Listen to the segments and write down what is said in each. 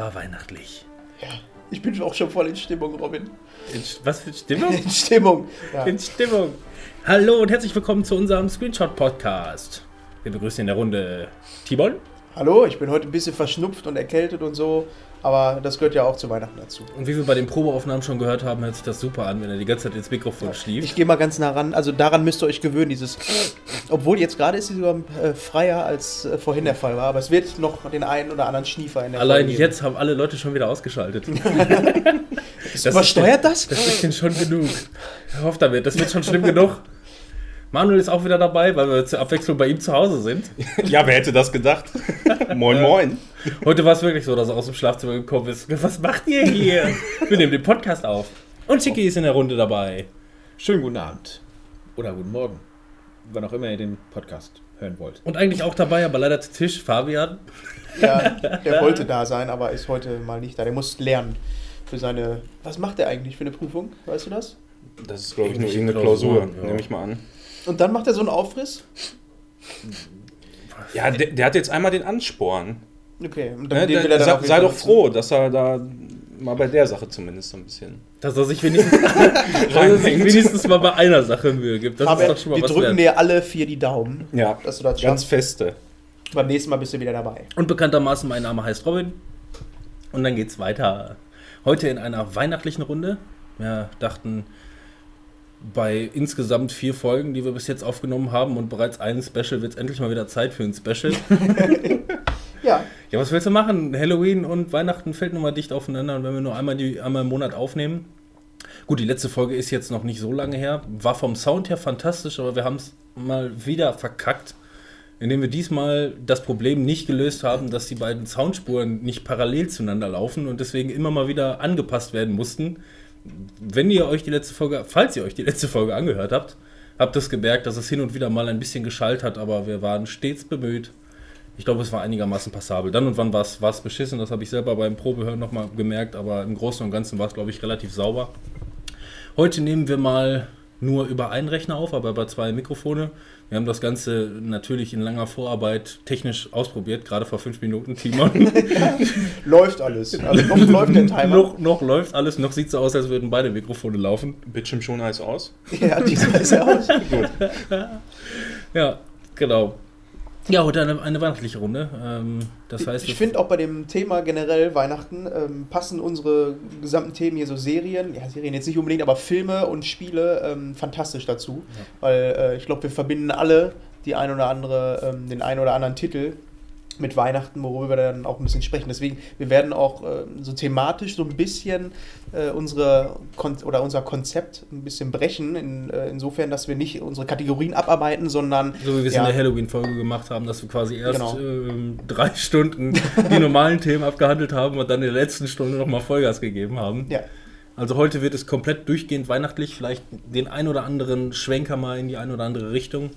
wunderbar weihnachtlich. Ja, ich bin auch schon voll in Stimmung, Robin. Was für Stimmung? In Stimmung. Ja. In Stimmung. Hallo und herzlich willkommen zu unserem Screenshot-Podcast. Wir begrüßen in der Runde Timon. Hallo, ich bin heute ein bisschen verschnupft und erkältet und so, aber das gehört ja auch zu Weihnachten dazu. Und wie wir bei den Probeaufnahmen schon gehört haben, hört sich das super an, wenn er die ganze Zeit ins Mikrofon schlieft. Ich gehe mal ganz nah ran, also daran müsst ihr euch gewöhnen, dieses, obwohl jetzt gerade ist sie sogar freier als vorhin der Fall war, aber es wird noch den einen oder anderen Schniefer in der Allein Folge jetzt haben alle Leute schon wieder ausgeschaltet. Übersteuert das? Das ist denn schon genug. Ich hoffe damit, das wird schon schlimm genug. Manuel ist auch wieder dabei, weil wir zur Abwechslung bei ihm zu Hause sind. Ja, wer hätte das gedacht? Moin, moin. Heute war es wirklich so, dass er aus dem Schlafzimmer gekommen ist. Was macht ihr hier? Wir nehmen den Podcast auf. Und Chicky ist in der Runde dabei. Schönen guten Abend. Oder guten Morgen. Wann auch immer ihr den Podcast hören wollt. Und eigentlich auch dabei, aber leider zu Tisch, Fabian. Ja, der wollte da sein, aber ist heute mal nicht da. Der muss lernen für seine... Was macht er eigentlich für eine Prüfung? Weißt du das? Das ist, glaube ich, nur Irgendwelche irgendeine Klausur, Klausuren, ja. nehme ich mal an. Und dann macht er so einen Aufriss? Ja, der hat jetzt einmal den Ansporn. Okay. Und Ne? den will er dann auch Sei wieder doch nutzen. froh, dass er da mal bei der Sache zumindest so ein bisschen... Dass er sich wenigstens mal bei einer Sache Mühe gibt. Das Fabian, ist doch schon mal wir was drücken wert. dir alle 4 die Daumen, Ja, dass du das ganz schaffst. feste. Beim nächsten Mal bist du wieder dabei. Und bekanntermaßen, mein Name heißt Robin. Und dann geht's weiter. Heute in einer weihnachtlichen Runde. Wir dachten, bei insgesamt 4 Folgen, die wir bis jetzt aufgenommen haben und bereits ein Special, wird es endlich mal wieder Zeit für ein Special. Ja, Ja, was willst du machen? Halloween und Weihnachten fällt nun mal dicht aufeinander. Und wenn wir nur einmal im Monat aufnehmen. Gut, die letzte Folge ist jetzt noch nicht so lange her. War vom Sound her fantastisch, aber wir haben es mal wieder verkackt. Indem wir diesmal das Problem nicht gelöst haben, dass die beiden Soundspuren nicht parallel zueinander laufen und deswegen immer mal wieder angepasst werden mussten. Wenn ihr euch falls ihr euch die letzte Folge angehört habt, habt ihr gemerkt, dass es hin und wieder mal ein bisschen geschallt hat, aber wir waren stets bemüht. Ich glaube, es war einigermaßen passabel. Dann und wann war es beschissen, das habe ich selber beim Probehören nochmal gemerkt, aber im Großen und Ganzen war es, glaube ich, relativ sauber. Heute nehmen wir mal nur über einen Rechner auf, aber über 2 Mikrofone. Wir haben das Ganze natürlich in langer Vorarbeit technisch ausprobiert, gerade vor 5 Minuten, Timon. läuft alles. Also noch läuft der Timer. noch läuft alles, noch sieht es so aus, als würden beide Mikrofone laufen. Bildschirm schon heiß aus. Ja, diesmal ist er aus. Gut. Ja, genau. Ja, heute eine weihnachtliche Runde. Das heißt, Ich finde auch bei dem Thema generell Weihnachten passen unsere gesamten Themen hier so Serien jetzt nicht unbedingt, aber Filme und Spiele fantastisch dazu. Ja. Weil ich glaube, wir verbinden alle den ein oder anderen Titel mit Weihnachten, worüber wir dann auch ein bisschen sprechen. Deswegen, wir werden auch so thematisch so ein bisschen unser Konzept ein bisschen brechen, insofern, dass wir nicht unsere Kategorien abarbeiten, sondern... So wie wir es in der Halloween-Folge gemacht haben, dass wir quasi erst 3 Stunden die normalen Themen abgehandelt haben und dann in der letzten Stunde nochmal Vollgas gegeben haben. Ja. Also heute wird es komplett durchgehend weihnachtlich, vielleicht den ein oder anderen Schwenker mal in die ein oder andere Richtung.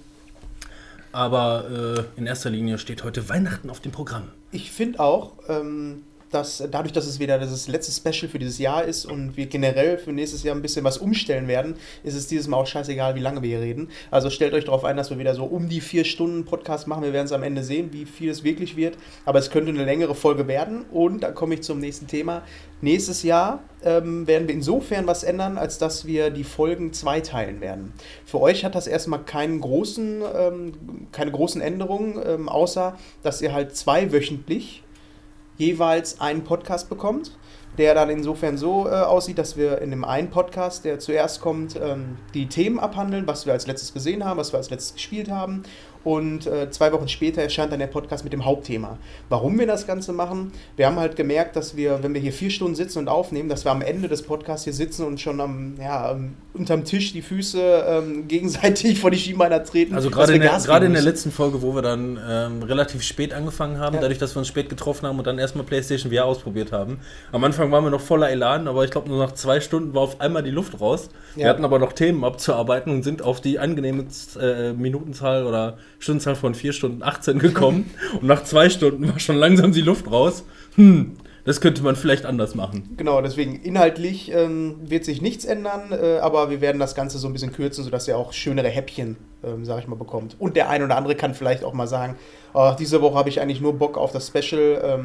Aber in erster Linie steht heute Weihnachten auf dem Programm. Ich finde auch, dass dadurch, dass es wieder das letzte Special für dieses Jahr ist und wir generell für nächstes Jahr ein bisschen was umstellen werden, ist es dieses Mal auch scheißegal, wie lange wir hier reden. Also stellt euch darauf ein, dass wir wieder so um die 4 Stunden Podcast machen. Wir werden es am Ende sehen, wie viel es wirklich wird. Aber es könnte eine längere Folge werden. Und da komme ich zum nächsten Thema. Nächstes Jahr werden wir insofern was ändern, als dass wir die Folgen zweiteilen werden. Für euch hat das erstmal keine großen Änderungen, außer dass ihr halt 2-wöchentlich jeweils einen Podcast bekommt, der dann insofern so aussieht, dass wir in dem einen Podcast, der zuerst kommt, die Themen abhandeln, was wir als letztes gesehen haben, was wir als letztes gespielt haben. Und 2 Wochen später erscheint dann der Podcast mit dem Hauptthema. Warum wir das Ganze machen? Wir haben halt gemerkt, dass wir, wenn wir hier 4 Stunden sitzen und aufnehmen, dass wir am Ende des Podcasts hier sitzen und schon unterm Tisch die Füße gegenseitig vor die Schienbeiner treten. Also gerade in der letzten Folge, wo wir dann relativ spät angefangen haben, dadurch, dass wir uns spät getroffen haben und dann erstmal PlayStation VR ausprobiert haben. Am Anfang waren wir noch voller Elan, aber ich glaube, nur nach 2 Stunden war auf einmal die Luft raus. Ja. Wir hatten aber noch Themen abzuarbeiten und sind auf die angenehme Minutenzahl oder Stundenzahl von 4 Stunden 18 gekommen. Und nach 2 Stunden war schon langsam die Luft raus. Das könnte man vielleicht anders machen. Genau, deswegen inhaltlich wird sich nichts ändern, aber wir werden das Ganze so ein bisschen kürzen, sodass ihr auch schönere Häppchen, sag ich mal, bekommt. Und der ein oder andere kann vielleicht auch mal sagen, diese Woche habe ich eigentlich nur Bock auf das Special,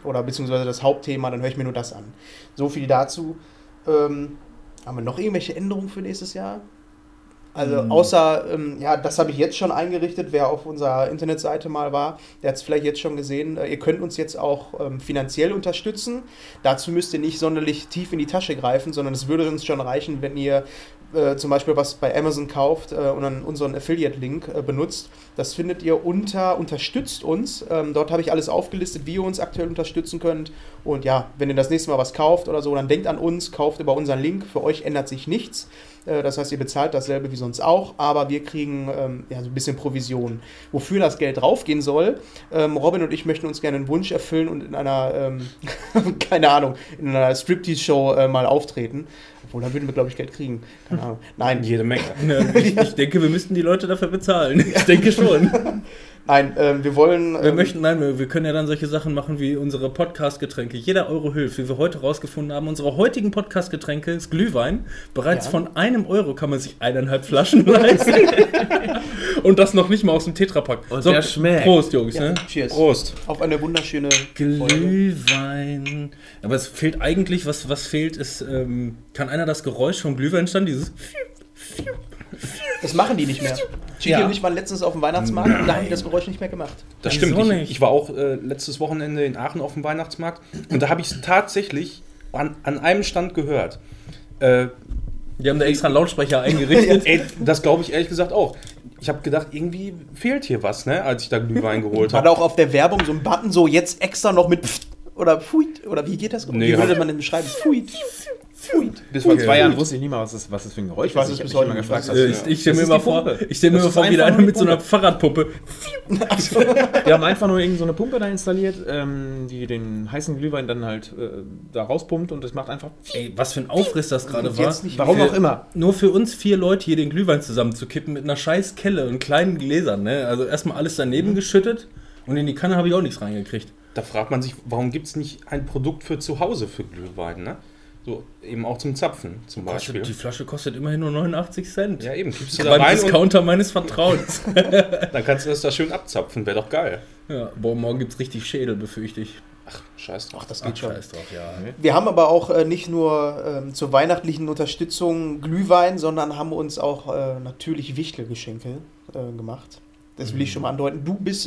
oder beziehungsweise das Hauptthema, dann höre ich mir nur das an. So viel dazu. Haben wir noch irgendwelche Änderungen für nächstes Jahr? Also außer, das habe ich jetzt schon eingerichtet, wer auf unserer Internetseite mal war, der hat es vielleicht jetzt schon gesehen, ihr könnt uns jetzt auch finanziell unterstützen. Dazu müsst ihr nicht sonderlich tief in die Tasche greifen, sondern es würde uns schon reichen, wenn ihr zum Beispiel was bei Amazon kauft und dann unseren Affiliate-Link benutzt. Das findet ihr unter Unterstützt uns. Dort habe ich alles aufgelistet, wie ihr uns aktuell unterstützen könnt. Und ja, wenn ihr das nächste Mal was kauft oder so, dann denkt an uns, kauft über unseren Link. Für euch ändert sich nichts. Das heißt, ihr bezahlt dasselbe wie sonst auch, aber wir kriegen so ein bisschen Provision. Wofür das Geld draufgehen soll, Robin und ich möchten uns gerne einen Wunsch erfüllen und in einer, keine Ahnung, in einer Striptease-Show mal auftreten. Obwohl, da würden wir, glaube ich, Geld kriegen. Keine Ahnung. Nein. Jede Menge. Ich denke, wir müssten die Leute dafür bezahlen. Ich denke schon. Nein, wir wollen... wir können ja dann solche Sachen machen wie unsere Podcast-Getränke. Jeder Euro hilft, wie wir heute rausgefunden haben. Unsere heutigen Podcast-Getränke ist Glühwein. Bereits von 1 Euro kann man sich 1,5 Flaschen leisten. Und das noch nicht mal aus dem Tetrapack. Und der schmeckt. Prost, Jungs. Ja, Ne? cheers. Prost. Auf eine wunderschöne Glühwein. Aber es fehlt eigentlich, was fehlt, ist, kann einer das Geräusch vom Glühwein stand? Dieses... Das machen die nicht mehr. Chiki und ich waren letztens auf dem Weihnachtsmarkt und da haben die das Geräusch nicht mehr gemacht. Das Wieso stimmt. nicht? Ich war auch letztes Wochenende in Aachen auf dem Weihnachtsmarkt und da habe ich es tatsächlich an einem Stand gehört. Die haben da extra einen Lautsprecher eingerichtet. Ey, das glaube ich ehrlich gesagt auch. Ich habe gedacht, irgendwie fehlt hier was, ne, als ich da Glühwein geholt War habe. da auch auf der Werbung so ein Button, so jetzt extra noch mit Pft oder Pfuit? Oder wie geht das? Nee, wie würde man denn beschreiben? Pfuit. Pfuit. Bis vor 2 Jahren wusste ich nicht mal, was das für ein Geräusch Ich weiß ist. es Ich bis habe heute mich mal nicht. gefragt, Ich stelle mir das mal ist die vor, Pumpe. ich stell mir Das mal ist vor, wie da einfach einer nur mit die so einer Pumpe. Fahrradpuppe. Wir haben einfach nur irgend so eine Pumpe da installiert, die den heißen Glühwein dann halt da rauspumpt und das macht einfach... Ey, was für ein Aufriss das gerade Und war. jetzt nicht Warum mehr. auch immer. Nur für uns 4 Leute hier den Glühwein zusammenzukippen mit einer scheiß Kelle und kleinen Gläsern. Ne? Also erstmal alles daneben geschüttet und in die Kanne habe ich auch nichts reingekriegt. Da fragt man sich, warum gibt es nicht ein Produkt für zu Hause für Glühwein, ne? So, eben auch zum Zapfen zum Beispiel. Die Flasche kostet immerhin nur 89 Cent. Ja, eben, gibst du da Beim rein und Discounter meines Vertrauens. dann kannst du das da schön abzapfen, wäre doch geil. Ja, boah, morgen gibt's richtig Schädel, befürchte ich. Ach, scheiß drauf. Ach, das geht schon. Scheiß drauf, ja. Wir haben aber auch nicht nur zur weihnachtlichen Unterstützung Glühwein, sondern haben uns auch natürlich Wichtelgeschenke gemacht. Das will ich schon mal andeuten. Du bist,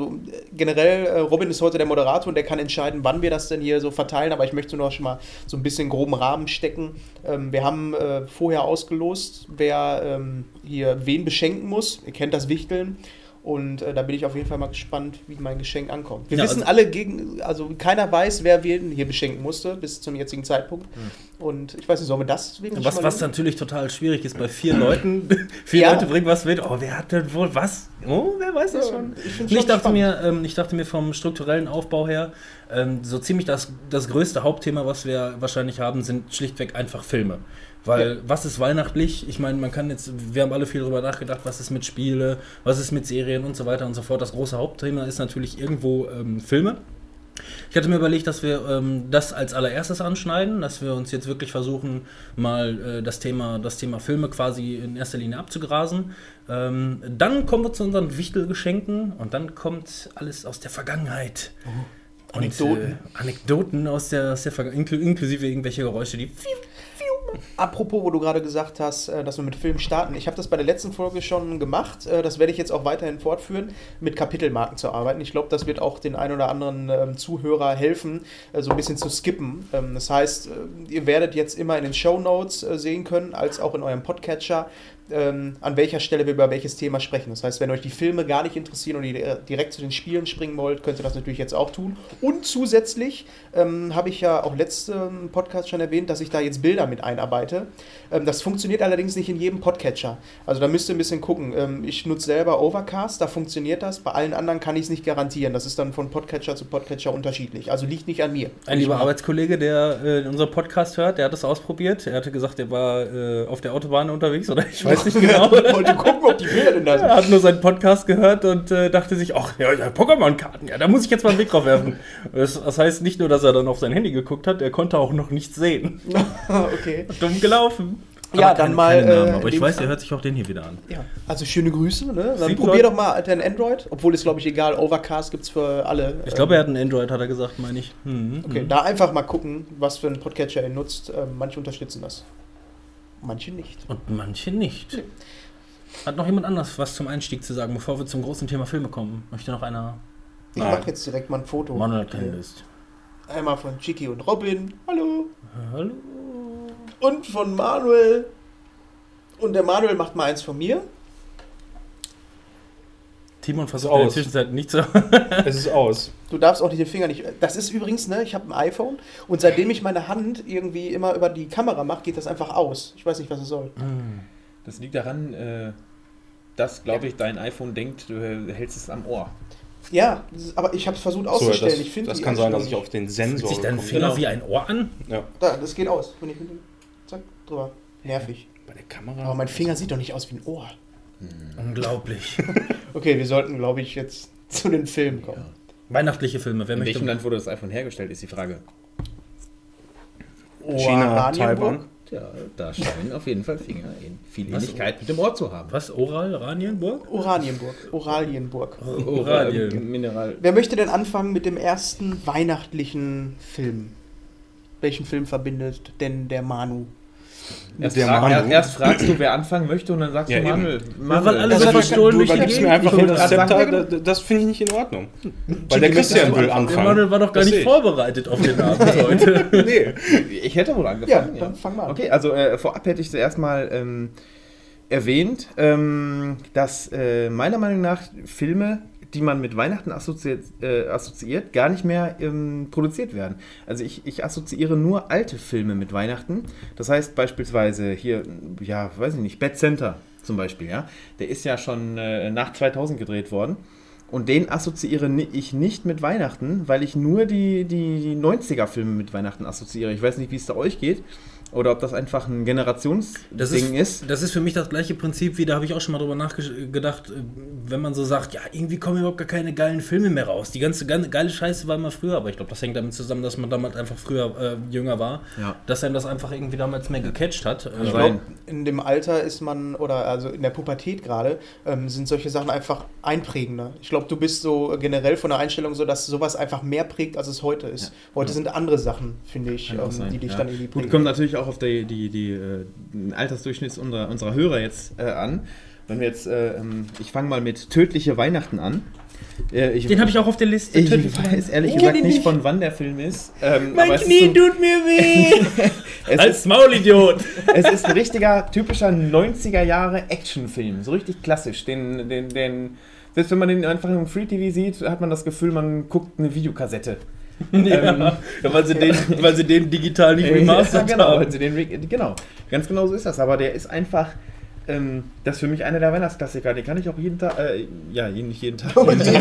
generell, Robin ist heute der Moderator und der kann entscheiden, wann wir das denn hier so verteilen, aber ich möchte nur schon mal so ein bisschen groben Rahmen stecken. Wir haben vorher ausgelost, wer hier wen beschenken muss. Ihr kennt das Wichteln. Und da bin ich auf jeden Fall mal gespannt, wie mein Geschenk ankommt. Wir wissen alle keiner weiß, wer wen hier beschenken musste, bis zum jetzigen Zeitpunkt. Und ich weiß nicht, sollen wir das wirklich Was natürlich total schwierig ist bei 4 Leuten. 4 Leute bringen was mit. Oh, wer hat denn wohl was? Oh, wer weiß das schon? Ich dachte mir vom strukturellen Aufbau her, so ziemlich das größte Hauptthema, was wir wahrscheinlich haben, sind schlichtweg einfach Filme. Weil, was ist weihnachtlich? Ich meine, wir haben alle viel darüber nachgedacht, was ist mit Spiele, was ist mit Serien und so weiter und so fort. Das große Hauptthema ist natürlich irgendwo Filme. Ich hatte mir überlegt, dass wir das als allererstes anschneiden, dass wir uns jetzt wirklich versuchen, mal das Thema Filme quasi in erster Linie abzugrasen. Dann kommen wir zu unseren Wichtelgeschenken und dann kommt alles aus der Vergangenheit. Anekdoten. Anekdoten aus der Vergangenheit, inklusive irgendwelche Geräusche, die... Apropos, wo du gerade gesagt hast, dass wir mit Filmen starten. Ich habe das bei der letzten Folge schon gemacht. Das werde ich jetzt auch weiterhin fortführen, mit Kapitelmarken zu arbeiten. Ich glaube, das wird auch den ein oder anderen Zuhörer helfen, so ein bisschen zu skippen. Das heißt, ihr werdet jetzt immer in den Shownotes sehen können, als auch in eurem Podcatcher, an welcher Stelle wir über welches Thema sprechen. Das heißt, wenn euch die Filme gar nicht interessieren und ihr direkt zu den Spielen springen wollt, könnt ihr das natürlich jetzt auch tun. Und zusätzlich habe ich ja auch letzten Podcast schon erwähnt, dass ich da jetzt Bilder mit einarbeite. Das funktioniert allerdings nicht in jedem Podcatcher. Also da müsst ihr ein bisschen gucken. Ich nutze selber Overcast, da funktioniert das. Bei allen anderen kann ich es nicht garantieren. Das ist dann von Podcatcher zu Podcatcher unterschiedlich. Also liegt nicht an mir. Ein lieber Arbeitskollege, der unseren Podcast hört, der hat das ausprobiert. Er hatte gesagt, er war auf der Autobahn unterwegs, oder ich weiß nicht genau. Wollte gucken, ob die Bilder denn da sind. Er hat nur seinen Podcast gehört und dachte sich, ach, ja, Pokémon-Karten, ja, da muss ich jetzt mal einen Blick drauf werfen. Das heißt nicht nur, dass er dann auf sein Handy geguckt hat, er konnte auch noch nichts sehen. Okay. Dumm gelaufen. Ja, dann mal. Namen, aber in ich dem weiß, Fall- er hört sich auch den hier wieder an. Ja, also schöne Grüße. Ne? Dann Sieht probier Leute- doch mal dein Android, obwohl es, glaube ich, egal, Overcast gibt es für alle. Ich glaube, er hat einen Android, hat er gesagt, meine ich. Okay, da einfach mal gucken, was für einen Podcatcher er nutzt. Manche unterstützen das. Manche nicht. Und manche nicht. Nee. Hat noch jemand anders was zum Einstieg zu sagen, bevor wir zum großen Thema Filme kommen? Möchte noch einer Ich Nein. mache jetzt direkt mal ein Foto. Manuel kennengelernt? Einmal von Chicky und Robin. Hallo. Hallo. Und von Manuel. Und der Manuel macht mal eins von mir. Timon versucht Aus. in der Zwischenzeit nicht zu. Es ist aus. Du darfst auch den Finger nicht. Das ist übrigens, ne, ich habe ein iPhone und seitdem ich meine Hand irgendwie immer über die Kamera mache, geht das einfach aus. Ich weiß nicht, was es soll. Das liegt daran, dass, glaube ich, dein iPhone denkt, du hältst es am Ohr. Ja, aber ich habe es versucht auszustellen. Ich finde das die kann sein, dass ich Einstellung auf den Fühlt Sensor sich dein gekommen Finger Genau. wie ein Ohr an? bin. Ja. nicht. Da, das geht aus. Wenn ich mit dem zack drüber. Nervig. Bei der Kamera. Aber mein Finger sieht doch nicht aus wie ein Ohr. Unglaublich. Okay, wir sollten, glaube ich, jetzt zu den Filmen kommen. Weihnachtliche Filme, wer In möchte? welchem Land wurde das iPhone hergestellt, ist die Frage. China, Oranienburg? Taiwan. Ja, da scheinen auf jeden Fall Finger in viel Was? Ähnlichkeit mit dem Ohr zu haben. Was? Oral? Oranienburg? Oranienburg. Oralien. Mineral. Wer möchte denn anfangen mit dem ersten weihnachtlichen Film? Welchen Film verbindet denn der Manu? Erst fragst du, wer anfangen möchte, und dann sagst Ja, du Manuel. Ja, weil alle Das so hat- verstohlen Du durch die übergibst mir Gegend. einfach Ich wollte das gerade Zepter, sagen, das finde ich nicht in Ordnung. Weil der Christian will Der anfangen. Manuel war doch gar Das nicht sehe ich. vorbereitet auf den Abend heute. Nee. Ich hätte wohl Ja, angefangen. dann fang mal an. Okay, also vorab hätte ich zuerst mal erwähnt, dass meiner Meinung nach Filme, die man mit Weihnachten assoziiert, gar nicht mehr produziert werden. Also ich assoziiere nur alte Filme mit Weihnachten. Das heißt beispielsweise hier, ja, weiß ich nicht, Bad Center zum Beispiel, ja. Der ist ja schon nach 2000 gedreht worden. Und den assoziiere ich nicht mit Weihnachten, weil ich nur die 90er-Filme mit Weihnachten assoziiere. Ich weiß nicht, wie es da euch geht. Oder ob das einfach ein Generationsding ist. Das ist für mich das gleiche Prinzip, wie da habe ich auch schon mal drüber nachgedacht, wenn man so sagt, ja, irgendwie kommen überhaupt gar keine geilen Filme mehr raus. Die ganze geile Scheiße war immer früher, aber ich glaube, das hängt damit zusammen, dass man damals einfach früher jünger war, Ja. dass einem das einfach irgendwie damals mehr gecatcht hat. Ich glaube, in dem Alter ist man, oder also in der Pubertät gerade, sind solche Sachen einfach einprägender. Ich glaube, du bist so generell von der Einstellung so, dass sowas einfach mehr prägt, als es heute ist. Ja. Heute sind andere Sachen, finde ich, Kann auch sein, die dich ja. dann irgendwie Gut, prägen. kommt natürlich auch auf den Altersdurchschnitt unserer Hörer jetzt an. Wenn wir jetzt, ich fange mal mit Tödliche Weihnachten an. Den habe ich auch auf der Liste. Ich weiß ehrlich gesagt nicht, von wann der Film ist. Mein Knie tut mir weh! Als Maulidiot! Es ist ein richtiger, typischer 90er-Jahre-Actionfilm. So richtig klassisch. Selbst wenn man den einfach im Free TV sieht, hat man das Gefühl, man guckt eine Videokassette. Ja, weil sie den digital nicht remastert genau, haben. weil sie genau, ganz genau so ist das. Aber der ist einfach, das ist für mich einer der Weihnachtsklassiker. Den kann ich auch jeden Tag, nicht jeden Tag,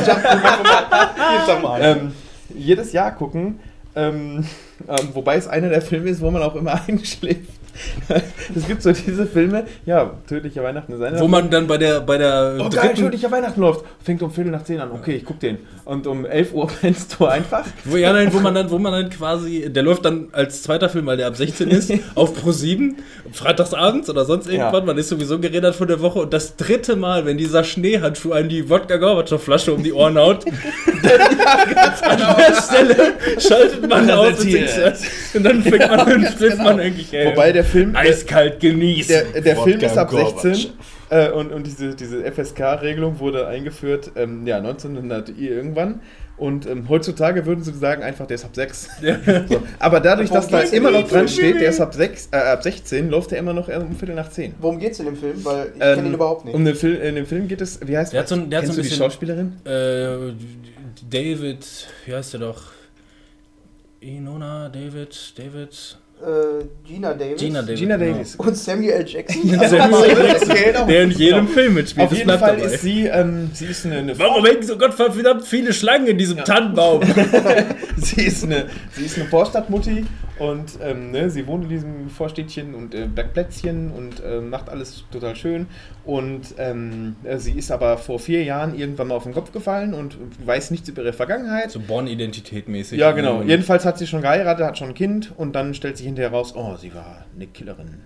jedes Jahr gucken. Wobei es einer der Filme ist, wo man auch immer einschläft. Es gibt so diese Filme, ja, Tödliche Weihnachten ist einer. Wo man dann bei der oh geil, Tödliche Weihnachten läuft. Fängt um 10:15 an. Okay, ich guck den. Und um 11 Uhr pennst du einfach. Wo man dann quasi, der läuft dann als zweiter Film, weil der ab 16 ist, auf Pro7, freitagsabends oder sonst irgendwann, Ja. man ist sowieso gerädert von der Woche und das dritte Mal, wenn dieser Schneehandschuh einem die Wodka-Gorbatschow-Flasche um die Ohren haut, an der Stelle schaltet man aus und dann fängt man an, flippt man eigentlich, Wobei der Film, eiskalt genießen. der Film ist ab Wodka 16 und diese FSK-Regelung wurde eingeführt 1900 irgendwann. Und heutzutage würden sie sagen einfach, der ist ab 6. So. Aber dadurch, dass da immer noch dran steht, der ist ab 16, läuft der immer noch um 9:15. Worum geht's in dem Film? Weil ich kenne ihn überhaupt nicht. In dem Film geht es, wie heißt Der hat so ein kennst du die bisschen- Schauspielerin? David, wie heißt der doch? Inona, David. Gina Davis. Gina Davis. Gina genau. Davis. Und Samuel L. Jackson. Samuel L. Jackson, Okay, der in jedem Film mitspielt. Auf das jeden bleibt Fall dabei. ist sie ist eine Warum hängen so Gottverdammt viele Schlangen in diesem Tannenbaum? sie ist eine Vorstadtmutti und sie wohnt in diesem Vorstädtchen und backt Plätzchen und macht alles total schön. Und sie ist aber vor 4 Jahren irgendwann mal auf den Kopf gefallen und weiß nichts über ihre Vergangenheit. So Born-Identität mäßig. Ja, genau. Jedenfalls hat sie schon geheiratet, hat schon ein Kind und dann stellt sich hinterher raus, oh, sie war eine Killerin.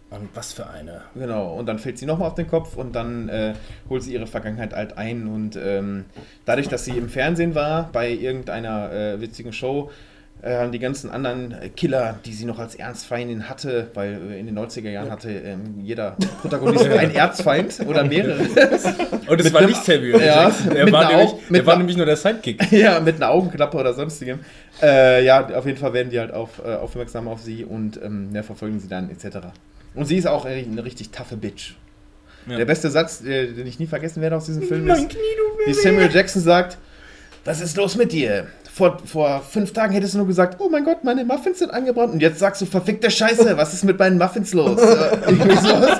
Und was für eine. Genau, und dann fällt sie nochmal auf den Kopf und dann holt sie ihre Vergangenheit halt ein. Und dadurch, dass sie im Fernsehen war, bei irgendeiner witzigen Show, haben die ganzen anderen Killer, die sie noch als Erzfeindin hatte, weil in den 90er Jahren hatte jeder Protagonist einen Erzfeind oder mehrere. Und es war nicht Samuel Jackson. Der war nämlich nur der Sidekick. Ja, mit einer Augenklappe oder sonstigem. Ja, auf jeden Fall werden die halt aufmerksam auf sie und verfolgen sie dann etc. Und sie ist auch eine richtig taffe Bitch. Ja. Der beste Satz, den ich nie vergessen werde aus diesem Film ist, wie Samuel Jackson sagt, was ist los mit dir? Vor 5 Tagen hättest du nur gesagt, oh mein Gott, meine Muffins sind angebrannt. Und jetzt sagst du, verfickte Scheiße, was ist mit meinen Muffins los? Irgendwie sowas.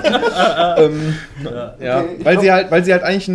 Weil sie halt eigentlich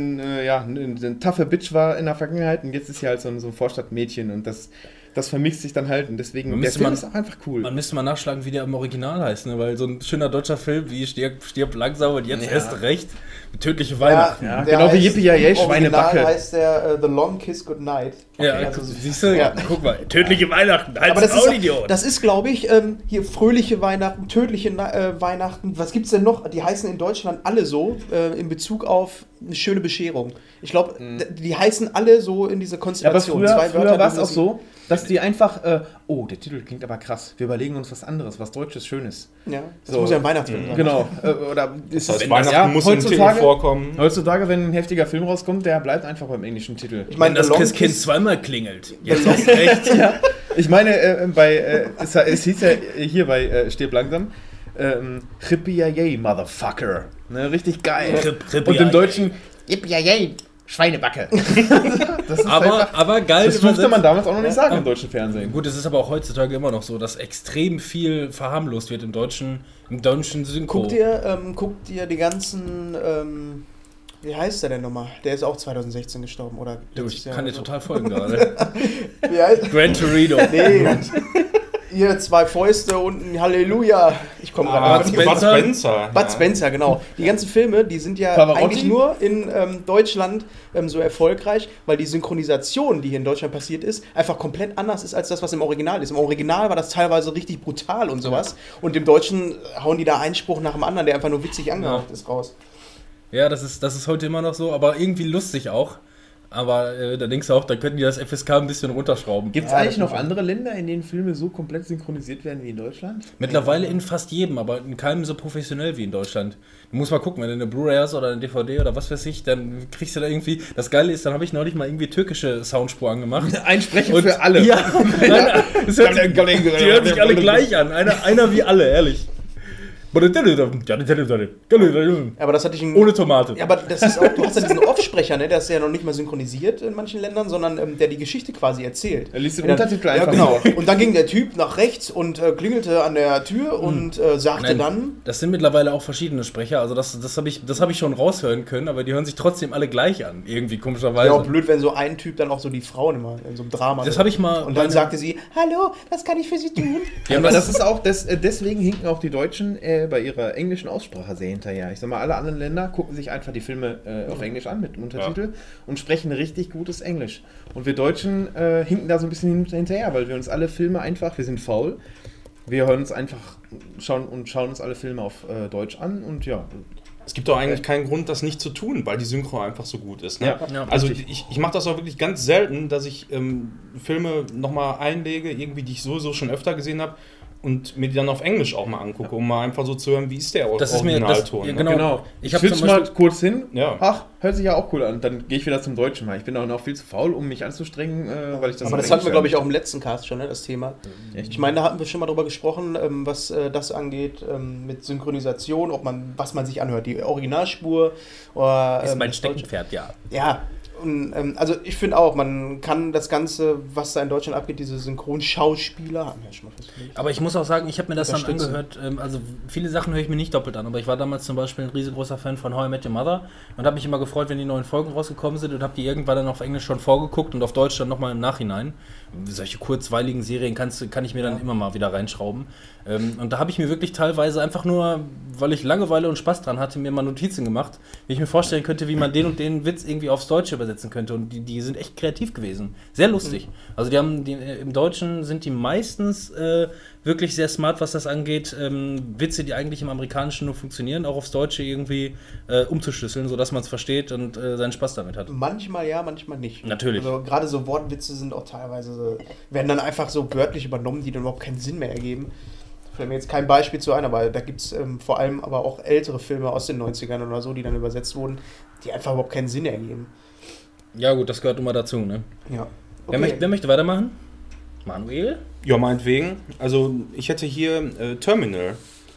eine taffe Bitch war in der Vergangenheit und jetzt ist sie halt so ein Vorstadtmädchen und das vermixt sich dann halt und deswegen, der Film ist auch einfach cool. Man müsste mal nachschlagen, wie der im Original heißt, ne? Weil so ein schöner deutscher Film wie Stirb langsam und jetzt erst recht, Tödliche Weihnachten. Ja, genau wie Yippie-Yay, Schweinebacke. Heißt der The Long Kiss Goodnight. Okay, ja, also, siehst du, guck mal, Tödliche Weihnachten, aber das ist, glaube ich, hier fröhliche Weihnachten, tödliche Weihnachten, was gibt's denn noch? Die heißen in Deutschland alle so, in Bezug auf eine schöne Bescherung. Ich glaube, die heißen alle so in dieser Konstellation. Ja, aber früher war es auch so, dass die einfach, der Titel klingt aber krass, wir überlegen uns was anderes, was Deutsches, Schönes. Ja, das muss ja ein Weihnachtsfilm sein. Genau. Oder ist das Weihnachten muss im Titel vorkommen. Heutzutage, wenn ein heftiger Film rauskommt, der bleibt einfach beim englischen Titel. Ich meine, das Christkind zweimal klingelt. Jetzt hast du recht. Ja. Ich meine, es hieß ja hier bei Stirb langsam, Yippie-Yay, Motherfucker. Ne, richtig geil. Und im Deutschen, Yippie-Yay, Schweinebacke. Das ist aber geil. Das durfte man damals auch noch nicht sagen im deutschen Fernsehen. Gut, es ist aber auch heutzutage immer noch so, dass extrem viel verharmlost wird im deutschen Synchro. Guckt ihr die ganzen, wie heißt der denn nochmal? Der ist auch 2016 gestorben, oder? Ich kann dir total folgen gerade. Wie heißt Gran Torino. Nee. Ihr 2 Fäuste und ein Halleluja. Ich komme gerade Bud Spencer. Bud Spencer, genau. Die ganzen Filme, die sind ja eigentlich nur in Deutschland so erfolgreich, weil die Synchronisation, die hier in Deutschland passiert ist, einfach komplett anders ist als das, was im Original ist. Im Original war das teilweise richtig brutal und sowas. Und im Deutschen hauen die da einen Spruch nach dem anderen, der einfach nur witzig angehaucht ist, raus. Ja, das ist heute immer noch so, aber irgendwie lustig auch. Aber da denkst du auch, da könnten die das FSK ein bisschen runterschrauben. Gibt es eigentlich noch andere Länder, in denen Filme so komplett synchronisiert werden wie in Deutschland? Mittlerweile in fast jedem, aber in keinem so professionell wie in Deutschland. Du musst mal gucken, wenn du eine Blu-ray hast oder eine DVD oder was weiß ich, dann kriegst du da irgendwie... Das Geile ist, dann habe ich neulich mal irgendwie türkische Soundspuren gemacht. Einsprechen für alle. Ja, die hören sich alle gleich an. Einer wie alle, ehrlich. Aber das hatte ich ohne Tomate. Ja, aber das ist auch, du hast ja diesen Off-Sprecher, ne? Der ist ja noch nicht mal synchronisiert in manchen Ländern, sondern der die Geschichte quasi erzählt. Er liest den Untertitel einfach. Ja, genau. Und dann ging der Typ nach rechts und klingelte an der Tür und sagte dann... Das sind mittlerweile auch verschiedene Sprecher, also das habe ich schon raushören können, aber die hören sich trotzdem alle gleich an, irgendwie komischerweise. Ja, auch blöd, wenn so ein Typ dann auch so die Frauen immer in so einem Drama... Das habe ich mal... Und dann sagte sie, hallo, was kann ich für Sie tun? Ja, aber das ist auch, deswegen hinken auch die Deutschen bei ihrer englischen Aussprache sehr hinterher. Ich sag mal, alle anderen Länder gucken sich einfach die Filme auf Englisch an mit Untertitel und sprechen richtig gutes Englisch. Und wir Deutschen hinken da so ein bisschen hinterher, weil wir uns alle Filme einfach, wir sind faul, wir hören uns einfach, schauen uns alle Filme auf Deutsch an und ja. Es gibt doch eigentlich keinen Grund, das nicht zu tun, weil die Synchro einfach so gut ist. Ne? Ja, also ich mache das auch wirklich ganz selten, dass ich Filme nochmal einlege, irgendwie, die ich sowieso schon öfter gesehen habe, und mir die dann auf Englisch auch mal angucke, um mal einfach so zu hören, wie ist der Originalton. Genau. Ich switch mal kurz hin. Ja. Ach, hört sich ja auch cool an. Dann gehe ich wieder zum Deutschen mal. Ich bin auch noch viel zu faul, um mich anzustrengen, weil ich das... Aber das hatten wir, glaube ich, auch im letzten Cast schon, ne, das Thema. Echt? Ich meine, da hatten wir schon mal drüber gesprochen, was das angeht, mit Synchronisation, was man sich anhört. Die Originalspur. Ist mein Steckenpferd, ja. Ja. Und, also ich finde auch, man kann das Ganze, was da in Deutschland abgeht, diese Synchronschauspieler, haben wir ja schon mal festgelegt. Aber ich muss auch sagen, ich habe mir das dann angehört, also viele Sachen höre ich mir nicht doppelt an, aber ich war damals zum Beispiel ein riesengroßer Fan von How I Met Your Mother und habe mich immer gefreut, wenn die neuen Folgen rausgekommen sind und habe die irgendwann dann auf Englisch schon vorgeguckt und auf Deutsch dann nochmal im Nachhinein. Solche kurzweiligen Serien kann ich mir dann immer mal wieder reinschrauben. Und da habe ich mir wirklich teilweise einfach nur, weil ich Langeweile und Spaß dran hatte, mir mal Notizen gemacht, wie ich mir vorstellen könnte, wie man den und den Witz irgendwie aufs Deutsche übersetzt. versetzen könnte. Und die sind echt kreativ gewesen. Sehr lustig. Also im Deutschen sind die meistens wirklich sehr smart, was das angeht. Witze, die eigentlich im Amerikanischen nur funktionieren, auch aufs Deutsche irgendwie umzuschlüsseln, sodass man es versteht und seinen Spaß damit hat. Manchmal ja, manchmal nicht. Natürlich. Also gerade so Wortwitze sind auch teilweise, werden dann einfach so wörtlich übernommen, die dann überhaupt keinen Sinn mehr ergeben. Fällt mir jetzt kein Beispiel zu ein, aber da gibt es vor allem aber auch ältere Filme aus den 90ern oder so, die dann übersetzt wurden, die einfach überhaupt keinen Sinn ergeben. Ja gut, das gehört immer dazu, ne? Ja. Okay. Wer möchte weitermachen? Manuel? Ja, meinetwegen. Also ich hätte hier Terminal.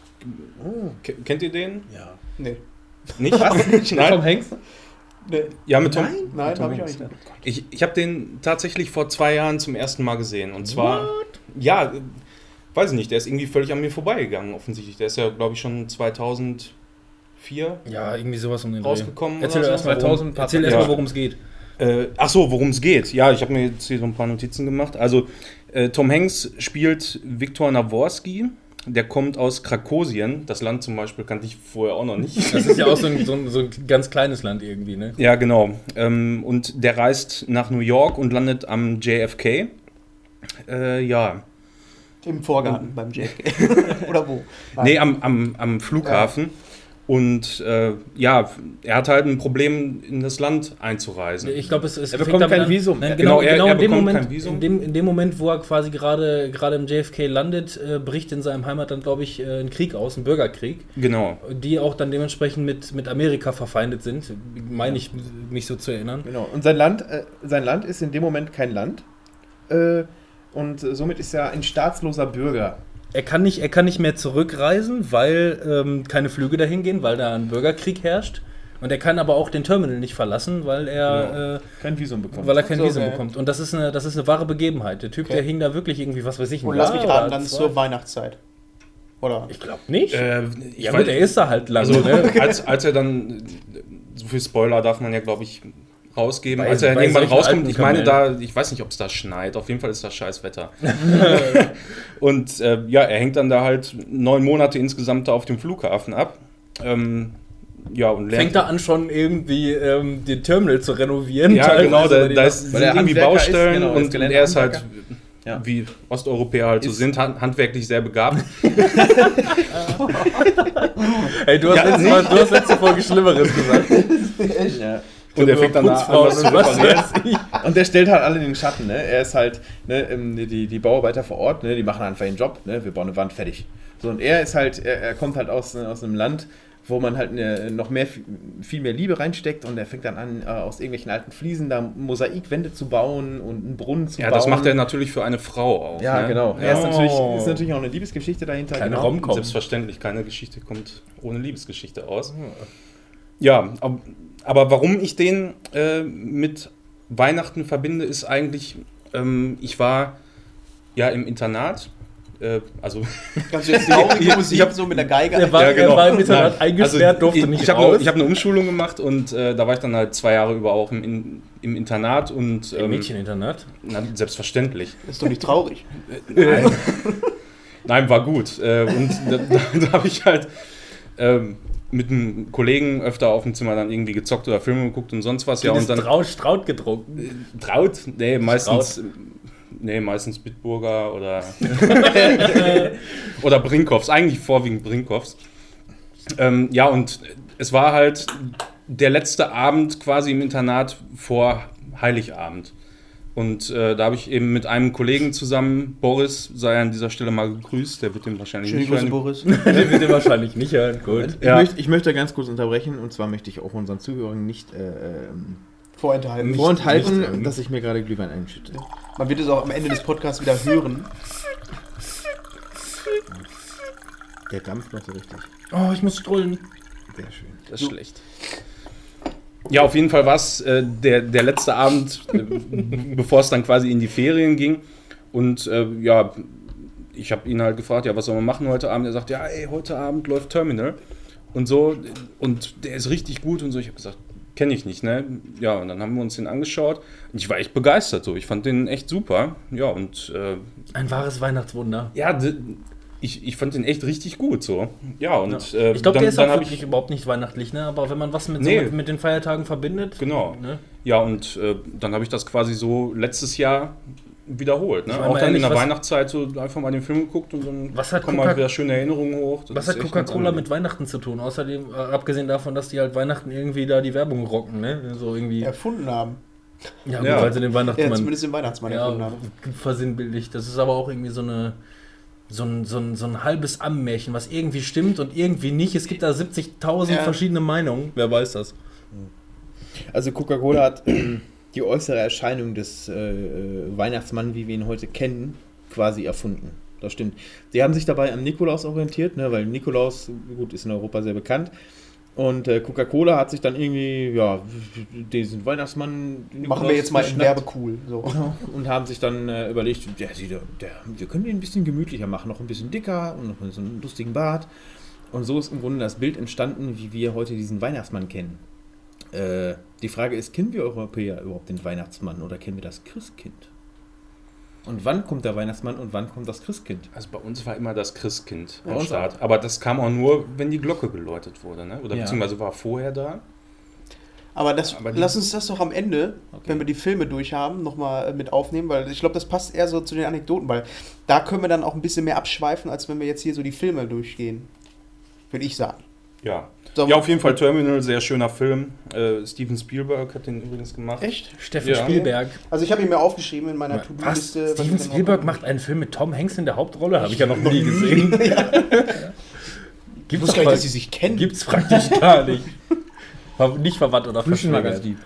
Kennt ihr den? Ja. Nee. Nicht? Nein? Tom Hanks? Nee. Ja, mit Tom. Nein, Tom habe ich auch Hanks, nicht. Ich habe den tatsächlich vor 2 Jahren zum ersten Mal gesehen. Und zwar, ja, weiß ich nicht, der ist irgendwie völlig an mir vorbeigegangen, offensichtlich. Der ist ja, glaube ich, schon 2004 Ja, irgendwie sowas um den Dreh. rausgekommen. Erzähl oder erstmal, so. worum es geht. Ach so, worum es geht. Ja, ich habe mir jetzt hier so ein paar Notizen gemacht. Also, Tom Hanks spielt Viktor Naworski. Der kommt aus Krakosien. Das Land zum Beispiel kannte ich vorher auch noch nicht. Das ist ja auch so ein ganz kleines Land irgendwie, ne? Ja, genau. Und der reist nach New York und landet am JFK. Ja. Im Vorgarten beim JFK. Oder wo? Nee, am Flughafen. Ja. Und ja, er hat halt ein Problem, in das Land einzureisen. Ich glaube, er bekommt kein Visum. Nein, Genau, er bekommt in dem Moment, kein Visum. in dem Moment, wo er quasi gerade im JFK landet, bricht in seinem Heimatland, glaube ich, ein Krieg aus, ein Bürgerkrieg. Genau. Die auch dann dementsprechend mit Amerika verfeindet sind, meine ich, mich so zu erinnern. Genau. Und sein Land ist in dem Moment kein Land. Und somit ist er ein staatsloser Bürger. Er kann nicht mehr zurückreisen, weil keine Flüge dahin gehen, weil da ein Bürgerkrieg herrscht. Und er kann aber auch den Terminal nicht verlassen, weil er kein Visum bekommt. Weil er kein Visum bekommt. Und das ist eine wahre Begebenheit. Der Typ, der hing da wirklich irgendwie, was weiß ich, und lass mich raten, dann zur Weihnachtszeit. Oder? Ich glaube nicht. Ja gut, er ist da halt lang. Also, ne? als er dann, so viel Spoiler darf man ja, glaube ich, rausgeben. Als er irgendwann rauskommt, ich meine ich weiß nicht, ob es da schneit, auf jeden Fall ist das scheiß Wetter. Und ja, er hängt dann da halt 9 Monate insgesamt da auf dem Flughafen ab. Ja, und fängt da an schon irgendwie den Terminal zu renovieren. Ja, genau, da sind irgendwie Baustellen und er ist halt, ja, wie Osteuropäer halt so sind, handwerklich sehr begabt. Hey, du hast letzte Folge Schlimmeres gesagt. Echt? Ja. Und er fängt dann an, was zu reparieren. Und der stellt halt alle in den Schatten, ne? Er ist halt, ne, die Bauarbeiter vor Ort, ne, die machen einfach ihren Job, ne? Wir bauen eine Wand, fertig. So, und er ist halt, er kommt halt aus einem Land, wo man halt noch viel mehr Liebe reinsteckt, und er fängt dann an, aus irgendwelchen alten Fliesen da Mosaikwände zu bauen und einen Brunnen zu bauen. Ja, das macht er natürlich für eine Frau auch. Ja, ne? genau. Ja. Ist natürlich auch eine Liebesgeschichte dahinter. Keine genau. Rom-Com. Selbstverständlich, keine Geschichte kommt ohne Liebesgeschichte aus. Ja, aber warum ich den mit Weihnachten verbinde, ist eigentlich, ich war ja im Internat. Also kannst du jetzt traurige Musik so mit der Geige? Er war im Internat eingesperrt, durfte nicht raus. Ich habe eine Umschulung gemacht und da war ich dann halt 2 Jahre über auch im Internat. Und, Im Mädcheninternat? Na, selbstverständlich. Ist doch nicht traurig. Nein, war gut. Und da habe ich halt mit einem Kollegen öfter auf dem Zimmer dann irgendwie gezockt oder Filme geguckt und sonst was. Ja, und dann Straut getrunken. Traut? Nee, meistens Bitburger oder Brinkhoffs. Eigentlich vorwiegend Brinkhoffs. Ja, und es war halt der letzte Abend quasi im Internat vor Heiligabend. Und da habe ich eben mit einem Kollegen zusammen, Boris, sei an dieser Stelle mal gegrüßt, der wird den wahrscheinlich nicht hören. Boris. Der wird den wahrscheinlich nicht hören, gut. Ich möchte ganz kurz unterbrechen, und zwar möchte ich auch unseren Zuhörern nicht vorenthalten, dass ich mir gerade Glühwein einschütte. Man wird es auch am Ende des Podcasts wieder hören. Der dampft noch so richtig. Oh, ich muss strullen. Sehr schön. Das ist schlecht. Ja, auf jeden Fall war es der letzte Abend, bevor es dann quasi in die Ferien ging. Und ja, ich habe ihn halt gefragt, ja, was soll man machen heute Abend? Er sagt, ja, ey, heute Abend läuft Terminal und so. Und der ist richtig gut und so. Ich habe gesagt, kenne ich nicht, ne? Ja, und dann haben wir uns den angeschaut. Und ich war echt begeistert so. Ich fand den echt super. Ja, und ein wahres Weihnachtswunder. Ja, Ich fand den echt richtig gut so. Ja, und ich glaube, der ist auch dann wirklich überhaupt nicht weihnachtlich, ne? Aber wenn man was mit, Nee. so mit den Feiertagen verbindet. Genau. Ne? Ja, und dann habe ich das quasi so letztes Jahr wiederholt. Ne? Ich Auch meine mal dann ehrlich, in der was- Weihnachtszeit so einfach mal den Film geguckt und dann Was hat kommen Coca- halt wieder schöne Erinnerungen hoch. Das Was ist hat echt ganz Coca-Cola angenehm. mit Weihnachten zu tun? Außerdem, abgesehen davon, dass die halt Weihnachten irgendwie da die Werbung rocken, ne? So irgendwie. Erfunden haben. Ja, gut, Ja. weil sie den Ja, Weihnachtsmann zumindest den Weihnachtsmann erfunden haben. versinnbildlicht. Das ist aber auch irgendwie so ein halbes Ammenmärchen, was irgendwie stimmt und irgendwie nicht. Es gibt da 70.000 Ja. verschiedene Meinungen. Wer weiß das? Also Coca-Cola hat die äußere Erscheinung des Weihnachtsmann, wie wir ihn heute kennen, quasi erfunden. Das stimmt. Sie haben sich dabei am Nikolaus orientiert, ne, weil Nikolaus, gut, ist in Europa sehr bekannt. Und Coca-Cola hat sich dann irgendwie, ja, diesen Weihnachtsmann... Machen wir jetzt mal in geschnappt. Werbecool. So. Und haben sich dann überlegt, wir können ihn ein bisschen gemütlicher machen, noch ein bisschen dicker und noch so einen lustigen Bart. Und so ist im Grunde das Bild entstanden, wie wir heute diesen Weihnachtsmann kennen. Die Frage ist, kennen wir Europäer überhaupt den Weihnachtsmann oder kennen wir das Christkind? Und wann kommt der Weihnachtsmann und wann kommt das Christkind? Also bei uns war immer das Christkind Bei am uns Start. Aber das kam auch nur, wenn die Glocke geläutet wurde. Ne? Oder Ja. beziehungsweise war vorher da. Aber Aber lass uns das doch am Ende, Okay. wenn wir die Filme durch haben, nochmal mit aufnehmen, weil ich glaube, das passt eher so zu den Anekdoten, weil da können wir dann auch ein bisschen mehr abschweifen, als wenn wir jetzt hier so die Filme durchgehen. Würde ich sagen. Ja. So, Ja, auf jeden Fall Terminal, sehr schöner Film. Steven Spielberg hat den übrigens gemacht. Echt? Steffen Ja. Spielberg. Also ich habe ihn mir aufgeschrieben in meiner Was? To-Do-Liste. was Steven ich dann Spielberg noch- macht einen Film mit Tom Hanks in der Hauptrolle? Habe ich ja noch nie gesehen. Ich Gibt's, wusste gar nicht, dass sie sich kennen. gibt's praktisch gar nicht. Nicht verwandt oder Küchenmagazin. verschwägert.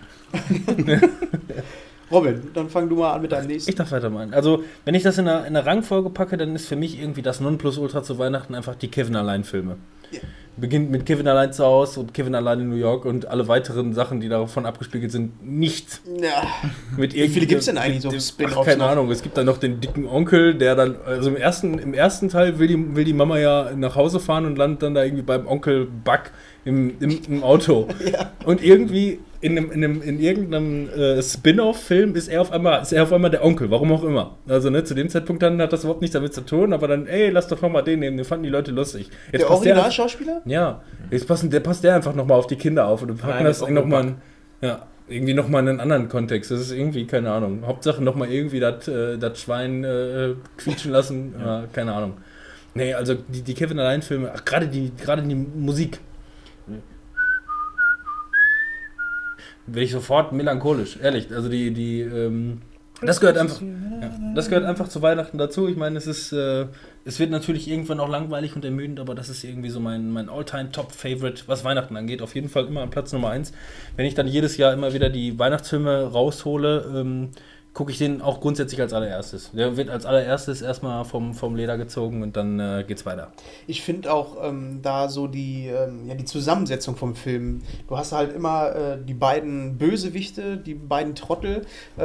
Robin, dann fang du mal an mit deinem nächsten. Ich darf weitermachen. Also, wenn ich das in einer Rangfolge packe, dann ist für mich irgendwie das Nonplusultra zu Weihnachten einfach die Kevin Allein-Filme. Ja. Beginnt mit Kevin allein zu Hause und Kevin allein in New York und alle weiteren Sachen, die davon abgespiegelt sind, nicht Ja. mit Wie viele gibt's denn eigentlich so mit dem- Spin-offs Ach, keine noch? Ahnung. Es gibt dann noch den dicken Onkel, der dann, also im ersten Teil will die Mama ja nach Hause fahren und landet dann da irgendwie beim Onkel Buck im Auto. Ja. Und irgendwie in irgendeinem Spin-off-Film ist er auf einmal der Onkel, warum auch immer. Also ne, zu dem Zeitpunkt dann hat das überhaupt nichts damit zu tun, aber dann, ey, lass doch nochmal den nehmen, den fanden die Leute lustig. Jetzt Der passt Originalschauspieler? ja, passt der einfach nochmal auf die Kinder auf und wir packen Nein, das das nochmal irgendwie nochmal in einen anderen Kontext. Das ist irgendwie, keine Ahnung. Hauptsache nochmal irgendwie das Schwein quietschen lassen, keine Ahnung. Nee, also die Kevin Allein-Filme, gerade die Musik. Werde ich sofort melancholisch, ehrlich. Also das gehört einfach zu Weihnachten dazu. Ich meine, es wird natürlich irgendwann auch langweilig und ermüdend, aber das ist irgendwie so mein All-Time-Top-Favorite, was Weihnachten angeht. Auf jeden Fall immer an Platz Nummer 1. Wenn ich dann jedes Jahr immer wieder die Weihnachtsfilme raushole, gucke ich den auch grundsätzlich als allererstes. Der wird als allererstes erstmal vom Leder gezogen und dann geht's weiter. Ich finde auch da so die Zusammensetzung vom Film. Du hast halt immer die beiden Bösewichte, die beiden Trottel.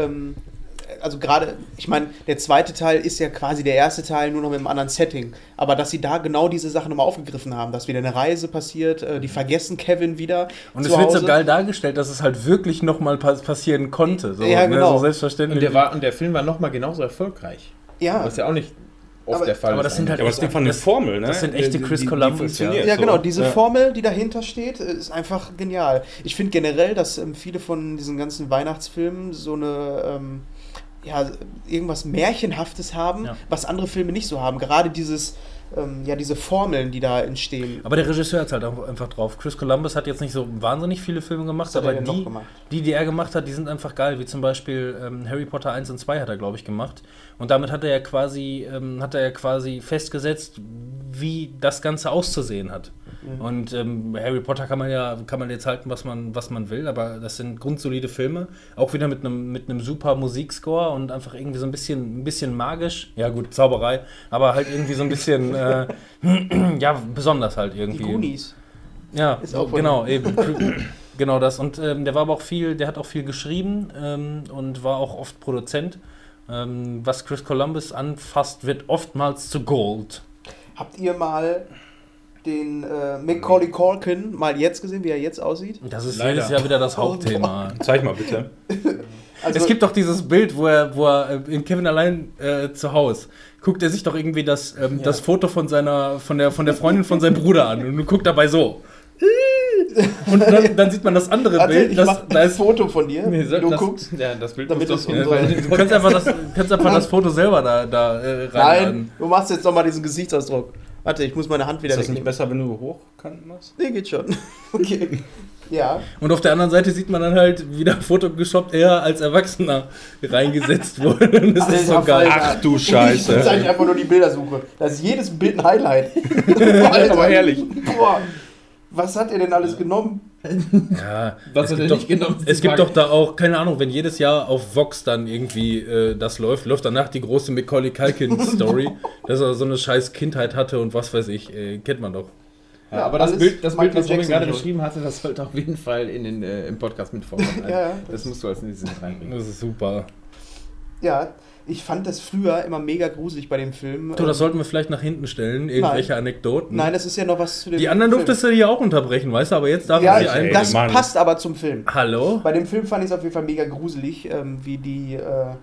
Also gerade, ich meine, der zweite Teil ist ja quasi der erste Teil, nur noch mit einem anderen Setting. Aber dass sie da genau diese Sachen nochmal aufgegriffen haben, dass wieder eine Reise passiert, die vergessen Kevin wieder. Und zu es wird so Hause. geil dargestellt, dass es halt wirklich nochmal passieren konnte. So, Ja, genau. Ne, so selbstverständlich. Und der Film war nochmal genauso erfolgreich. Ja. Was ja auch nicht oft Aber- der Fall aber ist. das sind halt Ja, aber es ist einfach eine Formel, ne? das sind echte Chris Die Columbus, funktioniert Ja, so. genau, diese Ja. Formel, die dahinter steht, ist einfach genial. Ich finde generell, dass viele von diesen ganzen Weihnachtsfilmen so eine, irgendwas Märchenhaftes haben, Ja. was andere Filme nicht so haben. Gerade diese Formeln, die da entstehen. Aber der Regisseur hat halt auch einfach drauf. Chris Columbus hat jetzt nicht so wahnsinnig viele Filme gemacht, Was hat aber er denn noch gemacht? die er gemacht hat, die sind einfach geil. Wie zum Beispiel Harry Potter 1 und 2 hat er, glaube ich, gemacht. Und damit hat er ja quasi festgesetzt, wie das Ganze auszusehen hat. Mhm. Und Harry Potter kann man jetzt halten, was man will, aber das sind grundsolide Filme. Auch wieder mit einem super Musikscore und einfach irgendwie so ein bisschen magisch. Ja gut, Zauberei, aber halt irgendwie so ein bisschen besonders halt Die irgendwie. Goonies. Ja, Ist auch von genau, eben. Genau das. Und der hat auch viel geschrieben und war auch oft Produzent. Was Chris Columbus anfasst, wird oftmals zu Gold. Habt ihr mal den Macaulay Culkin mal jetzt gesehen, wie er jetzt aussieht? Das ist Leider. jedes Jahr wieder das Hauptthema. Zeig mal bitte. Also, Es gibt doch dieses Bild, wo er in Kevin allein zu Hause guckt er sich doch irgendwie das Foto von der Freundin von seinem Bruder an und guckt dabei so. Und dann sieht man das andere Bild. Ich mach ein Foto von dir, wie du guckst. Ja, das Bild damit muss das doch Du kannst einfach das Foto selber da rein. Nein, du machst jetzt nochmal diesen Gesichtsausdruck. Warte, ich muss meine Hand wieder Ist das nicht wegnehmen. besser, wenn du hochkant machst? Nee, geht schon. Okay. Ja. Und auf der anderen Seite sieht man dann halt, wie der Photoshop eher als Erwachsener reingesetzt wurde. Und das ist so Alter, geil. Falter. Ach du Und Scheiße. Ich zeige einfach nur die Bildersuche. Da ist jedes Bild ein Highlight. Aber herrlich. Boah, was hat er denn alles genommen? Ja, Was es hat gibt er nicht genommen? Es gibt doch da auch, keine Ahnung, wenn jedes Jahr auf Vox dann irgendwie das läuft danach die große Macaulay Culkin-Story, dass er so eine scheiß Kindheit hatte und was weiß ich, kennt man doch. Ja, aber das alles Bild, was Michael Robin Jackson gerade schon. beschrieben hatte, das sollte auf jeden Fall im Podcast mit vorkommen. Ja. Das musst du als nächstes mit reinbringen. Das ist super. Ja, ich fand das früher immer mega gruselig bei dem Film. Du, das sollten wir vielleicht nach hinten stellen, irgendwelche Anekdoten. Nein, das ist ja noch was zu dem Die anderen Film. durftest du hier auch unterbrechen, weißt du, aber jetzt darf Ja, ich sie ein. das Mann. passt aber zum Film. Hallo? Bei dem Film fand ich es auf jeden Fall mega gruselig, wie die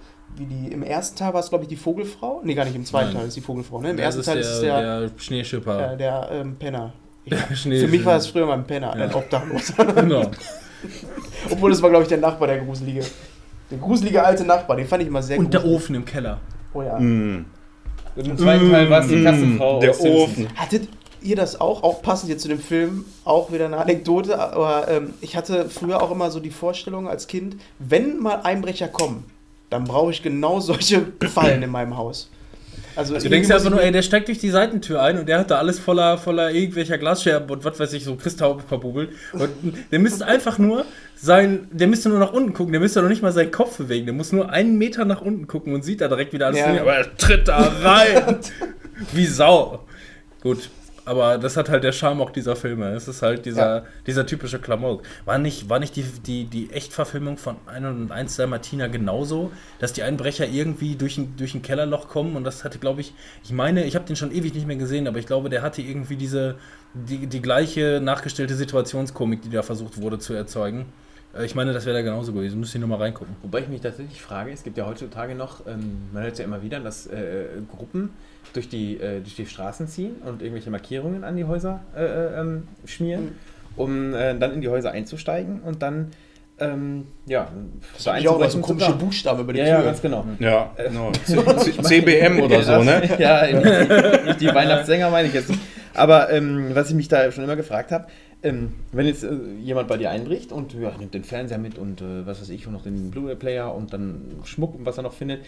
im ersten Teil war es, glaube ich, die Vogelfrau. Nee, gar nicht, im zweiten Nein. Teil ist die Vogelfrau. Ne? Im Das ersten ist Teil ist es der Schneeschipper. Penner. Für Der mich war das früher mal ein Penner, ein Obdachlos. Genau. Obwohl, das war, glaube ich, der Nachbar, der gruselige. Der gruselige alte Nachbar, den fand ich immer sehr Und der gruselig. Ofen im Keller. Oh ja. Mm. Und im zweiten Teil war es die Kassenfrau Der aus Simpsons. Ofen. Hattet ihr das auch passend jetzt zu dem Film, auch wieder eine Anekdote, aber ich hatte früher auch immer so die Vorstellung als Kind, wenn mal Einbrecher kommen, dann brauche ich genau solche Fallen in meinem Haus. Also Du denkst ja einfach nur, ey, der steigt durch die Seitentür ein und der hat da alles voller irgendwelcher Glasscherben und was weiß ich, so Christhaube verbubbelt. Und der müsste einfach nur der müsste nur nach unten gucken, der müsste noch nicht mal seinen Kopf bewegen, der muss nur 1 Meter nach unten gucken und sieht da direkt wieder alles Ja. drin, aber er tritt da rein. Wie Sau. Gut. Aber das hat halt der Charme auch dieser Filme. Es ist halt dieser typische Klamauk. War nicht die Echtverfilmung von 101 Dalmatiner genauso, dass die Einbrecher irgendwie durch ein Kellerloch kommen und das hatte, glaube ich meine, ich habe den schon ewig nicht mehr gesehen, aber ich glaube, der hatte irgendwie die gleiche nachgestellte Situationskomik, die da versucht wurde zu erzeugen. Ich meine, das wäre da genauso gewesen. Müsst ihr nur mal reingucken. Wobei ich mich tatsächlich frage, es gibt ja heutzutage noch, man hört es ja immer wieder, dass Gruppen durch die Straßen ziehen und irgendwelche Markierungen an die Häuser schmieren, um dann in die Häuser einzusteigen und dann das habe ich auch mal so komische Buchstaben über die Tür. Ja, ganz genau. Ja, genau. CBM oder so, ne? Ja, nicht die Weihnachtssänger meine ich jetzt nicht. Aber was ich mich da schon immer gefragt habe, wenn jetzt jemand bei dir einbricht und nimmt den Fernseher mit und was weiß ich und noch den Blu-ray-Player und dann Schmuck und was er noch findet,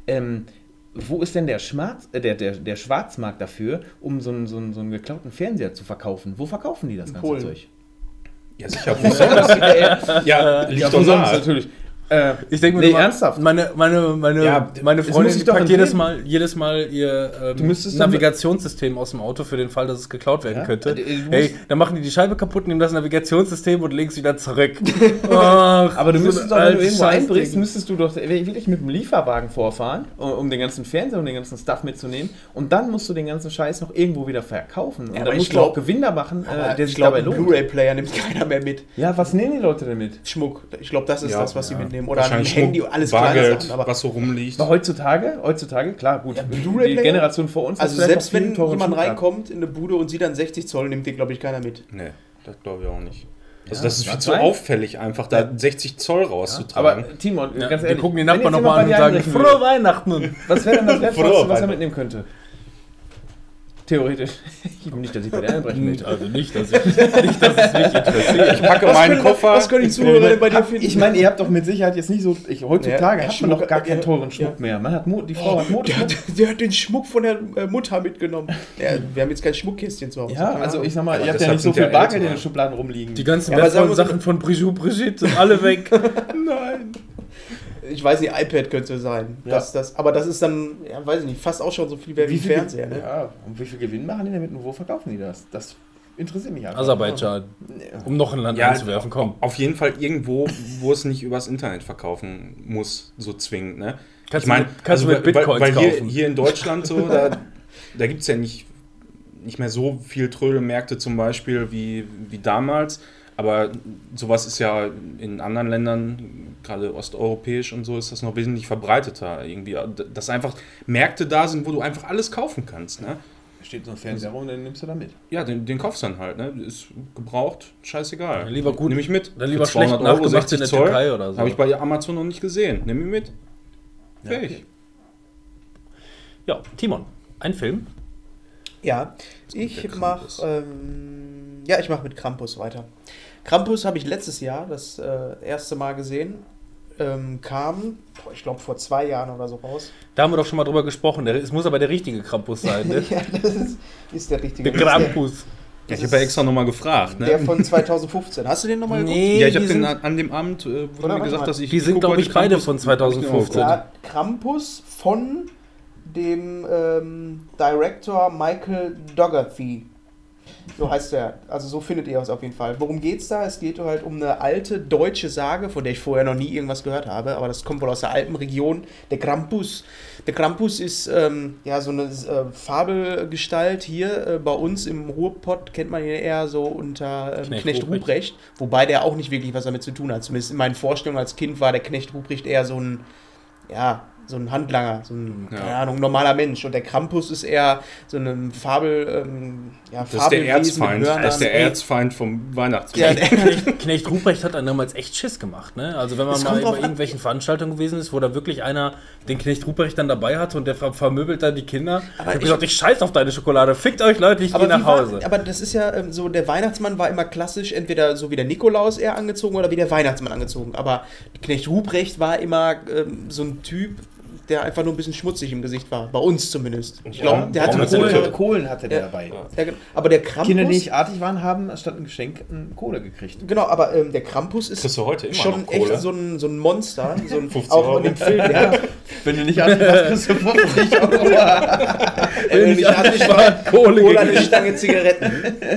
wo ist denn der Schwarzmarkt dafür, um so einen geklauten Fernseher zu verkaufen? Wo verkaufen die das ganze Polen. Zeug? Ja, sicher. Wo soll das? Ja, liegt doch sonst nahe. natürlich. Ich denke mir Nee, nur mal, ernsthaft? meine es muss Freundin sich die doch packt entleben. jedes Mal ihr Du müsstest doch- Navigationssystem aus dem Auto für den Fall, dass es geklaut werden Ja? könnte. Du musst- Hey, dann machen die Scheibe kaputt, nehmen das Navigationssystem und legen es wieder zurück. Ach, Aber du so müsstest ein doch, wenn du altes irgendwo Scheißding. einbrichst, müsstest du doch wirklich mit dem Lieferwagen vorfahren, um den ganzen Fernseher und den ganzen Stuff mitzunehmen. Und dann musst du den ganzen Scheiß noch irgendwo wieder verkaufen. Und Ja, aber dann ich musst du auch glaub- Gewinner machen, der ich sich glaube, dabei einen lohnt. Blu-ray-Player nimmt keiner mehr mit. Ja, was nehmen die Leute damit? Schmuck. Ich glaube, das ist Ja, das, was sie ja. mitnehmen. Oder ein Wahrscheinlich Handy, Schmuck, alles kleine Bargeld, Sachen. Aber was so rumliegt. Aber heutzutage, klar, gut. Ja, Die Blu-ray-Player? Generation vor uns hat also vielleicht selbst noch viel wenn teuren jemand Schmuck gehabt. reinkommt in eine Bude und sieht dann 60 Zoll, nimmt den, glaube ich, keiner mit. Nee, das glaube ich auch nicht. Also Ja, das ist viel mag zu sein. auffällig, einfach da 60 Zoll rauszutragen. Aber Timon, Ja, ganz wir ehrlich, gucken die wenn Nachbarn jetzt nochmal an jemand und bei dir sagen, einbrechen frohe Weihnachten. was wäre denn das Wertvollste, Frohe was er Weihnachten. mitnehmen könnte? Theoretisch. Ich will nicht, dass ich bei dir einbrechen möchte. Also nicht, dass es mich interessiert. Ich packe meinen Koffer. Was können die Zuhörer denn bei dir finden? Ich meine, ihr habt doch mit Sicherheit jetzt nicht so. Heutzutage Ja, hat man doch gar keinen ja, teuren Schmuck mehr. Man hat die Frau hat Modeschmuck. Der hat den Schmuck von der Mutter mitgenommen. Ja, wir haben jetzt kein Schmuckkästchen zu Hause. Ja, keine also Ahnung. ich sag mal, Aber ihr habt ja deshalb nicht so sind viel ja Bargeld in ältere. den Schubladen rumliegen. Die ganzen Ja, aber sagen wertvollen wir so- Sachen von Brigitte sind alle weg. Nein. Ich weiß nicht, iPad könnte sein. Ja. Aber das ist dann, ja, weiß ich nicht, fast auch schon so viel wie ein Fernseher. Ne? Ja, und wie viel Gewinn machen die damit und wo verkaufen die das? Das interessiert mich einfach. Aserbaidschan, um noch ein Land Ja, einzuwerfen, komm. auf jeden Fall irgendwo, wo es nicht übers Internet verkaufen muss, so zwingend. Ne? Kannst du mit Bitcoins weil kaufen. hier in Deutschland so, da gibt es ja nicht mehr so viel Trödelmärkte zum Beispiel wie damals. Aber sowas ist ja in anderen Ländern, gerade osteuropäisch und so, ist das noch wesentlich verbreiteter. Irgendwie, dass einfach Märkte da sind, wo du einfach alles kaufen kannst. Ne? Steht so ein Fernseher rum, den nimmst du da mit. Ja, den kaufst du dann halt. Ne? Ist gebraucht, scheißegal. Dann lieber gut, Nimm ich mit. Dann lieber Für 200 schlecht nachgemacht 60 in der Zoll, Türkei oder so. habe ich bei Amazon noch nicht gesehen. Nimm ihn mit. Ja, Fertig. okay. Ja, Timon, ein Film. Ja, ich Der mache Krampus. ich mach mit Krampus weiter. Krampus habe ich letztes Jahr das erste Mal gesehen. Kam, ich glaube, vor 2 Jahren oder so raus. Da haben wir doch schon mal drüber gesprochen. Es muss aber der richtige Krampus sein. Ne? Ja, das ist der richtige. Der Krampus. Ich habe ja extra nochmal gefragt. Der Ne? von 2015. Hast du den nochmal geguckt? Nee, Ja, ich habe die den sind, an dem Abend, wurde Oder mir warte gesagt, mal. dass ich. Die sind, guck glaub heute ich, beide Krampus. von 2015. Ja, Krampus von dem Director Michael Dougherty. So heißt er. Also so findet ihr es auf jeden Fall. Worum geht's da? Es geht halt um eine alte deutsche Sage, von der ich vorher noch nie irgendwas gehört habe, aber das kommt wohl aus der Alpenregion. Der Krampus. Der Krampus ist so eine Fabelgestalt hier. Bei uns im Ruhrpott kennt man ihn eher so unter Knecht Ruprecht. Wobei der auch nicht wirklich was damit zu tun hat. Zumindest in meinen Vorstellungen als Kind war der Knecht Ruprecht eher so ein Handlanger, so ein, keine Ahnung, normaler Mensch. Und der Krampus ist eher so ein Das ist der Erzfeind. Das ist der Erzfeind vom Weihnachtsmann. Ja, Knecht Ruprecht hat dann damals echt Schiss gemacht. Ne? Also wenn man Es mal kommt drauf bei an. irgendwelchen Veranstaltungen gewesen ist, wo da wirklich einer den Knecht Ruprecht dann dabei hatte und der vermöbelt dann die Kinder. Aber ich habe gesagt, ich scheiß auf deine Schokolade. Fickt euch Leute, ich gehe nach Hause. Aber das ist ja so, der Weihnachtsmann war immer klassisch, entweder so wie der Nikolaus eher angezogen oder wie der Weihnachtsmann angezogen. Aber Knecht Ruprecht war immer so ein Typ, der einfach nur ein bisschen schmutzig im Gesicht war. Bei uns zumindest. Ich glaube, der hatte Kohlen hatte der dabei. Ja, genau. Aber der Krampus... Kinder, die nicht artig waren, haben statt ein Geschenk Kohle gekriegt. Genau, aber der Krampus ist Kriegst du heute immer schon noch Kohle? echt so ein Monster. So ein, 50 auch Euro. in dem Film. Ja. Wenn du nicht artig warst, kriegst du 50 Euro. Wenn du nicht artig war, Kohle oder eine gekriegt. Stange Zigaretten.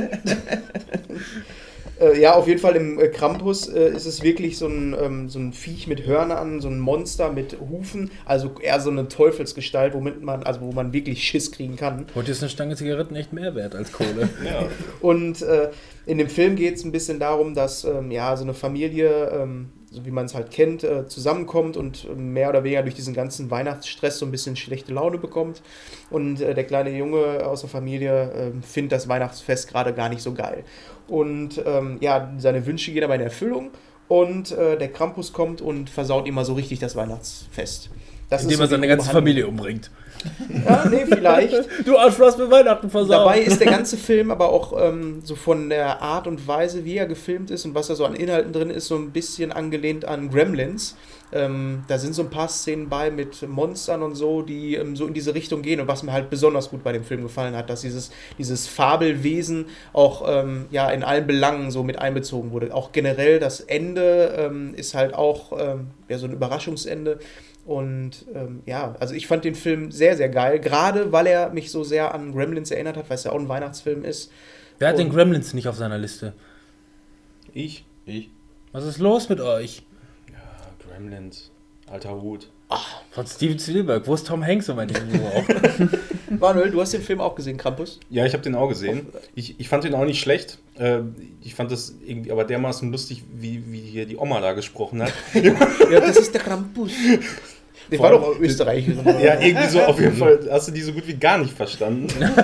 Ja, auf jeden Fall im Krampus ist es wirklich so ein Viech mit Hörnern, so ein Monster mit Hufen, also eher so eine Teufelsgestalt, wo man wirklich Schiss kriegen kann. Heute ist eine Stange Zigaretten echt mehr wert als Kohle. Ja. Und in dem Film geht es ein bisschen darum, dass so eine Familie, so wie man es halt kennt, zusammenkommt und mehr oder weniger durch diesen ganzen Weihnachtsstress so ein bisschen schlechte Laune bekommt. Und der kleine Junge aus der Familie findet das Weihnachtsfest gerade gar nicht so geil. Und seine Wünsche gehen aber in Erfüllung. Und der Krampus kommt und versaut ihm mal so richtig das Weihnachtsfest. Das Indem ist so er seine die ganze grobe Familie umbringt. Handlung. Ja, nee, vielleicht. Du Arsch, du hast mir Weihnachten versaut. Dabei ist der ganze Film aber auch so von der Art und Weise, wie er gefilmt ist und was da so an Inhalten drin ist, so ein bisschen angelehnt an Gremlins. Da sind so ein paar Szenen bei mit Monstern und so, die so in diese Richtung gehen. Und was mir halt besonders gut bei dem Film gefallen hat, dass dieses Fabelwesen auch in allen Belangen so mit einbezogen wurde. Auch generell das Ende ist halt auch so ein Überraschungsende. Und also ich fand den Film sehr, sehr geil, gerade weil er mich so sehr an Gremlins erinnert hat, weil es ja auch ein Weihnachtsfilm ist. Wer hat den Und- Gremlins nicht auf seiner Liste? Ich? Was ist los mit euch? Ja, Gremlins. Alter Hut. Von Steven Spielberg. Wo ist Tom Hanks und mein Niveau auch? Manuel, du hast den Film auch gesehen, Krampus? Ja, ich habe den auch gesehen. Ich fand den auch nicht schlecht. Ich fand das irgendwie aber dermaßen lustig, wie hier die Oma da gesprochen hat. Ja, das ist der Krampus. Der war doch Österreicher. Ja, irgendwie so auf jeden Fall hast du die so gut wie gar nicht verstanden.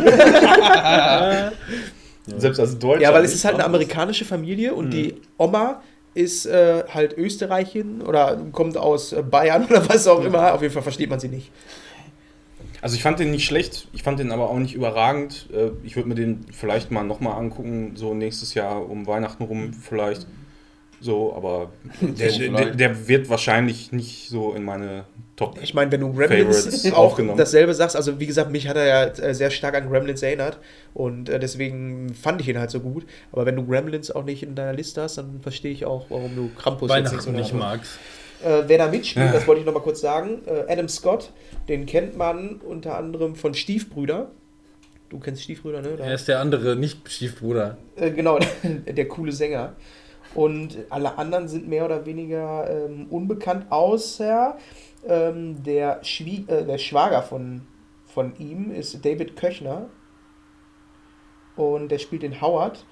Selbst als Deutscher. Ja, weil es nicht. ist halt eine amerikanische Familie und die Oma ist halt Österreicherin oder kommt aus Bayern oder was auch immer. Auf jeden Fall versteht man sie nicht. Also ich fand den nicht schlecht, ich fand den aber auch nicht überragend. Ich würde mir den vielleicht mal nochmal angucken, so nächstes Jahr um Weihnachten rum vielleicht. So, aber der wird wahrscheinlich nicht so in meine Top. Ich meine, wenn du Gremlins Favorites auch aufgenommen. dasselbe sagst, also wie gesagt, mich hat er ja sehr stark an Gremlins erinnert und deswegen fand ich ihn halt so gut. Aber wenn du Gremlins auch nicht in deiner Liste hast, dann verstehe ich auch, warum du Krampus Weihnachten nicht so magst. Wer da mitspielt, das wollte ich nochmal kurz sagen, Adam Scott, den kennt man unter anderem von Stiefbrüder. Du kennst Stiefbrüder, ne? Er ist der andere Nicht-Stiefbruder. Genau, der coole Sänger. Und alle anderen sind mehr oder weniger unbekannt, außer der Schwager von ihm ist David Köchner. Und der spielt den Howard.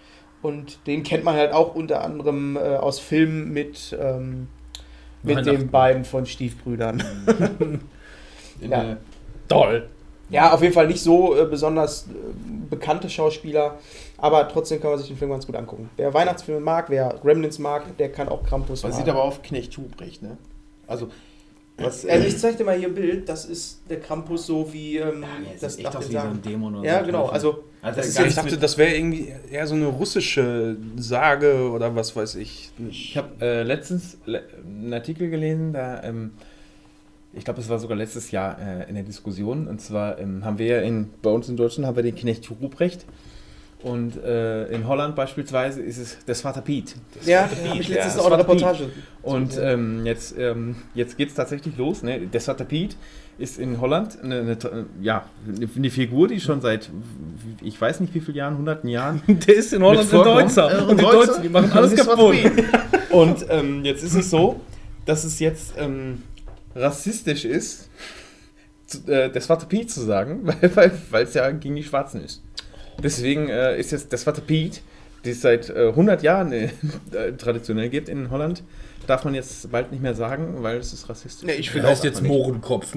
Und den kennt man halt auch unter anderem aus Filmen mit den beiden von Stiefbrüdern. Ja. Toll. Ja, auf jeden Fall nicht so besonders bekannte Schauspieler, aber trotzdem kann man sich den Film ganz gut angucken. Wer Weihnachtsfilme mag, wer Gremlins mag, der kann auch Krampus Man mag. sieht aber auf Knecht Ruprecht, ne? Also, was... Also ich zeig dir mal hier ein Bild, das ist der Krampus so wie das das echt nach aus den wie so Sagen. ein Dämon oder Ja, so. genau, also Also das ist gar Ich nichts dachte, mit- das wäre irgendwie eher so eine russische Sage oder was weiß ich. Ich habe letztens einen Artikel gelesen, da, ich glaube, es war sogar letztes Jahr in der Diskussion, und zwar haben wir ja bei uns in Deutschland haben wir den Knecht Ruprecht und in Holland beispielsweise ist es der Vater Piet. ja, da habe ich letztens auch eine Vater Piet. Reportage. Und jetzt geht es tatsächlich los. Ne? Der Vater Piet ist in Holland eine Figur, die schon seit, ich weiß nicht wie vielen Jahren, hunderten Jahren. Der ist in Holland ein vorkommt. Deutscher. Und die Deutschen, die machen alles Das kaputt. Und jetzt ist es so, dass es jetzt rassistisch ist, das Vater Piet zu sagen, weil es ja gegen die Schwarzen ist. Deswegen ist jetzt das Vater Piet, die es seit 100 Jahren traditionell gibt in Holland, darf man jetzt bald nicht mehr sagen, weil es ist rassistisch. Nee, ich Der finde heißt auch jetzt nicht. Mohrenkopf.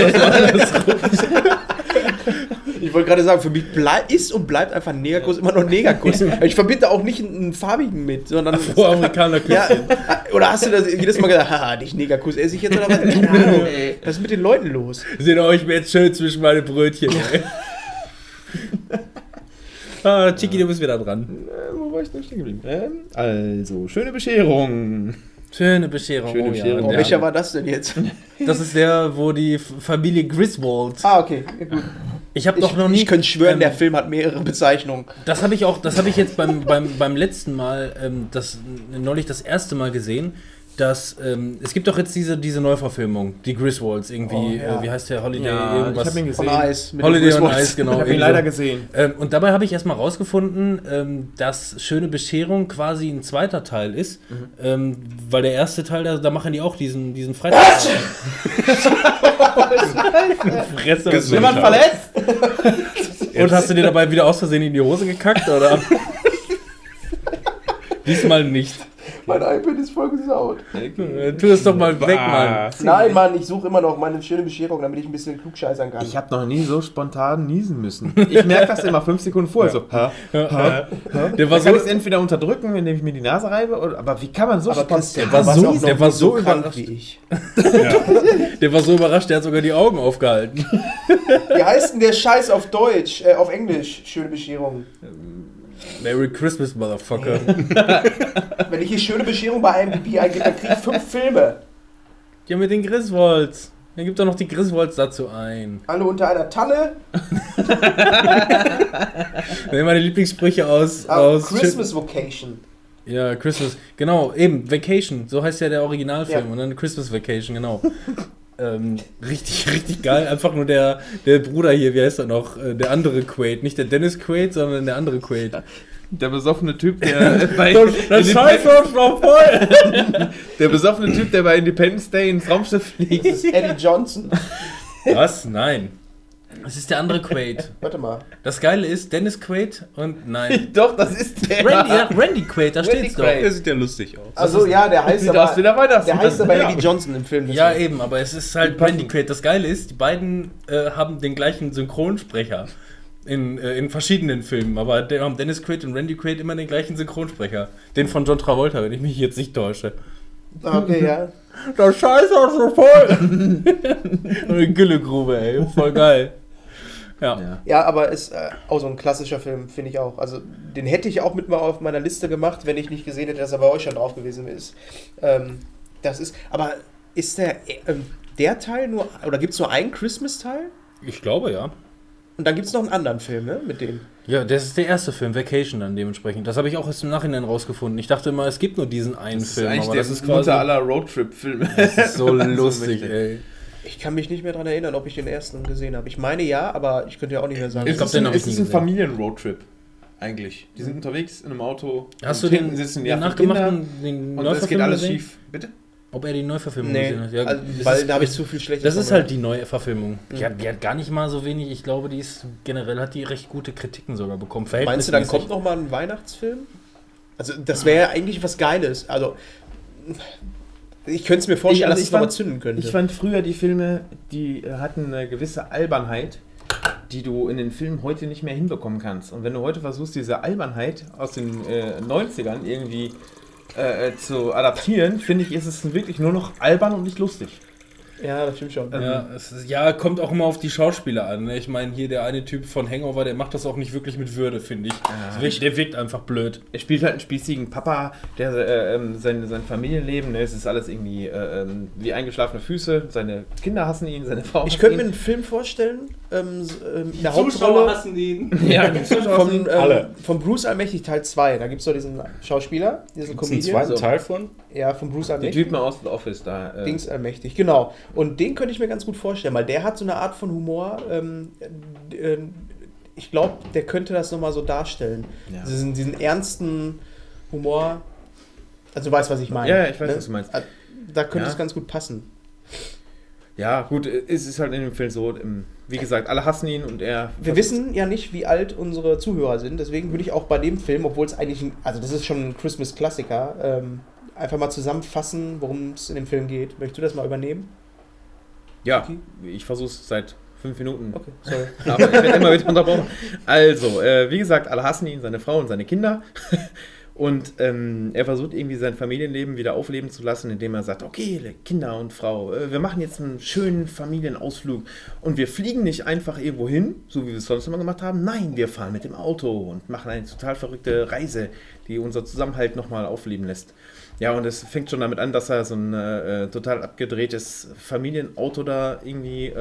Ich wollte gerade sagen, für mich ist und bleibt einfach Negerkuss immer noch Negerkuss. Ich verbinde auch nicht einen farbigen mit, sondern Afroamerikaner ja, oder hast du das jedes Mal gedacht, haha, nicht Negerkuss esse ich jetzt oder was? Keine Ahnung, ey. Was ist mit den Leuten los? Seht ihr euch mir jetzt schön zwischen meine Brötchen. Ey. Chiki, du bist wieder dran. Wo war ich denn stehen geblieben? Also, schöne Bescherung. Schöne Bescherung. Schöne Bescherung. Oh, Ja. welcher war das denn jetzt? Das ist der, wo die Familie Griswold. Okay, ja, gut. Ich habe doch noch nie. Ich könnte schwören, der Film hat mehrere Bezeichnungen. Das habe ich jetzt beim letzten Mal, neulich das erste Mal gesehen, dass es gibt doch jetzt diese Neuverfilmung, die Griswolds irgendwie, Oh, ja. wie heißt der, Holiday Ja, irgendwas? ich habe ihn Von gesehen. Eis. mit Holiday den on Griswolds. Ice, genau. Ich habe ihn irgendwie leider so. gesehen. Und dabei habe ich erstmal rausgefunden, dass Schöne Bescherung quasi ein zweiter Teil ist, weil der erste Teil, da machen die auch diesen Freitag. Fresse. Gesundheit. Jemand verletzt? Und hast du dir dabei wieder aus Versehen in die Hose gekackt, oder? Diesmal nicht. Mein iPad ist voll gesaut. Tu das doch mal weg, Mann. Nein, Mann, ich suche immer noch meine schöne Bescherung, damit ich ein bisschen klugscheißern kann. Ich habe noch nie so spontan niesen müssen. Ich merke das immer 5 Sekunden vorher. So, Der war dann so, kann ich es entweder unterdrücken, indem ich mir die Nase reibe, aber wie kann man so aber spontan... Christian, war du warst so- auch noch der war nie so krank überrascht. wie ich. der war so überrascht, der hat sogar die Augen aufgehalten. Wie heißt denn der Scheiß auf Deutsch, auf Englisch? Schöne Bescherung. Merry Christmas, Motherfucker. Wenn ich hier schöne Bescherung bei IMDb eingebe, dann kriege ich 5 Filme. Ja, mit den Griswolds. Dann gibt doch noch die Griswolds dazu ein. Alle unter einer Tanne. Das sind meine Lieblingssprüche aus Christmas Vacation. Ja, Christmas. Genau, eben, Vacation. So heißt ja der Originalfilm. Ja. Und dann Christmas Vacation, genau. Richtig geil. Einfach nur der Bruder hier, wie heißt er noch? Der andere Quaid. Nicht der Dennis Quaid, sondern der andere Quaid. Der besoffene Typ, der bei Das Scheiß ist noch voll! der besoffene Typ, der bei Independence Day ins Raumschiff fliegt. Das ist Eddie Johnson. Was? Nein. Das ist der andere Quaid. Warte mal. Das Geile ist, Dennis Quaid und nein. Doch, das ist der. Randy Quaid, da Randy steht's doch. Quaid. Der sieht ja lustig aus. Also ja, der heißt Sieht aus wie der Weihnachtsmann. der heißt aber Ja. Eddie Johnson im Film. Ja, deswegen. eben, aber es ist halt Randy Quaid. Das Geile ist, die beiden haben den gleichen Synchronsprecher in verschiedenen Filmen, aber haben Dennis Quaid und Randy Quaid immer den gleichen Synchronsprecher. Den von John Travolta, wenn ich mich jetzt nicht täusche. Okay, ja. Das Scheiß ist so voll! Eine Güllegrube, ey. Voll geil. Ja. Ja, aber ist auch so ein klassischer Film, finde ich auch. Also den hätte ich auch mit mal auf meiner Liste gemacht, wenn ich nicht gesehen hätte, dass er bei euch schon drauf gewesen ist. Das ist, aber ist der Teil nur, oder gibt es nur einen Christmas-Teil? Ich glaube, ja. Und dann gibt es noch einen anderen Film, ne, mit dem. Ja, das ist der erste Film, Vacation dann dementsprechend. Das habe ich auch erst im Nachhinein rausgefunden. Ich dachte immer, es gibt nur diesen einen Film, eigentlich aber der das ist Mutter quasi aller Roadtrip-Filme. das ist so wenn man so lustig, möchte. ey. Ich kann mich nicht mehr daran erinnern, ob ich den ersten gesehen habe. Ich meine ja, aber ich könnte ja auch nicht mehr sagen. Ich glaub, den hab ich es nie ist ein gesehen. Familien-Roadtrip. Eigentlich. Die sind unterwegs in einem Auto. Hast du und hinten den, sitzen den die nachgemachten, den Und es geht Neuverfilmung alles gesehen? schief. Bitte? Ob er die Neuverfilmung Nee, gesehen hat? Ja, also, das weil ist, da habe ich zu viel Schlechtes. das von ist halt gehört. die neue Verfilmung. Die hat gar nicht mal so wenig. Ich glaube, die ist generell hat die recht gute Kritiken sogar bekommen. Meinst du, dann Verhältnismäßig. kommt noch mal ein Weihnachtsfilm? Also das wäre ja eigentlich was Geiles. Also ich könnte es mir vorstellen, dass es nochmal zünden könnte. Ich fand früher die Filme, die hatten eine gewisse Albernheit, die du in den Filmen heute nicht mehr hinbekommen kannst. Und wenn du heute versuchst, diese Albernheit aus den 90ern irgendwie zu adaptieren, finde ich, ist es wirklich nur noch albern und nicht lustig. Ja, das stimmt schon. Ja, kommt auch immer auf die Schauspieler an. Ne? Ich meine, hier der eine Typ von Hangover, der macht das auch nicht wirklich mit Würde, finde ich. Der wirkt einfach blöd. Er spielt halt einen spießigen Papa, der sein Familienleben, es ist alles irgendwie wie eingeschlafene Füße. Seine Kinder hassen ihn, seine Frau Ich könnte mir einen Film vorstellen, in der Hauptrolle hassen ihn. Ja, die Zuschauer hassen ihn. von Bruce Allmächtig Teil 2. Da gibt es doch diesen Schauspieler, diesen Comedian. Einen zweiten Teil von? Ja, von Bruce Der Allmächtig. Typ mal aus The Office da. Dings Allmächtig, genau. Und den könnte ich mir ganz gut vorstellen, weil der hat so eine Art von Humor, ich glaube, der könnte das nochmal so darstellen. Ja. Diesen ernsten Humor, also du weißt, was ich meine. Ja, ich weiß, was du meinst. Da könnte Ja. es ganz gut passen. Ja, gut, es ist halt in dem Film so, wie gesagt, alle hassen ihn und er... Wir wissen ja nicht, wie alt unsere Zuhörer sind, deswegen würde ich auch bei dem Film, obwohl es eigentlich, also das ist schon ein Christmas-Klassiker, einfach mal zusammenfassen, worum es in dem Film geht. Möchtest du das mal übernehmen? Ja, Okay. ich versuche es seit 5 Minuten. Okay, sorry. Aber ich werde immer wieder unterbrochen. Also, wie gesagt, alle hassen ihn, seine Frau und seine Kinder. Und er versucht irgendwie sein Familienleben wieder aufleben zu lassen, indem er sagt, okay, Kinder und Frau, wir machen jetzt einen schönen Familienausflug. Und wir fliegen nicht einfach irgendwo hin, so wie wir es sonst immer gemacht haben. Nein, wir fahren mit dem Auto und machen eine total verrückte Reise, die unser Zusammenhalt nochmal aufleben lässt. Ja, und es fängt schon damit an, dass er so ein total abgedrehtes Familienauto da irgendwie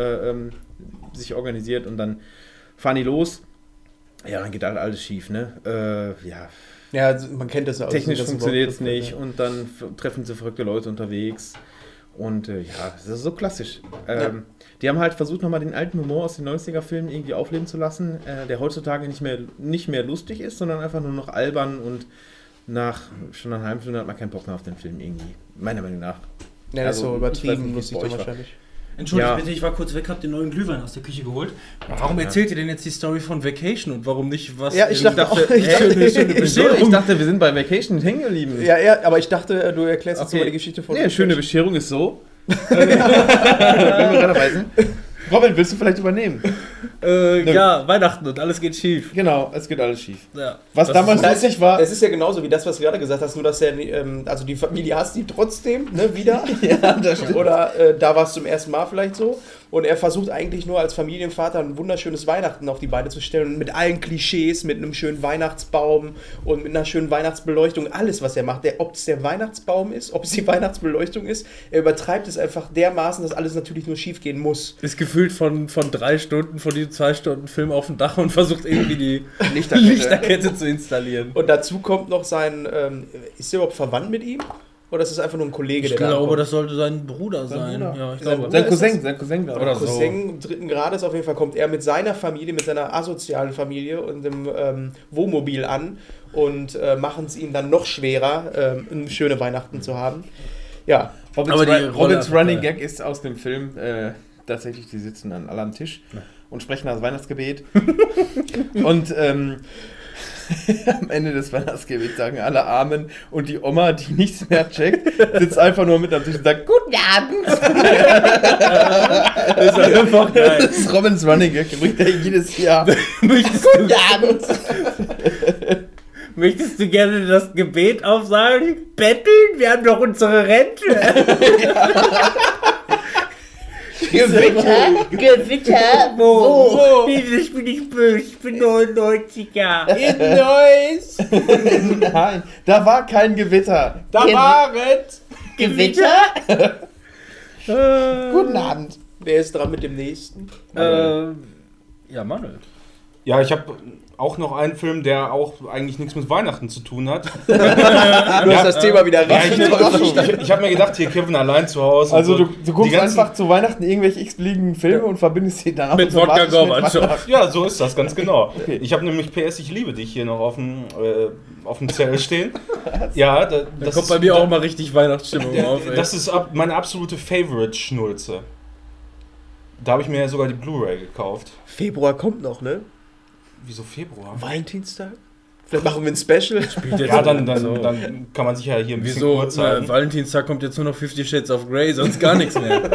sich organisiert und dann fahren die los. Ja, dann geht halt alles schief, ne? Ja, also man kennt das ja auch. Technisch das funktioniert es Wort- nicht und dann treffen sie verrückte Leute unterwegs. Und das ist so klassisch. Die haben halt versucht, nochmal den alten Humor aus den 90er-Filmen irgendwie aufleben zu lassen, der heutzutage nicht mehr lustig ist, sondern einfach nur noch albern und nach schon einer halben Stunde hat man keinen Bock mehr auf den Film irgendwie. Meiner Meinung nach. Ja, das ist so Also, ich weiß übertrieben nicht, wie es lustig bei euch dann war. wahrscheinlich. Entschuldigt Ja. bitte, ich war kurz weg, hab den neuen Glühwein aus der Küche geholt. Warum erzählt ihr denn jetzt die Story von Vacation und warum nicht was? Ja, ich dachte auch- schöne Ich dachte, wir sind bei Vacation hängen geblieben. Ja, aber ich dachte, du erklärst jetzt Okay. mal die Geschichte von... Nee, schöne Bescherung ist so. Wenn wir gerade dabei sind. Robin, willst du vielleicht übernehmen? Ja, Weihnachten und alles geht schief. Genau, es geht alles schief. Ja. Was Das damals ist- lustig war. Es ist ja genauso wie das, was du gerade gesagt hast, nur dass er, also die Familie hasst ihn trotzdem, ne, wieder. Ja, das stimmt. Oder da war es zum ersten Mal vielleicht so. Und er versucht eigentlich nur als Familienvater ein wunderschönes Weihnachten auf die Beine zu stellen. Mit allen Klischees, mit einem schönen Weihnachtsbaum und mit einer schönen Weihnachtsbeleuchtung. Alles, was er macht. Ob es der Weihnachtsbaum ist, ob es die Weihnachtsbeleuchtung ist. Er übertreibt es einfach dermaßen, dass alles natürlich nur schief gehen muss. Ist gefühlt von 3 Stunden, von diesem 2 Stunden Film auf dem Dach und versucht irgendwie die Lichterkette zu installieren. Und dazu kommt noch sein, ist er überhaupt verwandt mit ihm? Oder ist es einfach nur ein Kollege, Ich der da glaube, ankommt? das sollte sein Bruder sein. Bruder. Ja, ich Sein glaube. Bruder? Sein Cousin, glaube ich. Oder so. Cousin 3. Grades auf jeden Fall kommt er mit seiner Familie, mit seiner asozialen Familie und dem Wohnmobil an und machen es ihm dann noch schwerer, eine schöne Weihnachten zu haben. Ja, Aber die Rolle- Robins Running Gag ist aus dem Film tatsächlich, die sitzen dann alle am Tisch und sprechen das Weihnachtsgebet. Und am Ende des Weihnachtsgebets sagen alle Amen und die Oma, die nichts mehr checkt, sitzt einfach nur mit am Tisch und sagt Guten Abend. Das ist einfach geil. Das ist Robins Running Gag, bringt er jedes Jahr. Guten Abend. Möchtest du gerne das Gebet aufsagen? Betteln? Wir haben doch unsere Rente. Gewitter? Wo? Ich bin nicht böse, ich bin 99er. Nein, da war kein Gewitter. da war es! Gewitter? Guten Abend. Wer ist dran mit dem nächsten? Ja, Manuel. Ja, ich habe auch noch einen Film, der auch eigentlich nichts mit Weihnachten zu tun hat. Du hast das Thema wieder Ja, richtig. ich habe mir gedacht, hier Kevin allein zu Hause. Also und so. du guckst Die ganzen- einfach zu Weihnachten irgendwelche x-beliebigen Filme und verbindest sie dann auch Mit Wodka automatisch mit Gorbatschow. Weihnachten. Ja, so ist das, ganz genau. Okay. Ich habe nämlich PS Ich liebe dich hier noch auf dem Zettel stehen. Ja, Da das kommt ist, bei mir auch mal richtig Weihnachtsstimmung auf. Ey. Das ist meine absolute Favorite-Schnulze. Da habe ich mir ja sogar die Blu-ray gekauft. Februar kommt noch, ne? Wieso Februar? Valentinstag? Vielleicht machen wir ein Special. Ja, dann kann man sich ja hier ein bisschen Wieso? kurz halten. Valentinstag kommt jetzt nur noch 50 Shades of Grey, sonst gar nichts mehr.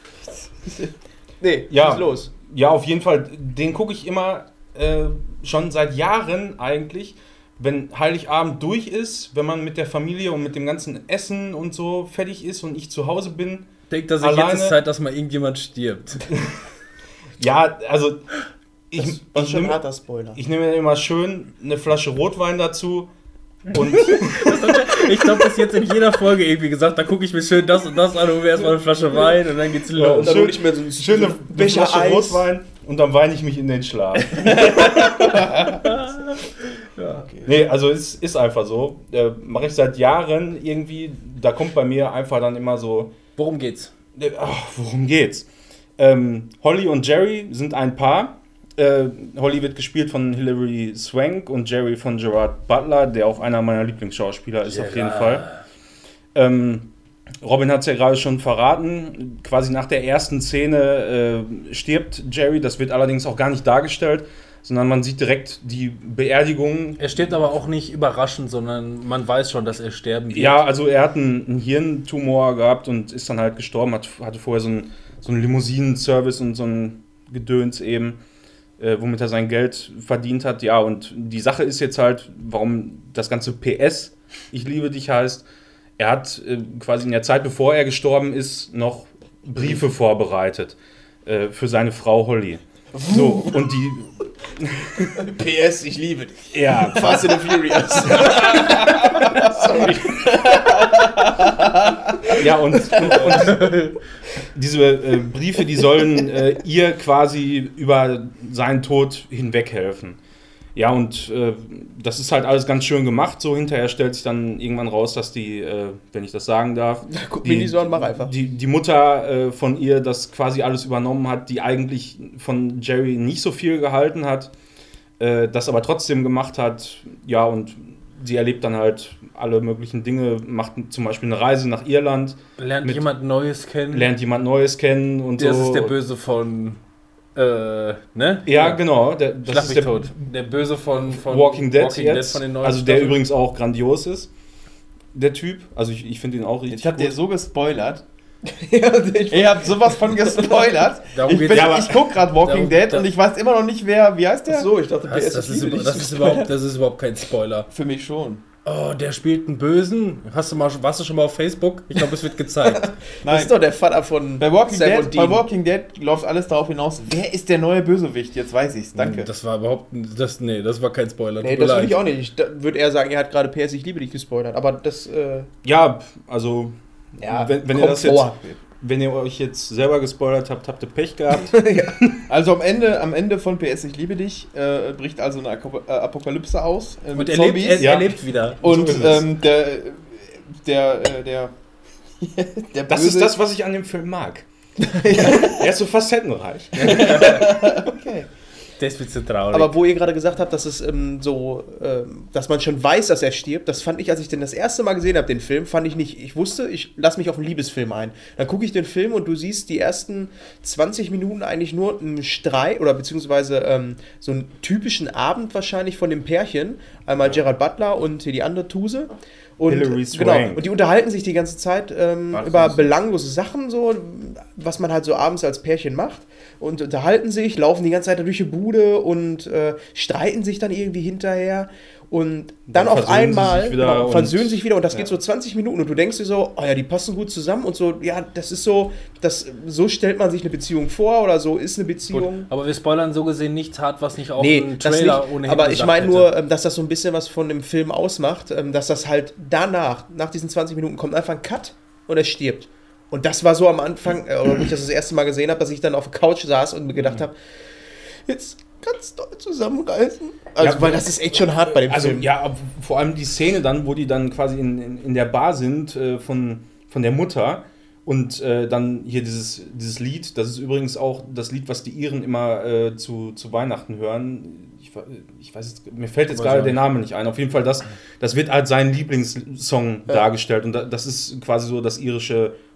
Nee, Ja. was ist los? Ja, auf jeden Fall. Den gucke ich immer schon seit Jahren eigentlich, wenn Heiligabend durch ist, wenn man mit der Familie und mit dem ganzen Essen und so fertig ist und ich zu Hause bin. Denkt er sich, jetzt ist Zeit, dass mal irgendjemand stirbt. Ja, also Das war ich schon ein nehme harter Spoiler. mir immer schön eine Flasche Rotwein dazu und Ich glaube, das ist jetzt in jeder Folge irgendwie gesagt, da gucke ich mir schön das und das an, hol mir erstmal eine Flasche Wein und dann geht's Ja, los. Und dann schön- hol ich mir so einen schöne Becher Flasche Eis. Rotwein und dann weine ich mich in den Schlaf. Nee, also es ist einfach so. Mache ich seit Jahren irgendwie, da kommt bei mir einfach dann immer so, Worum geht's? worum geht's? Holly und Jerry sind ein Paar. Holly wird gespielt von Hilary Swank und Jerry von Gerard Butler, der auch einer meiner Lieblingsschauspieler ist auf jeden Fall. Robin hat es ja gerade schon verraten, quasi nach der ersten Szene stirbt Jerry, das wird allerdings auch gar nicht dargestellt, sondern man sieht direkt die Beerdigung. Er stirbt aber auch nicht überraschend, sondern man weiß schon, dass er sterben wird. Ja, also er hat einen Hirntumor gehabt und ist dann halt gestorben, hatte vorher so einen Limousinen-Service und so ein Gedöns eben, womit er sein Geld verdient hat. Ja, und die Sache ist jetzt halt, warum das ganze PS, ich liebe dich heißt, er hat quasi in der Zeit, bevor er gestorben ist, noch Briefe vorbereitet für seine Frau Holly. So, und die... PS, ich liebe dich. Ja, Fast and the Furious. Sorry. ja und diese Briefe, die sollen ihr quasi über seinen Tod hinweg helfen. Ja, und das ist halt alles ganz schön gemacht. So hinterher stellt sich dann irgendwann raus, dass die, wenn ich das sagen darf, Guck mir die so an, mach einfach. die Mutter von ihr das quasi alles übernommen hat, die eigentlich von Jerry nicht so viel gehalten hat, das aber trotzdem gemacht hat. Ja, und sie erlebt dann halt alle möglichen Dinge, macht zum Beispiel eine Reise nach Irland, Lernt jemand Neues kennen. lernt jemand Neues kennen und Das so. ist der Böse von, ne? Ja, genau. Das Schlag ist mich der tot. Der Böse von Walking Dead jetzt. von den neuen Also der Staffeln. übrigens auch grandios ist. Der Typ. Also ich finde ihn auch richtig Ich hab dir gut. so gespoilert. Ja, ich Ihr habt sowas von gespoilert. Darum Ich, geht's. bin, Ja, aber- ich guck gerade Walking darum- Dead und ich weiß immer noch nicht, wie heißt der? so, ich dachte, PS, Das ich ist, liebe dich. das ist überhaupt kein Spoiler. Für mich schon. Oh, der spielt einen Bösen. Warst du schon mal auf Facebook? Ich glaube, es wird gezeigt. Das Nein. ist doch der Vater von Bei Walking, Sam Dead, und bei Dean. Walking Dead läuft alles darauf hinaus, wer ist der neue Bösewicht? Jetzt weiß ich's, danke. Das war überhaupt. Das war kein Spoiler. Nee, Tut mir das würde leid. ich auch nicht. Da würde er sagen, er hat gerade PS, ich liebe dich gespoilert. Aber das, Ja, also ja, wenn ihr kommt das jetzt, vor. wenn ihr euch jetzt selber gespoilert habt, habt ihr Pech gehabt. Also am Ende von PS Ich liebe dich bricht also eine Apokalypse aus Und mit er Zombies. Ja. lebt wieder. Und So ist es. der Das ist das, was ich an dem Film mag. Er ist so facettenreich. Okay. Der ist ein bisschen traurig. Aber wo ihr gerade gesagt habt, dass es dass man schon weiß, dass er stirbt, das fand ich, als ich den das erste Mal gesehen habe, den Film, fand ich nicht. Ich wusste, ich lasse mich auf einen Liebesfilm ein. Dann gucke ich den Film und du siehst die ersten 20 Minuten eigentlich nur einen Streit oder beziehungsweise so einen typischen Abend wahrscheinlich von dem Pärchen. Einmal Gerard Butler und die andere Tuse. Und, Hilary Swank. genau, und die unterhalten sich die ganze Zeit über belanglose Sachen, so, was man halt so abends als Pärchen macht. Und unterhalten sich, laufen die ganze Zeit durch die Bude und streiten sich dann irgendwie hinterher. Und dann auf versöhnen sie einmal sich wieder und- versöhnen sich wieder und das ja. geht so 20 Minuten und du denkst dir so, oh ja, die passen gut zusammen und so, ja, das ist so, so stellt man sich eine Beziehung vor oder so ist eine Gut, Beziehung. aber wir spoilern so gesehen nichts hart, was nicht auch Nee, ein das Trailer nicht. ohnehin Aber ich gesagt meine hätte. nur, dass das so ein bisschen was von dem Film ausmacht, dass das halt danach, nach diesen 20 Minuten, kommt einfach ein Cut und er stirbt. Und das war so am Anfang, wo ich das erste Mal gesehen habe, dass ich dann auf der Couch saß und mir gedacht habe, jetzt ganz doll zusammenreißen. Also, Ja, weil das ist echt schon hart bei dem Also Film. ja, vor allem die Szene dann, wo die dann quasi in der Bar sind von der Mutter und dann hier dieses Lied, das ist übrigens auch das Lied, was die Iren immer zu Weihnachten hören. Ich weiß jetzt, mir fällt jetzt Weiß gerade ich der Name nicht ein. Auf jeden Fall, das wird als sein Lieblingssong dargestellt und das ist quasi so das irische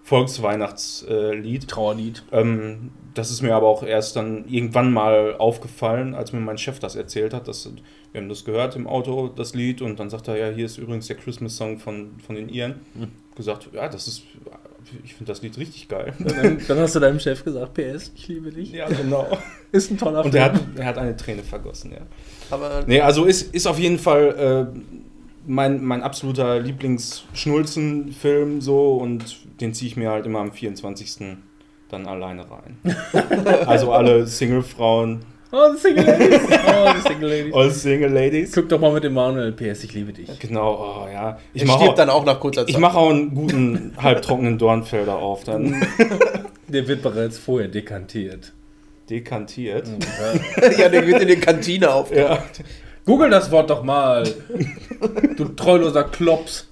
Volksweihnachtslied. Trauerlied. Das ist mir aber auch erst dann irgendwann mal aufgefallen, als mir mein Chef das erzählt hat. Wir haben das gehört im Auto, das Lied, und dann sagt er, ja, hier ist übrigens der Christmas-Song von den Iren. Gesagt, ja, ich finde das Lied richtig geil. Dann hast du deinem Chef gesagt, PS, ich liebe dich. Ja, genau. Ist ein toller Und Film. er hat eine Träne vergossen, ja. Aber Nee, also ist auf jeden Fall mein absoluter Lieblings-Schnulzen-Film so, und den ziehe ich mir halt immer am 24. dann alleine rein. Also alle Single-Frauen. Oh, die Single Ladies. Oh, die Single Ladies. All Single Ladies. Guck doch mal mit Emanuel, PS, ich liebe dich. Genau, oh ja. er stirbt dann auch nach kurzer Zeit. Ich mache auch einen guten, halbtrockenen Dornfelder auf, dann Der wird bereits vorher dekantiert. dekantiert. Ja, der wird in der Kantine auf. Ja. Google das Wort doch mal. Du treuloser Klops.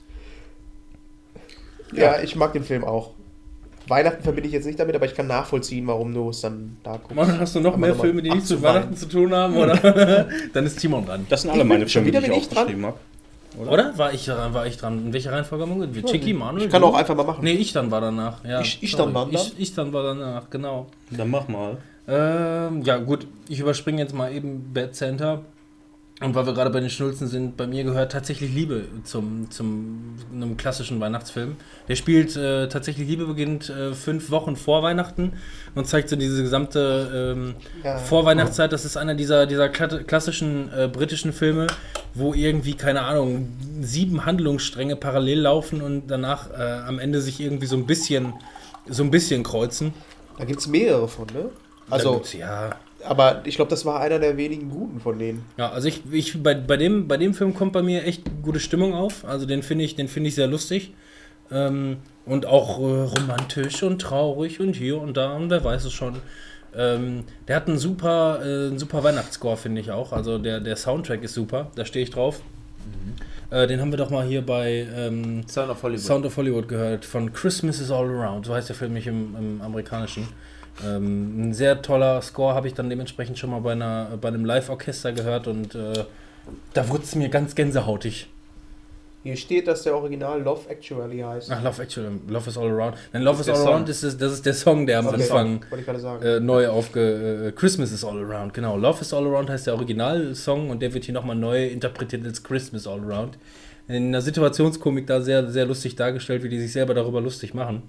Ja, ich mag den Film auch. Weihnachten verbinde ich jetzt nicht damit, aber ich kann nachvollziehen, warum du es dann da guckst. Mann, hast du noch Aber mehr nochmal Filme, die nichts mit abzuweinen. Weihnachten zu tun haben? Oder? Dann ist Timon dran. Das sind alle meine Schon Filme, die wieder ich bin ich aufgeschrieben habe. Oder? War ich dran? In welcher Reihenfolge haben wir? Chicky, Manuel? Ich kann auch einfach mal machen. Nee, ich dann war danach. Ja, Ich sorry. dann war dann? Ich dann war danach, genau. Dann mach mal. Ja gut, ich überspringe jetzt mal eben Bad Santa. Und weil wir gerade bei den Schnulzen sind, bei mir gehört tatsächlich Liebe zum einem klassischen Weihnachtsfilm. Der spielt tatsächlich Liebe, beginnt 5 Wochen vor Weihnachten und zeigt so diese gesamte Vorweihnachtszeit. Das ist einer dieser klassischen britischen Filme, wo irgendwie, keine Ahnung, 7 Handlungsstränge parallel laufen und danach am Ende sich irgendwie so ein bisschen kreuzen. Da gibt es mehrere von, ne? Also, ja. aber ich glaube, das war einer der wenigen guten von denen. Ja, also bei dem Film kommt bei mir echt gute Stimmung auf. Also den finde ich sehr lustig. Und auch romantisch und traurig und hier und da und wer weiß es schon. Der hat einen super Weihnachtsscore, finde ich auch. Also der Soundtrack ist super, da stehe ich drauf. Den haben wir doch mal hier bei Sound of Hollywood gehört, von Christmas is All Around. So heißt der Film nicht im Amerikanischen. Ein sehr toller Score habe ich dann dementsprechend schon mal bei einem Live-Orchester gehört und da wurde es mir ganz gänsehautig. Hier steht, dass der Original Love Actually heißt. Ach, Love is All Around. Nein, Love is der All Song. Around das ist der Song, der am Anfang wollte ich gerade sagen. neu Christmas is All Around, genau. Love is All Around heißt der Originalsong und der wird hier nochmal neu interpretiert als Christmas All Around. In einer Situationskomik da sehr, sehr lustig dargestellt, wie die sich selber darüber lustig machen.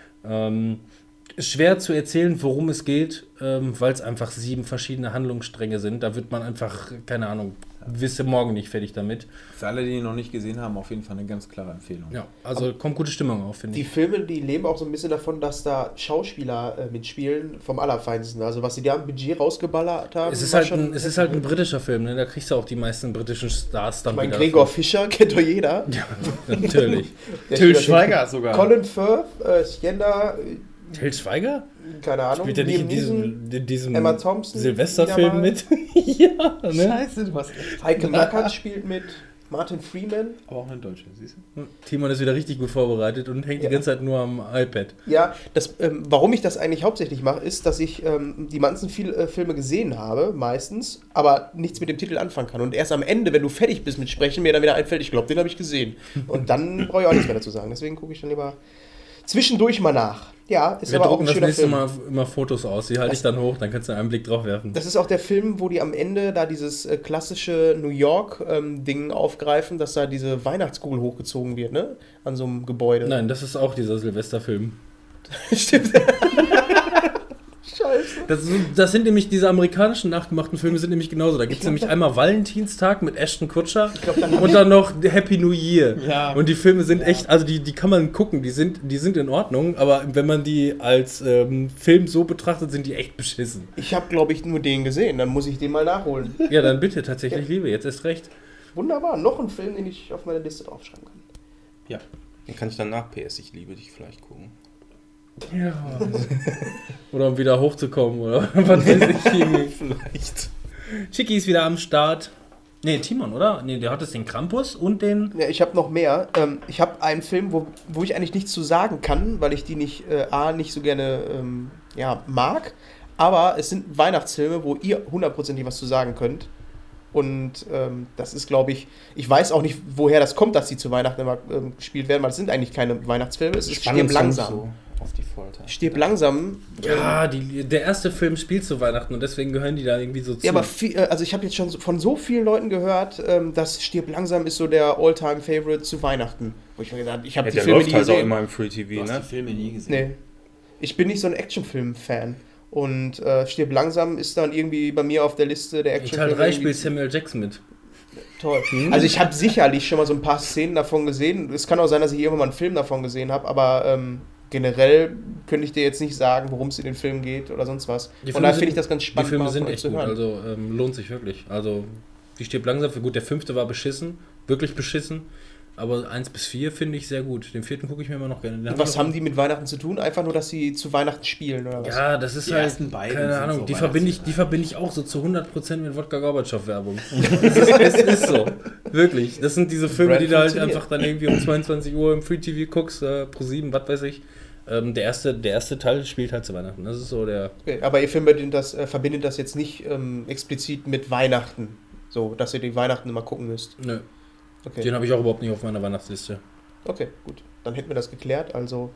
Ist schwer zu erzählen, worum es geht, weil es einfach 7 verschiedene Handlungsstränge sind. Da wird man einfach, keine Ahnung, wisse morgen nicht fertig damit. Für alle, die ihn noch nicht gesehen haben, auf jeden Fall eine ganz klare Empfehlung. Ja, also kommt gute Stimmung auf, finde Die ich. Filme, die leben auch so ein bisschen davon, dass da Schauspieler mitspielen vom Allerfeinsten. Also was sie da am Budget rausgeballert haben. Es ist war halt schon ein britischer Film, ne? Da kriegst du auch die meisten britischen Stars dann Ich meine, wieder. Gregor Fischer kennt doch jeder. Ja, natürlich. Der Till spielt Schweiger sogar. Colin Firth, Sienna, Till Schweiger? keine Ahnung. Spielt er nicht in Liam Neeson, diesem Emma Thompson, Silvesterfilm wieder mal. mit? Ja, ne? Scheiße, du hast echt. Heike Makatsch spielt mit. Martin Freeman. Aber auch eine Deutsche, siehst du? Timon ist wieder richtig gut vorbereitet und hängt Ja. die ganze Zeit nur am iPad. Ja, warum ich das eigentlich hauptsächlich mache, ist, dass ich die ganzen Filme gesehen habe, meistens, aber nichts mit dem Titel anfangen kann. Und erst am Ende, wenn du fertig bist mit Sprechen, mir dann wieder einfällt, ich glaube, den habe ich gesehen. Und dann brauche ich auch nichts mehr dazu sagen. Deswegen gucke ich dann lieber zwischendurch mal nach. Ja, ist Wir aber auch drucken ein das schöner nächste Film. Mal immer Fotos aus. Die halte ich dann hoch, dann kannst du einen Blick drauf werfen. Das ist auch der Film, wo die am Ende da dieses klassische New York-Ding aufgreifen, dass da diese Weihnachtskugel hochgezogen wird, ne? An so einem Gebäude. Nein, das ist auch dieser Silvesterfilm. Stimmt. Scheiße. Das sind nämlich diese amerikanischen nachgemachten Filme, sind nämlich genauso. Da gibt es nämlich einmal Valentinstag mit Ashton Kutscher und dann noch Happy New Year. Ja. Und die Filme sind echt, also die kann man gucken, die sind in Ordnung, aber wenn man die als Film so betrachtet, sind die echt beschissen. Ich habe, glaube ich, nur den gesehen. Dann muss ich den mal nachholen. Ja, dann bitte, tatsächlich Liebe, jetzt erst recht. Wunderbar. Noch ein Film, den ich auf meine Liste draufschreiben kann. Ja. Den kann ich dann nach PS Ich liebe dich vielleicht gucken. Ja. Oder um wieder hochzukommen, oder was weiß ich. Irgendwie. Vielleicht. Chicky ist wieder am Start. Nee, Timon, oder? Nee, der hat jetzt den Krampus und den... Ja, ich habe noch mehr. Ich habe einen Film, wo ich eigentlich nichts zu sagen kann, weil ich die nicht so gerne mag. Aber es sind Weihnachtsfilme, wo ihr hundertprozentig was zu sagen könnt. Und das ist, glaube ich weiß auch nicht, woher das kommt, dass die zu Weihnachten immer gespielt werden, weil es sind eigentlich keine Weihnachtsfilme, es ist Stirb langsam. So auf die Folter. Stirb langsam. Ja, der erste Film spielt zu Weihnachten und deswegen gehören die da irgendwie so zu. Ja, aber also ich habe jetzt schon von so vielen Leuten gehört, dass Stirb langsam ist so der All-Time-Favorite zu Weihnachten. Wo ich mir gesagt habe, ich habe die Der Filme läuft nie halt auch gesehen. immer im Free TV, Du hast ne? die Filme nie gesehen. Nee. Ich bin nicht so ein Actionfilm-Fan. Und Stirb langsam ist dann irgendwie bei mir auf der Liste der in Actionfilme. Teil 3 irgendwie spielt Samuel Jackson mit. toll. Also ich habe sicherlich schon mal so ein paar Szenen davon gesehen. Es kann auch sein, dass ich irgendwann mal einen Film davon gesehen habe, aber generell könnte ich dir jetzt nicht sagen, worum es in den Film geht oder sonst was. Von daher finde ich das ganz Die spannend, Filme mal sind von euch echt zu gut, hören. also lohnt sich wirklich. Also, die Stirb langsam, gut, der 5. war beschissen, wirklich beschissen, aber 1 bis 4 finde ich sehr gut. Den 4. gucke ich mir immer noch gerne. Den Und was wir haben die mit Weihnachten zu tun? Einfach nur, dass sie zu Weihnachten spielen oder was? Ja, das ist Die halt, ersten beiden keine sind Ahnung, so die Weihnachtsfilme. verbinde ich auch so zu 100% mit Wodka-Gorbatschow-Werbung. Es ist so, wirklich. Das sind diese Filme, Brand die du halt funktioniert. einfach dann irgendwie um 22 Uhr im Free-TV guckst, Pro7, was weiß ich. Der erste Teil spielt halt zu Weihnachten. Das ist so der... Okay, aber ihr verbindet das jetzt nicht explizit mit Weihnachten, so, dass ihr die Weihnachten immer gucken müsst. Nö, Okay. den habe ich auch überhaupt nicht auf meiner Weihnachtsliste. Okay, gut. Dann hätten wir das geklärt. Also,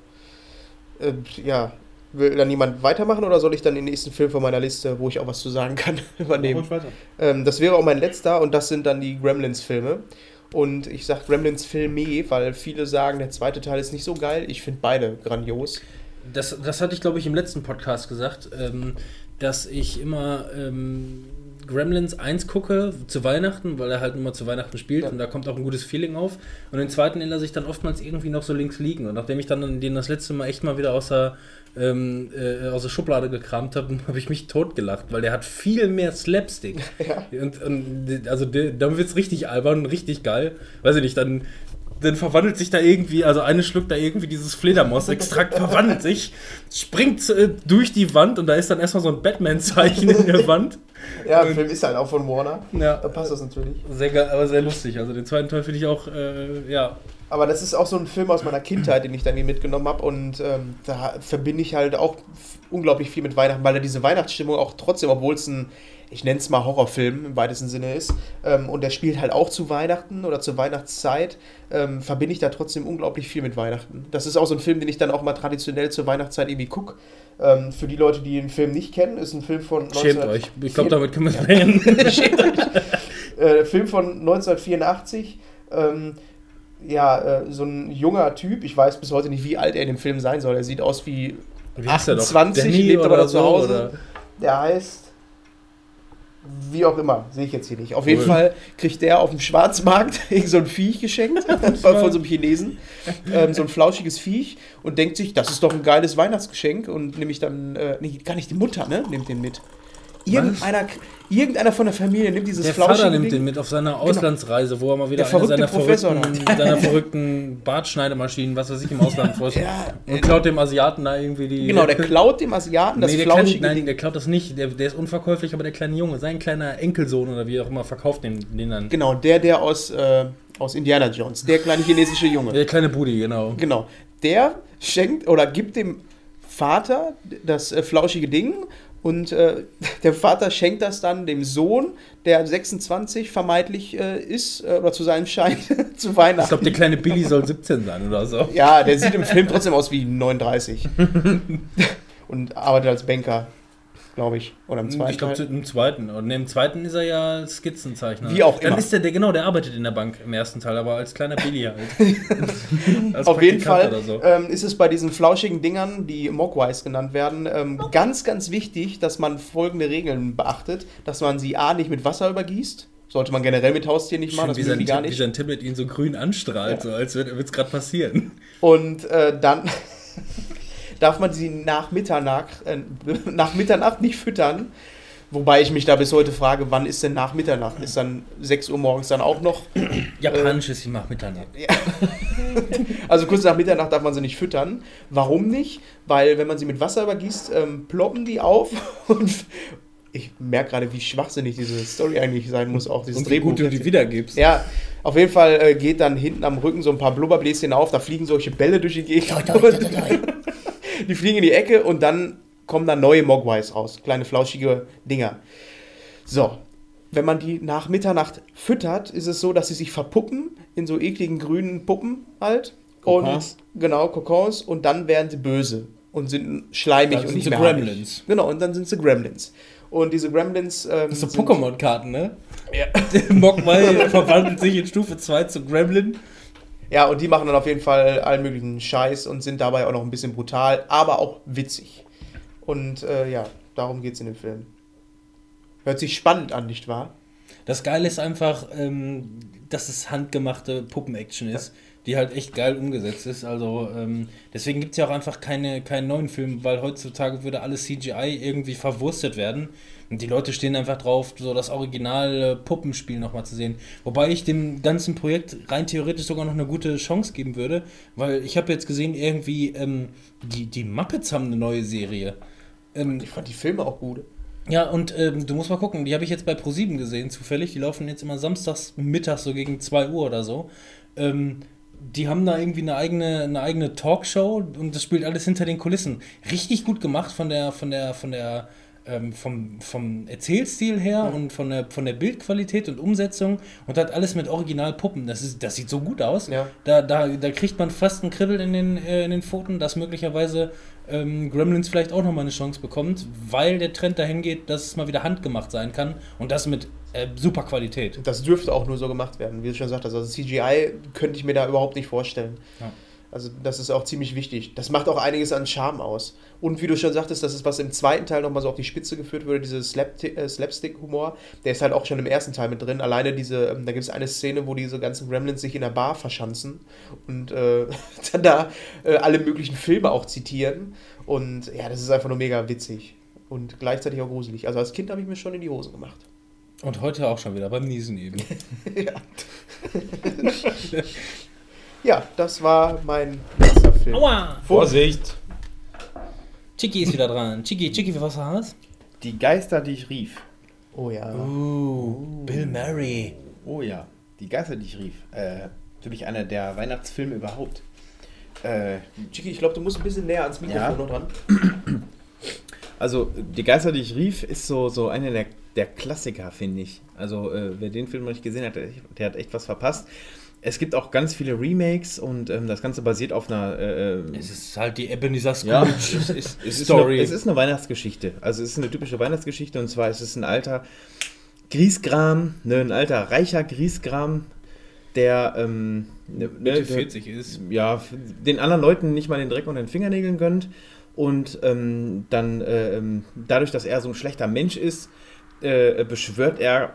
ja, will dann jemand weitermachen oder soll ich dann den nächsten Film von meiner Liste, wo ich auch was zu sagen kann, übernehmen? weiter. Das wäre auch mein letzter und das sind dann die Gremlins-Filme. Und ich sage Gremlins-Filme, weil viele sagen, der zweite Teil ist nicht so geil. Ich finde beide grandios. Das hatte ich, glaube ich, im letzten Podcast gesagt, dass ich immer Gremlins 1 gucke zu Weihnachten, weil er halt immer zu Weihnachten spielt, Ja. und da kommt auch ein gutes Feeling auf. Und den zweiten, den lasse ich dann oftmals irgendwie noch so links liegen. Und nachdem ich dann den das letzte Mal echt mal wieder aus der Schublade gekramt habe, habe ich mich totgelacht, weil der hat viel mehr Slapstick. Ja. Und also dann wird es richtig albern, richtig geil. Weiß ich nicht, dann verwandelt sich da irgendwie, also eine schluckt da irgendwie dieses Fledermaus-Extrakt, verwandelt sich, springt durch die Wand und da ist dann erstmal so ein Batman-Zeichen in der Wand. Ja, der Film ist halt auch von Warner. Ja, Da passt das natürlich. sehr geil, aber sehr lustig. Also den zweiten Teil finde ich auch, ja. Aber das ist auch so ein Film aus meiner Kindheit, den ich dann hier mitgenommen habe. Und da verbinde ich halt auch unglaublich viel mit Weihnachten, weil da diese Weihnachtsstimmung auch trotzdem, obwohl es ein, ich nenne es mal Horrorfilm im weitesten Sinne ist, und der spielt halt auch zu Weihnachten oder zur Weihnachtszeit, verbinde ich da trotzdem unglaublich viel mit Weihnachten. Das ist auch so ein Film, den ich dann auch mal traditionell zur Weihnachtszeit irgendwie gucke. Für die Leute, die den Film nicht kennen, ist ein Film von Schämt euch. Ich glaube, damit können wir es beenden. Schämt euch. Film von 1984. So ein junger Typ, ich weiß bis heute nicht, wie alt er in dem Film sein soll. Er sieht aus wie Wie heißt der doch? 28, Danny lebt aber oder noch zu so, Hause. oder? Der heißt, wie auch immer, sehe ich jetzt hier nicht. Auf jeden Cool. Fall kriegt der auf dem Schwarzmarkt irgend so ein Viech geschenkt von so einem Chinesen. So ein flauschiges Viech und denkt sich, das ist doch ein geiles Weihnachtsgeschenk und nämlich dann, nee, gar nicht die Mutter, ne? Nimmt den mit. Irgendeiner von der Familie nimmt dieses Der flauschige Vater nimmt Ding. den mit auf seiner Auslandsreise, wo er mal wieder Der verrückte seiner Professor verrückten Bartschneidemaschinen, was weiß ich, im Ausland forscht. Ja, und klaut dem Asiaten da irgendwie die... Genau, der klaut dem Asiaten das der flauschige nein, Ding. der klaut das nicht. Der ist unverkäuflich, aber der kleine Junge, sein kleiner Enkelsohn oder wie auch immer, verkauft den dann. Genau, der aus Indiana Jones, der kleine chinesische Junge. Der kleine Budi, genau. Genau, der schenkt oder gibt dem Vater das flauschige Ding und der Vater schenkt das dann dem Sohn, der 26 vermeintlich ist oder zu seinem Schein zu Weihnachten. Ich glaube, der kleine Billy soll 17 sein oder so. Ja, der sieht im Film trotzdem aus wie 39 und arbeitet als Banker, glaube ich. Oder im zweiten Ich glaube, Teil. im zweiten. Und im zweiten ist er ja Skizzenzeichner. Wie auch Dann immer. ist der der arbeitet in der Bank im ersten Teil, aber als kleiner Billy halt. Als Auf jeden Praktikant Fall oder so. ist es bei diesen flauschigen Dingern, die Mogwais genannt werden, ganz, ganz wichtig, dass man folgende Regeln beachtet, dass man sie A, nicht mit Wasser übergießt, sollte man generell mit Haustieren nicht machen, das wie mögen die gar wie nicht. sein Tablet ihn so grün anstrahlt, Ja. so als würde es gerade passieren. Und dann darf man sie nach Mitternacht nicht füttern, wobei ich mich da bis heute frage, wann ist denn nach Mitternacht? Ist dann 6 Uhr morgens dann auch noch? Japanisch ist ihm nach Mitternacht. Also kurz nach Mitternacht darf man sie nicht füttern. Warum nicht? Weil wenn man sie mit Wasser übergießt, ploppen die auf und ich merke gerade, wie schwachsinnig diese Story eigentlich sein muss, auch dieses Und wie gut du die wiedergibst. Ja, auf jeden Fall geht dann hinten am Rücken so ein paar Blubberbläschen auf, da fliegen solche Bälle durch die Gegend. Die fliegen in die Ecke und dann kommen da neue Mogwais raus, kleine flauschige Dinger. So, wenn man die nach Mitternacht füttert, ist es so, dass sie sich verpuppen in so ekligen grünen Puppen halt. Kokons. Und genau, Kokons. Und dann werden sie böse und sind schleimig Dann und sind nicht sie mehr Gremlins. heimlich. Genau, und dann sind sie Gremlins. Und diese Gremlins Das sind so sind- Pokémon-Karten, ne? Ja. Mogwai verwandelt sich in Stufe 2 zu Gremlin. Ja, und die machen dann auf jeden Fall allen möglichen Scheiß und sind dabei auch noch ein bisschen brutal, aber auch witzig. Und ja, darum geht's in dem Film. Hört sich spannend an, nicht wahr? Das Geile ist einfach, dass es handgemachte Puppen-Action ist, die halt echt geil umgesetzt ist. Also deswegen gibt es ja auch einfach keinen neuen Film, weil heutzutage würde alles CGI irgendwie verwurstet werden. Und die Leute stehen einfach drauf, so das original Puppenspiel nochmal zu sehen. Wobei ich dem ganzen Projekt rein theoretisch sogar noch eine gute Chance geben würde, weil ich habe jetzt gesehen, irgendwie die Muppets haben eine neue Serie. Ich fand die Filme auch gut. Ja, und du musst mal gucken, die habe ich jetzt bei ProSieben gesehen, zufällig. Die laufen jetzt immer samstags mittags so gegen 2 Uhr oder so. Die haben da irgendwie eine eigene Talkshow und das spielt alles hinter den Kulissen. Richtig gut gemacht vom Erzählstil her und von der Bildqualität und Umsetzung und hat alles mit Originalpuppen. Das sieht so gut aus. Ja. Da kriegt man fast einen Kribbel in den Pfoten, dass möglicherweise Gremlins vielleicht auch nochmal eine Chance bekommt, weil der Trend dahin geht, dass es mal wieder handgemacht sein kann und das mit super Qualität. Das dürfte auch nur so gemacht werden, wie du schon sagtest. Also CGI könnte ich mir da überhaupt nicht vorstellen. Ja. Also das ist auch ziemlich wichtig. Das macht auch einiges an Charme aus. Und wie du schon sagtest, das ist, was im zweiten Teil nochmal so auf die Spitze geführt wurde, dieser Slapstick-Humor, der ist halt auch schon im ersten Teil mit drin. Alleine da gibt es eine Szene, wo diese ganzen Gremlins sich in der Bar verschanzen und dann da alle möglichen Filme auch zitieren. Und ja, das ist einfach nur mega witzig und gleichzeitig auch gruselig. Also als Kind habe ich mir schon in die Hose gemacht. Und heute auch schon wieder, beim Niesen eben. Ja. Ja, das war mein letzter Film. Aua! Vorsicht! Chicky ist wieder dran. Chicky, was hast Die Geister, die ich rief. Oh ja. Bill Murray. Oh ja, die Geister, die ich rief. Natürlich einer der Weihnachtsfilme überhaupt. Chicky, ich glaube, du musst ein bisschen näher ans Mikrofon Ja. noch dran. Also, die Geister, die ich rief, ist so einer der Klassiker, finde ich. Also, wer den Film noch nicht gesehen hat, der hat echt was verpasst. Es gibt auch ganz viele Remakes und das Ganze basiert auf einer... Es ist halt die Ebenezer ja, Scrooge Story. Es ist eine Weihnachtsgeschichte. Also, es ist eine typische Weihnachtsgeschichte und zwar ist es ein alter Griesgram, ein alter reicher Griesgram, der Mitte 40 ist. ja, den anderen Leuten nicht mal den Dreck unter den Fingernägeln gönnt und dann dadurch, dass er so ein schlechter Mensch ist, beschwört er,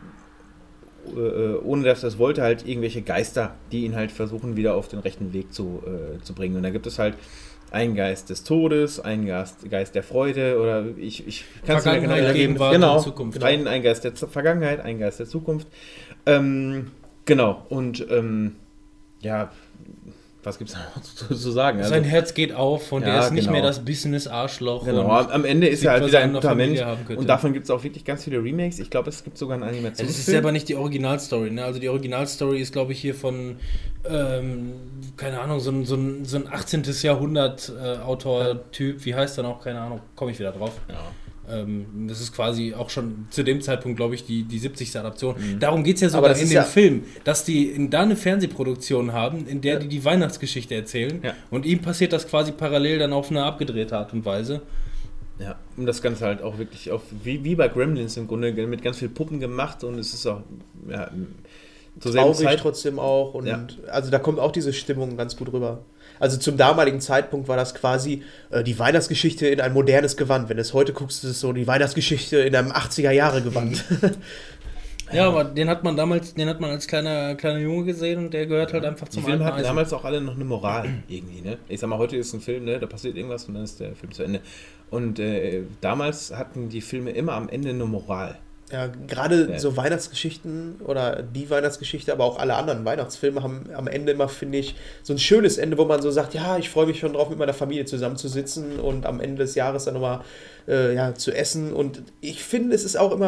ohne dass er es wollte, halt irgendwelche Geister, die ihn halt versuchen, wieder auf den rechten Weg zu bringen. Und da gibt es halt einen Geist des Todes, einen Geist der Freude oder ich kann es nicht mehr genau Vergangenheit, ergeben. Gegenwart Genau, und Zukunft. ein Geist der Vergangenheit, ein Geist der Zukunft. Genau, und ja, was gibt es noch zu sagen? Sein Herz geht auf und Ja, er ist nicht genau. mehr das Business-Arschloch. Genau, und am Ende ist sieht, er halt was wieder er ein in der guter Mensch. Familie haben könnte. Und davon gibt es auch wirklich ganz viele Remakes. Ich glaube, es gibt sogar einen Animationsfilm. Es ist selber nicht die Originalstory, ne? Also die Originalstory ist, glaube ich, hier von, keine Ahnung, so ein 18. Jahrhundert Autor-Typ. Wie heißt er noch? Keine Ahnung, komme ich wieder drauf. Ja. Das ist quasi auch schon zu dem Zeitpunkt, glaube ich, die 70. Adaption. Darum geht es ja Aber sogar das in ist dem ja- Film, dass die da eine Fernsehproduktion haben, in der die Weihnachtsgeschichte erzählen. Ja. Und ihm passiert das quasi parallel dann auf eine abgedrehte Art und Weise. Ja, und das Ganze halt auch wirklich wie bei Gremlins im Grunde mit ganz viel Puppen gemacht und es ist auch ja, zur selben Traurig Zeit. trotzdem auch. Und Ja. also da kommt auch diese Stimmung ganz gut rüber. Also zum damaligen Zeitpunkt war das quasi die Weihnachtsgeschichte in ein modernes Gewand. Wenn du es heute guckst, ist es so die Weihnachtsgeschichte in einem 80er-Jahre-Gewand. Ja, aber den hat man als kleiner Junge gesehen und der gehört halt einfach Die zum Filme alten hatten Eisen. damals auch alle noch eine Moral irgendwie, ne? Ich sag mal, heute ist ein Film, ne? Da passiert irgendwas und dann ist der Film zu Ende. Und damals hatten die Filme immer am Ende eine Moral. Ja, gerade Ja. so Weihnachtsgeschichten oder die Weihnachtsgeschichte, aber auch alle anderen Weihnachtsfilme haben am Ende immer, finde ich, so ein schönes Ende, wo man so sagt, ja, ich freue mich schon drauf, mit meiner Familie zusammenzusitzen und am Ende des Jahres dann nochmal zu essen. Und ich finde, es ist auch immer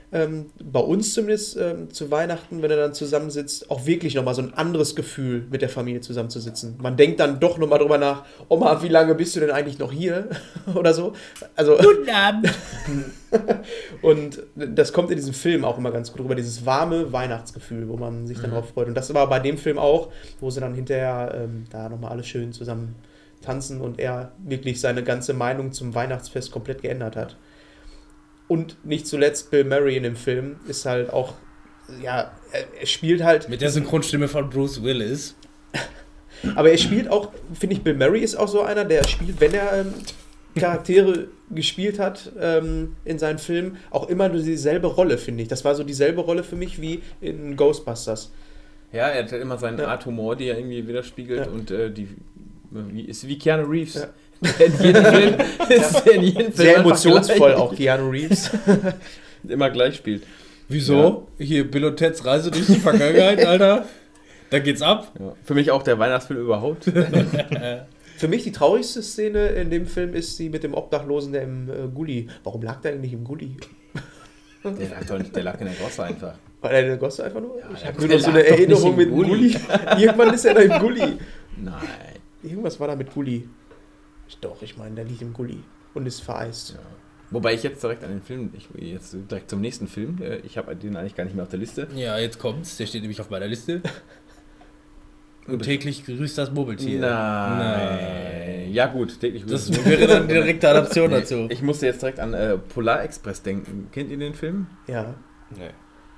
bei uns zumindest zu Weihnachten, wenn er dann zusammensitzt, auch wirklich nochmal so ein anderes Gefühl, mit der Familie zusammenzusitzen. Man denkt dann doch nochmal drüber nach, Oma, wie lange bist du denn eigentlich noch hier? Oder so. Also, Guten Abend. und das kommt in diesem Film auch immer ganz gut rüber, dieses warme Weihnachtsgefühl, wo man sich dann drauf freut. Und das war bei dem Film auch, wo sie dann hinterher da nochmal alle schön zusammen tanzen und er wirklich seine ganze Meinung zum Weihnachtsfest komplett geändert hat. Und nicht zuletzt Bill Murray in dem Film ist halt auch, ja, er spielt halt... Mit der Synchronstimme von Bruce Willis. Aber er spielt auch, finde ich, Bill Murray ist auch so einer, der spielt, wenn er Charaktere gespielt hat in seinen Filmen, auch immer nur dieselbe Rolle, finde ich. Das war so dieselbe Rolle für mich wie in Ghostbusters. Ja, er hat immer seine Art Humor, die er irgendwie widerspiegelt und ist wie Keanu Reeves. Ja. In jedem Film ist er in jedem Film Sehr einfach emotionsvoll gleich. auch, Keanu Reeves. Immer gleich spielt. Wieso? Hier, Bill und Ted's Reise durch die Vergangenheit, Alter. Da geht's ab. Ja. Für mich auch der Weihnachtsfilm überhaupt. Für mich die traurigste Szene in dem Film ist die mit dem Obdachlosen, der im Gully. Warum lag der eigentlich im Gully? Der lag doch nicht, der lag in der Gosse einfach. War der in der Gosse einfach nur? Ich habe der nur noch so lag eine doch Erinnerung nicht mit im dem Gully. Irgendwann ist er da im Gully. Nein. Irgendwas war da mit Gully. Doch, ich meine, der liegt im Gully und ist vereist. Ja. Wobei ich jetzt direkt an den Film, jetzt direkt zum nächsten Film, ich habe den eigentlich gar nicht mehr auf der Liste. Ja, jetzt kommt's. Der steht nämlich auf meiner Liste. Und täglich grüßt das Murmeltier. Nein. Ja gut, täglich grüßt Das wäre dann eine direkte Adaption dazu. Ich musste jetzt direkt an Polar Express denken. Kennt ihr den Film? Ja. Nee.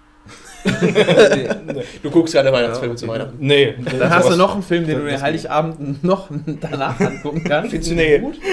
Du guckst gerade Weihnachtsfilme Ja, zu okay. Weihnachten. Nee. Dann hast du noch einen Film, den du dir Heiligabend noch danach angucken kannst. Findest du den gut?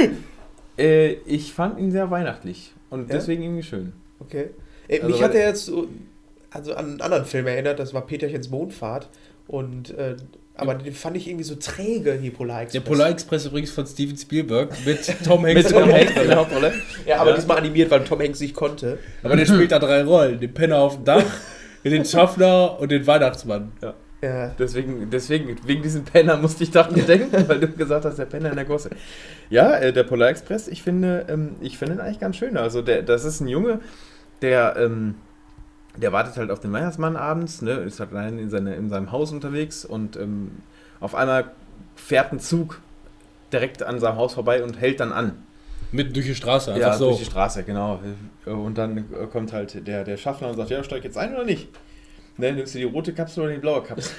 Ich fand ihn sehr weihnachtlich und Ja? deswegen irgendwie schön. Okay. Also, Mich weil- hat er jetzt so, also an einen anderen Film erinnert, das war Peterchens Mondfahrt. Und, aber den fand ich irgendwie so träge, die Polar Der Express. Polar Express übrigens von Steven Spielberg mit Tom Hanks. Mit Tom Hanks in der Hauptrolle. Ja, aber diesmal animiert, weil Tom Hanks nicht konnte. Aber der spielt da 3 Rollen. Den Penner auf dem Dach, den Schaffner und den Weihnachtsmann. Ja. Deswegen, wegen diesem Penner musste ich daran denken, weil du gesagt hast, der Penner in der Gosse. Ja, der Polar Express, ich finde ihn eigentlich ganz schön. Also das ist ein Junge, der wartet halt auf den Weihnachtsmann abends, ne, ist halt allein in seinem Haus unterwegs und auf einmal fährt ein Zug direkt an seinem Haus vorbei und hält dann an. Mitten durch die Straße, einfach Ja, so. durch die Straße, genau. Und dann kommt halt der Schaffner und sagt, ja, steig jetzt ein oder nicht? Ne, nimmst du die rote Kapsel oder die blaue Kapsel?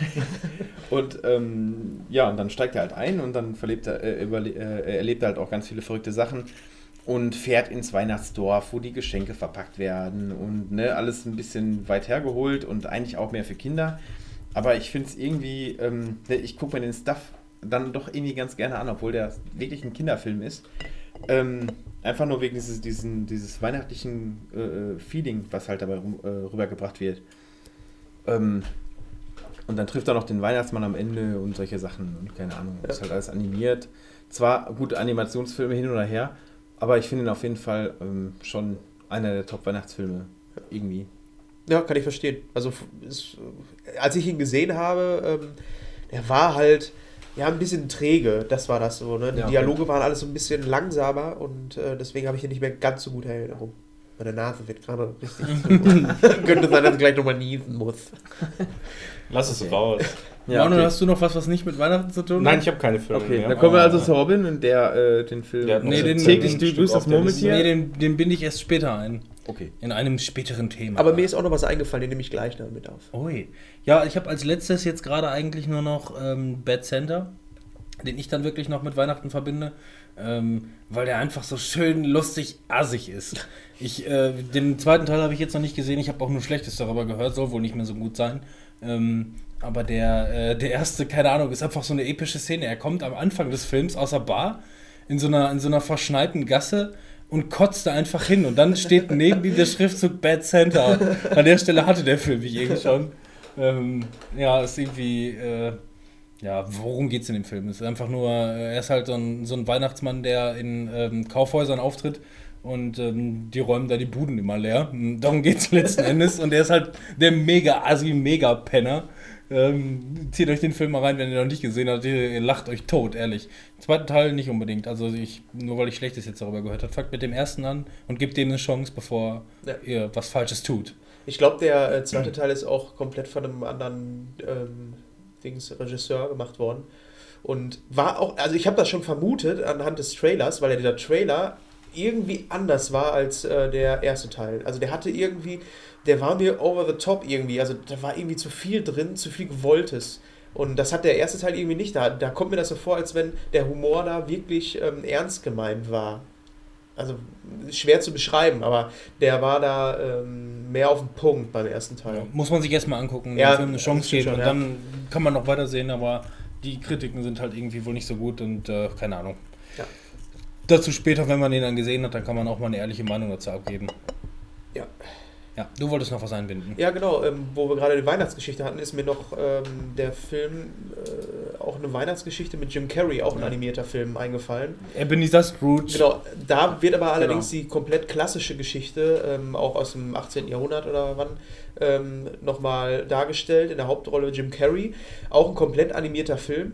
Und und dann steigt er halt ein und dann erlebt er halt auch ganz viele verrückte Sachen und fährt ins Weihnachtsdorf, wo die Geschenke verpackt werden und ne, alles ein bisschen weit hergeholt und eigentlich auch mehr für Kinder. Aber ich finde es irgendwie, ich gucke mir den Stuff dann doch irgendwie ganz gerne an, obwohl der wirklich ein Kinderfilm ist. Einfach nur wegen dieses weihnachtlichen Feeling, was halt dabei rübergebracht wird. Und dann trifft er noch den Weihnachtsmann am Ende und solche Sachen und keine Ahnung, ist halt alles animiert. Zwar gute Animationsfilme hin oder her, aber ich finde ihn auf jeden Fall schon einer der Top-Weihnachtsfilme irgendwie. Ja, kann ich verstehen. Also, als ich ihn gesehen habe, der war halt ja ein bisschen träge, das war das so. Ne? Die Ja, okay. Dialoge waren alles so ein bisschen langsamer und deswegen habe ich ihn nicht mehr ganz so gut in Erinnerung. Meine Nase wird gerade richtig zu. Könnte sein, dass ich gleich nochmal niesen muss. Lass es raus. Ja, Manuel, okay. hast du noch was nicht mit Weihnachten zu tun hat? Nein, ich habe keine Filme Okay, mehr. dann kommen wir also zu Robin und der den Film Der hat noch Nee, so den- täglich den grüßt das auf der Murmeltier. Nee, den binde ich erst später ein. Okay. In einem späteren Thema. Aber mir ist auch noch was eingefallen, den nehme ich gleich noch mit auf. Ui. Ja, ich habe als letztes jetzt gerade eigentlich nur noch Bad Santa, den ich dann wirklich noch mit Weihnachten verbinde, weil der einfach so schön lustig assig ist. Den zweiten Teil habe ich jetzt noch nicht gesehen, ich habe auch nur Schlechtes darüber gehört, soll wohl nicht mehr so gut sein. Aber der erste, keine Ahnung, ist einfach so eine epische Szene. Er kommt am Anfang des Films aus der Bar in so einer verschneiten Gasse und kotzt da einfach hin. Und dann steht neben ihm der Schriftzug Bad Santa. An der Stelle hatte der Film mich irgendwie schon. Ist irgendwie... worum geht's in dem Film? Es ist einfach nur, er ist halt so ein Weihnachtsmann, der in Kaufhäusern auftritt und die räumen da die Buden immer leer. Darum geht's letzten Endes und er ist halt der Mega-Penner. Zieht euch den Film mal rein, wenn ihr noch nicht gesehen habt, ihr lacht euch tot, ehrlich. Den zweiten Teil nicht unbedingt, also nur weil ich Schlechtes jetzt darüber gehört habe. Fangt mit dem ersten an und gebt dem eine Chance, bevor ihr was Falsches tut. Ich glaube, der zweite Teil ist auch komplett von einem anderen Regisseur gemacht worden. Und war auch, also ich habe das schon vermutet anhand des Trailers, weil dieser Trailer irgendwie anders war als der erste Teil. Also der hatte irgendwie, der war mir over the top irgendwie, also da war irgendwie zu viel drin, zu viel Gewolltes. Und das hat der erste Teil irgendwie nicht. Da kommt mir das so vor, als wenn der Humor da wirklich ernst gemeint war. Also schwer zu beschreiben, aber der war da mehr auf den Punkt beim ersten Teil. Ja, muss man sich erstmal angucken, Ja, dem Film eine Chance geben schon, und ja. dann kann man noch weitersehen, aber die Kritiken sind halt irgendwie wohl nicht so gut und keine Ahnung. Ja. Dazu später, wenn man den dann gesehen hat, dann kann man auch mal eine ehrliche Meinung dazu abgeben. Ja. Ja, du wolltest noch was einbinden. Ja, genau. Wo wir gerade die Weihnachtsgeschichte hatten, ist mir noch der Film, auch eine Weihnachtsgeschichte mit Jim Carrey, auch ein animierter Film, eingefallen. Ebenezer Scrooge. Genau, da wird aber allerdings die komplett klassische Geschichte, auch aus dem 18. Jahrhundert oder wann, nochmal dargestellt, in der Hauptrolle Jim Carrey. Auch ein komplett animierter Film.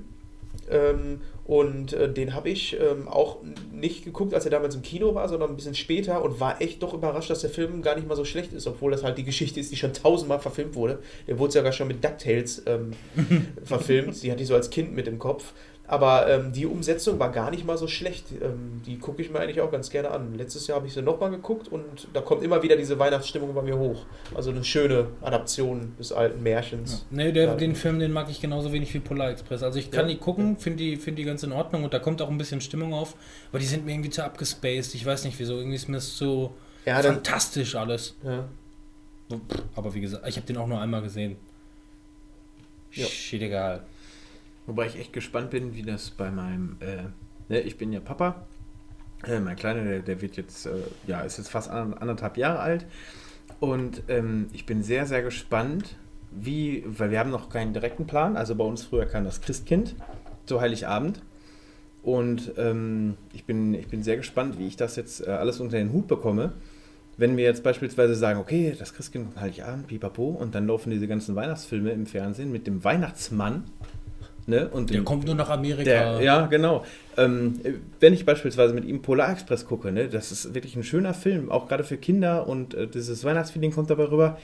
Und den habe ich auch nicht geguckt, als er damals im Kino war, sondern ein bisschen später und war echt doch überrascht, dass der Film gar nicht mal so schlecht ist, obwohl das halt die Geschichte ist, die schon 1000-mal verfilmt wurde. Der wurde sogar schon mit DuckTales verfilmt, die hatte ich so als Kind mit im Kopf. Aber die Umsetzung war gar nicht mal so schlecht. Die gucke ich mir eigentlich auch ganz gerne an. Letztes Jahr habe ich sie nochmal geguckt und da kommt immer wieder diese Weihnachtsstimmung bei mir hoch. Also eine schöne Adaption des alten Märchens. Nee, den Film, den mag ich genauso wenig wie Polar Express. Also ich kann die gucken, finde die ganz in Ordnung und da kommt auch ein bisschen Stimmung auf, aber die sind mir irgendwie zu abgespaced. Ich weiß nicht wieso, irgendwie ist mir das so fantastisch alles. Ja. Aber wie gesagt, ich habe den auch nur einmal gesehen. Ja. Shit, egal. Wobei ich echt gespannt bin, wie das bei meinem, ich bin ja Papa, mein Kleiner, der wird jetzt, ist jetzt fast 1,5 Jahre alt und ich bin sehr, sehr gespannt, weil wir haben noch keinen direkten Plan, also bei uns früher kam das Christkind zu Heiligabend und ich bin sehr gespannt, wie ich das jetzt alles unter den Hut bekomme. Wenn wir jetzt beispielsweise sagen, okay, das Christkind kommt Heiligabend, pipapo, und dann laufen diese ganzen Weihnachtsfilme im Fernsehen mit dem Weihnachtsmann. Ne? Und der kommt nur nach Amerika. Ja, genau. Wenn ich beispielsweise mit ihm Polar Express gucke, ne, das ist wirklich ein schöner Film, auch gerade für Kinder und dieses Weihnachtsfeeling kommt dabei rüber.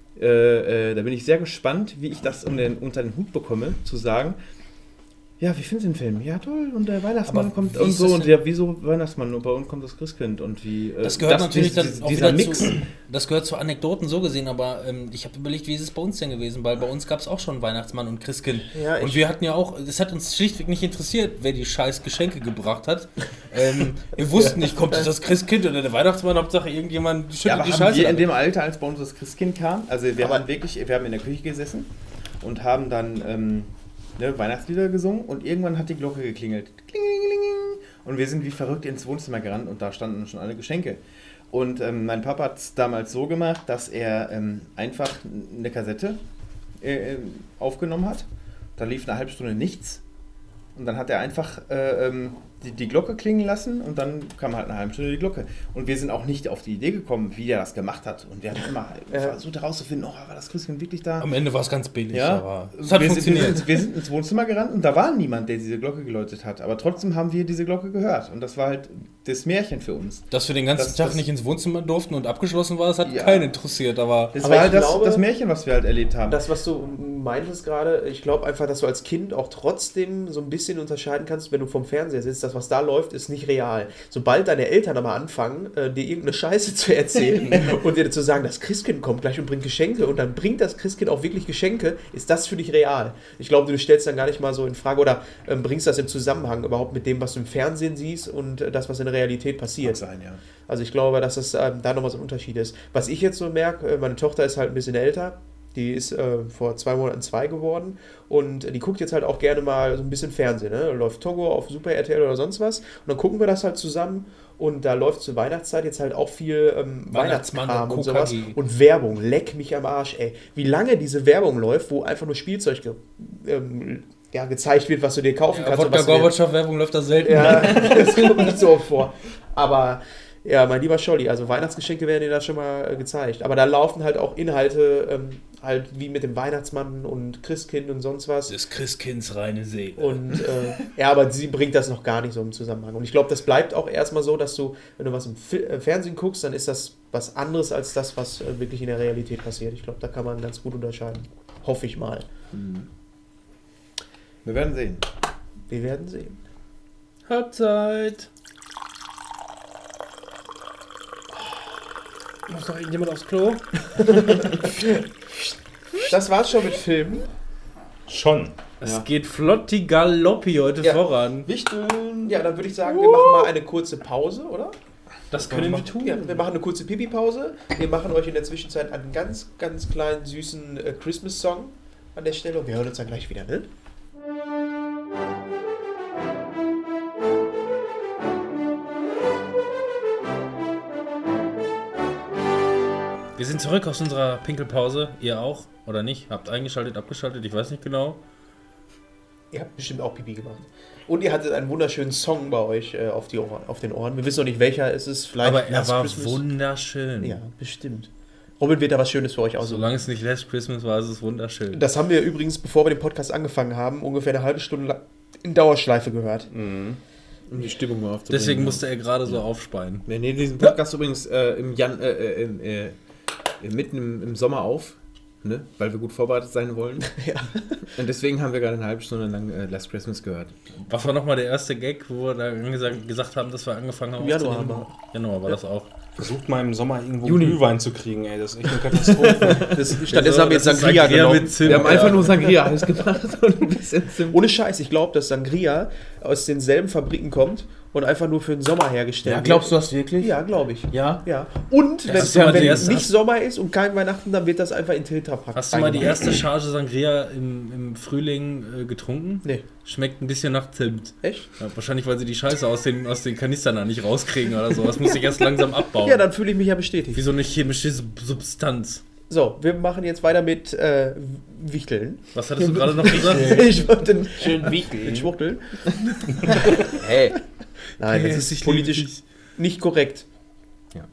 Da bin ich sehr gespannt, wie ich das unter den Hut bekomme, zu sagen, ja, wie findest du den Film? Ja, toll, und der Weihnachtsmann aber kommt und so, und ja, wieso Weihnachtsmann? Und bei uns kommt das Christkind und wie... Das gehört natürlich dann auch dieser wieder Mix. Das gehört zu Anekdoten so gesehen, aber ich habe überlegt, wie ist es bei uns denn gewesen, weil bei uns gab es auch schon Weihnachtsmann und Christkind. Ja, und wir hatten ja auch, es hat uns schlichtweg nicht interessiert, wer die scheiß Geschenke gebracht hat. Wir wussten nicht, kommt jetzt das Christkind oder der Weihnachtsmann, Hauptsache irgendjemand schüttelt aber die haben Scheiße wir an. in dem Alter, als bei uns das Christkind kam, also wir haben in der Küche gesessen und haben dann Weihnachtslieder gesungen und irgendwann hat die Glocke geklingelt. Klingelingeling. Und wir sind wie verrückt ins Wohnzimmer gerannt und da standen schon alle Geschenke. Und mein Papa hat es damals so gemacht, dass er einfach eine Kassette aufgenommen hat. Da lief eine halbe Stunde nichts. Und dann hat er einfach die Glocke klingen lassen und dann kam halt eine halbe Stunde die Glocke. Und wir sind auch nicht auf die Idee gekommen, wie er das gemacht hat. Und wir haben immer versucht herauszufinden, war das Christkind wirklich da? Am Ende war es ganz billig, Ja, aber es hat funktioniert. Wir sind ins Wohnzimmer gerannt und da war niemand, der diese Glocke geläutet hat. Aber trotzdem haben wir diese Glocke gehört. Und das war halt das Märchen für uns. Dass wir den ganzen Tag nicht ins Wohnzimmer durften und abgeschlossen war, das hat Ja. keinen interessiert, aber Das Aber war ich halt glaube, das Märchen, was wir halt erlebt haben. Das, was du meintest gerade, ich glaube einfach, dass du als Kind auch trotzdem so ein bisschen unterscheiden kannst, wenn du vom Fernseher sitzt, das, was da läuft, ist nicht real. Sobald deine Eltern aber anfangen, dir irgendeine Scheiße zu erzählen und dir zu sagen, das Christkind kommt gleich und bringt Geschenke und dann bringt das Christkind auch wirklich Geschenke, ist das für dich real. Ich glaube, du stellst dann gar nicht mal so in Frage oder bringst das im Zusammenhang überhaupt mit dem, was du im Fernsehen siehst und das, was in der Realität passiert. sein, ja. Also ich glaube, dass das da nochmal so ein Unterschied ist. Was ich jetzt so merke, meine Tochter ist halt ein bisschen älter, die ist vor 2 Monaten 2 geworden und die guckt jetzt halt auch gerne mal so ein bisschen Fernsehen, ne? Läuft Togo auf Super RTL oder sonst was und dann gucken wir das halt zusammen und da läuft zur Weihnachtszeit jetzt halt auch viel Weihnachtskram und sowas und Werbung, leck mich am Arsch, ey. Wie lange diese Werbung läuft, wo einfach nur Spielzeug gezeigt wird, was du dir kaufen kannst. Wodka Gorbatschow-Werbung läuft da selten. Ja, das kommt nicht so oft vor. Aber Ja, mein lieber Scholli, also Weihnachtsgeschenke werden dir da schon mal gezeigt. Aber da laufen halt auch Inhalte, halt wie mit dem Weihnachtsmann und Christkind und sonst was. Das Christkinds reine Seele. Und ja, aber sie bringt das noch gar nicht so im Zusammenhang. Und ich glaube, das bleibt auch erstmal so, dass du, wenn du was im Fernsehen guckst, dann ist das was anderes als das, was wirklich in der Realität passiert. Ich glaube, da kann man ganz gut unterscheiden. Hoffe ich mal. Wir werden sehen. Wir werden sehen. Halbzeit. Muss noch irgendjemand aufs Klo? Das war's schon mit Filmen. Schon. Es geht flotti galoppi heute Ja. voran. Wichteln. Ja, dann würde ich sagen, wir machen mal eine kurze Pause, oder? Das können wir tun. Ja, wir machen eine kurze Pipi-Pause. Wir machen euch in der Zwischenzeit einen ganz, ganz kleinen, süßen Christmas-Song an der Stelle. Und wir hören uns dann gleich wieder, ne? Wir sind zurück aus unserer Pinkelpause. Ihr auch? Oder nicht? Habt eingeschaltet, abgeschaltet? Ich weiß nicht genau. Ihr habt bestimmt auch Pipi gemacht. Und ihr hattet einen wunderschönen Song bei euch auf den Ohren. Wir wissen noch nicht, welcher es ist. Vielleicht Aber er Last war Christmas. wunderschön. Ja, bestimmt. Robin wird da was Schönes für euch aussuchen. Solange es nicht Last Christmas war, ist es wunderschön. Das haben wir übrigens, bevor wir den Podcast angefangen haben, ungefähr eine halbe Stunde lang in Dauerschleife gehört. Um die Stimmung mal aufzubringen. Deswegen musste er gerade so aufspeien. Wir nehmen diesen Podcast übrigens mitten im Sommer auf, ne? Weil wir gut vorbereitet sein wollen. Ja. Und deswegen haben wir gerade eine halbe Stunde lang Last Christmas gehört. Was war nochmal der erste Gag, wo wir da gesagt haben, dass wir angefangen haben? Im Januar aufzunehmen? Januar war das auch. Versucht mal im Sommer irgendwo Juni. Glühwein zu kriegen, ey. Das ist echt eine Katastrophe. Stattdessen haben wir jetzt Sangria genommen. mit Zimt. Wir haben einfach nur Sangria heiß gemacht und ein bisschen Zimt. Ohne Scheiß, ich glaube, dass Sangria aus denselben Fabriken kommt und einfach nur für den Sommer hergestellt wird. du das wirklich? Ja, glaube ich. Ja? Ja. Und wenn hast es du mal die erste- nicht Sommer ist und kein Weihnachten, dann wird das einfach in Tetrapack. Hast du mal die reingemacht. erste Charge Sangria im Frühling getrunken? Nee. Schmeckt ein bisschen nach Zimt. Echt? Ja, wahrscheinlich, weil sie die Scheiße aus den Kanistern da nicht rauskriegen oder so. Das muss ich erst langsam abbauen. Ja, dann fühle ich mich ja Wie bestätigt. so eine chemische Substanz. So, wir machen jetzt weiter mit Wichteln. Was hattest du gerade noch gesagt? Ich wollte Schön mit wichteln. Schwuchteln. Hey. Nein, das ist politisch nicht korrekt. Ja.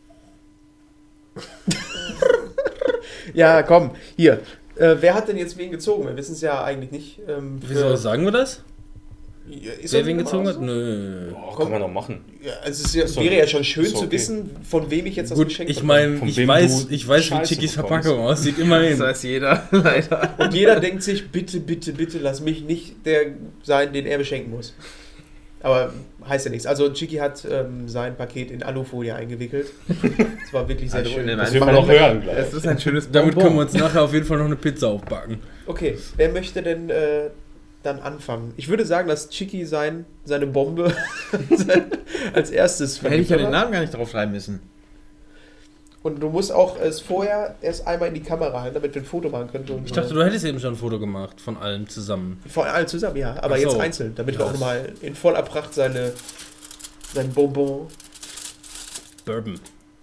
Ja, komm, hier. Wer hat denn jetzt wen gezogen? Wir wissen es ja eigentlich nicht. Wieso sagen wir das? Ist Wer das wen immer gezogen so? hat? Nö. Oh, kann man doch machen. Ja, also es ist ja, Ist doch- wäre ja schon schön ist doch zu okay. wissen, von wem ich jetzt das Gut, Geschenk ich bekomme. meine, Von ich wem weiß, du wie Scheiße Chickis bekommst. Verpackung aussieht. Immerhin. Das weiß jeder, leider. Und jeder denkt sich, bitte, bitte, bitte, lass mich nicht der sein, den er beschenken muss. Aber heißt ja nichts. Also Chicky hat sein Paket in Alufolie eingewickelt. Das war wirklich sehr schön. Das wird man auch hören gleich. Es ist ein schönes Damit Bonbon. können wir uns nachher auf jeden Fall noch eine Pizza aufbacken. Okay, wer möchte denn dann anfangen? Ich würde sagen, dass Chicky seine Bombe als erstes Hätte ich ja den vergibt, Namen gar nicht drauf schreiben müssen. Und du musst auch es vorher erst einmal in die Kamera halten, damit wir ein Foto machen können. Ich dachte, du hättest eben schon ein Foto gemacht von allem zusammen. Von allen zusammen, ja. Aber Ach so. jetzt einzeln, damit wir Ja. auch nochmal in voller Pracht sein Bonbon. Bourbon.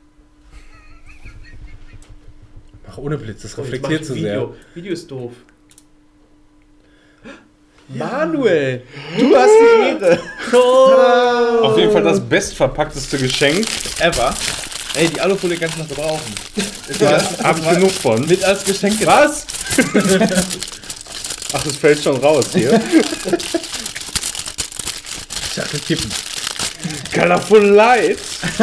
Mach ohne Blitz, das Oh, jetzt reflektiert mach zu ich sehr. Video ist doof. Manuel, du hast die Ehre. Auf jeden Fall das bestverpackteste Geschenk Ever. Ey, die Alufolie kannst du noch gebrauchen. habe ich genug von. Mit als Geschenk. Was? Ach, das fällt schon raus hier. Schachtel kippen. Colorful Light.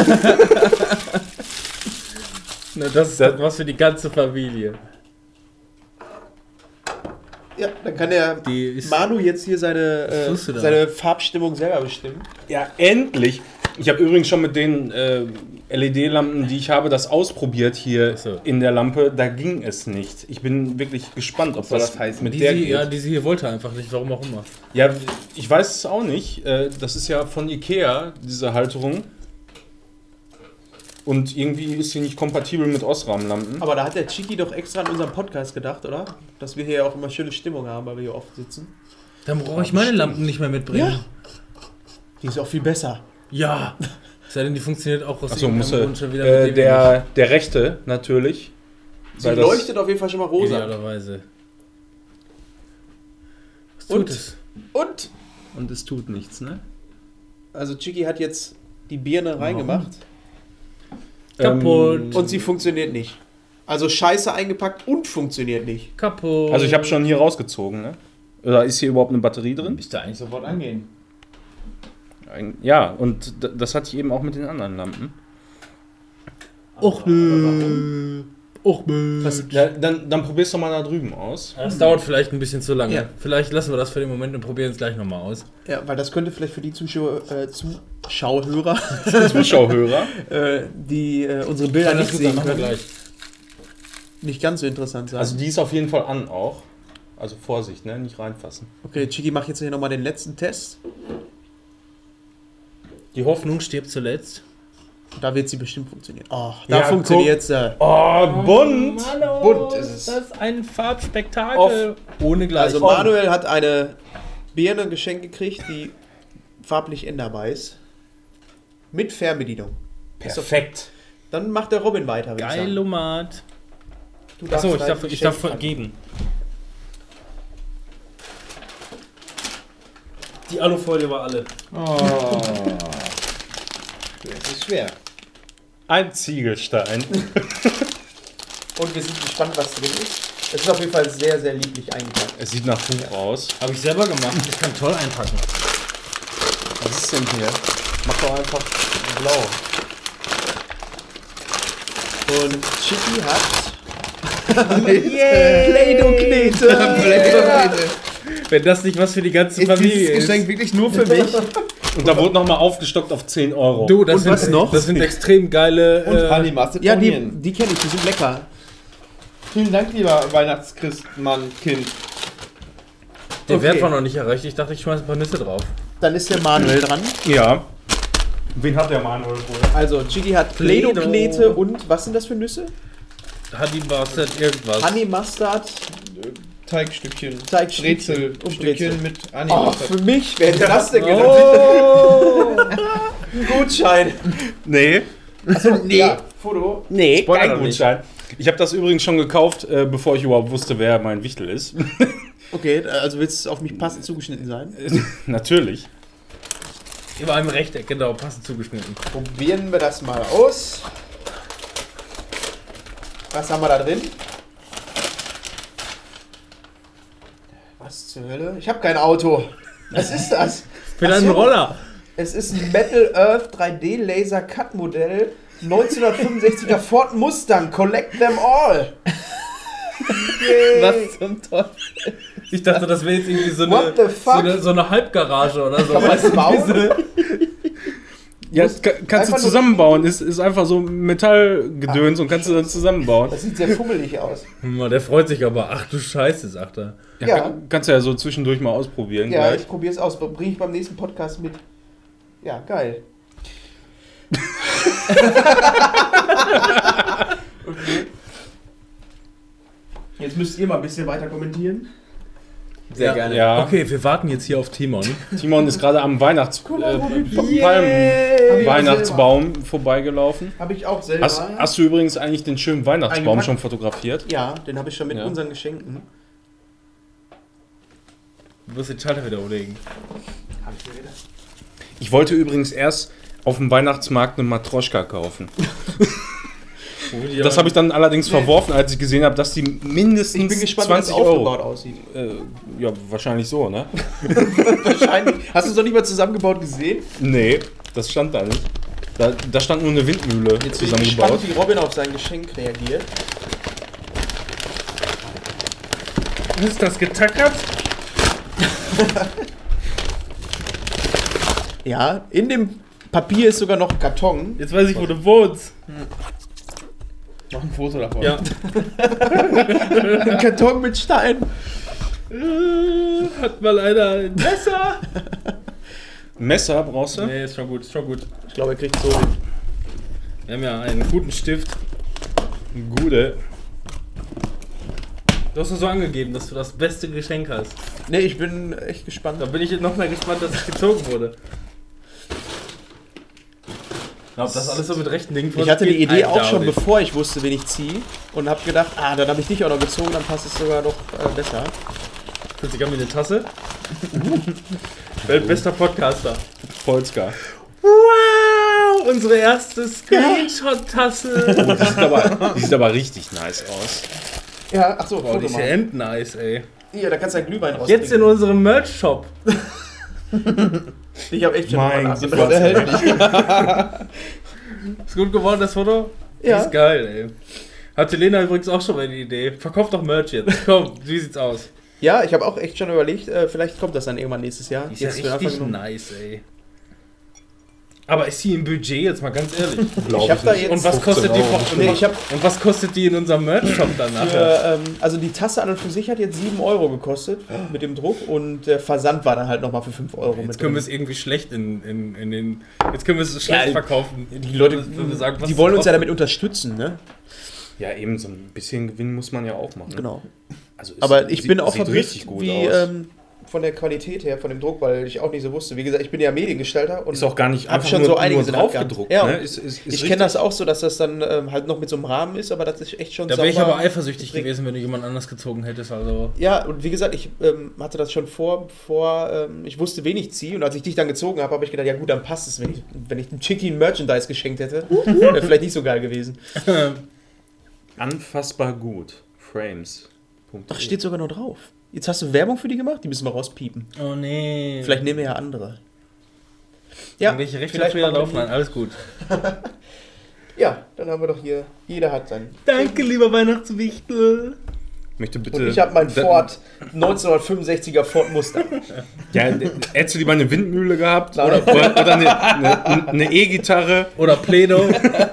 Na, das ist was für die ganze Familie. Ja, dann kann der Die ist Manu jetzt hier Was tust du da? seine Farbstimmung selber bestimmen. Ja, endlich. Ich habe übrigens schon mit den LED-Lampen, die ich habe, das ausprobiert hier Ach so. in der Lampe. Da ging es nicht. Ich bin wirklich gespannt, ob soll das das heißen? mit der geht. diese hier wollte einfach nicht, warum auch immer. Ja, ich weiß es auch nicht. Das ist ja von Ikea, diese Halterung. Und irgendwie ist sie nicht kompatibel mit Osram-Lampen. Aber da hat der Chicky doch extra an unseren Podcast gedacht, oder? Dass wir hier auch immer schöne Stimmung haben, weil wir hier oft sitzen. Dann brauche ich meine Lampen nicht mehr mitbringen. Die ist auch viel besser. Ja. Sei denn, die funktioniert auch aus Achso, muss irgendeinem Grund schon wieder mit dem der rechte natürlich. Sie Weil das- leuchtet auf jeden Fall schon mal rosa. idealerweise. Was Und? tut es? Und es tut nichts, ne? Also Chicky hat jetzt die Birne reingemacht. Kaputt. Und sie funktioniert nicht. Also scheiße eingepackt und funktioniert nicht. Kaputt. Also ich habe schon hier rausgezogen, ne? Oder ist hier überhaupt eine Batterie drin? Müsste eigentlich sofort angehen. Ja, und das hatte ich eben auch mit den anderen Lampen. Och nö. Och nö. Ja, dann probier's doch mal da drüben aus. Das dauert vielleicht ein bisschen zu lange. Ja. Vielleicht lassen wir das für den Moment und probieren es gleich nochmal aus. Ja, weil das könnte vielleicht für die Zuschauhörer, Zuschauhörer. die unsere Bilder nicht sehen machen wir können, gleich. nicht ganz so interessant sein. Also die ist auf jeden Fall an auch. Also Vorsicht, ne? Nicht reinfassen. Okay, Chiki macht jetzt hier nochmal den letzten Test. Die Hoffnung stirbt zuletzt. Da wird sie bestimmt funktionieren. Oh, da Ja, funktioniert sie. Oh, bunt! Bunt ist es. Das ist ein Farbspektakel. Ohne Gleich. Also Manuel hat eine Birne geschenkt gekriegt, die farblich änderbar ist. Mit Fernbedienung. Perfekt. Dann macht der Robin weiter. würde ich sagen. Geilomat. Du darfst Achso, dein ich Geschenk darf fangen. vergeben. Die Alufolie war alle. Oh. Das ist schwer. Ein Ziegelstein. Und wir sind gespannt, was drin ist. Es ist auf jeden Fall sehr, sehr lieblich eingepackt. Es sieht nach Buch aus. Habe ich selber gemacht. Ich kann toll einpacken. Was ist denn hier? Mach doch einfach blau. Und Chiki hat Play-Doh-Knete. Wenn das nicht was für die ganze Ist Familie dieses ist. Geschenk wirklich nur für mich? Und da wurde nochmal aufgestockt auf 10 Euro. Du, das Und sind, was noch? Das sind extrem geile. Und Honey Mustard Ja, Onion. die kenne ich, die sind lecker. Vielen Dank, lieber Weihnachtschristmann, Kind. Der okay. Wert war noch nicht erreicht. Ich dachte, ich schmeiß ein paar Nüsse drauf. Dann ist der Manuel dran. Ja. Wen hat der Manuel wohl? Also, Chiki hat Play-Doh-Knete und was sind das für Nüsse? Honey Mustard, irgendwas. Honey Mustard. Teigstückchen. Teigstückchen. Brezelstückchen mit Honey Oh, Mustard. für mich, wer hätte das denn gedacht? Oh. Ein Gutschein. Nee. Nee. Ja, Foto. Nee, Spoiler Kein noch nicht. Gutschein. Ich habe das übrigens schon gekauft, bevor ich überhaupt wusste, wer mein Wichtel ist. Okay, also willst du auf mich passend zugeschnitten sein? Natürlich. Über einem Rechteck, genau, passend zugeschnitten. Probieren wir das mal aus. Was haben wir da drin? Was zur Hölle? Ich habe kein Auto. Was ist das? Für Ach einen so. Roller. Es ist ein Metal Earth 3D Laser Cut Modell 1965er Ford Mustang. Collect them all. Was zum Teufel? Ich dachte, das wäre jetzt irgendwie so What the fuck? so eine Halbgarage oder so. Kann man das bauen? Ja, kannst du einfach zusammenbauen. Ist einfach so Metallgedöns und kannst du dann zusammenbauen. Das sieht sehr fummelig aus. Der freut sich aber. Ach du Scheiße, sagt er. Ja. Kannst du ja so zwischendurch mal ausprobieren. Ja, gleich. ich probiere es aus. Bringe ich beim nächsten Podcast mit. Ja, geil. Okay. Jetzt müsst ihr mal ein bisschen weiter kommentieren. Sehr gerne. Ja. Okay, wir warten jetzt hier auf Timon. Timon ist gerade am Weihnachtsbaum vorbeigelaufen. Habe ich auch selber. Hast du übrigens eigentlich den schönen Weihnachtsbaum Eingepackt? schon fotografiert? Ja, den habe ich schon mit Ja. unseren Geschenken. Du musst den Schalter wieder umlegen. Hab ich mir gedacht. Ich wollte übrigens erst auf dem Weihnachtsmarkt eine Matroschka kaufen. Das habe ich dann allerdings verworfen, als ich gesehen habe, dass die mindestens Ich bin gespannt, 20 wie das Euro. aufgebaut aussieht. Ja, wahrscheinlich so, ne? Wahrscheinlich. Hast du es noch nicht mal zusammengebaut gesehen? Nee, das stand da nicht. Da stand nur eine Windmühle Jetzt bin ich zusammengebaut. gespannt, wie Robin auf sein Geschenk reagiert. Ist das getackert? Ja, in dem Papier ist sogar noch Karton. Jetzt weiß ich, wo du wohnst. Noch ein Foto davon. Ja. Ein Karton mit Stein. Hat mal einer ein Messer? Messer brauchst du? Nee, ist schon gut, ist schon gut. Ich glaube, er kriegt so hin. Wir haben ja einen guten Stift. Gute. Du hast es so angegeben, dass du das beste Geschenk hast. Nee, ich bin echt gespannt. Da bin ich noch mehr gespannt, dass ich gezogen wurde. Ob das alles so mit rechten Dingen Ich hatte die Idee auch schon, bevor. bevor ich wusste, wen ich ziehe. Und habe gedacht, dann habe ich dich auch noch gezogen, dann passt es sogar noch besser. Fühlt sich an wie eine Tasse. Weltbester Podcaster. Polska. Wow! unsere erste Screenshot-Tasse. Oh, die sieht aber richtig nice aus. Ja, achso, Boah, die ist ja endnice, ey. Hier, da kannst du ein Glühwein rausbringen. Jetzt in unserem Merch-Shop. Ich habe echt schon Mein mal Gott. Ist gut geworden, das Foto? Ja. Die ist geil, ey. Hatte Lena übrigens auch schon mal eine Idee. Verkauf doch Merch jetzt. Komm, wie sieht's aus? Ja, ich habe auch echt schon überlegt, vielleicht kommt das dann irgendwann nächstes Jahr. Die ist ja Jetzt für richtig Anfang- nice, ey. Aber ist die im Budget, jetzt mal ganz ehrlich? Ich habe da jetzt... Und was kostet die Nee, ich hab und was kostet die in unserem Merch-Shop dann nachher? also die Tasse an und für sich hat jetzt 7 Euro gekostet mit dem Druck und der Versand war dann halt nochmal für 5 Euro Jetzt können wir es irgendwie schlecht in den... Jetzt können wir es schlecht Ja, verkaufen. Die Leute, Wenn wir sagen, was die es wollen uns ja kostet. damit unterstützen, ne? Ja, eben, so ein bisschen Gewinn muss man ja auch machen. Genau. Also es Aber ich bin sieht auch richtig verblüfft, gut wie aus. von der Qualität her, von dem Druck, weil ich auch nicht so wusste. Wie gesagt, ich bin ja Mediengestalter und Ist auch gar nicht hab einfach schon nur, so einiges nur in der Hand gehabt. draufgedruckt. Ja, Ne? und Ist ich richtig. kenne das auch so, dass das dann halt noch mit so einem Rahmen ist, aber das ist echt schon Da wäre ich sauber aber eifersüchtig geprägt. gewesen, wenn du jemand anders gezogen hättest. Also Ja, und wie gesagt, ich hatte das schon ich wusste, wen ich ziehe. Und als ich dich dann gezogen habe, habe ich gedacht, ja gut, dann passt es. Wenn ich dem Chicky ein Merchandise geschenkt hätte, wäre vielleicht nicht so geil gewesen. Anfassbar gut. Frames. Ach, steht sogar noch drauf. Jetzt hast du Werbung für die gemacht? Die müssen wir rauspiepen. Oh nee. Vielleicht nehmen wir ja andere. Ja, Welche Rechte vielleicht dafür machen wir laufen? die- Nein, alles gut. Ja, dann haben wir doch hier, jeder hat seinen. Danke, lieber Weihnachtswichtel. Ich möchte bitte. Und ich habe meinen Ford 1965er Ford Mustang. Ja, hättest du lieber eine Windmühle gehabt? Nein. Oder eine E-Gitarre? Oder Play-Doh.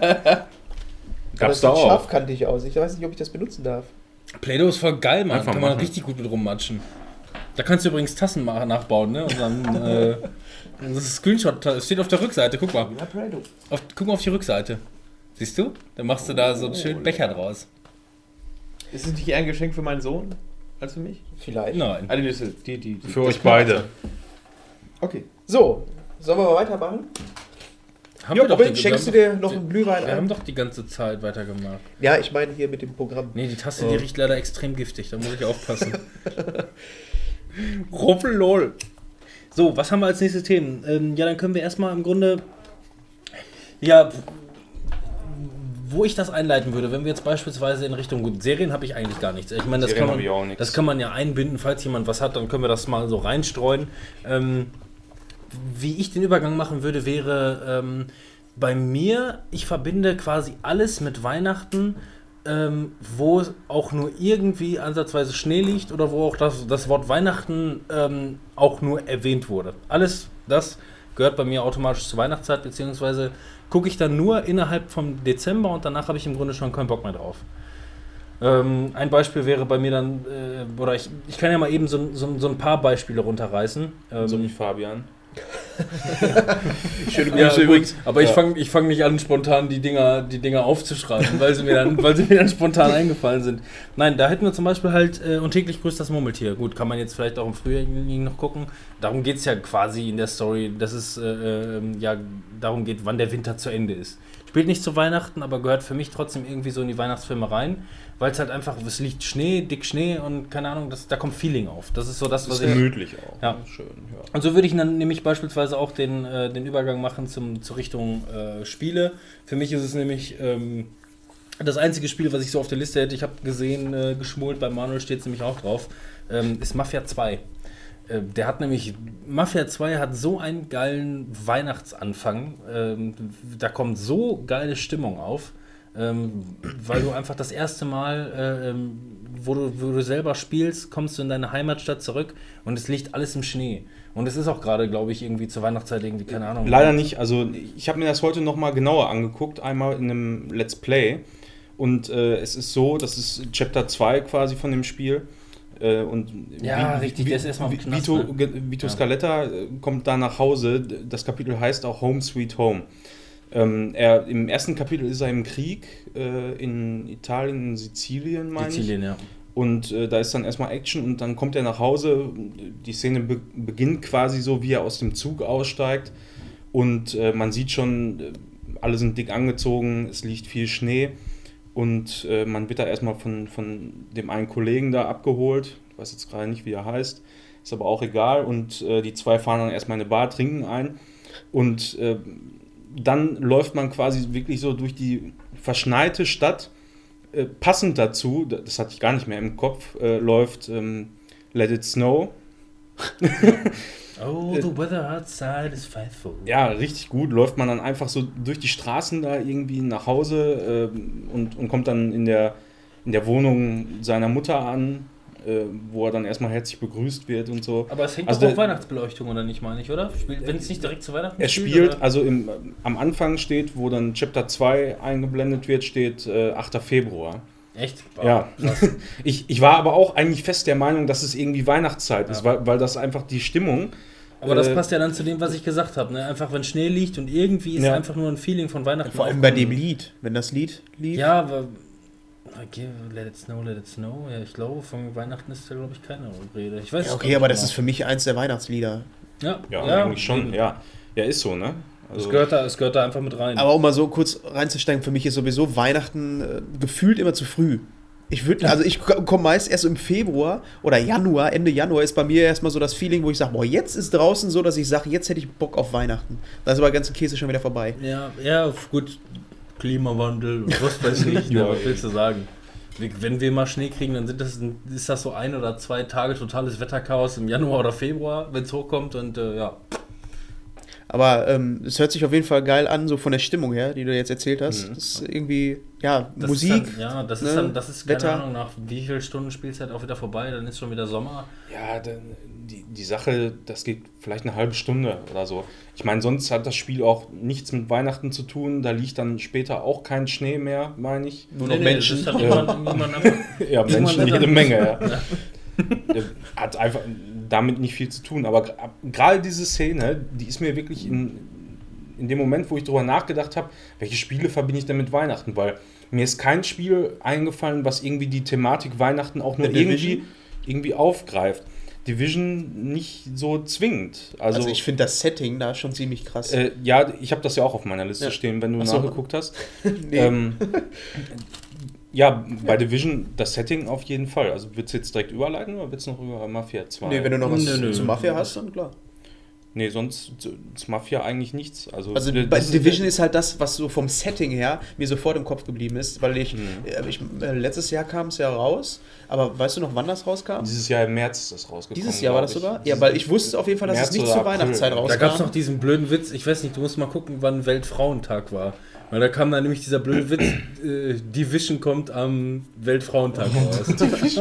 Gab's Das da sieht auch. scharfkantig aus. Ich weiß nicht, ob ich das benutzen darf. Play-Doh ist voll geil, Mann. Einfach Kann man machen. richtig gut mit rummatschen. Da kannst du übrigens Tassen nachbauen, ne? Und dann, das ist Screenshot, das steht auf der Rückseite, guck mal. Ja, Prado. Guck mal auf die Rückseite. Siehst du? Dann machst du da so einen schönen Becher draus. Ist es nicht eher ein Geschenk für meinen Sohn als für mich? Vielleicht. Nein. Also die Für euch beide. Okay. So, sollen wir mal weitermachen? Haben Ja, wir doch Robin, die- schenkst du wir dir noch einen Glühwein haben ein? doch die ganze Zeit weitergemacht. Ja, ich meine hier mit dem Programm. Nee, die Tasse, die riecht leider extrem giftig, da muss ich aufpassen. Ruffellol. So, was haben wir als nächstes Themen? Ja, dann können wir erstmal im Grunde, ja, wo ich das einleiten würde, wenn wir jetzt beispielsweise in Richtung, gut, Serien habe ich eigentlich gar nichts. Ich meine, das Serien kann habe ich auch man, nichts. das kann man ja einbinden, falls jemand was hat, dann können wir das mal so reinstreuen. Wie ich den Übergang machen würde, wäre bei mir, ich verbinde quasi alles mit Weihnachten, wo auch nur irgendwie ansatzweise Schnee liegt oder wo auch das Wort Weihnachten auch nur erwähnt wurde. Alles das gehört bei mir automatisch zur Weihnachtszeit, beziehungsweise gucke ich dann nur innerhalb vom Dezember und danach habe ich im Grunde schon keinen Bock mehr drauf. Ein Beispiel wäre bei mir dann, oder ich kann ja mal eben so ein paar Beispiele runterreißen. So wie Fabian. Schöne Ja, Grüße gut, übrigens. aber ich fang nicht an, spontan die Dinger aufzuschreiben, weil sie mir dann spontan eingefallen sind. Nein, da hätten wir zum Beispiel halt und täglich grüßt das Murmeltier. Gut, kann man jetzt vielleicht auch im Frühjahr noch gucken. Darum geht es ja quasi in der Story, dass es ja darum geht, wann der Winter zu Ende ist. Spielt nicht zu Weihnachten, aber gehört für mich trotzdem irgendwie so in die Weihnachtsfilme rein, weil es halt einfach, es liegt Schnee, dick Schnee und keine Ahnung, da kommt Feeling auf. Das ist so das, was Ist ich... gemütlich auch. Ja. Schön, ja. Und so würde ich dann nämlich beispielsweise auch den Übergang machen zur Richtung Spiele. Für mich ist es nämlich das einzige Spiel, was ich so auf der Liste hätte, ich habe gesehen, geschmult, bei Manuel steht es nämlich auch drauf, ist Mafia 2. Der hat nämlich, Mafia 2 hat so einen geilen Weihnachtsanfang, da kommt so geile Stimmung auf, weil du einfach das erste Mal, wo du selber spielst, kommst du in deine Heimatstadt zurück und es liegt alles im Schnee. Und es ist auch gerade, glaube ich, irgendwie zur Weihnachtszeit irgendwie, keine Ahnung. Leider nicht. Also ich habe mir das heute nochmal genauer angeguckt, einmal in einem Let's Play. Und es ist so, das ist Chapter 2 quasi von dem Spiel. Und Ja, richtig, der ist erstmal im Knast, Vito Ja. Scaletta kommt da nach Hause. Das Kapitel heißt auch Home Sweet Home. Im ersten Kapitel ist er im Krieg in Italien, in Sizilien, meine ich. Sizilien, ja. Und da ist dann erstmal Action und dann kommt er nach Hause. Die Szene beginnt quasi so, wie er aus dem Zug aussteigt. Und man sieht schon, alle sind dick angezogen, es liegt viel Schnee. Und man wird da erstmal von dem einen Kollegen da abgeholt. Ich weiß jetzt gerade nicht, wie er heißt. Ist aber auch egal. Und die zwei fahren dann erstmal in eine Bar, trinken ein. Und dann läuft man quasi wirklich so durch die verschneite Stadt. Passend dazu, das hatte ich gar nicht mehr im Kopf, läuft Let It Snow. Oh, the weather outside is frightful. Ja, richtig gut. Läuft man dann einfach so durch die Straßen da irgendwie nach Hause und kommt dann in der Wohnung seiner Mutter an, wo er dann erstmal herzlich begrüßt wird und so. Aber es hängt Also doch auf Weihnachtsbeleuchtung, oder nicht, meine ich, oder? Wenn es nicht direkt zu Weihnachten Er spielt, also am Anfang steht, wo dann Chapter 2 eingeblendet wird, steht 8. Februar. Echt? Ja, ich war aber auch eigentlich fest der Meinung, dass es irgendwie Weihnachtszeit ist, weil das einfach die Stimmung. Aber das passt ja dann zu dem, was ich gesagt habe. Ne? Einfach, wenn Schnee liegt und irgendwie ist einfach nur ein Feeling von Weihnachten. Vor allem bei dem Lied, wenn das Lied lief. Ja, aber Let It Snow, Let It Snow. Ja, ich glaube, von Weihnachten ist da, glaube ich, keine Rede. Ich weiß Ja, okay, aber das ist für mich eins der Weihnachtslieder. Ja, eigentlich schon. Ja, ist so, ne? Also es gehört da einfach mit rein. Aber um mal so kurz reinzusteigen, für mich ist sowieso Weihnachten gefühlt immer zu früh. Ich komme meist erst im Februar oder Januar, Ende Januar ist bei mir erstmal so das Feeling, wo ich sage, boah, jetzt ist draußen so, dass ich sage, jetzt hätte ich Bock auf Weihnachten. Dann ist aber der ganze Käse schon wieder vorbei. Ja, gut. Klimawandel und was weiß ich. Ja, was willst du sagen? Wenn wir mal Schnee kriegen, dann ist das so 1 oder 2 Tage totales Wetterchaos im Januar oder Februar, wenn es hochkommt und ja. Aber es hört sich auf jeden Fall geil an, so von der Stimmung her, die du jetzt erzählt hast. Das ist irgendwie, ja, Das Musik. Ist dann, das ist Wetter. keine Ahnung, nach wie viel Stunden Spielzeit auch wieder vorbei, dann ist schon wieder Sommer. Ja, die Sache, das geht vielleicht eine halbe Stunde oder so. Ich meine, sonst hat das Spiel auch nichts mit Weihnachten zu tun. Da liegt dann später auch kein Schnee mehr, meine ich. Nur noch Menschen. Das ist halt niemand einfach. Ja, Menschen jede Menge, ja. Hat einfach damit nicht viel zu tun. Aber gerade diese Szene, die ist mir wirklich in dem Moment, wo ich drüber nachgedacht habe, welche Spiele verbinde ich denn mit Weihnachten? Weil mir ist kein Spiel eingefallen, was irgendwie die Thematik Weihnachten auch nur irgendwie aufgreift. Division nicht so zwingend. Also ich finde das Setting da schon ziemlich krass. ja, ich habe das ja auch auf meiner Liste stehen, wenn du nachgeguckt hast. Nee. Ja, bei Division das Setting auf jeden Fall. Also willst du jetzt direkt überleiten oder willst du noch über Mafia 2? Nee, wenn du noch was zu Mafia hast, dann klar. Nee, sonst zu Mafia eigentlich nichts. Also bei Division ist halt das, was so vom Setting her mir sofort im Kopf geblieben ist, weil letztes Jahr kam es ja raus, aber weißt du noch, wann das rauskam? Dieses Jahr im März ist das rausgekommen. Dieses Jahr war das sogar? Ja, weil ich wusste auf jeden Fall, dass es nicht zur Weihnachtszeit rauskam. Da gab es noch diesen blöden Witz, ich weiß nicht, du musst mal gucken, wann Weltfrauentag war. Weil da kam dann nämlich dieser blöde Witz, Division kommt am Weltfrauentag raus.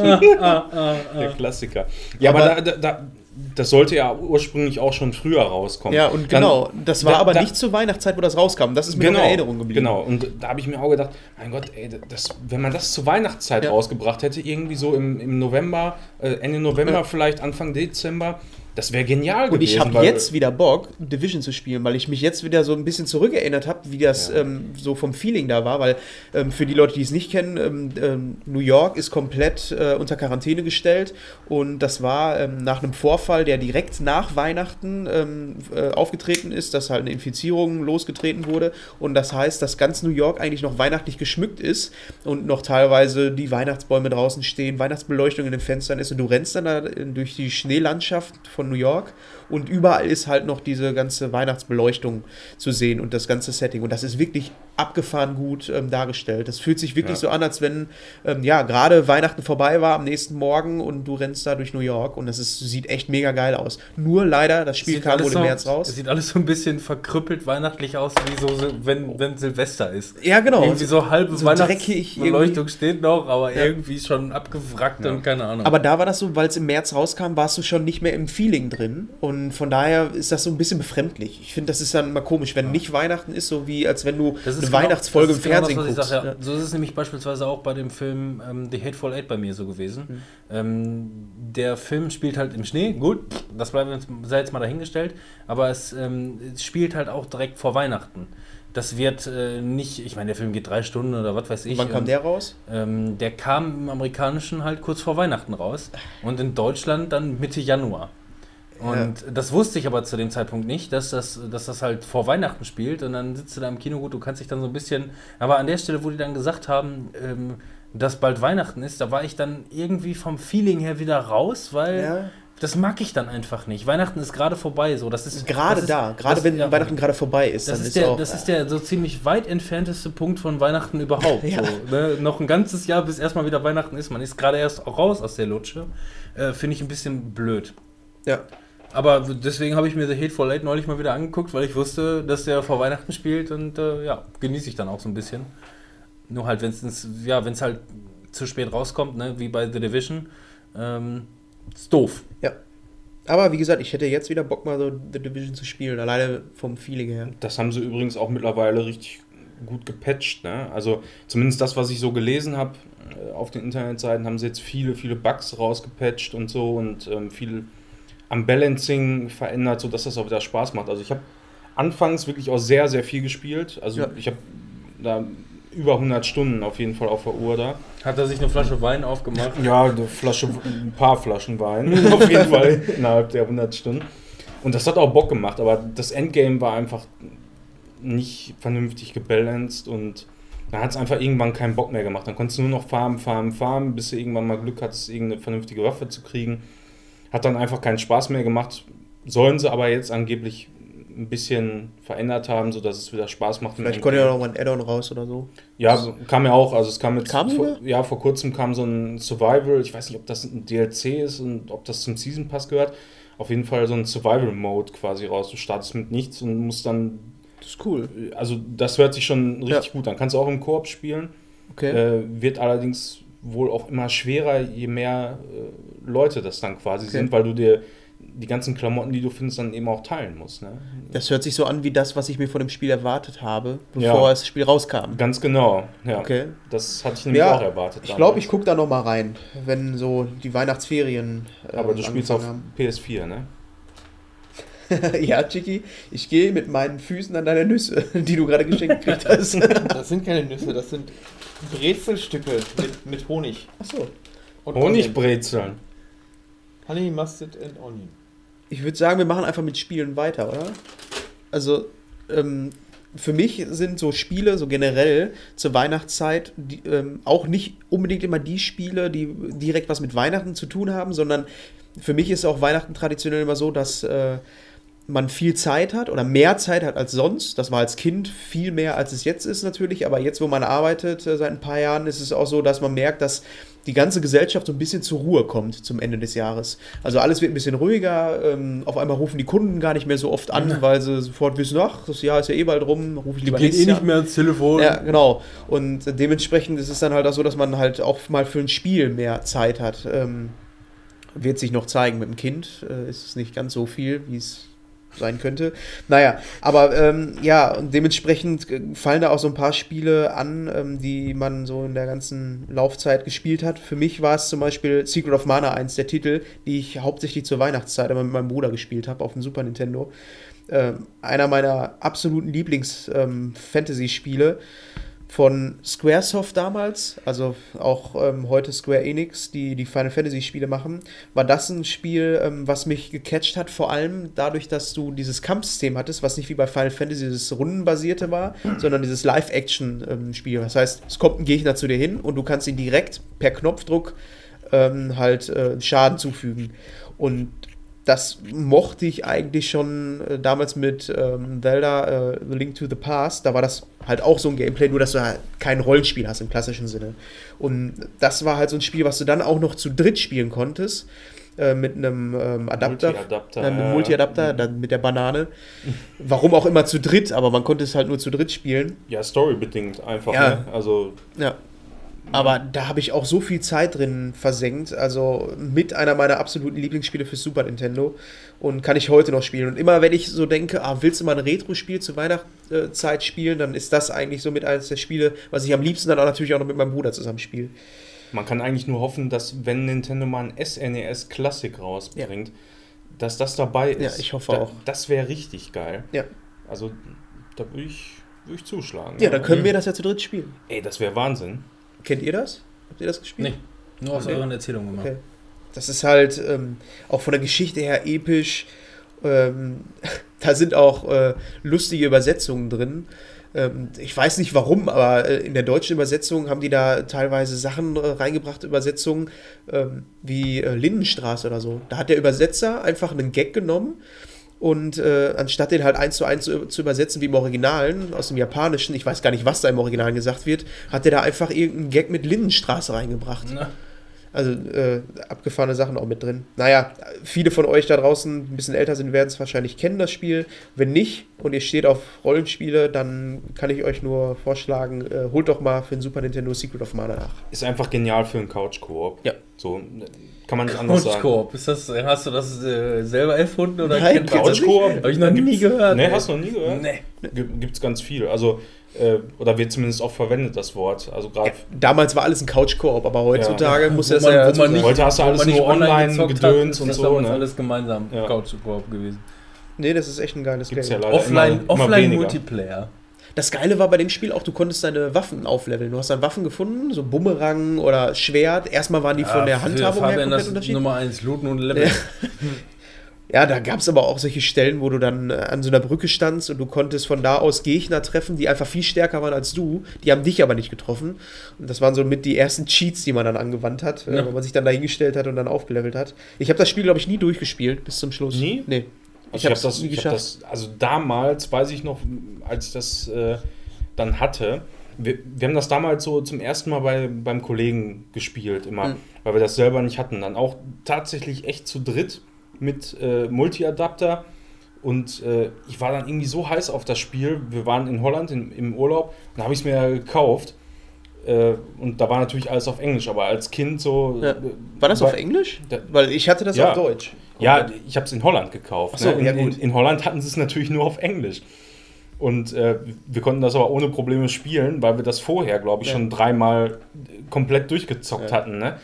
Der Klassiker. Ja, aber das sollte ja ursprünglich auch schon früher rauskommen. Ja, und genau, das war aber nicht zur Weihnachtszeit, wo das rauskam. Das ist mir in Erinnerung geblieben. Genau, und da habe ich mir auch gedacht, mein Gott, ey, wenn man das zur Weihnachtszeit rausgebracht hätte, irgendwie so im November, Ende November vielleicht, Anfang Dezember, das wäre genial gewesen. Und ich habe jetzt wieder Bock, Division zu spielen, weil ich mich jetzt wieder so ein bisschen zurückerinnert habe, wie das so vom Feeling da war, weil für die Leute, die es nicht kennen, New York ist komplett unter Quarantäne gestellt und das war nach einem Vorfall, der direkt nach Weihnachten aufgetreten ist, dass halt eine Infizierung losgetreten wurde und das heißt, dass ganz New York eigentlich noch weihnachtlich geschmückt ist und noch teilweise die Weihnachtsbäume draußen stehen, Weihnachtsbeleuchtung in den Fenstern ist und du rennst dann da durch die Schneelandschaft von New York und überall ist halt noch diese ganze Weihnachtsbeleuchtung zu sehen und das ganze Setting und das ist wirklich abgefahren gut dargestellt. Das fühlt sich wirklich so an, als wenn gerade Weihnachten vorbei war am nächsten Morgen und du rennst da durch New York und das sieht echt mega geil aus. Nur leider, das Spiel kam wohl im März raus. Es sieht alles so ein bisschen verkrüppelt weihnachtlich aus, wie so wenn Silvester ist. Ja, genau. Irgendwie so halbe so Weihnachtsbeleuchtung steht noch, aber irgendwie schon abgewrackt und keine Ahnung. Aber da war das so, weil es im März rauskam, warst du schon nicht mehr im Feeling drin und von daher ist das so ein bisschen befremdlich. Ich finde, das ist dann mal komisch, wenn nicht Weihnachten ist, so wie als wenn du eine Weihnachtsfolge im Fernsehen guckst. So ist es nämlich beispielsweise auch bei dem Film The Hateful Eight bei mir so gewesen. Der Film spielt halt im Schnee, gut, das sei jetzt mal dahingestellt, aber es spielt halt auch direkt vor Weihnachten. Das wird nicht, ich meine, der Film geht 3 Stunden oder was weiß ich. Und wann kam der raus? Der kam im Amerikanischen halt kurz vor Weihnachten raus und in Deutschland dann Mitte Januar. Und das wusste ich aber zu dem Zeitpunkt nicht, dass das halt vor Weihnachten spielt und dann sitzt du da im Kino, gut, du kannst dich dann so ein bisschen, aber an der Stelle, wo die dann gesagt haben, dass bald Weihnachten ist, da war ich dann irgendwie vom Feeling her wieder raus, weil das mag ich dann einfach nicht. Weihnachten ist gerade vorbei, so. Das ist Gerade wenn Weihnachten gerade vorbei ist, das dann ist ist das ist der so ziemlich weit entfernteste Punkt von Weihnachten überhaupt. Ja. So, ne? Noch ein ganzes Jahr, bis erstmal wieder Weihnachten ist. Man ist gerade erst raus aus der Lutsche. Finde ich ein bisschen blöd. Ja. Aber deswegen habe ich mir The Hateful Eight neulich mal wieder angeguckt, weil ich wusste, dass der vor Weihnachten spielt und genieße ich dann auch so ein bisschen. Nur halt, wenn es halt zu spät rauskommt, ne, wie bei The Division, ist doof. Ja. Aber wie gesagt, ich hätte jetzt wieder Bock, mal so The Division zu spielen, alleine vom Feeling her. Das haben sie übrigens auch mittlerweile richtig gut gepatcht. Ne? Also zumindest das, was ich so gelesen habe auf den Internetseiten, haben sie jetzt viele Bugs rausgepatcht und so und viel am Balancing verändert, sodass das auch wieder Spaß macht. Also ich habe anfangs wirklich auch sehr, sehr viel gespielt. Also ich habe da über 100 Stunden auf jeden Fall auf der Uhr da. Hat er sich eine Flasche Wein aufgemacht? Ja, ein paar Flaschen Wein auf jeden Fall innerhalb der 100 Stunden. Und das hat auch Bock gemacht, aber das Endgame war einfach nicht vernünftig gebalanced und dann hat es einfach irgendwann keinen Bock mehr gemacht. Dann konntest du nur noch farmen, bis du irgendwann mal Glück hattest, irgendeine vernünftige Waffe zu kriegen. Hat dann einfach keinen Spaß mehr gemacht. Sollen sie aber jetzt angeblich ein bisschen verändert haben, sodass es wieder Spaß macht. Vielleicht kommt ja noch mal ein Add-on raus oder so. Ja, kam ja auch. Also es kam jetzt. Kam vor kurzem kam so ein Survival. Ich weiß nicht, ob das ein DLC ist und ob das zum Season Pass gehört. Auf jeden Fall so ein Survival-Mode quasi raus. Du startest mit nichts und musst dann. Das ist cool. Also das hört sich schon richtig gut an. Kannst du auch im Koop spielen. Okay. Wird allerdings wohl auch immer schwerer, je mehr Leute das dann quasi sind, weil du dir die ganzen Klamotten, die du findest, dann eben auch teilen musst. Ne? Das hört sich so an wie das, was ich mir von dem Spiel erwartet habe, bevor das Spiel rauskam. Ganz genau, ja. Okay. Das hatte ich nämlich auch erwartet. Ich glaube, ich gucke da noch mal rein, wenn so die Weihnachtsferien aber du spielst auf haben. PS4, ne? Ja, Chicky, ich gehe mit meinen Füßen an deine Nüsse, die du gerade geschenkt gekriegt hast. Das sind keine Nüsse, das sind Brezelstücke mit Honig. Achso. Und Honigbrezeln. Honey, Mustard and Onion. Ich würde sagen, wir machen einfach mit Spielen weiter, oder? Also, für mich sind so Spiele, so generell zur Weihnachtszeit, auch nicht unbedingt immer die Spiele, die direkt was mit Weihnachten zu tun haben, sondern für mich ist auch Weihnachten traditionell immer so, dass man viel Zeit hat oder mehr Zeit hat als sonst. Das war als Kind viel mehr, als es jetzt ist natürlich, aber jetzt, wo man arbeitet seit ein paar Jahren, ist es auch so, dass man merkt, dass die ganze Gesellschaft so ein bisschen zur Ruhe kommt zum Ende des Jahres. Also alles wird ein bisschen ruhiger, auf einmal rufen die Kunden gar nicht mehr so oft an, weil sie sofort wissen, ach, das Jahr ist ja eh bald rum, rufe ich lieber Geht nächstes eh Jahr. nicht mehr ans Telefon. Ja, genau. Und dementsprechend ist es dann halt auch so, dass man halt auch mal für ein Spiel mehr Zeit hat. Wird sich noch zeigen. Mit dem Kind ist es nicht ganz so viel, wie es sein könnte. Naja, aber und dementsprechend fallen da auch so ein paar Spiele an, die man so in der ganzen Laufzeit gespielt hat. Für mich war es zum Beispiel Secret of Mana, eins der Titel, die ich hauptsächlich zur Weihnachtszeit aber mit meinem Bruder gespielt habe auf dem Super Nintendo. Einer meiner absoluten Lieblings-Fantasy-Spiele von Squaresoft damals, also auch heute Square Enix, die Final Fantasy Spiele machen, war das ein Spiel, was mich gecatcht hat, vor allem dadurch, dass du dieses Kampfsystem hattest, was nicht wie bei Final Fantasy das Rundenbasierte war, sondern dieses Live-Action-Spiel. Das heißt, es kommt ein Gegner zu dir hin und du kannst ihn direkt per Knopfdruck Schaden zufügen. Und das mochte ich eigentlich schon damals mit Zelda, The Link to the Past. Da war das halt auch so ein Gameplay, nur dass du halt kein Rollenspiel hast im klassischen Sinne. Und das war halt so ein Spiel, was du dann auch noch zu dritt spielen konntest. Mit einem Adapter. Multi-Adapter, mit der Banane. Warum auch immer zu dritt, aber man konnte es halt nur zu dritt spielen. Ja, storybedingt einfach. Ja. Ne? Also ja. Aber da habe ich auch so viel Zeit drin versenkt, also mit einer meiner absoluten Lieblingsspiele für Super Nintendo und kann ich heute noch spielen. Und immer wenn ich so denke, willst du mal ein Retro-Spiel zur Weihnachtszeit spielen, dann ist das eigentlich so mit eines der Spiele, was ich am liebsten dann auch natürlich auch noch mit meinem Bruder zusammen spiele. man kann eigentlich nur hoffen, dass wenn Nintendo mal ein SNES Classic rausbringt, dass das dabei ist. Ja, ich hoffe auch. Das wäre richtig geil. Ja. Also da würde ich zuschlagen. Ja, dann können wir das ja zu dritt spielen. Ey, das wäre Wahnsinn. Kennt ihr das? Habt ihr das gespielt? Nee, nur aus euren Erzählungen immer. Okay. Das ist halt auch von der Geschichte her episch. Da sind auch lustige Übersetzungen drin. Ich weiß nicht warum, aber in der deutschen Übersetzung haben die da teilweise Sachen reingebracht, Übersetzungen wie Lindenstraße oder so. Da hat der Übersetzer einfach einen Gag genommen und anstatt den halt 1:1 zu übersetzen wie im Originalen, aus dem Japanischen, ich weiß gar nicht, was da im Original gesagt wird, hat der da einfach irgendeinen Gag mit Lindenstraße reingebracht. Na. Also abgefahrene Sachen auch mit drin. Naja, viele von euch da draußen, ein bisschen älter sind, werden es wahrscheinlich kennen, das Spiel. Wenn nicht und ihr steht auf Rollenspiele, dann kann ich euch nur vorschlagen, holt doch mal für den Super Nintendo Secret of Mana nach. Ist einfach genial für einen Couch-Koop. Ja. So, kann man nicht anders sagen. Couch-Koop, hast du das selber erfunden oder Nein, kennt man das? Couch-Koop. Habe ich noch nie gehört. Nee, ey. hast du noch nie gehört? Nee. Gibt's ganz viel. Also, oder wird zumindest auch verwendet, das Wort. Also gerade Damals war alles ein Couch-Koop, aber heutzutage muss das Wo man- ja wo dazu man sagen. nicht- Heute hast du wo alles man nicht nur online gezockt gedöns hat, und ist so, das damals ne? alles gemeinsam Ja. Couch-Koop gewesen. Nee, das ist echt ein geiles Gibt's Game. ja leider immer Offline weniger. Multiplayer. Das Geile war bei dem Spiel auch, du konntest deine Waffen aufleveln. Du hast dann Waffen gefunden, so Bumerang oder Schwert. Erstmal waren die von der Handhabung her Fabian, komplett das unterschiedlich. Nummer 1, Looten und Level. Ja, da gab es aber auch solche Stellen, wo du dann an so einer Brücke standst und du konntest von da aus Gegner treffen, die einfach viel stärker waren als du. Die haben dich aber nicht getroffen. Und das waren so mit die ersten Cheats, die man dann angewandt hat, Ja. wenn man sich dann dahingestellt hat und dann aufgelevelt hat. Ich habe das Spiel, glaube ich, nie durchgespielt bis zum Schluss. Nie? Nee. Also hab's ich hab das, also damals, weiß ich noch, als ich das dann hatte, wir haben das damals so zum ersten Mal beim Kollegen gespielt, immer, weil wir das selber nicht hatten. Dann auch tatsächlich echt zu dritt mit Multi-Adapter und ich war dann irgendwie so heiß auf das Spiel. Wir waren in Holland im Urlaub und da habe ich es mir gekauft und da war natürlich alles auf Englisch, aber als Kind so... Ja. War das auf Englisch? Weil ich hatte das Ja. auf Deutsch. Ja, ich habe es in Holland gekauft. Ach so, ne? ja, gut. In Holland hatten sie es natürlich nur auf Englisch. Und wir konnten das aber ohne Probleme spielen, weil wir das vorher, glaube ich, Ja. schon 3-mal komplett durchgezockt hatten. Ne?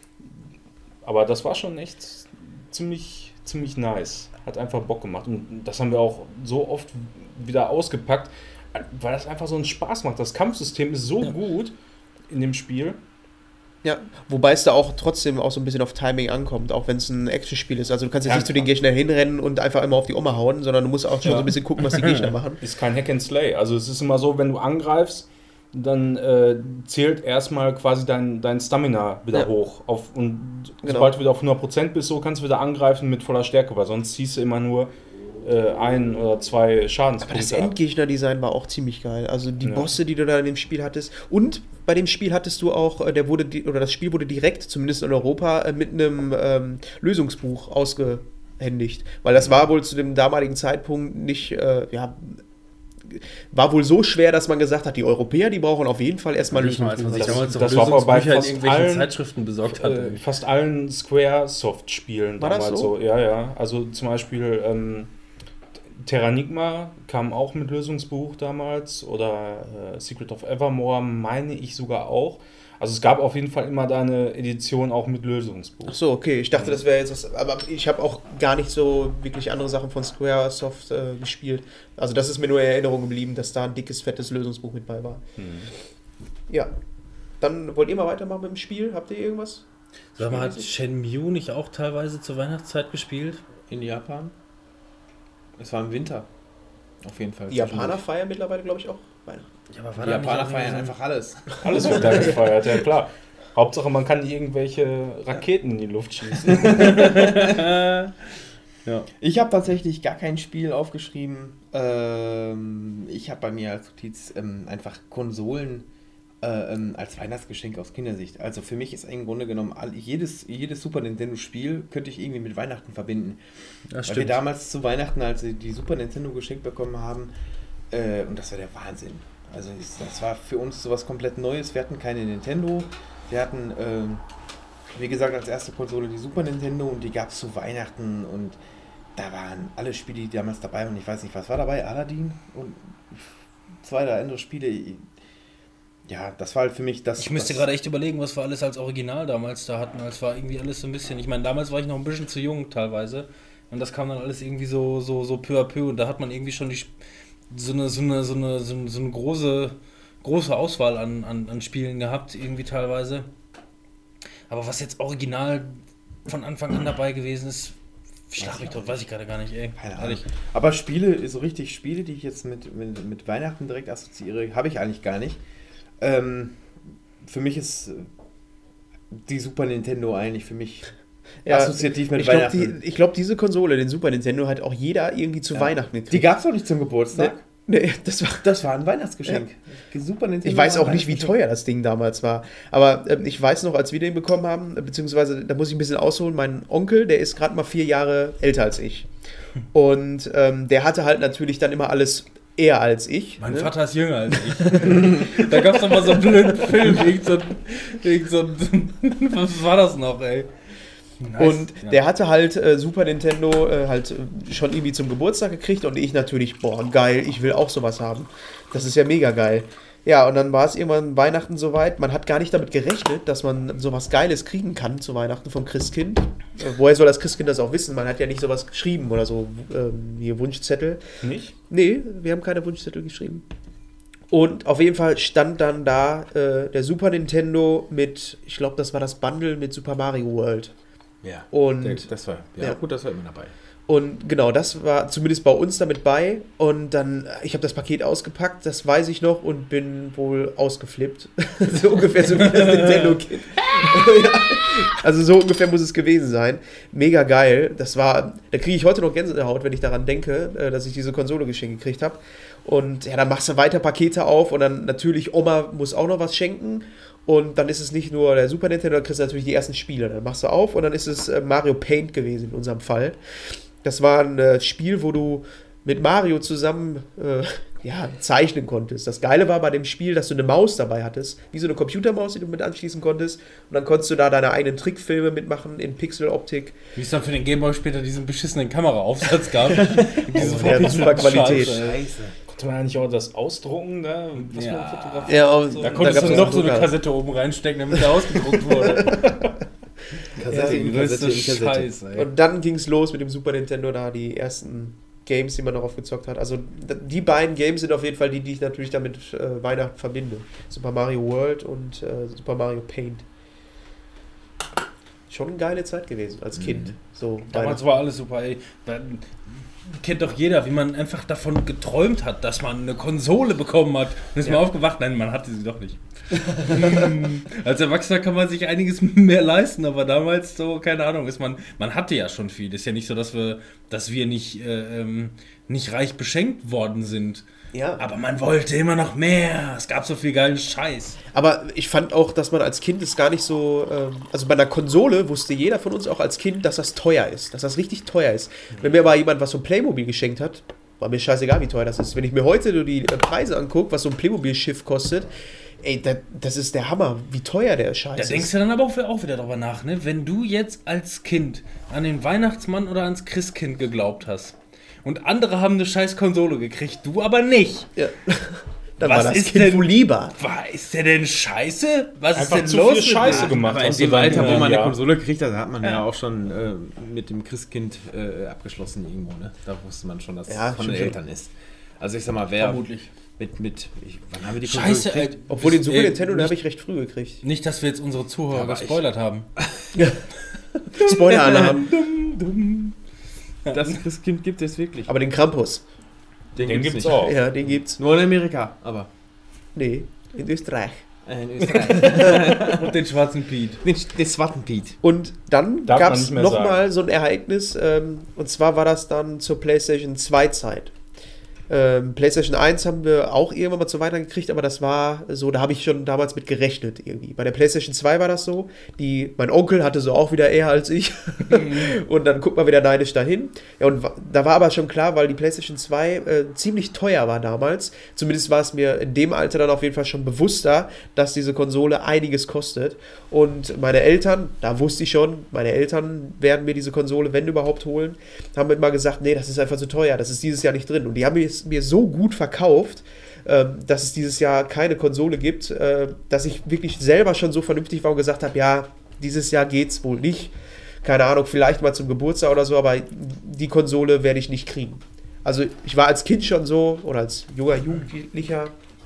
Aber das war schon echt ziemlich nice. Hat einfach Bock gemacht. Und das haben wir auch so oft wieder ausgepackt, weil das einfach so einen Spaß macht. Das Kampfsystem ist so gut in dem Spiel. Ja, wobei es da auch trotzdem auch so ein bisschen auf Timing ankommt, auch wenn es ein Actionspiel ist. Also du kannst jetzt Ja, nicht zu den Gegnern hinrennen und einfach immer auf die Oma hauen, sondern du musst auch schon so ein bisschen gucken, was die Gegner machen. Ist kein Hack and Slay. Also es ist immer so, wenn du angreifst, dann zählt erstmal quasi dein Stamina wieder Ja. hoch. Und Genau. sobald du wieder auf 100% bist, so kannst du wieder angreifen mit voller Stärke, weil sonst ziehst du immer nur 1 oder 2 Schadenspunkte Aber das ab. Endgegner-Design war auch ziemlich geil. Also die Ja. Bosse, die du da in dem Spiel hattest. Und bei dem Spiel hattest du auch, das Spiel wurde direkt, zumindest in Europa, mit einem Lösungsbuch ausgehändigt. Weil das war wohl zu dem damaligen Zeitpunkt nicht, war wohl so schwer, dass man gesagt hat, die Europäer, die brauchen auf jeden Fall erstmal Als man sich Lösungsbuch. damals das war aber bei Lösungsbücher in fast irgendwelchen allen- Zeitschriften besorgt hatte. Fast allen Squaresoft-Spielen War das damals so? Ja. Also zum Beispiel Terranigma kam auch mit Lösungsbuch damals oder Secret of Evermore meine ich sogar auch. Also es gab auf jeden Fall immer da eine Edition auch mit Lösungsbuch. Ach so, okay. Ich dachte, das wäre jetzt was. Aber ich habe auch gar nicht so wirklich andere Sachen von Squaresoft gespielt. Also das ist mir nur in Erinnerung geblieben, dass da ein dickes, fettes Lösungsbuch mit bei war. Ja. Dann wollt ihr mal weitermachen mit dem Spiel? Habt ihr irgendwas? Sag mal, hat Shenmue nicht auch teilweise zur Weihnachtszeit gespielt? In Japan? Es war im Winter. Auf jeden Fall. Die Japaner feiern mittlerweile, glaube ich, auch Weihnachten. Ja, aber war Die da nicht Japaner auch feiern irgendwie so- einfach alles. Alles wird da gefeiert, ja klar. Hauptsache man kann irgendwelche Raketen in die Luft schießen. Ich habe tatsächlich gar kein Spiel aufgeschrieben. Ich habe bei mir als Notiz einfach Konsolen als Weihnachtsgeschenk aus Kindersicht. Also für mich ist im Grunde genommen jedes Super Nintendo-Spiel könnte ich irgendwie mit Weihnachten verbinden. Ja, Weil wir stimmt. damals zu Weihnachten, als wir die Super Nintendo geschenkt bekommen haben, und das war der Wahnsinn. Also das war für uns sowas komplett Neues. Wir hatten keine Nintendo. Wir hatten, wie gesagt, als erste Konsole die Super Nintendo und die gab es zu Weihnachten und da waren alle Spiele, die damals dabei waren. Ich weiß nicht, was war dabei? Aladdin und 2 oder andere Spiele. Ja, das war halt für mich das. Ich müsste das- gerade echt überlegen, was wir alles als Original damals da hatten. Es war irgendwie alles so ein bisschen. Ich meine, damals war ich noch ein bisschen zu jung teilweise. Und das kam dann alles irgendwie so peu à peu. Und da hat man irgendwie schon so eine große Auswahl an Spielen gehabt, irgendwie teilweise. Aber was jetzt original von Anfang an dabei gewesen ist, Schlag mich tot, weiß ich gerade gar nicht, ey. Keine Ahnung. Ehrlich. Aber Spiele, die ich jetzt mit Weihnachten direkt assoziiere, habe ich eigentlich gar nicht. Für mich ist die Super Nintendo eigentlich assoziativ mit Weihnachten. Ich glaube, diese Konsole, den Super Nintendo, hat auch jeder irgendwie zu Weihnachten gekriegt. Die gab es doch nicht zum Geburtstag. Nee, Das war ein Weihnachtsgeschenk. Super Nintendo. ich weiß war auch ein nicht, wie Weihnachtsgeschenk. teuer das Ding damals war. Aber ich weiß noch, als wir den bekommen haben, beziehungsweise, da muss ich ein bisschen ausholen, mein Onkel, der ist gerade mal 4 Jahre älter als ich. Und der hatte halt natürlich dann immer alles eher als ich. Mein Vater ist jünger als ich. Da gab es doch mal so einen blöden Film, was war das noch, ey? Nice. Und der hatte halt Super Nintendo schon irgendwie zum Geburtstag gekriegt und ich natürlich, boah, geil, ich will auch sowas haben. Das ist ja mega geil. Ja, und dann war es irgendwann Weihnachten soweit. Man hat gar nicht damit gerechnet, dass man sowas Geiles kriegen kann zu Weihnachten vom Christkind. Woher soll das Christkind das auch wissen? Man hat ja nicht sowas geschrieben oder so, wie Wunschzettel. Nicht? Nee, wir haben keine Wunschzettel geschrieben. Und auf jeden Fall stand dann da der Super Nintendo mit, ich glaube, das war das Bundle mit Super Mario World. Ja. Und Das war gut, das war immer dabei. Und genau, das war zumindest bei uns damit bei. Und dann, ich habe das Paket ausgepackt, das weiß ich noch, und bin wohl ausgeflippt. So ungefähr so wie das Nintendo-Kind. Ja, also so ungefähr muss es gewesen sein. Mega geil. Da kriege ich heute noch Gänsehaut, wenn ich daran denke, dass ich diese Konsole geschenkt gekriegt habe. Und ja, dann machst du weiter Pakete auf und dann natürlich, Oma muss auch noch was schenken. Und dann ist es nicht nur der Super Nintendo, dann kriegst du natürlich die ersten Spiele. Dann machst du auf und dann ist es Mario Paint gewesen in unserem Fall. Das war ein Spiel, wo du mit Mario zusammen zeichnen konntest. Das Geile war bei dem Spiel, dass du eine Maus dabei hattest, wie so eine Computermaus, die du mit anschließen konntest. Und dann konntest du da deine eigenen Trickfilme mitmachen in Pixeloptik. Wie es dann für den Gameboy später diesen beschissenen Kameraaufsatz gab. Diese Ja, super Qualität. Scheiße. Konnte man eigentlich auch das ausdrucken, da, was man fotografiert? Ja, und Da konntest gab's du auch noch so eine Drucker. Kassette oben reinstecken, damit der ausgedruckt wurde. Größte Scheiß, ey. Und dann ging es los mit dem Super Nintendo, da die ersten Games, die man darauf gezockt hat. Also die beiden Games sind auf jeden Fall die ich natürlich damit Weihnachten verbinde. Super Mario World und Super Mario Paint. Schon eine geile Zeit gewesen als Kind. So Damals war alles super, ey. Kennt doch jeder, wie man einfach davon geträumt hat, dass man eine Konsole bekommen hat. Und ist mal aufgewacht, nein, man hatte sie doch nicht. Als Erwachsener kann man sich einiges mehr leisten, aber damals so, keine Ahnung, man hatte ja schon viel. Ist ja nicht so, dass wir nicht reich beschenkt worden sind. Ja. Aber man wollte immer noch mehr. Es gab so viel geilen Scheiß. Aber ich fand auch, dass man als Kind es gar nicht so, also bei einer Konsole wusste jeder von uns auch als Kind, dass das teuer ist, dass das richtig teuer ist. Wenn mir aber jemand was von Playmobil geschenkt hat, war mir scheißegal, wie teuer das ist. Wenn ich mir heute nur die Preise angucke, was so ein Playmobil-Schiff kostet, ey, das ist der Hammer, wie teuer der Scheiß Da ist. denkst du dann aber auch wieder drüber nach, ne? Wenn du jetzt als Kind an den Weihnachtsmann oder ans Christkind geglaubt hast und andere haben eine scheiß Konsole gekriegt, du aber nicht. Ja. Dann Was war das ist Kind denn- wohl lieber. Ist der denn scheiße? Was Einfach ist denn zu los viel mit Scheiße dir? gemacht. Aber in hast du dem dann, Alter, wo man eine ja. Konsole gekriegt hat, hat man ja auch schon mit dem Christkind abgeschlossen irgendwo, ne? Da wusste man schon, dass Ja, es von den stimmt. Eltern ist. Also ich sag mal, wer Vermutlich. wann haben wir die Scheiße, gekriegt? Obwohl den Super Ey, Nintendo, den nicht- habe ich recht früh gekriegt. Nicht, dass wir jetzt unsere Zuhörer Aber gespoilert haben. Spoiler-Alarm. Dass es Christkind gibt es wirklich. Aber den Krampus. Den gibt's nicht. auch. Ja, den gibt's. Nur in Amerika, aber Nee, in Österreich. in Österreich. Und den schwarzen Piet. Das Wattenpiet. Und dann Darf gab man es nicht mehr nochmal so ein Ereignis, und zwar war das dann zur PlayStation 2 Zeit. PlayStation 1 haben wir auch irgendwann mal zu Weihnachten gekriegt, aber das war so, da habe ich schon damals mit gerechnet irgendwie. Bei der PlayStation 2 war das so, mein Onkel hatte so auch wieder eher als ich und dann guckt man wieder neidisch dahin. Ja, und da war aber schon klar, weil die PlayStation 2 ziemlich teuer war damals, zumindest war es mir in dem Alter dann auf jeden Fall schon bewusster, dass diese Konsole einiges kostet. Und meine Eltern, da wusste ich schon, meine Eltern werden mir diese Konsole, wenn überhaupt, holen, haben mir immer gesagt, nee, das ist einfach zu teuer, das ist dieses Jahr nicht drin. Und die haben mir so gut verkauft, dass es dieses Jahr keine Konsole gibt, dass ich wirklich selber schon so vernünftig war und gesagt habe, ja, dieses Jahr geht's wohl nicht. Keine Ahnung, vielleicht mal zum Geburtstag oder so, aber die Konsole werde ich nicht kriegen. Also ich war als Kind schon so, oder als junger Jugendlicher,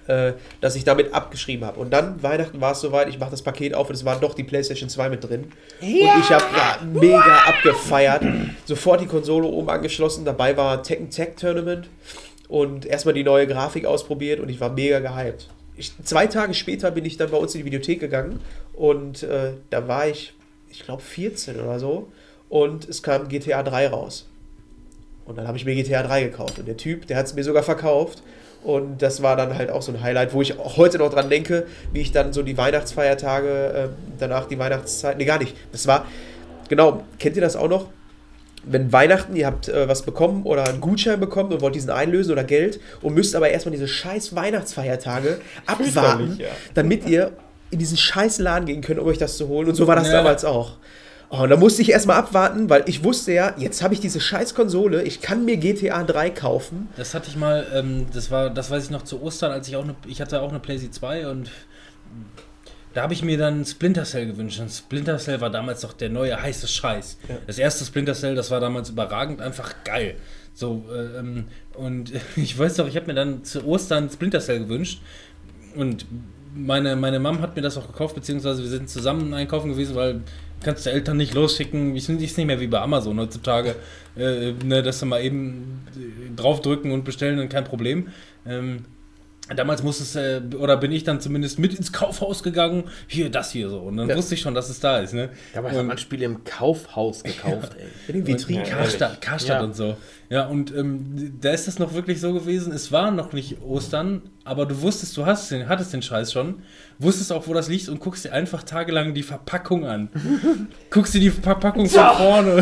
dass ich damit abgeschrieben habe. Und dann, Weihnachten war es soweit, ich mache das Paket auf und es war doch die PlayStation 2 mit drin. Und ich habe mega abgefeiert. Sofort die Konsole oben angeschlossen, dabei war Tekken Tag Tournament und erstmal die neue Grafik ausprobiert und ich war mega gehypt. 2 Tage später bin ich dann bei uns in die Videothek gegangen und da war ich glaube 14 oder so und es kam GTA 3 raus. Und dann habe ich mir GTA 3 gekauft und der Typ, der hat es mir sogar verkauft und das war dann halt auch so ein Highlight, wo ich auch heute noch dran denke, wie ich dann so die Weihnachtsfeiertage, danach die Weihnachtszeit, nee gar nicht, das war, genau, kennt ihr das auch noch? Wenn Weihnachten, ihr habt was bekommen oder einen Gutschein bekommen und wollt diesen einlösen oder Geld und müsst aber erstmal diese scheiß Weihnachtsfeiertage abwarten, damit ihr in diesen scheiß Laden gehen könnt, um euch das zu holen. Und so war das damals auch. Oh, und da musste ich erstmal abwarten, weil ich wusste ja, jetzt habe ich diese scheiß Konsole, ich kann mir GTA 3 kaufen. Das hatte ich mal, das weiß ich noch zu Ostern, als ich hatte auch eine PlayStation 2 und da habe ich mir dann Splinter Cell gewünscht. Und Splinter Cell war damals doch der neue heiße Scheiß. Ja. Das erste Splinter Cell, das war damals überragend, einfach geil. So, und ich weiß doch, ich habe mir dann zu Ostern Splinter Cell gewünscht und meine Mom hat mir das auch gekauft, beziehungsweise wir sind zusammen einkaufen gewesen, weil kannst du Eltern nicht losschicken. Ich finde es nicht mehr wie bei Amazon heutzutage, dass sie mal eben draufdrücken und bestellen und kein Problem. Damals bin ich dann zumindest mit ins Kaufhaus gegangen, das hier so. Und dann wusste ich schon, dass es da ist. Ne? Dabei hat man Spiele im Kaufhaus gekauft, ey. In den Vitrinen. Karstadt und so. Ja, und da ist das noch wirklich so gewesen, es war noch nicht Ostern, aber du wusstest, hattest den Scheiß schon, wusstest auch, wo das liegt und guckst dir einfach tagelang die Verpackung an. Guckst dir die Verpackung von vorne.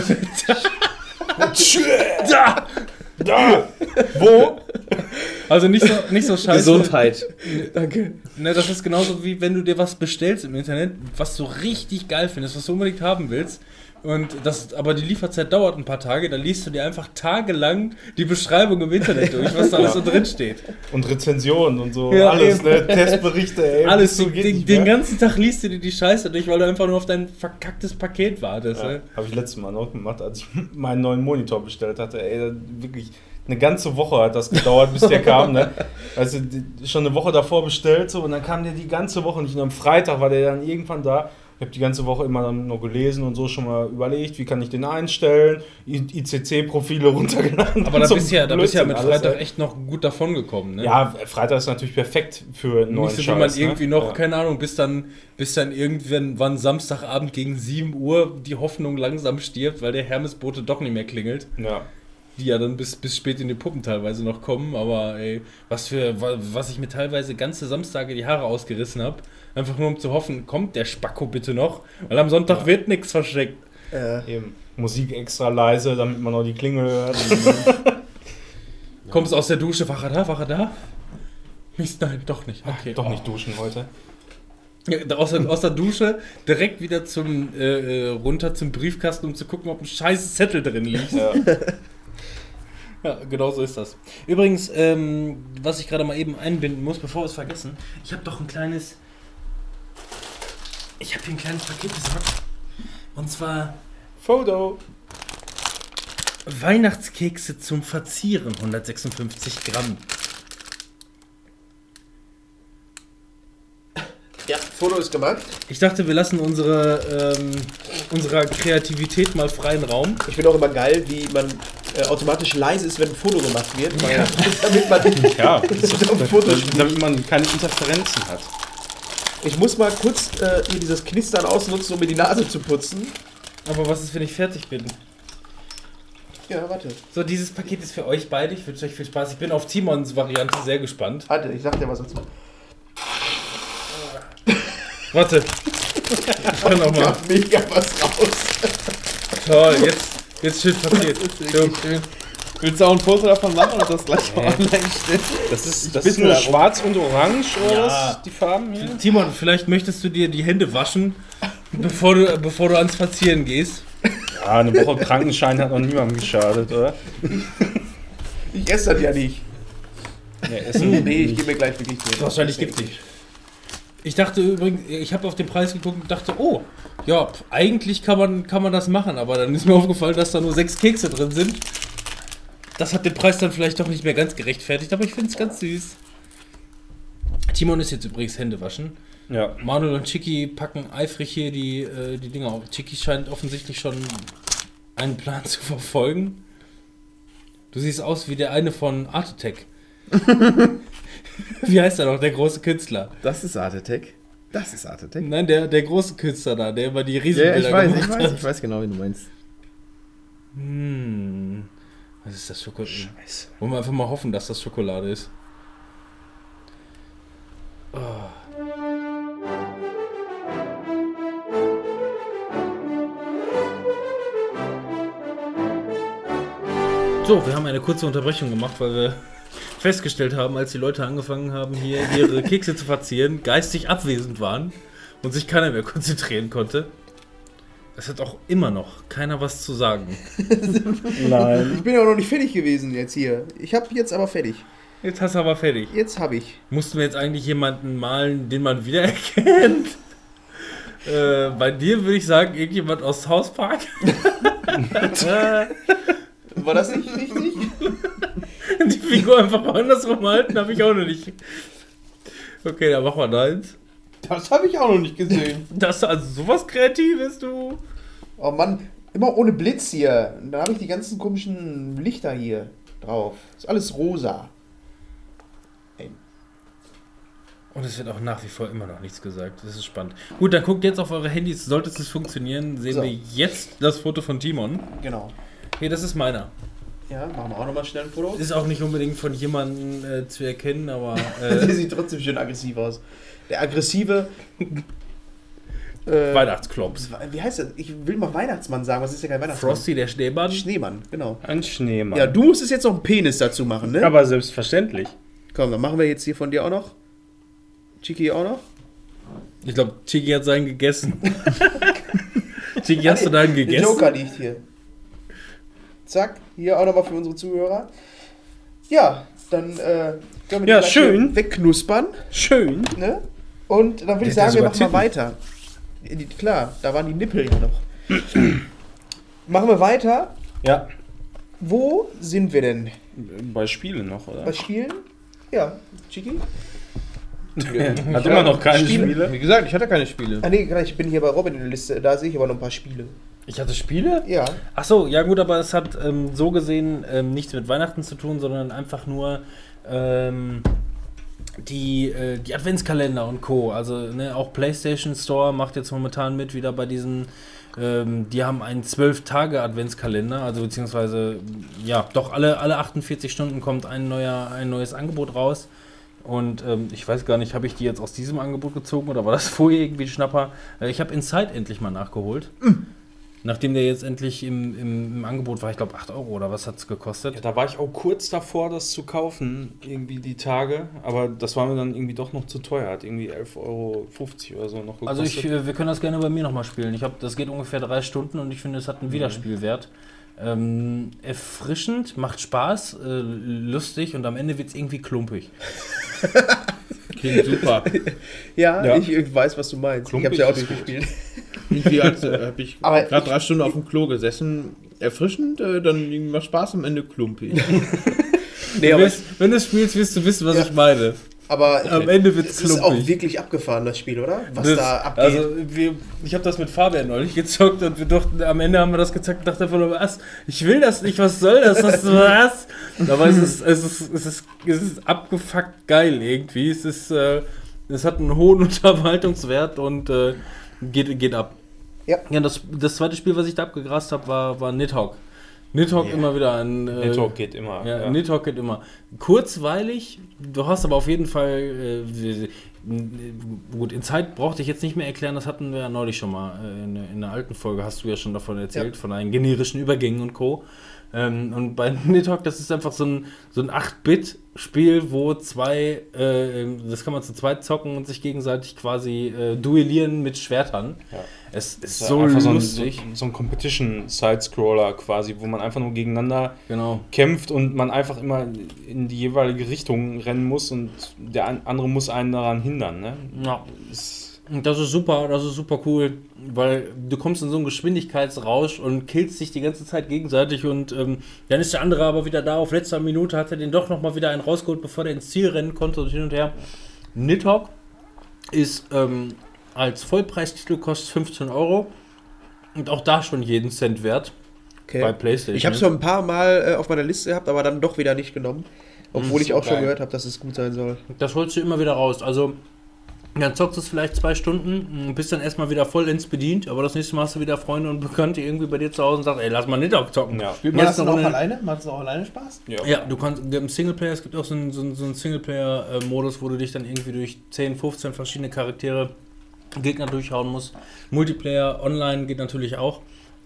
Da! Wo? Also nicht so scheiße. Gesundheit. Danke. Ne, das ist genauso wie wenn du dir was bestellst im Internet, was du richtig geil findest, was du unbedingt haben willst. Aber die Lieferzeit dauert ein paar Tage, dann liest du dir einfach tagelang die Beschreibung im Internet durch, was da alles so drin steht. Und Rezensionen und so, ja, alles, ne? Testberichte, ey. Alles, so den ganzen Tag liest du dir die Scheiße durch, weil du einfach nur auf dein verkacktes Paket wartest. Ja, habe ich letztes Mal noch gemacht, als ich meinen neuen Monitor bestellt hatte. Ey, wirklich eine ganze Woche hat das gedauert, bis der kam. Ne? Also schon eine Woche davor bestellt so, und dann kam der die ganze Woche nicht. Und am Freitag war der dann irgendwann da. Ich habe die ganze Woche immer dann noch gelesen und so schon mal überlegt, wie kann ich den einstellen, ICC-Profile runtergeladen. Aber da bist du ja mit Freitag echt noch gut davon gekommen, ne? Ja, Freitag ist natürlich perfekt für einen neuen Scheiß. Nicht so, wie man irgendwie noch, keine Ahnung, bis dann irgendwann Samstagabend gegen 7 Uhr die Hoffnung langsam stirbt, weil der Hermesbote doch nicht mehr klingelt. Ja. Die ja dann bis spät in die Puppen teilweise noch kommen, aber ey, was ich mir teilweise ganze Samstage die Haare ausgerissen habe, einfach nur um zu hoffen, kommt der Spacko bitte noch, weil am Sonntag wird nichts verschickt. Eben. Musik extra leise, damit man noch die Klingel hört. Kommst aus der Dusche, wache da? Nein, doch nicht. Okay. Doch nicht duschen heute. Ja, aus der Dusche direkt wieder runter zum Briefkasten, um zu gucken, ob ein scheiß Zettel drin liegt. Ja. Ja, genau so ist das. Übrigens, was ich gerade mal eben einbinden muss, bevor wir es vergessen, ich habe hier ein kleines Paket besorgt. Und zwar Foto. Weihnachtskekse zum Verzieren, 156 Gramm. Ja, Foto ist gemacht. Ich dachte, wir lassen unserer Kreativität mal freien Raum. Ich finde auch immer geil, wie man automatisch leise ist, wenn ein Foto gemacht wird. Weil, damit man keine Interferenzen hat. Ich muss mal kurz hier dieses Knistern ausnutzen, um mir die Nase zu putzen. Aber was ist, wenn ich fertig bin? Ja, warte. So, dieses Paket ist für euch beide. Ich wünsche euch viel Spaß. Ich bin auf Timons Variante sehr gespannt. Warte, ich sag dir was dazu. Warte. Ich kann noch mal. Mega was raus. Toll, jetzt schön passiert. Schön. Willst du auch ein Foto davon machen und das gleich online stellen? Das ist nur schwarz und orange, oder was? Die Farben hier? Timon, vielleicht möchtest du dir die Hände waschen, bevor du ans Spazieren gehst. Ja, eine Woche Krankenschein hat noch niemandem geschadet, oder? Ich esse das ja nicht. Ja, essen. Nee, ich gebe mir gleich wirklich nicht. Wahrscheinlich giftig. Ich dachte übrigens, ich habe auf den Preis geguckt und dachte, oh, ja, eigentlich kann man das machen, aber dann ist mir aufgefallen, dass da nur 6 Kekse drin sind. Das hat den Preis dann vielleicht doch nicht mehr ganz gerechtfertigt, aber ich finde es ganz süß. Timon ist jetzt übrigens Hände waschen. Ja. Manuel und Chicky packen eifrig hier die Dinger auf. Chicky scheint offensichtlich schon einen Plan zu verfolgen. Du siehst aus wie der eine von Art Attack. Wie heißt er noch, der große Künstler? Das ist Art Attack. Das ist Art Attack. Nein, der große Künstler da, der immer die Ja, Riesenbilder gemacht hat. ich weiß genau, wie du meinst. Was ist das Schokolade? Scheiße. Wollen wir einfach mal hoffen, dass das Schokolade ist. Oh. So, wir haben eine kurze Unterbrechung gemacht, weil wir festgestellt haben, als die Leute angefangen haben, hier ihre Kekse zu verzieren, geistig abwesend waren und sich keiner mehr konzentrieren konnte. Es hat auch immer noch keiner was zu sagen. Nein. Ich bin ja auch noch nicht fertig gewesen jetzt hier. Ich habe jetzt aber fertig. Jetzt hast du aber fertig. Jetzt habe ich. Mussten wir jetzt eigentlich jemanden malen, den man wiedererkennt? Bei dir würde ich sagen, irgendjemand aus South Park. War das nicht richtig? Die Figur einfach andersrum halten, habe ich auch noch nicht. Okay, dann machen wir deins. Das habe ich auch noch nicht gesehen. Das ist also sowas Kreatives, du. Oh Mann, immer ohne Blitz hier. Und dann habe ich die ganzen komischen Lichter hier drauf. Ist alles rosa. Ey. Und es wird auch nach wie vor immer noch nichts gesagt. Das ist spannend. Gut, dann guckt jetzt auf eure Handys. Sollte es funktionieren, sehen So. wir jetzt das Foto von Timon. Genau. Hier, das ist meiner. Ja, machen wir auch nochmal schnell ein Foto. Ist auch nicht unbedingt von jemandem zu erkennen, aber... Der sieht trotzdem schön aggressiv aus. Der aggressive... Weihnachtsklops. Wie heißt das? Ich will mal Weihnachtsmann sagen. Was ist ja kein Weihnachtsmann? Frosty, der Schneemann. Schneemann, genau. Ein Schneemann. Ja, du musstest jetzt noch einen Penis dazu machen, ne? Aber selbstverständlich. Komm, dann machen wir jetzt hier von dir auch noch. Chiki auch noch. Ich glaube, Chiki hat seinen gegessen. Chiki, hast du deinen Der gegessen? Joker liegt hier. Zack, hier auch nochmal für unsere Zuhörer. Ja, dann können wir die Ja, gleich schön. hier wegknuspern. Schön. Ne? Und dann würde ich Der hat sagen, wir ja machen sogar mal weiter. Klar, da waren die Nippel ja noch. Machen wir weiter. Ja. Wo sind wir denn? Bei Spielen noch, oder? Bei Spielen? Ja, Chiki? Hat immer noch keine Spiele. Spiele. Wie gesagt, ich hatte keine Spiele. Ah nee, ich bin hier bei Robin in der Liste. Da sehe ich aber noch ein paar Spiele. Ich hatte Spiele? Ja. Ach so, ja gut, aber es hat so gesehen nichts mit Weihnachten zu tun, sondern einfach nur die Adventskalender und Co. Also ne, auch PlayStation Store macht jetzt momentan mit wieder bei diesen, die haben einen 12-Tage-Adventskalender, also beziehungsweise, ja, doch alle 48 Stunden kommt ein neues Angebot raus. Und ich weiß gar nicht, habe ich die jetzt aus diesem Angebot gezogen oder war das vorher irgendwie ein Schnapper? Ich habe Inside endlich mal nachgeholt. Nachdem der jetzt endlich im Angebot war, ich glaube 8 Euro oder was hat es gekostet? Ja, da war ich auch kurz davor, das zu kaufen, irgendwie die Tage. Aber das war mir dann irgendwie doch noch zu teuer. Hat irgendwie 11,50 Euro oder so noch gekostet. Also wir können das gerne bei mir nochmal spielen. Das geht ungefähr 3 Stunden und ich finde, es hat einen Wiederspielwert. Erfrischend, macht Spaß, lustig und am Ende wird es irgendwie klumpig. Klingt super. Ja, ich weiß, was du meinst. Klumpig ich habe ja auch ist durchgespielt. Irgendwie habe ich Aber gerade 3 Stunden auf dem Klo gesessen. Erfrischend, dann macht Spaß, am Ende klumpig. Nee, aber, Wenn du spielst, wirst du wissen, was ich meine. aber Am Ende wird es es ist auch klumpig. wirklich abgefahren, das Spiel, oder? Was Das- da abgeht. Also ich habe das mit Fabian neulich gezockt und wir dachten, am Ende haben wir das gezockt und dachten einfach nur, was? Ich will das nicht, was soll das? Was? Aber es ist abgefuckt geil irgendwie. Es hat einen hohen Unterhaltungswert und geht ab. Ja. Ja, das zweite Spiel, was ich da abgegrast habe, war Nidhogg. Nidhogg immer wieder ein... Network geht immer. Ja, Nidhogg geht immer. Kurzweilig, du hast aber auf jeden Fall, gut, in Zeit brauchte ich jetzt nicht mehr erklären, das hatten wir ja neulich schon mal. In der alten Folge hast du ja schon davon erzählt, von einen generischen Übergängen und Co. Und bei Nidhogg, das ist einfach so ein 8-Bit-Spiel, wo zwei, das kann man zu zweit zocken und sich gegenseitig quasi duellieren mit Schwertern. Ja. Es ist Ja, so einfach lustig. so ein Competition-Side-Scroller quasi, wo man einfach nur gegeneinander Genau. kämpft und man einfach immer in die jeweilige Richtung rennen muss und der andere muss einen daran hindern. Ne? Ja. Und das ist super cool, weil du kommst in so einen Geschwindigkeitsrausch und killst dich die ganze Zeit gegenseitig und dann ist der andere aber wieder da, auf letzter Minute hat er den doch nochmal wieder einen rausgeholt, bevor der ins Ziel rennen konnte und hin und her. Nidhogg ist als Vollpreistitel kostet 15 Euro und auch da schon jeden Cent wert bei PlayStation. Ich habe es schon ein paar Mal auf meiner Liste gehabt, aber dann doch wieder nicht genommen. Obwohl ich auch schon geil. gehört habe, dass es gut sein soll. Das holst du immer wieder raus. Also, dann zockst du es vielleicht 2 Stunden, bist dann erstmal wieder vollends bedient, aber das nächste Mal hast du wieder Freunde und Bekannte irgendwie bei dir zu Hause und sagst, ey, lass mal Nidhogg zocken. Ja. Spielt man das dann auch Runde- alleine? Macht es auch alleine Spaß? Ja, du kannst im Singleplayer, es gibt auch so einen Singleplayer-Modus, wo du dich dann irgendwie durch 10, 15 verschiedene Charaktere, Gegner durchhauen musst. Multiplayer, online geht natürlich auch.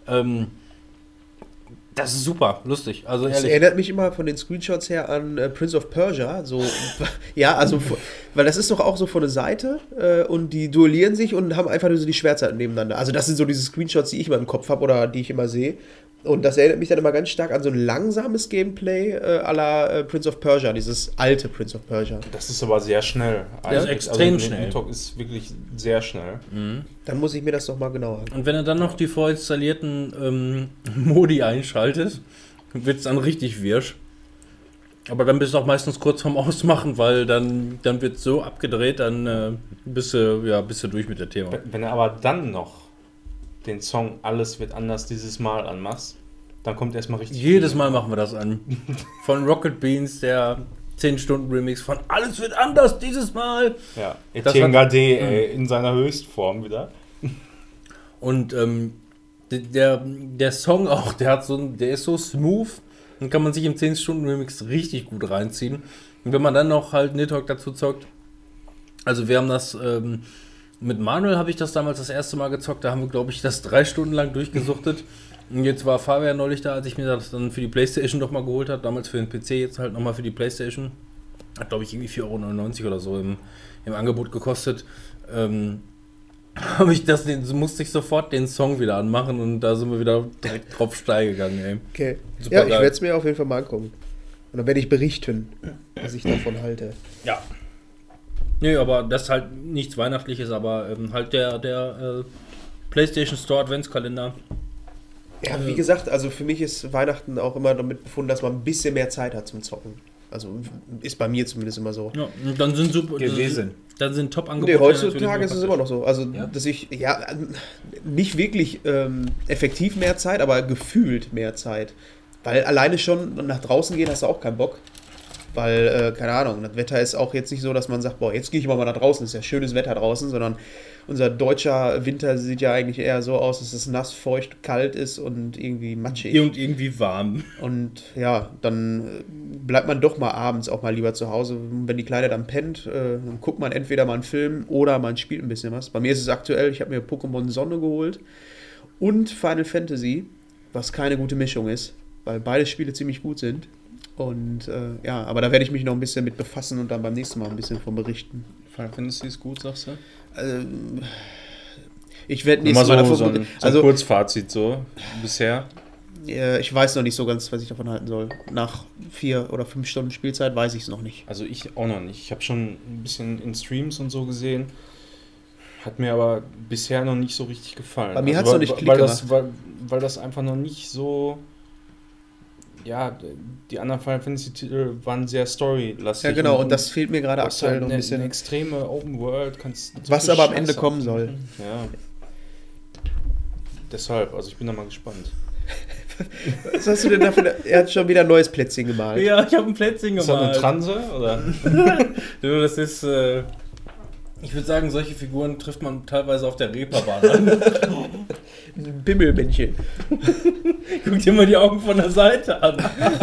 Das ist super, lustig. Also Das ehrlich. erinnert mich immer von den Screenshots her an Prince of Persia. So, ja, also, weil das ist doch auch so von der Seite und die duellieren sich und haben einfach nur so die Schwerter nebeneinander. Also das sind so diese Screenshots, die ich immer im Kopf habe oder die ich immer sehe. Und das erinnert mich dann immer ganz stark an so ein langsames Gameplay à la Prince of Persia, dieses alte Prince of Persia. Das ist aber sehr schnell. Das ist extrem also, schnell. Nidhogg ist wirklich sehr schnell. Dann muss ich mir das doch mal genauer angucken. Und wenn er dann noch die vorinstallierten Modi einschaltet, wird es dann richtig wirsch. Aber dann bist du auch meistens kurz vorm Ausmachen, weil dann wird es so abgedreht, dann bist du durch mit dem Thema. Wenn er aber dann noch den Song Alles wird anders dieses Mal anmachst, dann kommt erstmal richtig. Jedes Mal machen wir das an. Von Rocket Beans, der 10-Stunden-Remix von Alles wird anders dieses Mal. Ja, Das Etienne hat- Gade in seiner Höchstform wieder. Und der Song auch, der ist so smooth, dann kann man sich im 10-Stunden-Remix richtig gut reinziehen. Und wenn man dann noch halt Nidhogg dazu zockt, also wir haben das, mit Manuel habe ich das damals das erste Mal gezockt, da haben wir, glaube ich, das 3 Stunden lang durchgesuchtet. Und jetzt war Fabian neulich da, als ich mir das dann für die Playstation nochmal geholt habe, damals für den PC, jetzt halt nochmal für die Playstation. Hat, glaube ich, irgendwie 4,99 € oder so im Angebot gekostet. Musste ich sofort den Song wieder anmachen und da sind wir wieder direkt drauf steil gegangen, ey. Okay. Super Ja, ich geil. werde es mir auf jeden Fall mal angucken. Und dann werde ich berichten, was ich davon halte. Ja. Nee, aber das ist halt nichts Weihnachtliches, aber halt der PlayStation Store Adventskalender. Ja, wie gesagt, also für mich ist Weihnachten auch immer damit befunden, dass man ein bisschen mehr Zeit hat zum Zocken. Also ist bei mir zumindest immer so. Ja, und dann sind super. Gewesen. Dann sind Top-Angebote. Nee, heutzutage natürlich ist es immer noch so. Also, dass ich, nicht wirklich effektiv mehr Zeit, aber gefühlt mehr Zeit. Weil alleine schon nach draußen gehen hast du auch keinen Bock. Weil, keine Ahnung, das Wetter ist auch jetzt nicht so, dass man sagt, boah, jetzt gehe ich mal nach draußen, ist ja schönes Wetter draußen, sondern unser deutscher Winter sieht ja eigentlich eher so aus, dass es nass, feucht, kalt ist und irgendwie matschig. Und irgendwie warm. Und ja, dann bleibt man doch mal abends auch mal lieber zu Hause. Wenn die Kleine dann pennt, dann guckt man entweder mal einen Film oder man spielt ein bisschen was. Bei mir ist es aktuell, ich habe mir Pokémon Sonne geholt und Final Fantasy, was keine gute Mischung ist, weil beide Spiele ziemlich gut sind. Und aber da werde ich mich noch ein bisschen mit befassen und dann beim nächsten Mal ein bisschen von berichten. Final Fantasy ist gut, sagst du? Ich werde Mal nächstes Mal davon so ein also Kurzfazit so bisher. ich weiß noch nicht so ganz, was ich davon halten soll. Nach 4 oder 5 Stunden Spielzeit weiß ich es noch nicht. Also ich auch noch nicht. Ich habe schon ein bisschen in Streams und so gesehen. Hat mir aber bisher noch nicht so richtig gefallen. Bei mir hat's weil- noch nicht Klick weil gemacht. weil das einfach noch nicht so... Ja, die anderen Final Fantasy-Titel waren sehr storylastig. Ja, genau, und das fehlt mir gerade du hast aktuell halt noch ein bisschen. Eine extreme Open World. Kannst so Was viel aber am Ende Scheiße kommen soll. abmachen. Ja. Deshalb, also ich bin da mal gespannt. Was hast du denn dafür? Er hat schon wieder ein neues Plätzchen gemalt. Ja, ich habe ein Plätzchen Ist das eine gemalt. Transe? Oder? Du, das ist, ich würde sagen, solche Figuren trifft man teilweise auf der Reeperbahn an. Ein Bimmelmännchen. Guck dir mal die Augen von der Seite an.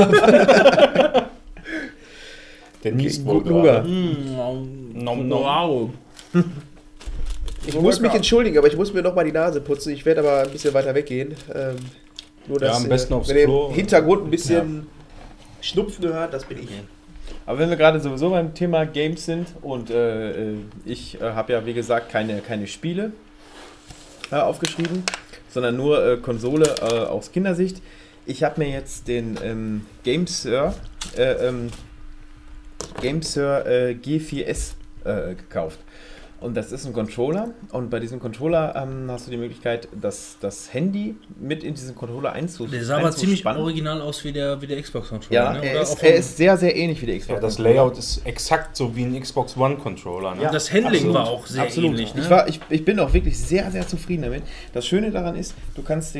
Der niest wohl Guten Hunger. gerade. Nom, nom. Wow. Ich muss mich entschuldigen, aber ich muss mir noch mal die Nase putzen. Ich werde aber ein bisschen weiter weggehen. Nur dass am besten aufs wenn ihr Klo. im Hintergrund ein bisschen Schnupfen hört, das bin ich. Aber wenn wir gerade sowieso beim Thema Games sind und ich habe ja wie gesagt keine Spiele aufgeschrieben, sondern nur Konsole aus Kindersicht. Ich habe mir jetzt den GameSir G4S gekauft. Und das ist ein Controller. Und bei diesem Controller hast du die Möglichkeit, das Handy mit in diesen Controller einzuspannen. Der sah aber ziemlich original aus wie der Xbox-Controller. Ja, ne? er ist sehr, sehr ähnlich wie der Xbox. Ja, das Layout ist exakt so wie ein Xbox One-Controller. Ne? Ja, das Handling war auch sehr ähnlich. Ne? Ich bin auch wirklich sehr, sehr zufrieden damit. Das Schöne daran ist, du kannst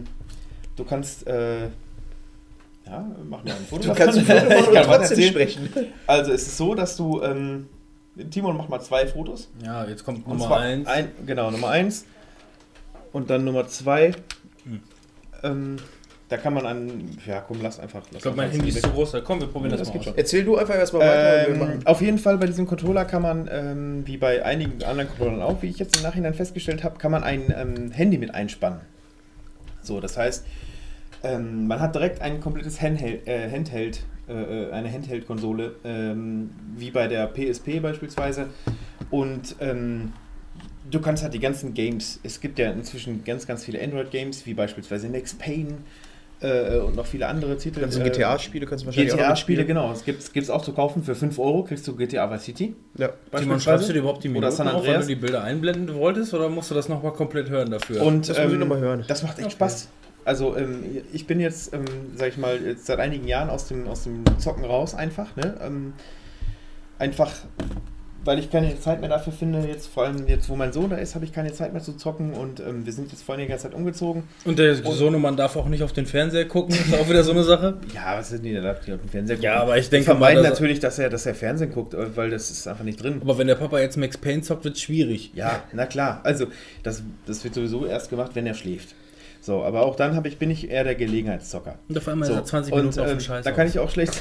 mach mal ein Foto. Du kannst ich kann trotzdem sprechen. Also es ist so, dass du, Timon macht mal 2 Fotos. Ja, jetzt kommt Und Nummer zwar 1. Genau, Nummer 1 und dann Nummer 2. Da kann man lass einfach. Ich glaube, mein Handy ist zu groß. Komm, wir probieren das mal aus. Erzähl du einfach erstmal weiter. Auf jeden Fall bei diesem Controller kann man, wie bei einigen anderen Controllern auch, wie ich jetzt im Nachhinein festgestellt habe, kann man ein Handy mit einspannen. So, das heißt, man hat direkt ein komplettes Handheld, eine Handheld-Konsole, wie bei der PSP beispielsweise. Und du kannst halt die ganzen Games, es gibt ja inzwischen ganz, ganz viele Android-Games, wie beispielsweise Max Payne und noch viele andere Titel. Ganzen GTA-Spiele kannst du wahrscheinlich GTA-Spiele, genau. Es gibt's auch zu kaufen. Für 5 Euro kriegst du GTA Vice City. Ja. Timon, schreibst du dir überhaupt die Minuten San auf, wenn Andreas? du die Bilder einblenden wolltest, oder musst du das nochmal komplett hören dafür? Und Das muss ich noch mal hören. das macht echt Spaß. Also ich bin jetzt, sag ich mal, jetzt seit einigen Jahren aus dem Zocken raus einfach. Ne? Einfach, weil ich keine Zeit mehr dafür finde, jetzt vor allem jetzt, wo mein Sohn da ist, habe ich keine Zeit mehr zu zocken und wir sind jetzt vor einiger Zeit umgezogen. Und der Sohnemann darf auch nicht auf den Fernseher gucken, ist auch wieder so eine Sache. Ja, was ist denn, der darf nicht auf dem Fernseher gucken. Ja, aber ich Wir denke vermeiden mal, natürlich, dass er Fernsehen guckt, weil das ist einfach nicht drin. aber wenn der Papa jetzt Max Payne zockt, wird es schwierig. Ja, na klar. Also, das wird sowieso erst gemacht, wenn er schläft. So, aber auch dann bin ich eher der Gelegenheitszocker. Und auf einmal So, ist er 20 Minuten und, auf dem Scheiß. da kann ich auch schlecht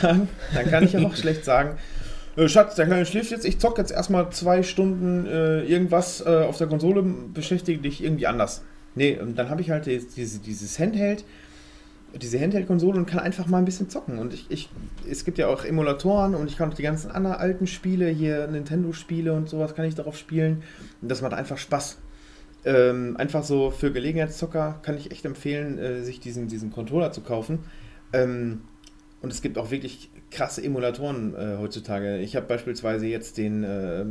sagen, Schatz, der Kleine schläft jetzt, ich zocke jetzt erstmal 2 Stunden irgendwas auf der Konsole, beschäftige dich irgendwie anders. Nee, und dann habe ich halt dieses Handheld, diese Handheld-Konsole und kann einfach mal ein bisschen zocken. Und es gibt ja auch Emulatoren und ich kann auch die ganzen anderen alten Spiele, hier Nintendo-Spiele und sowas kann ich darauf spielen. Und das macht einfach Spaß. Einfach so für Gelegenheitszocker kann ich echt empfehlen, sich diesen Controller zu kaufen. Und es gibt auch wirklich krasse Emulatoren heutzutage. Ich habe beispielsweise jetzt den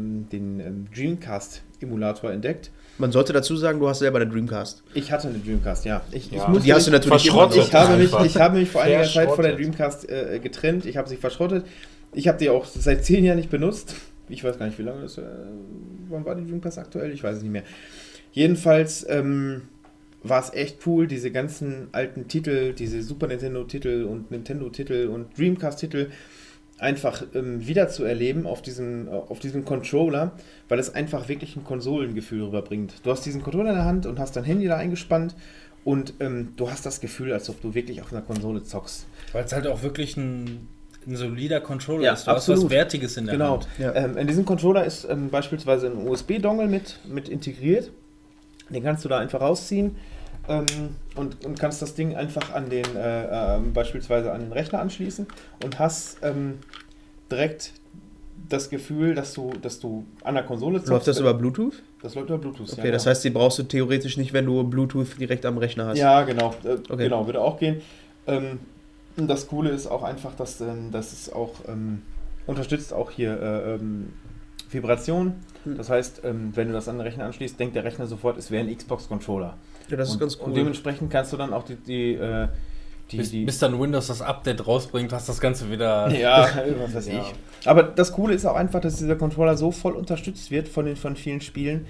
Dreamcast-Emulator entdeckt. Man sollte dazu sagen, du hast selber eine Dreamcast. Ich hatte eine Dreamcast, ja. Die hast du natürlich verschrottet. Ich habe mich vor einiger Zeit von der Verschrottet. Dreamcast getrennt. Ich habe sie verschrottet. Ich habe die auch seit 10 Jahren nicht benutzt. Ich weiß gar nicht, wie lange das... wann war die Dreamcast aktuell? Ich weiß es nicht mehr. Jedenfalls war es echt cool, diese ganzen alten Titel, diese Super Nintendo-Titel und Nintendo-Titel und Dreamcast-Titel einfach wieder zu erleben auf diesem Controller, weil es einfach wirklich ein Konsolengefühl rüberbringt. Du hast diesen Controller in der Hand und hast dein Handy da eingespannt und du hast das Gefühl, als ob du wirklich auf einer Konsole zockst. Weil es halt auch wirklich ein solider Controller Ja, ist. Du hast was Wertiges in der Hand. Ja. In diesem Controller ist beispielsweise ein USB-Dongle mit integriert. Den kannst du da einfach rausziehen und kannst das Ding einfach an den beispielsweise an den Rechner anschließen und hast direkt das Gefühl, dass du an der Konsole zockst. Läuft das über Bluetooth? Das läuft über Bluetooth. Okay, das heißt, die brauchst du theoretisch nicht, wenn du Bluetooth direkt am Rechner hast. Ja, genau. Okay. Genau, würde auch gehen. Und das Coole ist auch einfach, dass es auch unterstützt auch hier Vibration. Das heißt, wenn du das an den Rechner anschließt, denkt der Rechner sofort, es wäre ein Xbox-Controller. Ja, das ist ganz cool. Und dementsprechend kannst du dann auch Bis dann Windows das Update rausbringt, hast das Ganze wieder... ja, was weiß Ja. ich. Aber das Coole ist auch einfach, dass dieser Controller so voll unterstützt wird von vielen Spielen.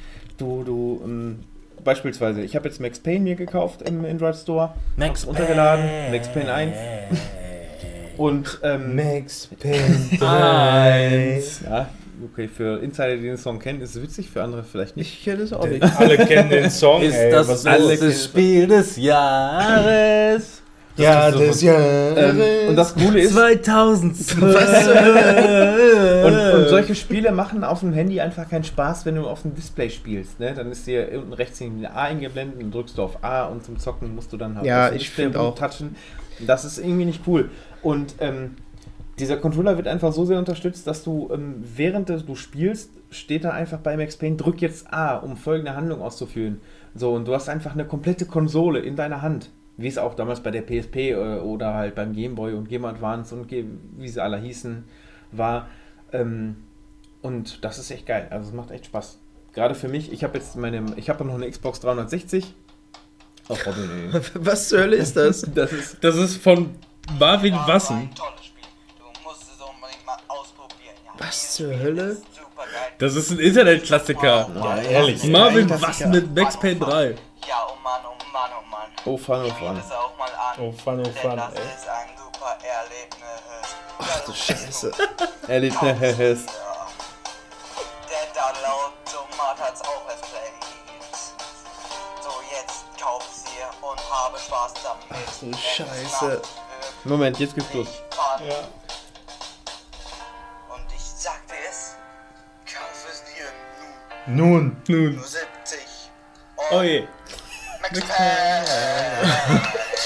Beispielsweise, ich habe jetzt Max Payne mir gekauft im Android Store. Max hab's runtergeladen, Max Payne 1. Und Max Payne 1. ja, okay, für Insider, die den Song kennen, ist es witzig, für andere vielleicht nicht. Ich kenne das auch nicht. Alle kennen den Song. Ist ey, das was beste Spiel des Jahres. Ja, das das Jahr. Und das Coole ist, 2012. und solche Spiele machen auf dem Handy einfach keinen Spaß, wenn du auf dem Display spielst. Ne? Dann ist dir unten rechts ein A eingeblendet und drückst du auf A und zum Zocken musst du dann halt Ja, auf dem ich Display finde auch. touchen. Das ist irgendwie nicht cool. Und dieser Controller wird einfach so sehr unterstützt, dass du, während du spielst, steht da einfach bei Max Payne, drück jetzt A, um folgende Handlung auszuführen. So, und du hast einfach eine komplette Konsole in deiner Hand. Wie es auch damals bei der PSP oder halt beim Game Boy und Game Advance und wie sie alle hießen, war. Und das ist echt geil. Also es macht echt Spaß. gerade für mich, ich habe noch eine Xbox 360. Ach, Robin, ey. Was zur Hölle ist das? Das ist von Marvin Wassen. Ein tolles Spiel. Du musst es unbedingt mal ausprobieren. Ja, Was dieses zur Spiel Hölle? ist supergeil. Das ist ein Internetklassiker. Ja, ehrlich. Marvin Wassen mit Max Payne 3. Ja, oh Mann, oh Mann, oh Mann. Oh, Fun, oh, Spiel Fun. es auch mal an. Oh, Fun, Denn ey. das ist ein super Erlebnis. Ach du Scheiße. Erlebnis. Der Download-Tomat hat's auch Let's Play. So, jetzt kauf sie und habe Spaß damit. Ach du Denn es Scheiße. macht Moment, jetzt geht's los. wirklich Fun. Und ich sagte es, kauf es dir nun. Nun. Nur 70. Oh je. Max Payne.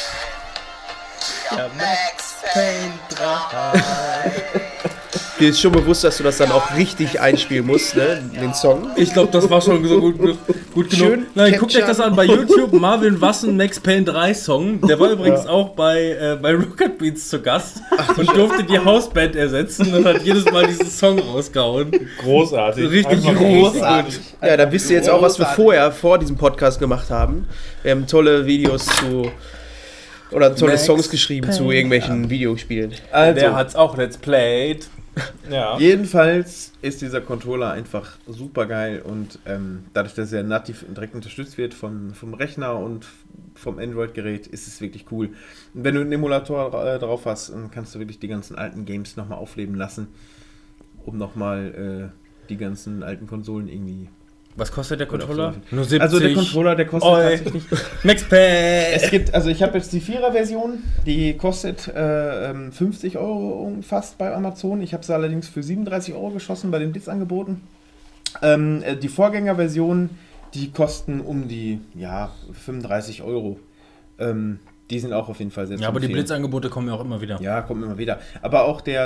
Ja, Max Payne 3. Dir ist schon bewusst, dass du das dann auch richtig einspielen musst, ne? Den Song. Ich glaube, das war schon so gut genug. Schön Nein, guckt euch Capture. das an bei YouTube. Marvin Wassen Max Payne 3 Song. Der war übrigens auch bei Rocket Beats zu Gast und durfte die Hausband ersetzen und hat jedes Mal diesen Song rausgehauen. Großartig. Richtig Einfach großartig. Ja, dann wisst ihr jetzt auch, was wir vor diesem Podcast gemacht haben. Wir haben tolle Videos oder tolle Max Songs geschrieben zu irgendwelchen Videospielen. Also, Der hat's auch Let's Played. Ja. jedenfalls ist dieser Controller einfach super geil und dadurch, dass er nativ direkt unterstützt wird vom Rechner und vom Android-Gerät, ist es wirklich cool. Und wenn du einen Emulator drauf hast, dann kannst du wirklich die ganzen alten Games nochmal aufleben lassen, um nochmal die ganzen alten Konsolen irgendwie... Was kostet der Oder Controller? auf Nur 70. Also der Controller, der kostet Oi. tatsächlich... Max Payne. Es gibt, also ich habe jetzt die 4er-Version, die kostet 50 Euro fast bei Amazon. Ich habe sie allerdings für 37 Euro geschossen bei den Blitzangeboten. Die Vorgängerversion, die kosten um die 35 Euro. Die sind auch auf jeden Fall sehr zu Ja, aber die empfehlen. Blitzangebote kommen ja auch immer wieder. Ja, kommt immer wieder. Aber auch der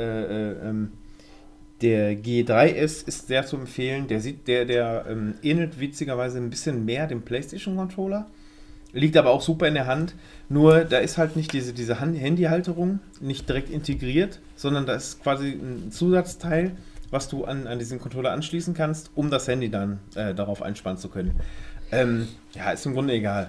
G3S ist sehr zu empfehlen. Der ähnelt witzigerweise ein bisschen mehr dem PlayStation-Controller. Liegt aber auch super in der Hand. Nur da ist halt nicht diese Handyhalterung nicht direkt integriert, sondern da ist quasi ein Zusatzteil, was du an diesen Controller anschließen kannst, um das Handy dann darauf einspannen zu können. Ist im Grunde egal.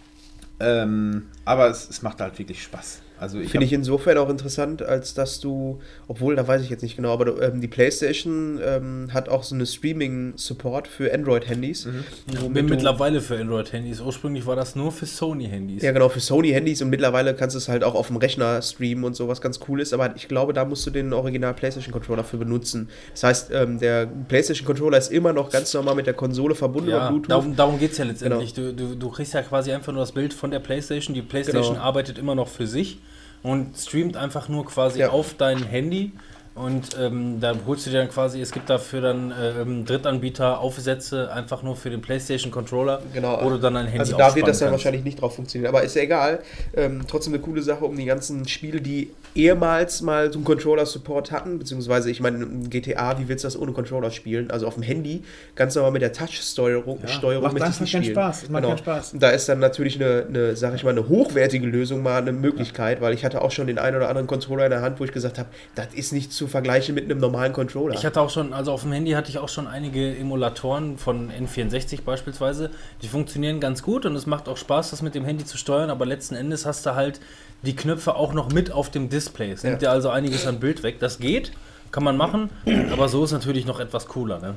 Aber es macht halt wirklich Spaß. Also Finde ich insofern auch interessant, als dass du, obwohl, da weiß ich jetzt nicht genau, aber die PlayStation hat auch so eine Streaming-Support für Android-Handys. Ich bin mittlerweile für Android-Handys. Ursprünglich war das nur für Sony-Handys. Ja, genau, für Sony-Handys und mittlerweile kannst du es halt auch auf dem Rechner streamen und so, was ganz cool ist, aber ich glaube, da musst du den Original PlayStation-Controller für benutzen. Das heißt, der PlayStation-Controller ist immer noch ganz normal mit der Konsole verbunden über Ja, Bluetooth. darum geht es ja letztendlich. Du kriegst ja quasi einfach nur das Bild von der PlayStation. Die PlayStation Genau. arbeitet immer noch für sich und streamt einfach nur quasi Ja. auf dein Handy. Und da holst du dir dann quasi, es gibt dafür dann Drittanbieter Aufsätze einfach nur für den PlayStation Controller, Genau. wo du dann ein Handy Also da wird aufspannen das dann kannst. wahrscheinlich nicht drauf funktionieren. Aber ist ja egal. Trotzdem eine coole Sache, um die ganzen Spiele, die ehemals mal so einen Controller-Support hatten, beziehungsweise, ich meine, GTA, wie willst du das ohne Controller spielen? Also auf dem Handy, ganz normal mit der Touch-Steuerung macht möchte ich einfach nicht keinen spielen. Spaß. Es macht keinen Spaß. Und da ist dann natürlich eine hochwertige Lösung mal eine Möglichkeit, weil ich hatte auch schon den einen oder anderen Controller in der Hand, wo ich gesagt habe, das ist nicht zu vergleichen mit einem normalen Controller. Ich hatte auch schon, also auf dem Handy hatte ich auch schon einige Emulatoren von N64 beispielsweise. Die funktionieren ganz gut und es macht auch Spaß, das mit dem Handy zu steuern, aber letzten Endes hast du halt die Knöpfe auch noch mit auf dem Display. Es nimmt dir also einiges an Bild weg. Das geht, kann man machen, aber so ist natürlich noch etwas cooler. Ne?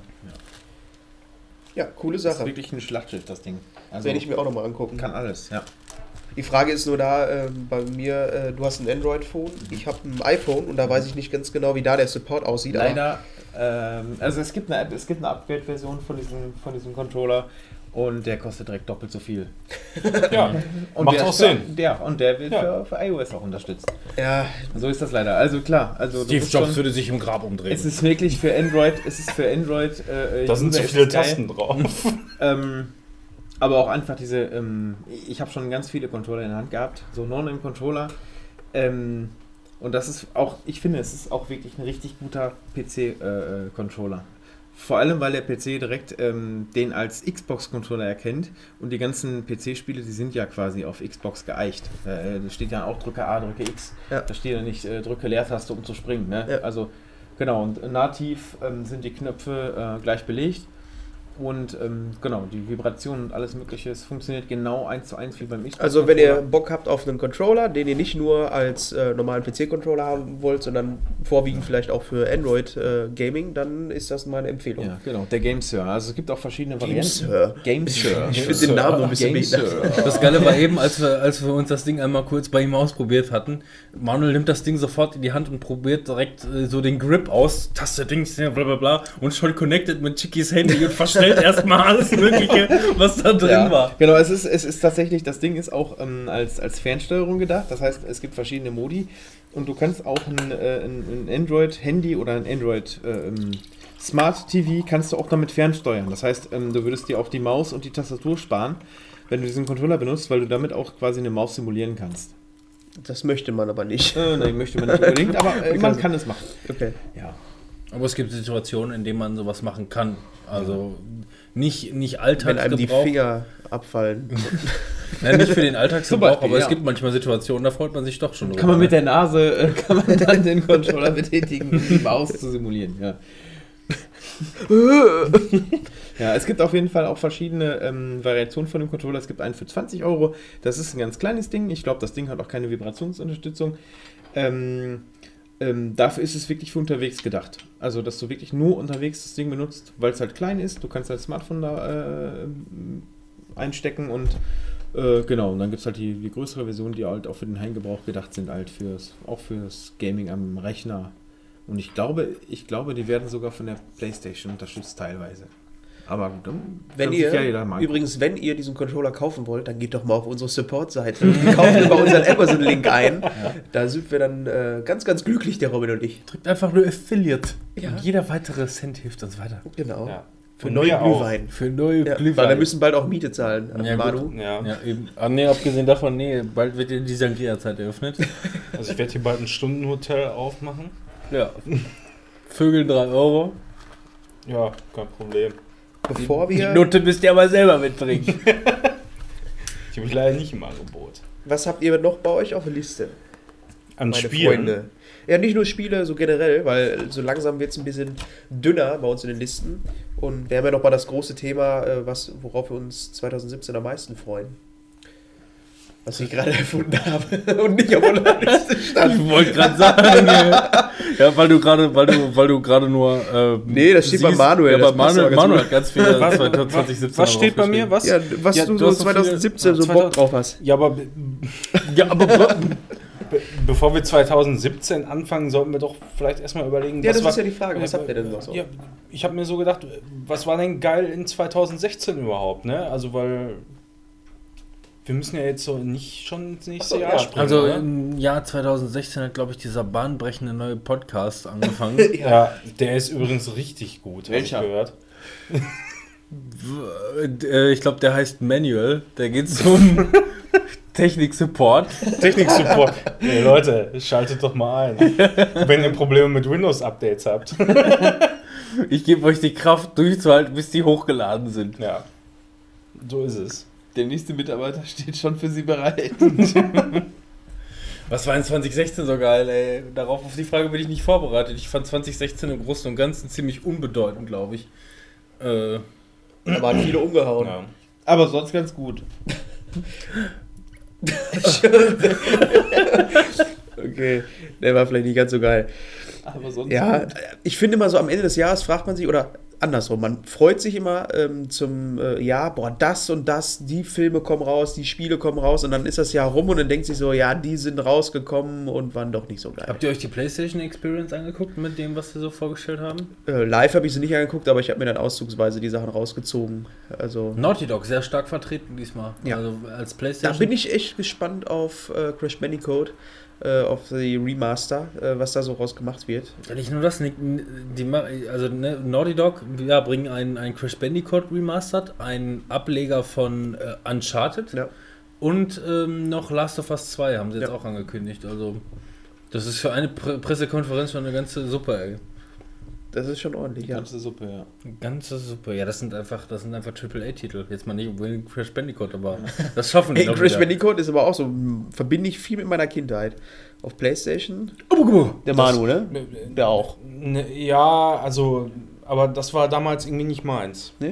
Ja, coole Das ist Sache. wirklich ein Schlachtschiff, das Ding. Also Werde ich mir auch nochmal angucken. kann alles, ja. Die Frage ist nur da, bei mir, du hast ein Android-Phone, ich habe ein iPhone und da weiß ich nicht ganz genau, wie da der Support aussieht. Leider, also es gibt eine Upgrade-Version von diesem Controller und der kostet direkt doppelt so viel. Ja, Und macht der auch ist für- Sinn. Der wird Ja. für iOS auch unterstützt. Ja, So ist das leider. Also klar, also du Steve musst Jobs schon- würde sich im Grab umdrehen. es ist wirklich für Android, Da sind User zu ist viele es geil. Tasten drauf. Aber auch einfach diese, ich habe schon ganz viele Controller in der Hand gehabt, so No-Name-Controller. Und das ist auch, ich finde, es ist auch wirklich ein richtig guter PC-Controller. Vor allem, weil der PC direkt den als Xbox-Controller erkennt und die ganzen PC-Spiele, die sind ja quasi auf Xbox geeicht. Da steht ja auch drücke A, drücke X. Ja. Da steht ja nicht drücke Leertaste, um zu springen. Ne? Ja. Also genau, und nativ sind die Knöpfe gleich belegt. Und genau, die Vibration und alles mögliche, es funktioniert genau 1:1 wie beim Xbox. Also wenn ihr Bock habt auf einen Controller, den ihr nicht nur als normalen PC-Controller haben wollt, sondern vorwiegend vielleicht auch für Android Gaming, dann ist das meine Empfehlung. Ja, genau, der GameSir. Also es gibt auch verschiedene Varianten. Sir. GameSir. Ich finde den Namen so ein bisschen behindert. Das Geile war eben, als wir uns das Ding einmal kurz bei ihm ausprobiert hatten, Manuel nimmt das Ding sofort in die Hand und probiert direkt so den Grip aus, Taste, Dings, bla bla bla, und schon connected mit Chickys Handy und verstellt erstmal alles Mögliche, was da drin war. Genau, es ist tatsächlich, das Ding ist auch als Fernsteuerung gedacht. Das heißt, es gibt verschiedene Modi und du kannst auch ein Android-Handy oder ein Android Smart TV kannst du auch damit fernsteuern. Das heißt, du würdest dir auch die Maus und die Tastatur sparen, wenn du diesen Controller benutzt, weil du damit auch quasi eine Maus simulieren kannst. Das möchte man aber nicht. Nein, möchte man nicht unbedingt, aber man kann es machen. Okay. Ja. Aber es gibt Situationen, in denen man sowas machen kann. Also nicht Wenn einem die Alltagsgebrauch. Finger abfallen. Nein, nicht für den Alltagsgebrauch, Beispiel, aber ja. es gibt manchmal Situationen, da freut man sich doch schon Kann man mit der Nase, kann man dann den Controller betätigen, um die Maus zu simulieren, ja. Ja, es gibt auf jeden Fall auch verschiedene Variationen von dem Controller. Es gibt einen für 20 €. Das ist ein ganz kleines Ding. Ich glaube, das Ding hat auch keine Vibrationsunterstützung. Dafür ist es wirklich für unterwegs gedacht. Also, dass du wirklich nur unterwegs das Ding benutzt, weil es halt klein ist. Du kannst dein Smartphone da einstecken und genau. Und dann gibt es halt die größere Version, die halt auch für den Heimgebrauch gedacht sind, halt auch fürs Gaming am Rechner. Und ich glaube, die werden sogar von der PlayStation unterstützt teilweise. Aber dann Wenn kann sich ihr, ja jeder mal übrigens, wenn ihr diesen Controller kaufen wollt, dann geht doch mal auf unsere Support-Seite. Wir kaufen über unseren Amazon-Link ein. Da sind wir dann ganz, ganz glücklich, der Robin und ich. Drückt einfach nur Affiliate. Ja. Und jeder weitere Cent hilft uns weiter. Genau. Ja. Für Und neue wir auch. Glühwein. Für neue Ja, Glühwein. weil wir müssen bald auch Miete zahlen, Ja, Manu. Ja. Ja, eben. Ah, nee, abgesehen davon, bald wird die Sangria-Zeit eröffnet. Also ich werde hier bald ein Stundenhotel aufmachen. Ja. Vögel 3 €. Ja, kein Problem. Bevor Die wir... Note müsst ihr aber selber mitbringen. Die habe ich leider nicht im Angebot. Was habt ihr noch bei euch auf der Liste? An Meine Spielen. Freunde. Ja, nicht nur Spiele, so generell, weil so langsam wird es ein bisschen dünner bei uns in den Listen. Und wir haben ja noch mal das große Thema, worauf wir uns 2017 am meisten freuen. Was ich gerade erfunden habe und nicht auf unserer Liste stand. Ich wollte gerade sagen, ja, weil du gerade nur. Nee, das steht bei Manuel, Ja, das bei passt aber Manuel ganz hat ganz viel 2017. Was steht bei mir? Was? Ja, was Ja, du du so hast so viele- 2017 so Bock drauf hast. Ja, aber Ja, aber bevor wir 2017 anfangen, sollten wir doch vielleicht erstmal überlegen, Ja, das war, ist ja die Frage, was habt ihr denn noch so? Ja, ich habe mir so gedacht, was war denn geil in 2016 überhaupt, ne? Also, weil wir müssen ja jetzt so nicht schon ins nächste Ach so, Jahr ja. springen, also oder? im Jahr 2016 hat, glaube ich, dieser bahnbrechende neue Podcast angefangen. Ja, der ist übrigens richtig gut, habe ich Welcher? gehört. Ich glaube, der heißt Manual. Der geht zum Technik-Support. Technik-Support. Hey Leute, schaltet doch mal ein, wenn ihr Probleme mit Windows-Updates habt. Ich gebe euch die Kraft durchzuhalten, bis die hochgeladen sind. Ja, so ist es. Der nächste Mitarbeiter steht schon für Sie bereit. Was war in 2016 so geil, ey? Darauf auf die Frage bin ich nicht vorbereitet. Ich fand 2016 im Großen und Ganzen ziemlich unbedeutend, glaube ich. Da waren viele umgehauen. Ja. Aber sonst ganz gut. Okay, der war vielleicht nicht ganz so geil. Aber sonst Ja, ich finde immer so am Ende des Jahres fragt man sich, oder andersrum, man freut sich immer zum Jahr, boah, das und das, die Filme kommen raus, die Spiele kommen raus und dann ist das Jahr rum und dann denkt sich so, ja, die sind rausgekommen und waren doch nicht so geil. Habt ihr euch die PlayStation Experience angeguckt mit dem, was sie so vorgestellt haben? Live habe ich sie nicht angeguckt, aber ich habe mir dann auszugsweise die Sachen rausgezogen. Also Naughty Dog, sehr stark vertreten diesmal. Ja. Also als da PlayStation. bin ich echt gespannt auf Crash Bandicoot, auf die Remaster, was da so rausgemacht wird. Ja, nicht nur das, Naughty Dog bringen einen Crash Bandicoot Remastered, einen Ableger von Uncharted Ja. und noch Last of Us 2 haben sie jetzt Ja. auch angekündigt. Also das ist für eine Pressekonferenz schon eine ganze Suppe, ey. Das ist schon ordentlich, ja. ganze Suppe, ja. Ganze Suppe. Ja, das sind einfach AAA-Titel. Jetzt mal nicht unbedingt Crash Bandicoot, aber das schaffen die Hey, doch Crash wieder. Bandicoot ist aber auch so, verbinde ich viel mit meiner Kindheit. Auf PlayStation. Der Das- Manu, ne? Der auch. Ne, ja, also, aber das war damals irgendwie nicht meins. Ne?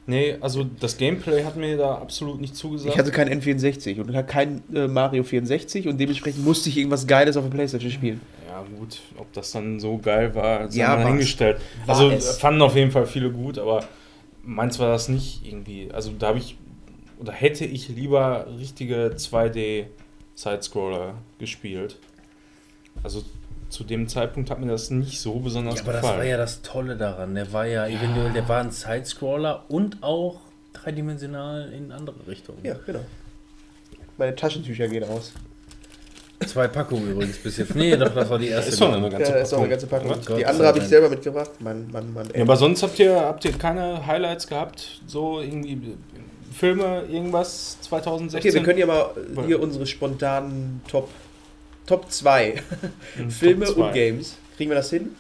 Nee, also das Gameplay hat mir da absolut nicht zugesagt. Ich hatte kein N64 und kein Mario 64 und dementsprechend musste ich irgendwas Geiles auf der Playstation spielen. Ja gut, ob das dann so geil war, sei Ja, mal war's. dahingestellt. War Also es. fanden auf jeden Fall viele gut, aber meins war das nicht irgendwie. Also da hätte ich lieber richtige 2D-Sidescroller gespielt. Also zu dem Zeitpunkt hat mir das nicht so besonders Ja, aber das gefallen. war ja das Tolle daran. Der war ja eventuell, der war ein Sidescroller und auch dreidimensional in andere Richtungen. Ja, genau. Meine Taschentücher gehen aus. 2 Packungen übrigens bis jetzt. Nee, doch, das war die erste. Ist doch eine ganze Ja, da ist auch eine ganze Packung. Packung. Gott Die sei andere habe ich Dank. selber mitgebracht. Mann, Ja, aber sonst habt ihr keine Highlights gehabt? So irgendwie Filme, irgendwas 2016? Okay, wir können ja mal hier unsere spontanen Top 2 Filme Top 2. und Games. Kriegen wir das hin?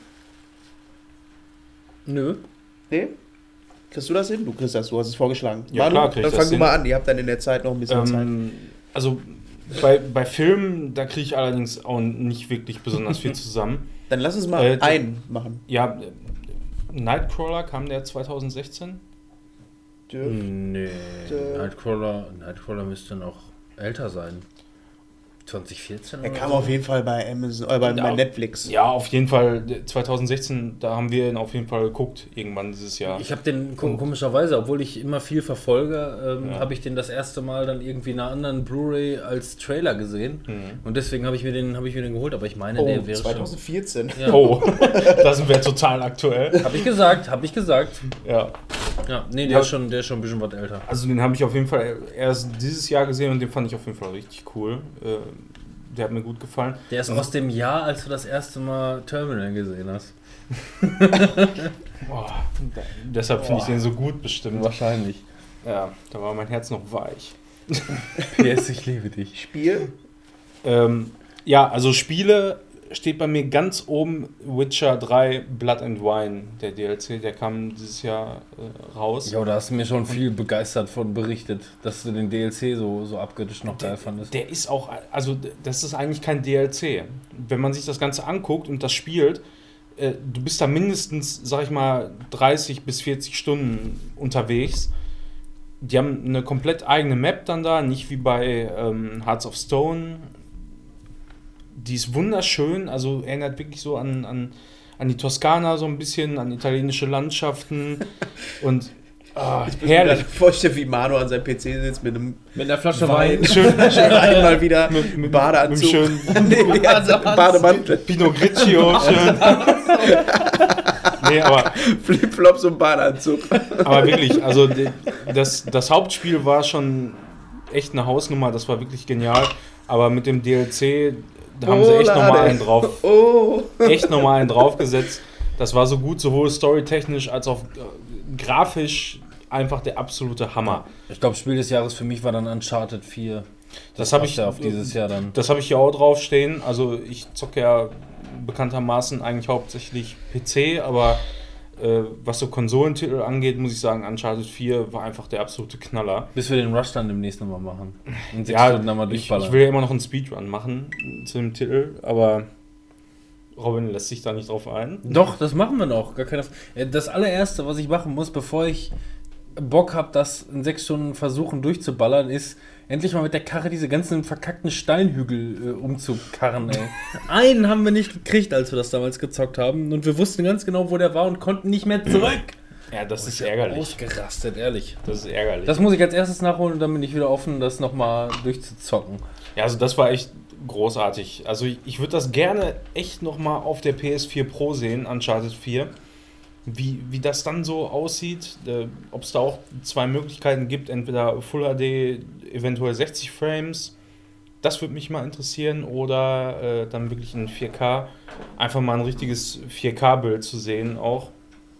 Nö. Nee? Kriegst du das hin? Du kriegst das, du hast es vorgeschlagen. Ja, Manu, klar krieg ich dann das fang du hin. mal an. Ihr habt dann in der Zeit noch ein bisschen Zeit. Also bei Filmen, da kriege ich allerdings auch nicht wirklich besonders viel zusammen. Dann lass uns mal einen machen. Ja, Nightcrawler kam der 2016? Nee. Nightcrawler müsste noch älter sein. 2014 Er oder kam so? auf jeden Fall bei Amazon, bei Netflix. Ja, auf jeden Fall 2016, da haben wir ihn auf jeden Fall geguckt, irgendwann dieses Jahr. Ich habe den komischerweise, obwohl ich immer viel verfolge, Ja. habe ich den das erste Mal dann irgendwie in einer anderen Blu-ray als Trailer gesehen. Und deswegen habe ich mir den geholt, aber ich meine, Oh, der wäre 2014. schon. Ja. Oh, da sind wir total aktuell. Habe ich gesagt. Ja. Ja, nee, der Ja. ist schon ein bisschen was älter. Also den habe ich auf jeden Fall erst dieses Jahr gesehen und den fand ich auf jeden Fall richtig cool. Der hat mir gut gefallen. Der ist aus dem Jahr, als du das erste Mal Terminal gesehen hast. Boah, deshalb finde ich den so gut bestimmt. Wahrscheinlich. Ja, da war mein Herz noch weich. PS, ich liebe dich. Spiel? Ja, also Spiele steht bei mir ganz oben Witcher 3 Blood and Wine, der DLC, der kam dieses Jahr raus. Ja, da hast du mir schon viel begeistert von berichtet, dass du den DLC so abgöttisch noch geil fandest. Der ist auch, also das ist eigentlich kein DLC. Wenn man sich das Ganze anguckt und das spielt, du bist da mindestens, sag ich mal, 30 bis 40 Stunden unterwegs. Die haben eine komplett eigene Map dann da, nicht wie bei Hearts of Stone. Die ist wunderschön, also erinnert wirklich so an die Toskana so ein bisschen, an italienische Landschaften und herrlich. Ich vorstelle, wie Manu an seinem PC sitzt mit einer Flasche Wein. Schön, Einmal wieder mit Badeanzug. schönen Nee, Bademantel. Pinot Grigio. Schön. Nee, aber Flipflops und Badeanzug. Aber wirklich, also das Hauptspiel war schon echt eine Hausnummer, das war wirklich genial. Aber mit dem DLC, da haben sie echt nochmal einen drauf. Echt nochmal einen draufgesetzt. Das war so gut, sowohl storytechnisch als auch grafisch einfach der absolute Hammer. Ich glaube, Spiel des Jahres für mich war dann Uncharted 4. Das habe passt ich ja auf dieses Jahr dann. Das habe ich hier auch draufstehen. Also ich zocke ja bekanntermaßen eigentlich hauptsächlich PC, aber was so Konsolentitel angeht, muss ich sagen, Uncharted 4 war einfach der absolute Knaller. Bis wir den Rush dann demnächst nochmal machen. In 6 Ja, Stunden dann mal ich durchballern. will ja immer noch einen Speedrun machen zu dem Titel, aber Robin lässt sich da nicht drauf ein. Doch, das machen wir noch. Gar keine Das allererste, was ich machen muss, bevor ich Bock habe, das in 6 Stunden versuchen durchzuballern, ist endlich mal mit der Karre diese ganzen verkackten Steinhügel umzukarren, ey. Einen haben wir nicht gekriegt, als wir das damals gezockt haben. Und wir wussten ganz genau, wo der war und konnten nicht mehr zurück. Ja, das ist ärgerlich. Ausgerastet, ehrlich. Das ist ärgerlich. Das muss ich als erstes nachholen und dann bin ich wieder offen, das nochmal durchzuzocken. Ja, also das war echt großartig. Also ich würde das gerne echt nochmal auf der PS4 Pro sehen, Uncharted 4. Wie das dann so aussieht, ob es da auch 2 Möglichkeiten gibt, entweder Full HD, eventuell 60 Frames, das würde mich mal interessieren, oder dann wirklich in 4K, einfach mal ein richtiges 4K-Bild zu sehen auch,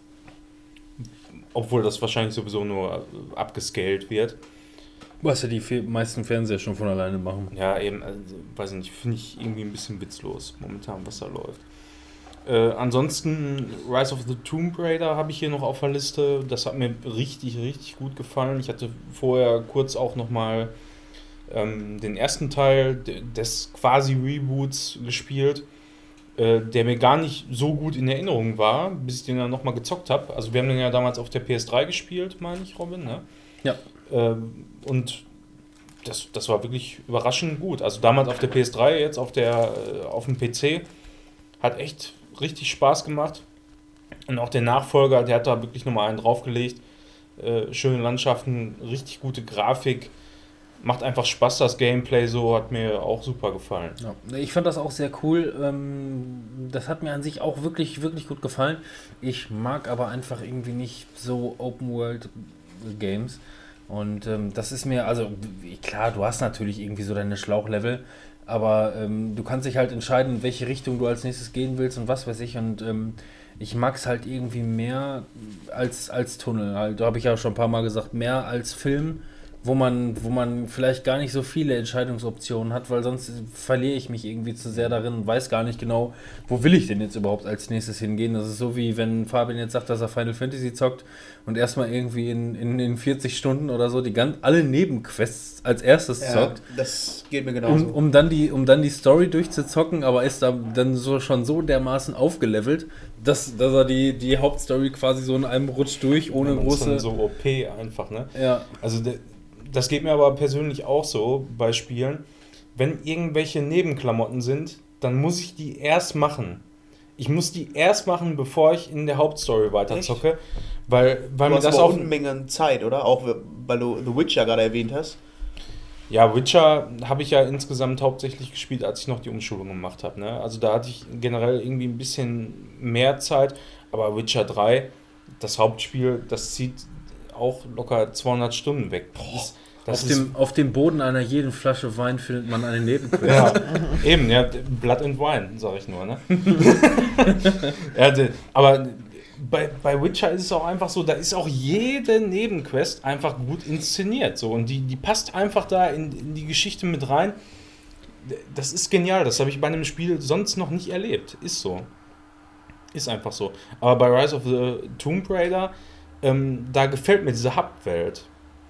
obwohl das wahrscheinlich sowieso nur abgescaled wird. Was ja die meisten Fernseher schon von alleine machen. Ja, eben, also, weiß ich nicht, finde ich irgendwie ein bisschen witzlos momentan, was da läuft. Ansonsten Rise of the Tomb Raider habe ich hier noch auf der Liste. Das hat mir richtig, richtig gut gefallen. Ich hatte vorher kurz auch nochmal den ersten Teil des quasi Reboots gespielt. der mir gar nicht so gut in Erinnerung war, bis ich den dann nochmal gezockt habe. Also wir haben den ja damals auf der PS3 gespielt, meine ich, Robin, ne? Ja. Und das war wirklich überraschend gut. Also damals auf der PS3, jetzt auf dem PC, hat echt richtig Spaß gemacht. Und auch der Nachfolger, der hat da wirklich nochmal einen draufgelegt. Schöne Landschaften, richtig gute Grafik. Macht einfach Spaß, das Gameplay so, hat mir auch super gefallen. Ja, ich fand das auch sehr cool. Das hat mir an sich auch wirklich, wirklich gut gefallen. Ich mag aber einfach irgendwie nicht so Open-World-Games. Und das ist mir, also klar, du hast natürlich irgendwie so deine Schlauchlevel, aber du kannst dich halt entscheiden, in welche Richtung du als nächstes gehen willst und was weiß ich. Und ich mag es halt irgendwie mehr als Tunnel. Halt, da habe ich ja schon ein paar Mal gesagt, mehr als Film, wo man vielleicht gar nicht so viele Entscheidungsoptionen hat, weil sonst verliere ich mich irgendwie zu sehr darin und weiß gar nicht genau, wo will ich denn jetzt überhaupt als nächstes hingehen. Das ist so, wie wenn Fabian jetzt sagt, dass er Final Fantasy zockt und erstmal irgendwie in 40 Stunden oder so alle Nebenquests als erstes zockt. Das geht mir genauso. Um dann die Story durchzuzocken, aber ist da dann schon so dermaßen aufgelevelt, dass er die Hauptstory quasi so in einem Rutsch durch, ohne große... So OP einfach, ne? Ja. Also das geht mir aber persönlich auch so bei Spielen. Wenn irgendwelche Nebenklamotten sind, dann muss ich die erst machen. Ich muss die erst machen, bevor ich in der Hauptstory weiterzocke. Weil Du mir hast das aber auch... Unmengen Zeit, oder? Auch weil du The Witcher gerade erwähnt hast. Ja, Witcher habe ich ja insgesamt hauptsächlich gespielt, als ich noch die Umschulung gemacht habe. Ne? Also da hatte ich generell irgendwie ein bisschen mehr Zeit. Aber Witcher 3, das Hauptspiel, das zieht auch locker 200 Stunden weg. Auf dem Boden einer jeden Flasche Wein findet man eine Nebenquest. Ja, eben, ja, Blood and Wine, sag ich nur, ne? Ja, aber bei Witcher ist es auch einfach so, da ist auch jede Nebenquest einfach gut inszeniert. So, und die passt einfach da in die Geschichte mit rein. Das ist genial, das habe ich bei einem Spiel sonst noch nicht erlebt. Ist so. Ist einfach so. Aber bei Rise of the Tomb Raider, da gefällt mir diese Hub-Welt.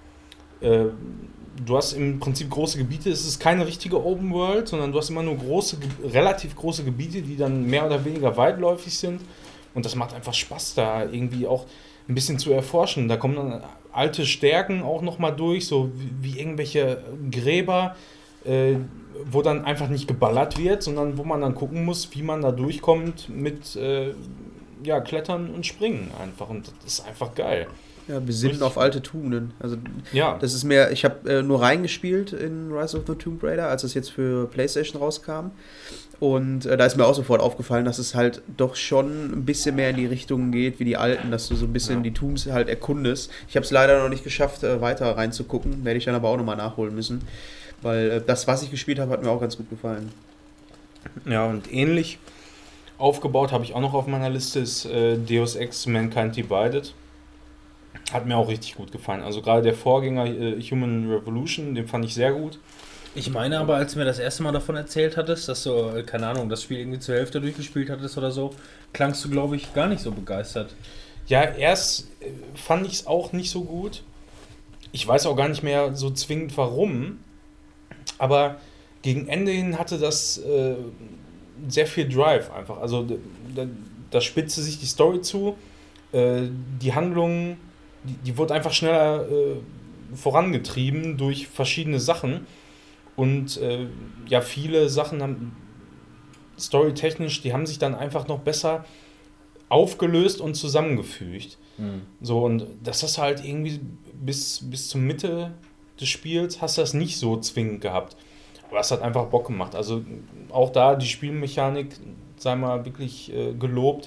Du hast im Prinzip große Gebiete, es ist keine richtige Open World, sondern du hast immer nur relativ große Gebiete, die dann mehr oder weniger weitläufig sind. Und das macht einfach Spaß, da irgendwie auch ein bisschen zu erforschen. Da kommen dann alte Stärken auch nochmal durch, so wie irgendwelche Gräber, wo dann einfach nicht geballert wird, sondern wo man dann gucken muss, wie man da durchkommt mit Klettern und Springen einfach. Und das ist einfach geil. Ja, besinnen auf alte Tugenden. Also ja. Das ist mehr, ich habe nur reingespielt in Rise of the Tomb Raider, als es jetzt für PlayStation rauskam. Und da ist mir auch sofort aufgefallen, dass es halt doch schon ein bisschen mehr in die Richtung geht wie die alten, dass du so ein bisschen die Tombs halt erkundest. Ich habe es leider noch nicht geschafft, weiter reinzugucken, werde ich dann aber auch nochmal nachholen müssen. Weil das, was ich gespielt habe, hat mir auch ganz gut gefallen. Ja, und ähnlich aufgebaut habe ich auch noch auf meiner Liste, ist Deus Ex Mankind Divided. Hat mir auch richtig gut gefallen. Also gerade der Vorgänger Human Revolution, den fand ich sehr gut. Ich meine aber, als du mir das erste Mal davon erzählt hattest, dass du, keine Ahnung, das Spiel irgendwie zur Hälfte durchgespielt hattest oder so, klangst du, glaube ich, gar nicht so begeistert. Ja, erst fand ich es auch nicht so gut. Ich weiß auch gar nicht mehr so zwingend warum. Aber gegen Ende hin hatte das sehr viel Drive einfach. Also da spitzte sich die Story zu. Die Handlung, die wurde einfach schneller vorangetrieben durch verschiedene Sachen. Und viele Sachen haben storytechnisch, die haben sich dann einfach noch besser aufgelöst und zusammengefügt. Mhm. So, und das hast du halt irgendwie bis zur Mitte des Spiels hast du das nicht so zwingend gehabt. Aber es hat einfach Bock gemacht. Also auch da die Spielmechanik, sei mal wirklich gelobt.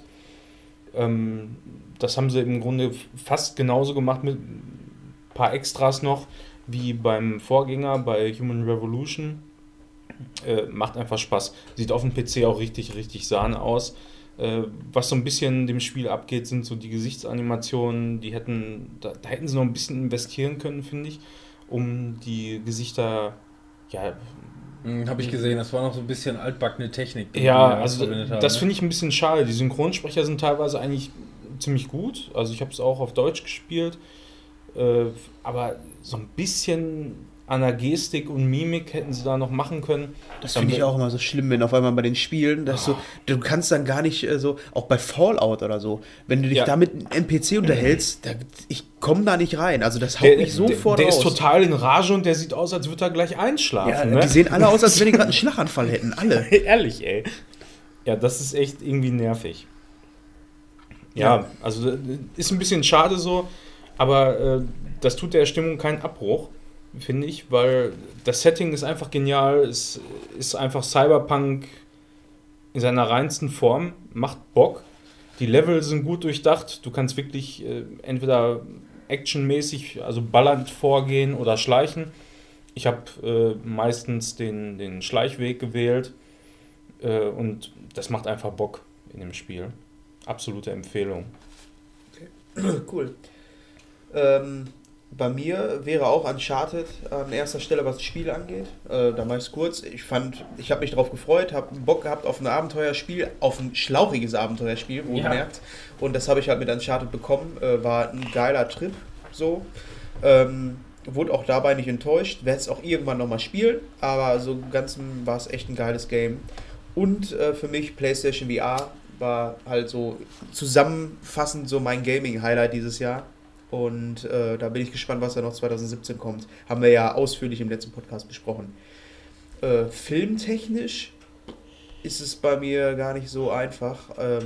Das haben sie im Grunde fast genauso gemacht mit ein paar Extras noch wie beim Vorgänger, bei Human Revolution. Macht einfach Spaß. Sieht auf dem PC auch richtig, richtig Sahne aus. Was so ein bisschen dem Spiel abgeht, sind so die Gesichtsanimationen. Da hätten sie noch ein bisschen investieren können, finde ich, um die Gesichter, habe ich gesehen, das war noch so ein bisschen altbackene Technik. Ja, also das finde ich ein bisschen schade. Die Synchronsprecher sind teilweise eigentlich ziemlich gut. Also ich habe es auch auf Deutsch gespielt. Aber so ein bisschen an der Gestik und Mimik hätten sie da noch machen können. Das finde ich auch immer so schlimm, wenn auf einmal bei den Spielen, dass so, du kannst dann gar nicht so, auch bei Fallout oder so, wenn du dich da mit einem NPC unterhältst, ich komme da nicht rein. Also das haut mich sofort der raus. ist total in Rage und der sieht aus, als würde er gleich einschlafen. Ja, ne? die sehen alle aus, als wenn die gerade einen Schlaganfall hätten. Alle. Ehrlich, ey. Ja, das ist echt irgendwie nervig. Ja, also ist ein bisschen schade so, aber das tut der Stimmung keinen Abbruch, finde ich, weil das Setting ist einfach genial, es ist einfach Cyberpunk in seiner reinsten Form, macht Bock, die Level sind gut durchdacht, du kannst wirklich entweder actionmäßig, also ballernd vorgehen oder schleichen. Ich habe meistens den Schleichweg gewählt und das macht einfach Bock in dem Spiel. Absolute Empfehlung. Cool. Bei mir wäre auch Uncharted an erster Stelle, was das Spiel angeht. Da mache ich es kurz. Ich habe mich darauf gefreut, habe Bock gehabt auf ein Abenteuerspiel, auf ein schlauchiges Abenteuerspiel, wohlgemerkt. Und das habe ich halt mit Uncharted bekommen. War ein geiler Trip, so. Wurde auch dabei nicht enttäuscht. Werde es auch irgendwann nochmal spielen, aber so im Ganzen war es echt ein geiles Game. Und für mich PlayStation VR war halt so zusammenfassend so mein Gaming-Highlight dieses Jahr. Und da bin ich gespannt, was da noch 2017 kommt. Haben wir ja ausführlich im letzten Podcast besprochen. Filmtechnisch ist es bei mir gar nicht so einfach.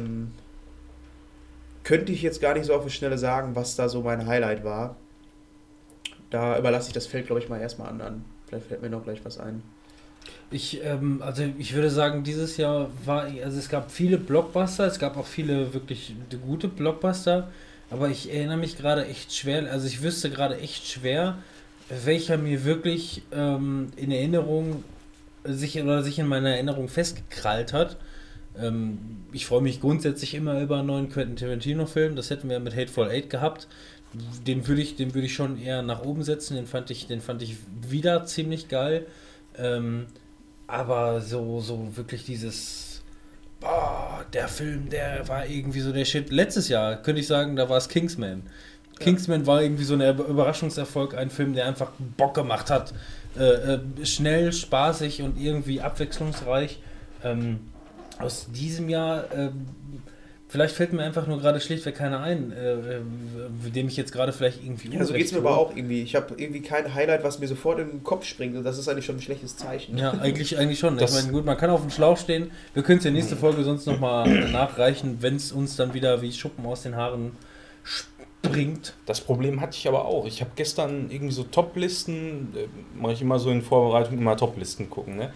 Könnte ich jetzt gar nicht so auf die Schnelle sagen, was da so mein Highlight war. Da überlasse ich das Feld, glaube ich, mal erstmal an. Vielleicht fällt mir noch gleich was ein. Ich würde sagen, dieses Jahr es gab viele Blockbuster, es gab auch viele wirklich gute Blockbuster, aber ich erinnere mich gerade echt schwer, also ich wüsste gerade echt schwer, welcher mir wirklich in Erinnerung sich in meiner Erinnerung festgekrallt hat. Ich freue mich grundsätzlich immer über einen neuen Quentin Tarantino-Film, das hätten wir mit Hateful Eight gehabt. Den würde ich schon eher nach oben setzen, den fand ich wieder ziemlich geil. Aber so wirklich dieses, der Film, der war irgendwie so der Shit. Letztes Jahr könnte ich sagen, da war es Kingsman. Kingsman war irgendwie so ein Überraschungserfolg, ein Film, der einfach Bock gemacht hat. Schnell, spaßig und irgendwie abwechslungsreich. Aus diesem Jahr, vielleicht fällt mir einfach nur gerade schlichtweg keiner ein, dem ich jetzt gerade vielleicht irgendwie Ja, so geht es mir aber auch irgendwie. Ich habe irgendwie kein Highlight, was mir sofort in den Kopf springt. Und das ist eigentlich schon ein schlechtes Zeichen. Ja, eigentlich schon. Ich meine, gut, man kann auf dem Schlauch stehen. Wir können es ja nächste Folge sonst nochmal nachreichen, wenn es uns dann wieder wie Schuppen aus den Haaren springt. Das Problem hatte ich aber auch. Ich habe gestern irgendwie so Top-Listen, mache ich immer so in Vorbereitung, immer Top-Listen gucken, ne?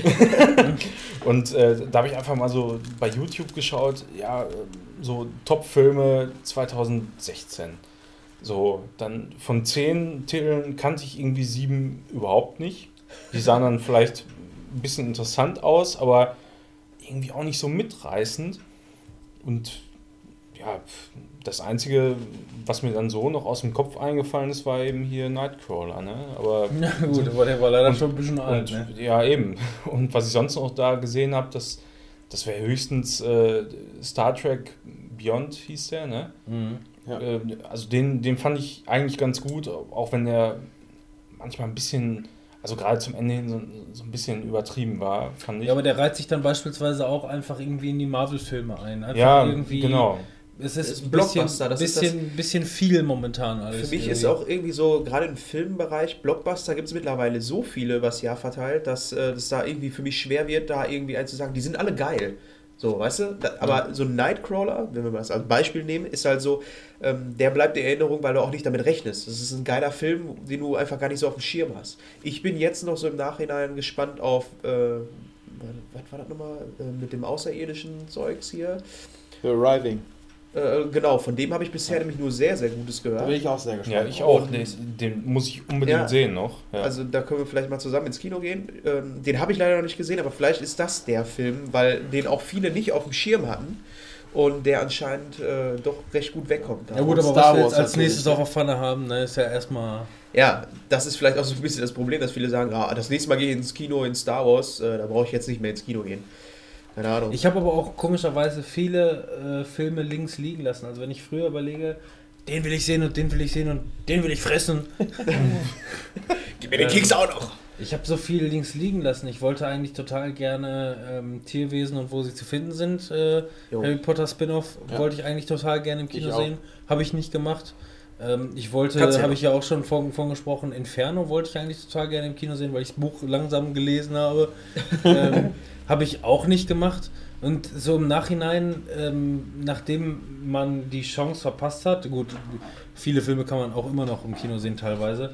Und da habe ich einfach mal so bei YouTube geschaut, ja, so Top-Filme 2016. So, dann von 10 Titeln kannte ich irgendwie 7 überhaupt nicht. Die sahen dann vielleicht ein bisschen interessant aus, aber irgendwie auch nicht so mitreißend. Und ja, das Einzige, was mir dann so noch aus dem Kopf eingefallen ist, war eben hier Nightcrawler, ne? Aber ja gut, aber der war leider schon ein bisschen alt, ne? Ja, eben. Und was ich sonst noch da gesehen habe, das wäre höchstens Star Trek Beyond hieß der, ne? Mhm. Ja. Also den fand ich eigentlich ganz gut, auch wenn der manchmal ein bisschen, also gerade zum Ende hin so ein bisschen übertrieben war, fand ich. Ja, aber der reiht sich dann beispielsweise auch einfach irgendwie in die Marvel-Filme ein. Einfach ja, irgendwie, genau. Es ist ein Blockbuster, bisschen viel momentan alles. Für mich ist auch irgendwie so, gerade im Filmbereich, Blockbuster gibt es mittlerweile so viele übers Jahr verteilt, dass es da irgendwie für mich schwer wird, da irgendwie einen zu sagen, die sind alle geil. So, weißt du? Aber so ein Nightcrawler, wenn wir das als Beispiel nehmen, ist halt so, der bleibt in Erinnerung, weil du auch nicht damit rechnest. Das ist ein geiler Film, den du einfach gar nicht so auf dem Schirm hast. Ich bin jetzt noch so im Nachhinein gespannt auf, was war das nochmal, mit dem außerirdischen Zeugs hier? The Arriving. Genau, von dem habe ich bisher nämlich nur sehr, sehr Gutes gehört. Da bin ich auch sehr gespannt. Ja, ich auch. Den muss ich unbedingt sehen noch. Ja. Also da können wir vielleicht mal zusammen ins Kino gehen. Den habe ich leider noch nicht gesehen, aber vielleicht ist das der Film, weil den auch viele nicht auf dem Schirm hatten und der anscheinend doch recht gut wegkommt. Ja gut, aber Star was wir Wars jetzt als nächstes natürlich, auf der Pfanne haben, ne, ist ja erstmal... Ja, das ist vielleicht auch so ein bisschen das Problem, dass viele sagen, das nächste Mal gehe ich ins Kino in Star Wars, da brauche ich jetzt nicht mehr ins Kino gehen. Keine Ahnung. Ich habe aber auch komischerweise viele Filme links liegen lassen. Also wenn ich früher überlege, den will ich sehen und den will ich sehen und den will ich fressen. Gib mir den Keks auch noch. Ich habe so viel links liegen lassen. Ich wollte eigentlich total gerne Tierwesen und wo sie zu finden sind. Harry Potter Spin-off wollte ich eigentlich total gerne im Kino sehen. Habe ich nicht gemacht. Ich wollte, habe ich ja auch schon von gesprochen, Inferno wollte ich eigentlich total gerne im Kino sehen, weil ich das Buch langsam gelesen habe. Habe ich auch nicht gemacht. Und so im Nachhinein, nachdem man die Chance verpasst hat, gut, viele Filme kann man auch immer noch im Kino sehen teilweise,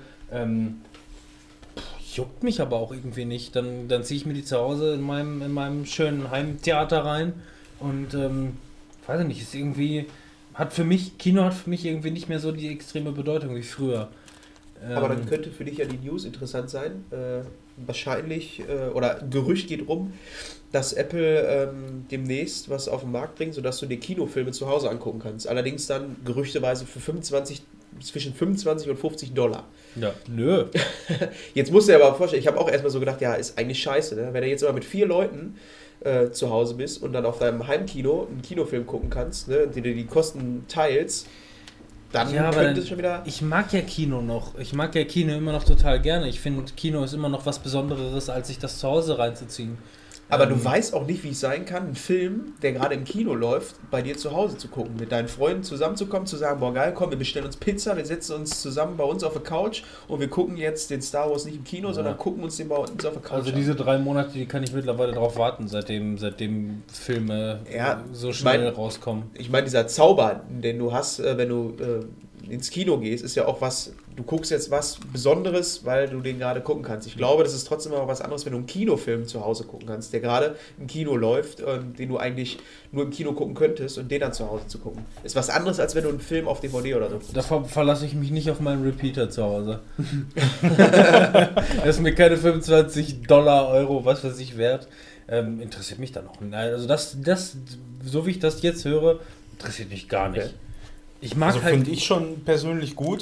juckt mich aber auch irgendwie nicht. Dann ziehe ich mir die zu Hause in meinem schönen Heimtheater rein und weiß ich nicht, ist irgendwie, Kino hat für mich irgendwie nicht mehr so die extreme Bedeutung wie früher. Aber dann könnte für dich ja die News interessant sein. Wahrscheinlich, oder ein Gerücht geht rum, dass Apple demnächst was auf den Markt bringt, sodass du dir Kinofilme zu Hause angucken kannst. Allerdings dann gerüchteweise für zwischen 25 und $50. Ja, nö. Jetzt musst du dir aber vorstellen, ich habe auch erstmal so gedacht, ja, ist eigentlich scheiße, ne? Wenn du jetzt aber mit 4 Leuten zu Hause bist und dann auf deinem Heimkino einen Kinofilm gucken kannst, ne, die dir die Kosten teilst, dann könnte es schon wieder... Ich mag ja Kino noch. Ich mag ja Kino immer noch total gerne. Ich finde, Kino ist immer noch was Besonderes, als sich das zu Hause reinzuziehen. Aber du weißt auch nicht, wie es sein kann, einen Film, der gerade im Kino läuft, bei dir zu Hause zu gucken, mit deinen Freunden zusammenzukommen, zu sagen, boah geil, komm, wir bestellen uns Pizza, wir setzen uns zusammen bei uns auf der Couch und wir gucken jetzt den Star Wars nicht im Kino, sondern gucken uns den bei uns auf der Couch Also diese 3 Monate, die kann ich mittlerweile drauf warten, seitdem Filme so schnell rauskommen. Ich meine, dieser Zauber, den du hast, wenn du ins Kino gehst, ist ja auch was, du guckst jetzt was Besonderes, weil du den gerade gucken kannst. Ich glaube, das ist trotzdem auch was anderes, wenn du einen Kinofilm zu Hause gucken kannst, der gerade im Kino läuft, den du eigentlich nur im Kino gucken könntest und den dann zu Hause zu gucken. Ist was anderes, als wenn du einen Film auf DVD oder so guckst. Da verlasse ich mich nicht auf meinen Repeater zu Hause. Das ist mir keine $25, Euro, was weiß ich, wert. Interessiert mich dann auch nicht. Also das, so wie ich das jetzt höre, interessiert mich gar nicht. Okay. Ich mag also finde ich schon persönlich gut,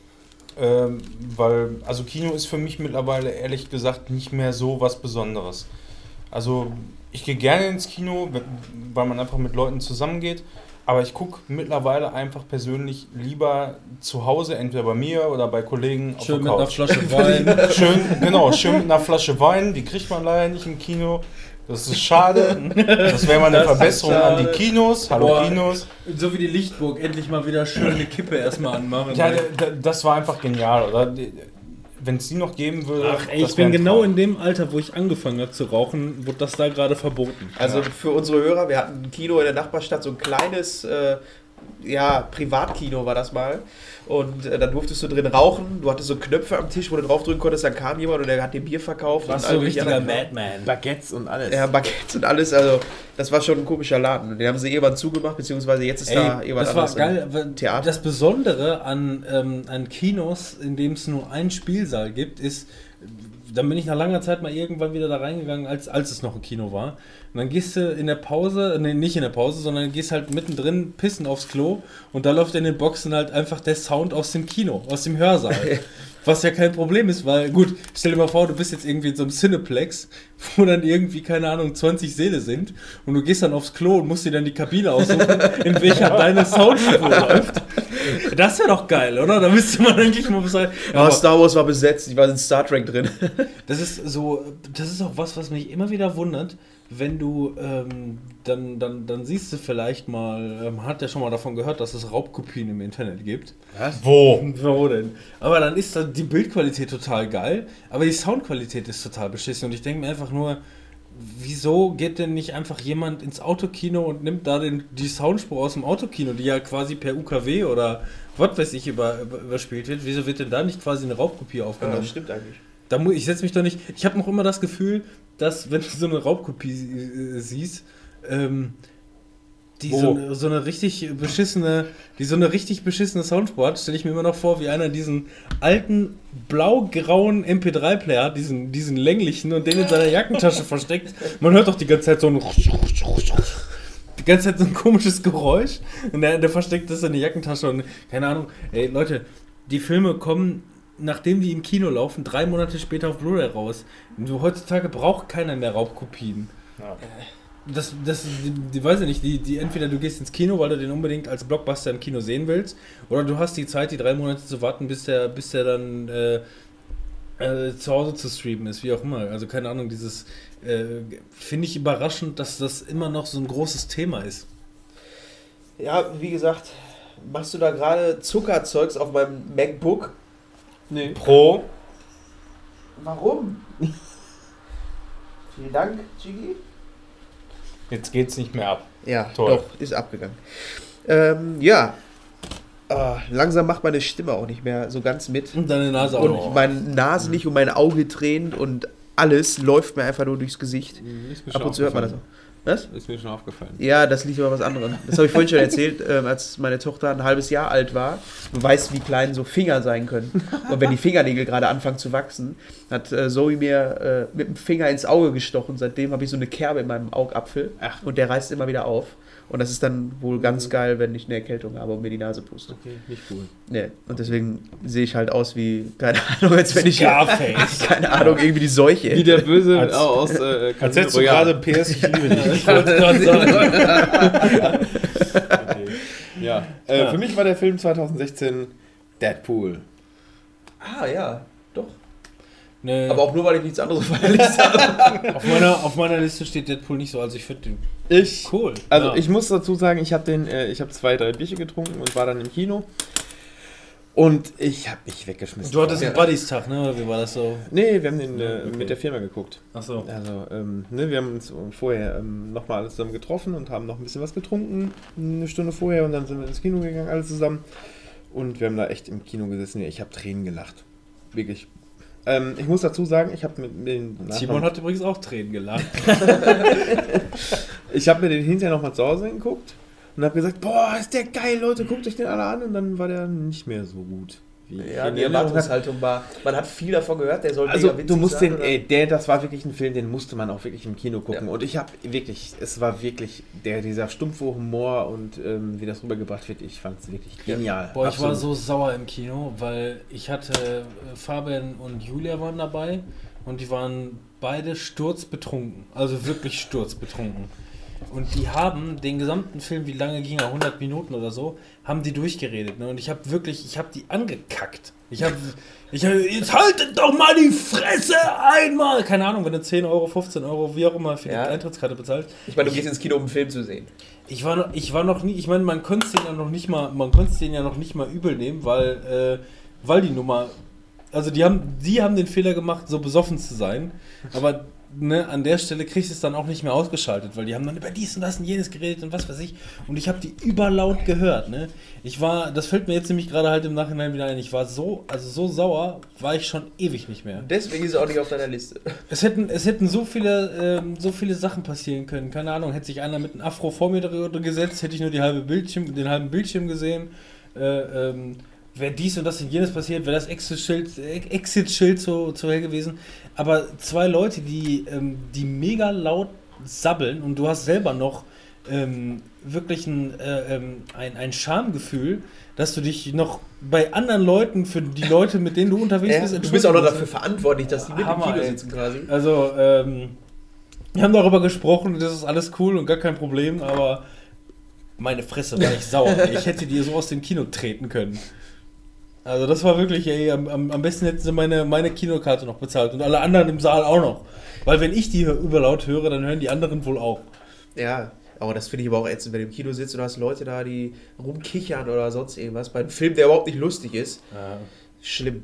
weil, also Kino ist für mich mittlerweile ehrlich gesagt nicht mehr so was Besonderes. Also ich gehe gerne ins Kino, weil man einfach mit Leuten zusammengeht, aber ich gucke mittlerweile einfach persönlich lieber zu Hause, entweder bei mir oder bei Kollegen auf der Couch. Schön mit einer Flasche Wein. Schön mit einer Flasche Wein, die kriegt man leider nicht im Kino. Das ist schade. Das wäre mal eine Verbesserung an die Kinos. Hallo Kinos. So wie die Lichtburg, endlich mal wieder schön eine Kippe erstmal anmachen. Ja, das war einfach genial, oder? Wenn es die noch geben würde. Ach ey, ich bin genau in dem Alter, wo ich angefangen habe zu rauchen, wurde das da gerade verboten. Also für unsere Hörer, wir hatten ein Kino in der Nachbarstadt, so ein kleines Privatkino war das mal. Und da durftest du drin rauchen. Du hattest so Knöpfe am Tisch, wo du draufdrücken konntest. Dann kam jemand und der hat dir Bier verkauft. Warst so ein richtiger Madman. Baguettes und alles. Ja, Baguettes und alles. Also, das war schon ein komischer Laden. Den haben sie irgendwann zugemacht, beziehungsweise jetzt ist da jemand das anders. War geil. Theater. Das Besondere an Kinos, in dem es nur einen Spielsaal gibt, ist, dann bin ich nach langer Zeit mal irgendwann wieder da reingegangen, als es noch ein Kino war. Und dann gehst du in der Pause, nicht in der Pause, sondern gehst halt mittendrin pissen aufs Klo und da läuft in den Boxen halt einfach der Sound aus dem Kino, aus dem Hörsaal. Was ja kein Problem ist, weil, gut, stell dir mal vor, du bist jetzt irgendwie in so einem Cineplex, wo dann irgendwie, keine Ahnung, 20 Säle sind und du gehst dann aufs Klo und musst dir dann die Kabine aussuchen, in welcher deine Soundspur läuft. Das wäre doch geil, oder? Da müsste man eigentlich mal sagen. Ja, Star Wars war besetzt, ich war in Star Trek drin. Das ist auch was mich immer wieder wundert, wenn du dann siehst du vielleicht mal, man hat ja schon mal davon gehört, dass es Raubkopien im Internet gibt. Was? Wo denn? Aber dann ist da die Bildqualität total geil, aber die Soundqualität ist total beschissen und ich denke mir einfach nur, wieso geht denn nicht einfach jemand ins Autokino und nimmt da die Soundspur aus dem Autokino, die ja quasi per UKW oder was weiß ich überspielt wird, wieso wird denn da nicht quasi eine Raubkopie aufgenommen? Ja, das stimmt eigentlich. Ich setze mich doch nicht. Ich habe noch immer das Gefühl, dass, wenn du so eine Raubkopie siehst, die so eine richtig beschissene Soundspur hat, stelle ich mir immer noch vor, wie einer diesen alten blau-grauen MP3-Player hat, diesen länglichen und den in seiner Jackentasche versteckt. Man hört doch die ganze Zeit so ein komisches Geräusch und der versteckt das in der Jackentasche und keine Ahnung. Ey Leute, die Filme kommen, nachdem die im Kino laufen, 3 Monate später auf Blu-ray raus. Heutzutage braucht keiner mehr Raubkopien. Ja. die weiß ich nicht, die entweder du gehst ins Kino, weil du den unbedingt als Blockbuster im Kino sehen willst, oder du hast die Zeit, die 3 Monate zu warten, bis der dann zu Hause zu streamen ist, wie auch immer. Also keine Ahnung, dieses finde ich überraschend, dass das immer noch so ein großes Thema ist. Ja, wie gesagt, machst du da gerade Zuckerzeugs auf meinem MacBook? Nee. Pro. Warum? Vielen Dank, Gigi. Jetzt geht's nicht mehr ab. Ja, Toll. doch, ist abgegangen. Langsam macht meine Stimme auch nicht mehr so ganz mit. Und deine Nase auch noch. Und meine Nase nicht und mein Auge tränt und alles läuft mir einfach nur durchs Gesicht. Ab und zu hört man das auch. Was? Ist mir schon aufgefallen. Ja, das liegt aber was anderem. Das habe ich vorhin schon erzählt, als meine Tochter ein halbes Jahr alt war. Du weißt, wie klein so Finger sein können. Und wenn die Fingernägel gerade anfangen zu wachsen, hat Zoe mir mit dem Finger ins Auge gestochen. Seitdem habe ich so eine Kerbe in meinem Augapfel. Und der reißt immer wieder auf. Und das ist dann wohl ganz geil, wenn ich eine Erkältung habe und mir die Nase puste. Okay, nicht cool. Nee. Und deswegen sehe ich halt aus wie, keine Ahnung, als wenn ich Scarface. keine Ahnung, irgendwie die Seuche Wie der Böse Als- aus Als hättest du gerade PS, ich liebe dich. Ich wollte gerade sagen. Ja. Für mich war der Film 2016 Deadpool. Ah, ja, doch. Nee, Aber auch nur, weil ich nichts anderes verlegt habe. auf meiner Liste steht Deadpool nicht so, also ich finde den Ich cool. Also Ja. ich muss dazu sagen, ich habe 2, 3 Bierchen getrunken und war dann im Kino. Und ich habe mich weggeschmissen. Du hattest einen Buddies-Tag, ne? Oder wie war das so? Nee, wir haben den mit der Firma geguckt. Achso. Also, wir haben uns vorher nochmal alle zusammen getroffen und haben noch ein bisschen was getrunken, eine Stunde vorher, und dann sind wir ins Kino gegangen, alle zusammen. Und wir haben da echt im Kino gesessen. Ich habe Tränen gelacht. Wirklich. Ich muss dazu sagen, ich habe mit den Simon hat übrigens auch Tränen gelacht. Ich habe mir den hinterher nochmal zu Hause geguckt und habe gesagt, boah, ist der geil, Leute, guckt euch den alle an. Und dann war der nicht mehr so gut. Wie ich Ja, in die Erinnerung hatte. Erwartungshaltung war, man hat viel davon gehört, der soll Also mega witzig du musst sein, den, oder? das war wirklich ein Film, den musste man auch wirklich im Kino gucken. Ja. Und ich habe wirklich, es war wirklich dieser stumpfe Humor und wie das rübergebracht wird, ich fand es wirklich genial. Boah, ich war Absolut. so sauer im Kino, weil ich hatte Fabian und Julia waren dabei und die waren beide sturzbetrunken. Also wirklich sturzbetrunken. Und die haben den gesamten Film, wie lange ging er, 100 Minuten oder so, haben die durchgeredet. Ne? Und ich habe die angekackt. Jetzt haltet doch mal die Fresse einmal! Keine Ahnung, wenn du 10 Euro, 15 Euro, wie auch immer, für die Ja. Eintrittskarte bezahlst. Ich meine, du gehst ins Kino, um einen Film zu sehen. Ich war noch nie, ich meine, man konnte es den ja noch nicht mal übel nehmen, weil die Nummer, also die haben den Fehler gemacht, so besoffen zu sein, aber ne, an der Stelle kriegst du es dann auch nicht mehr ausgeschaltet, weil die haben dann über dies und das und jenes geredet und was weiß ich, und ich habe die überlaut gehört, ne. Das fällt mir jetzt nämlich gerade halt im Nachhinein wieder ein, ich war so sauer, war ich schon ewig nicht mehr. Deswegen ist er auch nicht auf deiner Liste. Es hätten so viele Sachen passieren können. Keine Ahnung, hätte sich einer mit einem Afro vor mir gesetzt, hätte ich nur den halben Bildschirm gesehen. Wäre dies und das und jenes passiert, wäre das Exit-Schild so hell gewesen. Aber 2 Leute, die mega laut sabbeln, und du hast selber noch wirklich ein Schamgefühl, dass du dich noch bei anderen Leuten, für die Leute, mit denen du unterwegs bist, Du bist auch noch entschuldigen dafür musst. verantwortlich, dass die mit im Hammer, Kino ey. sitzen quasi. Also, wir haben darüber gesprochen, das ist alles cool und gar kein Problem, aber meine Fresse war ich sauer. Ich hätte dir so aus dem Kino treten können. Also das war wirklich, ey, am besten hätten sie meine Kinokarte noch bezahlt und alle anderen im Saal auch noch. Weil wenn ich die überlaut höre, dann hören die anderen wohl auch. Ja, aber das finde ich aber auch ätzend, wenn du im Kino sitzt und hast Leute da, die rumkichern oder sonst irgendwas. Bei einem Film, der überhaupt nicht lustig ist. Ja. Schlimm.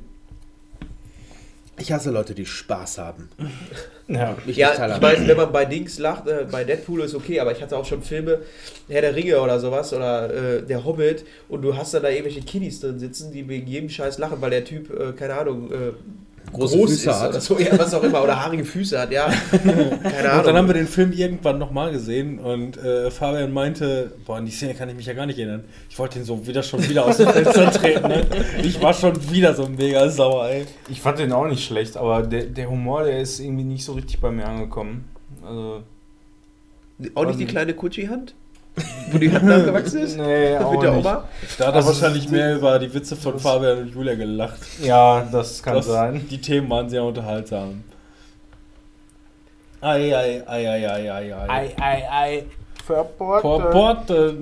Ich hasse Leute, die Spaß haben. Ja. Ja, ich meine, wenn man bei Dings lacht, bei Deadpool ist okay, aber ich hatte auch schon Filme, Herr der Ringe oder sowas, oder Der Hobbit, und du hast dann da irgendwelche Kiddies drin sitzen, die wegen jedem Scheiß lachen, weil der Typ, keine Ahnung, Große groß Füße ist hat. oder so, ja, was auch immer, oder haarige Füße hat, ja. Keine Und dann haben Ahnung. wir den Film irgendwann nochmal gesehen und Fabian meinte, boah, an die Szene kann ich mich ja gar nicht erinnern. Ich wollte den schon wieder aus dem Fenster treten, ne? Ich war schon wieder so mega sauer, ey. Ich fand den auch nicht schlecht, aber der Humor, der ist irgendwie nicht so richtig bei mir angekommen. Also, Auch nicht die kleine Kutschi-Hand? Wo die Hand nachgewachsen ist? nee, auch Mit der nicht. Oma? Da hat er wahrscheinlich mehr über die Witze von Fabian und Julia gelacht. Ja, das kann sein. Die Themen waren sehr unterhaltsam. Ei. Ei. Porte.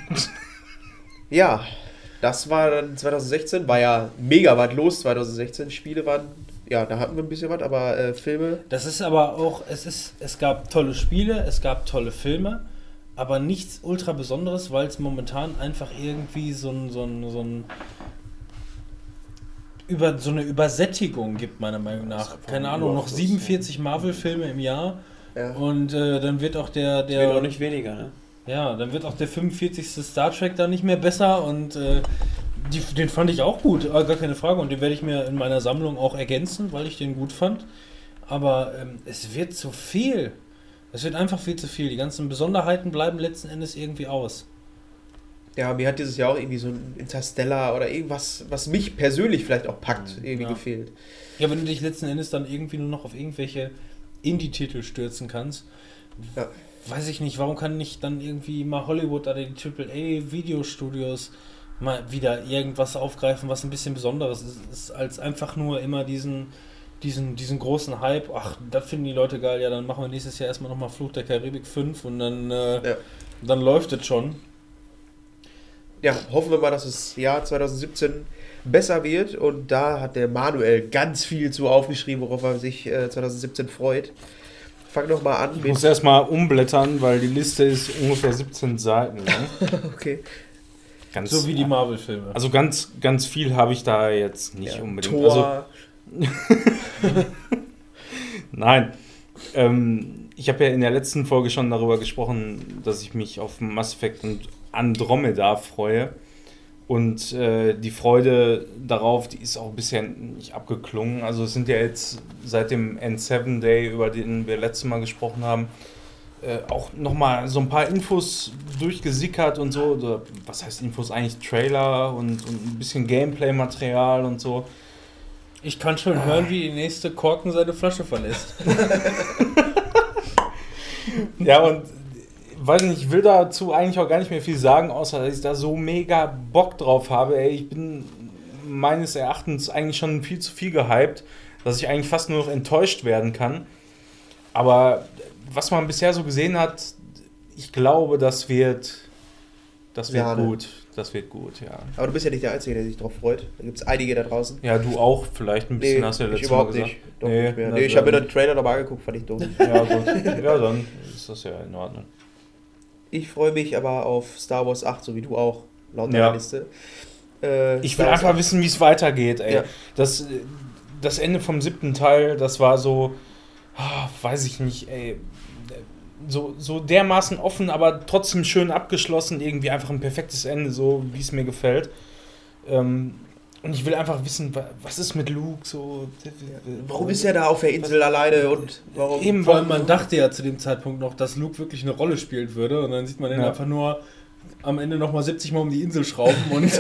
Ja, das war dann 2016, war ja mega was los 2016. Spiele waren, ja, da hatten wir ein bisschen was, aber Filme. Das ist aber auch, es gab tolle Spiele, es gab tolle Filme, aber nichts ultra Besonderes, weil es momentan einfach irgendwie so eine Übersättigung gibt, meiner Meinung nach. Keine Ahnung, noch 47 Marvel-Filme im Jahr. Ja. Und dann wird auch der Wird auch nicht weniger, ne? ja, dann wird auch der 45. Star Trek da nicht mehr besser und den fand ich auch gut, gar keine Frage, und den werde ich mir in meiner Sammlung auch ergänzen, weil ich den gut fand. Aber es wird zu viel. Es wird einfach viel zu viel. Die ganzen Besonderheiten bleiben letzten Endes irgendwie aus. Ja, mir hat dieses Jahr auch irgendwie so ein Interstellar oder irgendwas, was mich persönlich vielleicht auch packt, irgendwie Ja. gefehlt. Ja, wenn du dich letzten Endes dann irgendwie nur noch auf irgendwelche Indie-Titel stürzen kannst, Ja. weiß ich nicht, warum kann nicht dann irgendwie mal Hollywood oder die AAA-Videostudios mal wieder irgendwas aufgreifen, was ein bisschen Besonderes ist, als einfach nur immer diesen großen Hype. Ach, das finden die Leute geil, ja, dann machen wir nächstes Jahr erstmal nochmal Fluch der Karibik 5 und dann läuft es schon. Ja, hoffen wir mal, dass das Jahr 2017 besser wird, und da hat der Manuel ganz viel zu aufgeschrieben, worauf er sich 2017 freut. Fang doch mal an Ich muss erstmal umblättern, weil die Liste ist ungefähr 17 Seiten. Ne? Okay. Ganz, So wie die Marvel-Filme. Also ganz, ganz viel habe ich da jetzt nicht unbedingt. Thor. Also, nein. Ich habe ja in der letzten Folge schon darüber gesprochen, dass ich mich auf Mass Effect und Andromeda freue. Und die Freude darauf, die ist auch bisher nicht abgeklungen. Also es sind ja jetzt seit dem N7 Day, über den wir letztes Mal gesprochen haben, auch nochmal so ein paar Infos durchgesickert und so. Oder, was heißt Infos? Eigentlich Trailer und ein bisschen Gameplay-Material und so. Ich kann schon hören, wie die nächste Korken seine Flasche verlässt. Ja, und weiß nicht, ich will dazu eigentlich auch gar nicht mehr viel sagen, außer dass ich da so mega Bock drauf habe. Ey, ich bin meines Erachtens eigentlich schon viel zu viel gehypt, dass ich eigentlich fast nur noch enttäuscht werden kann. Aber was man bisher so gesehen hat, ich glaube, das wird Ja, ne? gut. Das wird gut, ja. Aber du bist ja nicht der Einzige, der sich drauf freut. Da gibt es einige da draußen. Ja, du auch vielleicht ein bisschen, hast du ja ich letztes Mal überhaupt gesagt. nicht. Doch Nee, nicht mehr. na, Nee, ich habe mir dann- den Trailer nochmal angeguckt, fand ich doof. Ja, gut. Ja, dann ist das ja in Ordnung. Ich freue mich aber auf Star Wars 8, so wie du auch, laut Ja. deiner Liste. Ich Star will Wars einfach 8. wissen, wie es weitergeht, ey. Ja. Das Ende vom 7. Teil, das war so, weiß ich nicht, ey. So dermaßen offen, aber trotzdem schön abgeschlossen. Irgendwie einfach ein perfektes Ende, so wie es mir gefällt. Und ich will einfach wissen, was ist mit Luke? So, Warum ist er da auf der Insel alleine und warum? Eben, Vor allem, man dachte ja zu dem Zeitpunkt noch, dass Luke wirklich eine Rolle spielen würde, und dann sieht man ihn Ja. einfach nur am Ende nochmal 70 Mal um die Insel schrauben und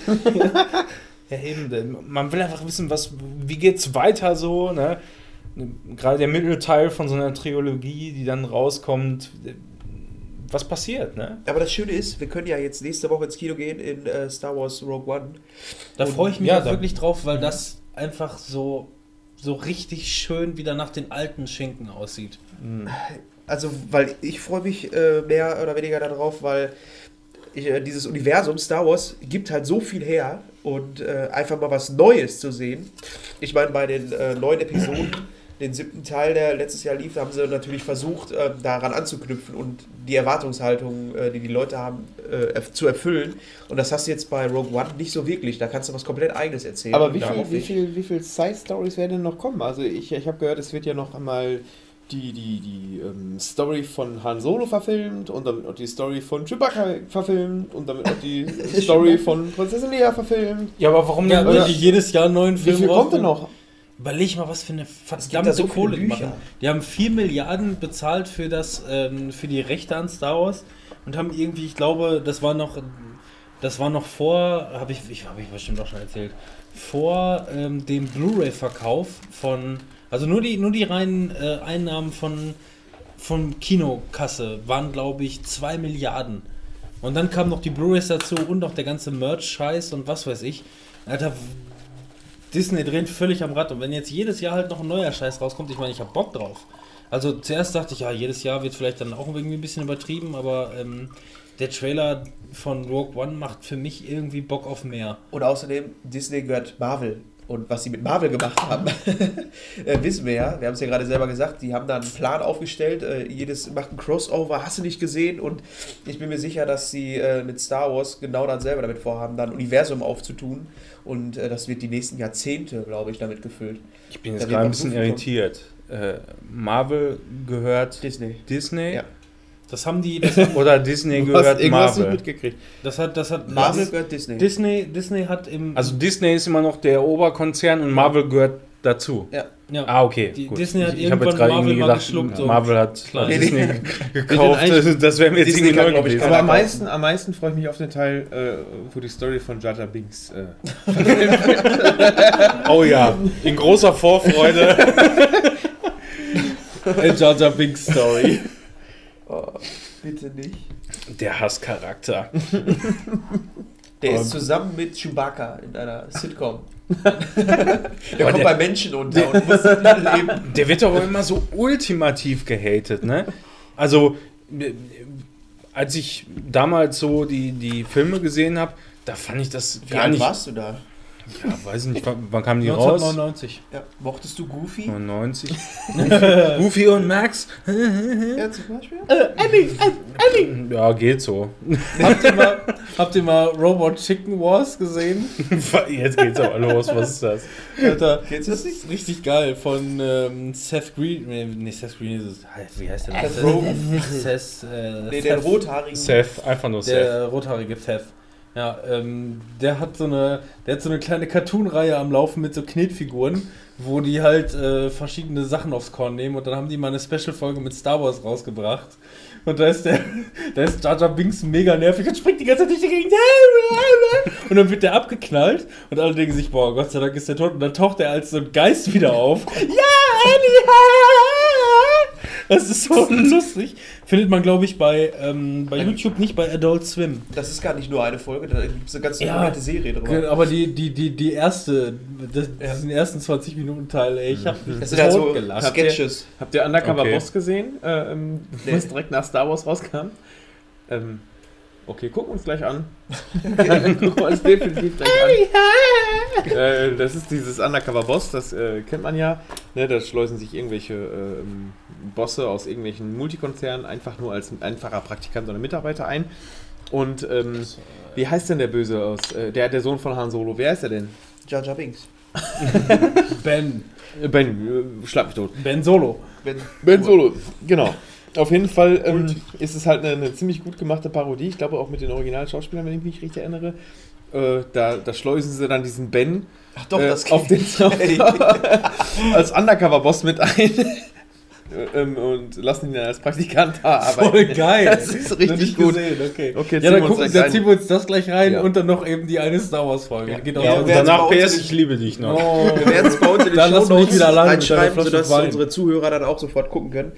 Ja, eben. Man will einfach wissen, wie geht's weiter so, ne? Gerade der Mittelteil von so einer Trilogie, die dann rauskommt, was passiert, ne? Aber das Schöne ist, wir können ja jetzt nächste Woche ins Kino gehen in Star Wars Rogue One. da Und- freue ich mich ja, auch da- wirklich drauf, weil das einfach so richtig schön wieder nach den alten Schinken aussieht. Also, weil ich freue mich mehr oder weniger darauf, weil dieses Universum Star Wars gibt halt so viel her, und einfach mal was Neues zu sehen. Ich meine, bei den neuen Episoden, den 7. Teil, der letztes Jahr lief, haben sie natürlich versucht, daran anzuknüpfen und die Erwartungshaltung, die die Leute haben, zu erfüllen. Und das hast du jetzt bei Rogue One nicht so wirklich. Da kannst du was komplett Eigenes erzählen. Aber Und wie da hoffe ich- viel Side-Stories werden denn noch kommen? Also ich habe gehört, es wird ja noch einmal die Story von Han Solo verfilmt und damit auch die Story von Chewbacca verfilmt und damit auch die Story von Prinzessin Leia verfilmt. Ja, aber warum Ja, denn weil nicht? die jedes Jahr einen neuen Wie Film viel kommt denn rausbringen. noch? Überleg mal, was für eine gibt da verdammte so viele Kohle die Bücher. machen. Die haben 4 Milliarden bezahlt für für die Rechte an Star Wars und haben irgendwie, ich glaube, das war noch vor, habe ich bestimmt auch schon erzählt, vor dem Blu-ray-Verkauf von, also nur die reinen Einnahmen von Kinokasse waren, glaube ich, 2 Milliarden. Und dann kamen noch die Blu-rays dazu und noch der ganze Merch-Scheiß und was weiß ich. Alter, Disney dreht völlig am Rad, und wenn jetzt jedes Jahr halt noch ein neuer Scheiß rauskommt, ich meine, ich hab Bock drauf. Also zuerst dachte ich, ja, jedes Jahr wird vielleicht dann auch irgendwie ein bisschen übertrieben, aber der Trailer von Rogue One macht für mich irgendwie Bock auf mehr. Und außerdem, Disney gehört Marvel. Und was sie mit Marvel gemacht haben, wissen wir ja. Wir haben es ja gerade selber gesagt, die haben da einen Plan aufgestellt. Jedes macht ein Crossover, hast du nicht gesehen? Und ich bin mir sicher, dass sie mit Star Wars genau dann selber damit vorhaben, dann ein Universum aufzutun. Und das wird die nächsten Jahrzehnte, glaube ich, damit gefüllt. Ich bin jetzt gerade ein bisschen irritiert. Marvel gehört Disney? Ja. Das haben die. Oder Disney Du hast gehört irgendwas nicht Marvel? mitgekriegt. Das hat Marvel gehört Disney. Disney hat im. Also Disney ist immer noch der Oberkonzern und Marvel gehört dazu. Ja. ja, Ah, okay. Die gut. Disney hat ich habe irgendwann jetzt gerade Marvel irgendwie mal gedacht, geschluckt, so. Marvel hat Klar. Disney Wir gekauft. sind eigentlich- Das wäre mir jetzt Disney irgendwie kann, neu glaub ich, gewesen. Aber keiner am meisten freue ich mich auf den Teil, wo die Story von Jar Jar Binks Oh ja, in großer Vorfreude. Jar Jar Binks Story. Oh, bitte nicht. Der Hasscharakter. Der Aber- ist zusammen mit Chewbacca in einer Sitcom. Aber Der kommt bei Menschen unter und muss dann leben. Der wird aber immer so ultimativ gehatet, ne? Also, als ich damals so die Filme gesehen habe, da fand ich das Wie gar alt nicht. warst du da? Ja, weiß ich nicht, wann kamen die raus? 1999. Ja. Mochtest du Goofy? 99. Goofy und Max? Ja, zum Beispiel? Ja, geht so. Habt ihr mal Robot Chicken Wars gesehen? Jetzt geht's aber los, was ist das? Alter, Kennst du das nicht? richtig geil. Von Seth Green. Nee, Seth Green ist es. Wie heißt der denn? Seth, Nee, der rothaarige. Seth, einfach nur Seth. der rothaarige Seth. Ja, der hat so eine kleine Cartoon-Reihe am Laufen mit so Knetfiguren, wo die halt verschiedene Sachen aufs Korn nehmen und dann haben die mal eine Special-Folge mit Star Wars rausgebracht. Und da ist Jar Jar Binks mega nervig und springt die ganze Zeit durch die Gegend. Und dann wird der abgeknallt und alle denken sich, boah, Gott sei Dank ist der tot. Und dann taucht er als so ein Geist wieder auf. Ja, Annie! Das ist so lustig. Findet man, glaube ich, bei YouTube, nicht bei Adult Swim. Das ist gar nicht nur eine Folge, da gibt es eine ganze Ja. komplette Serie drüber. Aber die erste, diesen ersten 20 Minuten Teil, ey, ich hab mich Das sind halt so gelacht. Sketches. Habt ihr Undercover Okay. Boss gesehen, Nee. was direkt nach Star Wars rauskam? Okay, gucken wir uns gleich an. Gucken wir uns definitiv gleich an. Das ist dieses Undercover Boss, das kennt man ja. Ne, da schleusen sich irgendwelche Bosse aus irgendwelchen Multikonzernen einfach nur als ein einfacher Praktikant oder Mitarbeiter ein. Und wie heißt denn der Böse aus? Der Sohn von Han Solo, wer ist er denn? Jar Jar Binks. Ben Schlag mich tot. Solo. Ben Solo, genau. Auf jeden Fall ist es halt eine ziemlich gut gemachte Parodie. Ich glaube auch mit den Originalschauspielern, wenn ich mich richtig erinnere. Da schleusen sie dann diesen Ben Ach doch, das auf den Ey. als Undercover-Boss mit ein und lassen ihn dann als Praktikant da arbeiten. Voll geil. Das ist Noch richtig nicht gut. gesehen, okay. Okay, Ja, dann, gleich dann rein. ziehen wir uns das gleich rein Ja. und dann noch eben die eine Star Wars Folge. Geht auch Ja, so. wer- Danach bei uns PS, in- ich liebe dich noch. Oh. Wir werden es bei uns in den Dann lass mich Shownotes wieder allein mit deiner reinschreiben, Flasche sodass Wein. unsere Zuhörer dann auch sofort gucken können.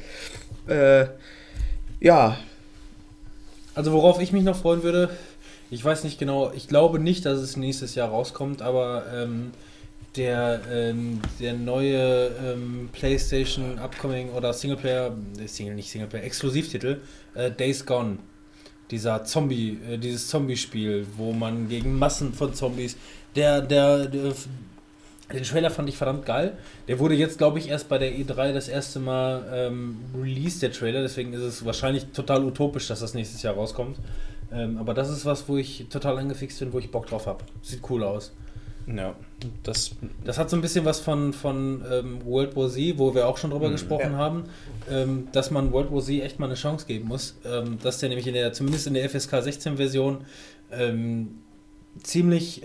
Ja, Also worauf ich mich noch freuen würde, ich weiß nicht genau, ich glaube nicht, dass es nächstes Jahr rauskommt, aber der neue PlayStation Upcoming oder Exklusivtitel, Days Gone. Dieses Zombie-Spiel, wo man gegen Massen von Zombies, den Trailer fand ich verdammt geil. Der wurde jetzt, glaube ich, erst bei der E3 das erste Mal released, der Trailer. Deswegen ist es wahrscheinlich total utopisch, dass das nächstes Jahr rauskommt. Aber das ist was, wo ich total angefixt bin, wo ich Bock drauf habe. Sieht cool aus. Ja, das Das hat so ein bisschen was von World War Z, wo wir auch schon drüber gesprochen ja. haben, dass man World War Z echt mal eine Chance geben muss. Dass der nämlich zumindest in der FSK 16 Version ziemlich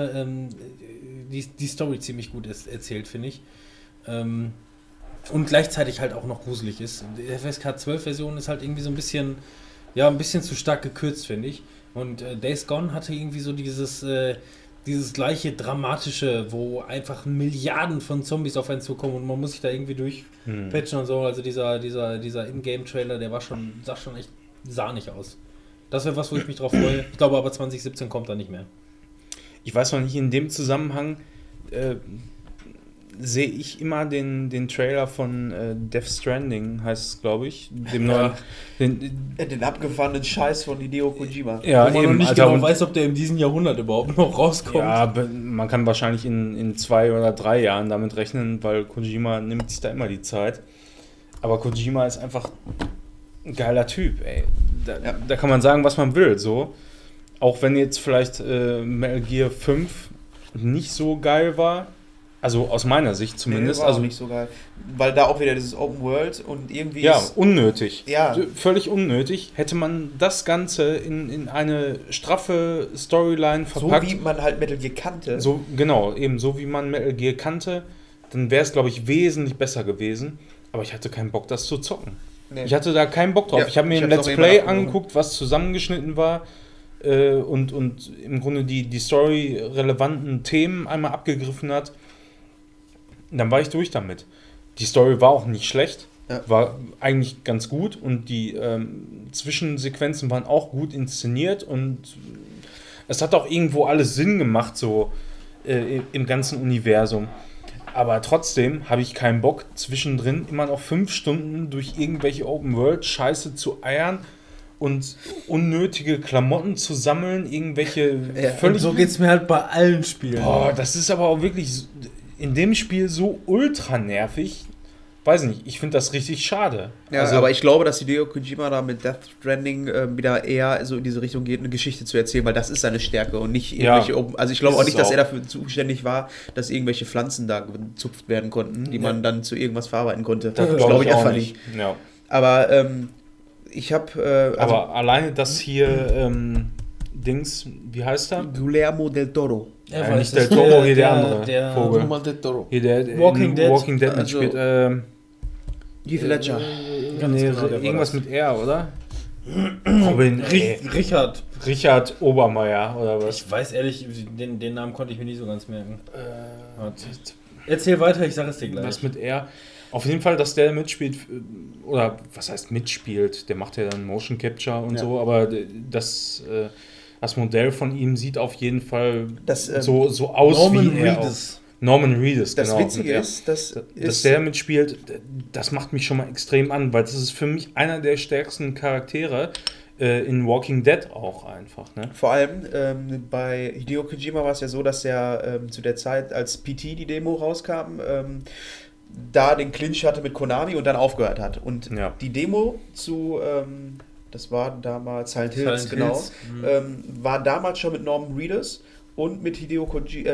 die Story ziemlich gut erzählt, finde ich. Und gleichzeitig halt auch noch gruselig ist. Die FSK 12 Version ist halt irgendwie so ein bisschen zu stark gekürzt, finde ich. Und Days Gone hatte irgendwie so dieses gleiche Dramatische, wo einfach Milliarden von Zombies auf einen zukommen und man muss sich da irgendwie durchpatchen und so. Also dieser In-Game-Trailer, der sah schon echt sahnig aus. Das wäre was, wo ich mich drauf freue. Ich glaube aber 2017 kommt da nicht mehr. Ich weiß noch nicht, in dem Zusammenhang sehe ich immer den Trailer von Death Stranding, heißt es, glaube ich. Dem neuen. Den abgefahrenen Scheiß von Hideo Kojima. Ja, Wo man noch nicht Alter, genau und- weiß, ob der in diesem Jahrhundert überhaupt noch rauskommt. Ja, man kann wahrscheinlich in 2 oder 3 Jahren damit rechnen, weil Kojima nimmt sich da immer die Zeit. Aber Kojima ist einfach ein geiler Typ, ey. Da kann man sagen, was man will, so. Auch wenn jetzt vielleicht Metal Gear 5 nicht so geil war, also aus meiner Sicht zumindest. War Also auch nicht so geil. Weil da auch wieder dieses Open World und irgendwie ja, ist, unnötig. Ja. Völlig unnötig. Hätte man das Ganze in eine straffe Storyline so verpackt. wie man halt Metal Gear kannte. So, genau, eben so wie man Metal Gear kannte, dann wäre es, glaube ich, wesentlich besser gewesen. Aber ich hatte keinen Bock, das zu zocken. Nee. Ich hatte da keinen Bock drauf. Ja, ich habe mir ich ein hab's Let's auch Play eben angeguckt, was zusammengeschnitten war und im Grunde die Story-relevanten Themen einmal abgegriffen hat. Und dann war ich durch damit. Die Story war auch nicht schlecht, war eigentlich ganz gut und die Zwischensequenzen waren auch gut inszeniert und es hat auch irgendwo alles Sinn gemacht, so im ganzen Universum. Aber trotzdem habe ich keinen Bock, zwischendrin immer noch 5 Stunden durch irgendwelche Open-World-Scheiße zu eiern und unnötige Klamotten zu sammeln, irgendwelche Und so geht es mir halt bei allen Spielen. Boah, das ist aber auch wirklich in dem Spiel so ultra nervig. Weiß nicht, ich finde das richtig schade. Ja, Also- aber ich glaube, dass Hideo Kojima da mit Death Stranding wieder eher so in diese Richtung geht, eine Geschichte zu erzählen, weil das ist seine Stärke und nicht irgendwelche also ich glaube ist auch nicht, es dass auch. er dafür zuständig war, dass irgendwelche Pflanzen da gezupft werden konnten, die man dann zu irgendwas verarbeiten konnte. Das Das glaube glaube ich ich auch einfach nicht. nicht. Ja. Aber ich habe Aber alleine das hier, Dings, wie heißt er? Guillermo del Toro. Ja, nicht Del Toro, hier der andere Vogel. Guillermo del Toro. Hier der Walking in Dead. Walking Dead Also, mitspielt. Heath Ledger. Ganz Nee, genau, der war irgendwas das. mit R, oder? Robin, Richard. Richard Obermeier, oder was? Ich weiß ehrlich, den Namen konnte ich mir nicht so ganz merken. Erzähl weiter, ich sage es dir gleich. Was mit R? Auf jeden Fall, dass der mitspielt, oder was heißt mitspielt, der macht ja dann Motion Capture und so, aber das Modell von ihm sieht auf jeden Fall Das, so aus Norman wie er Reedus. auch. Norman Reedus, Das genau. Witzige mit R. ist, dass Dass der mitspielt, das macht mich schon mal extrem an, weil das ist für mich einer der stärksten Charaktere in Walking Dead auch einfach. Ne? vor allem bei Hideo Kojima war es ja so, dass er zu der Zeit, als PT die Demo rauskam, da den Clinch hatte mit Konami und dann aufgehört hat. Und Ja. die Demo zu, das war damals Silent Hills, Silent genau, Hills, war damals schon mit Norman Reedus und mit Hideo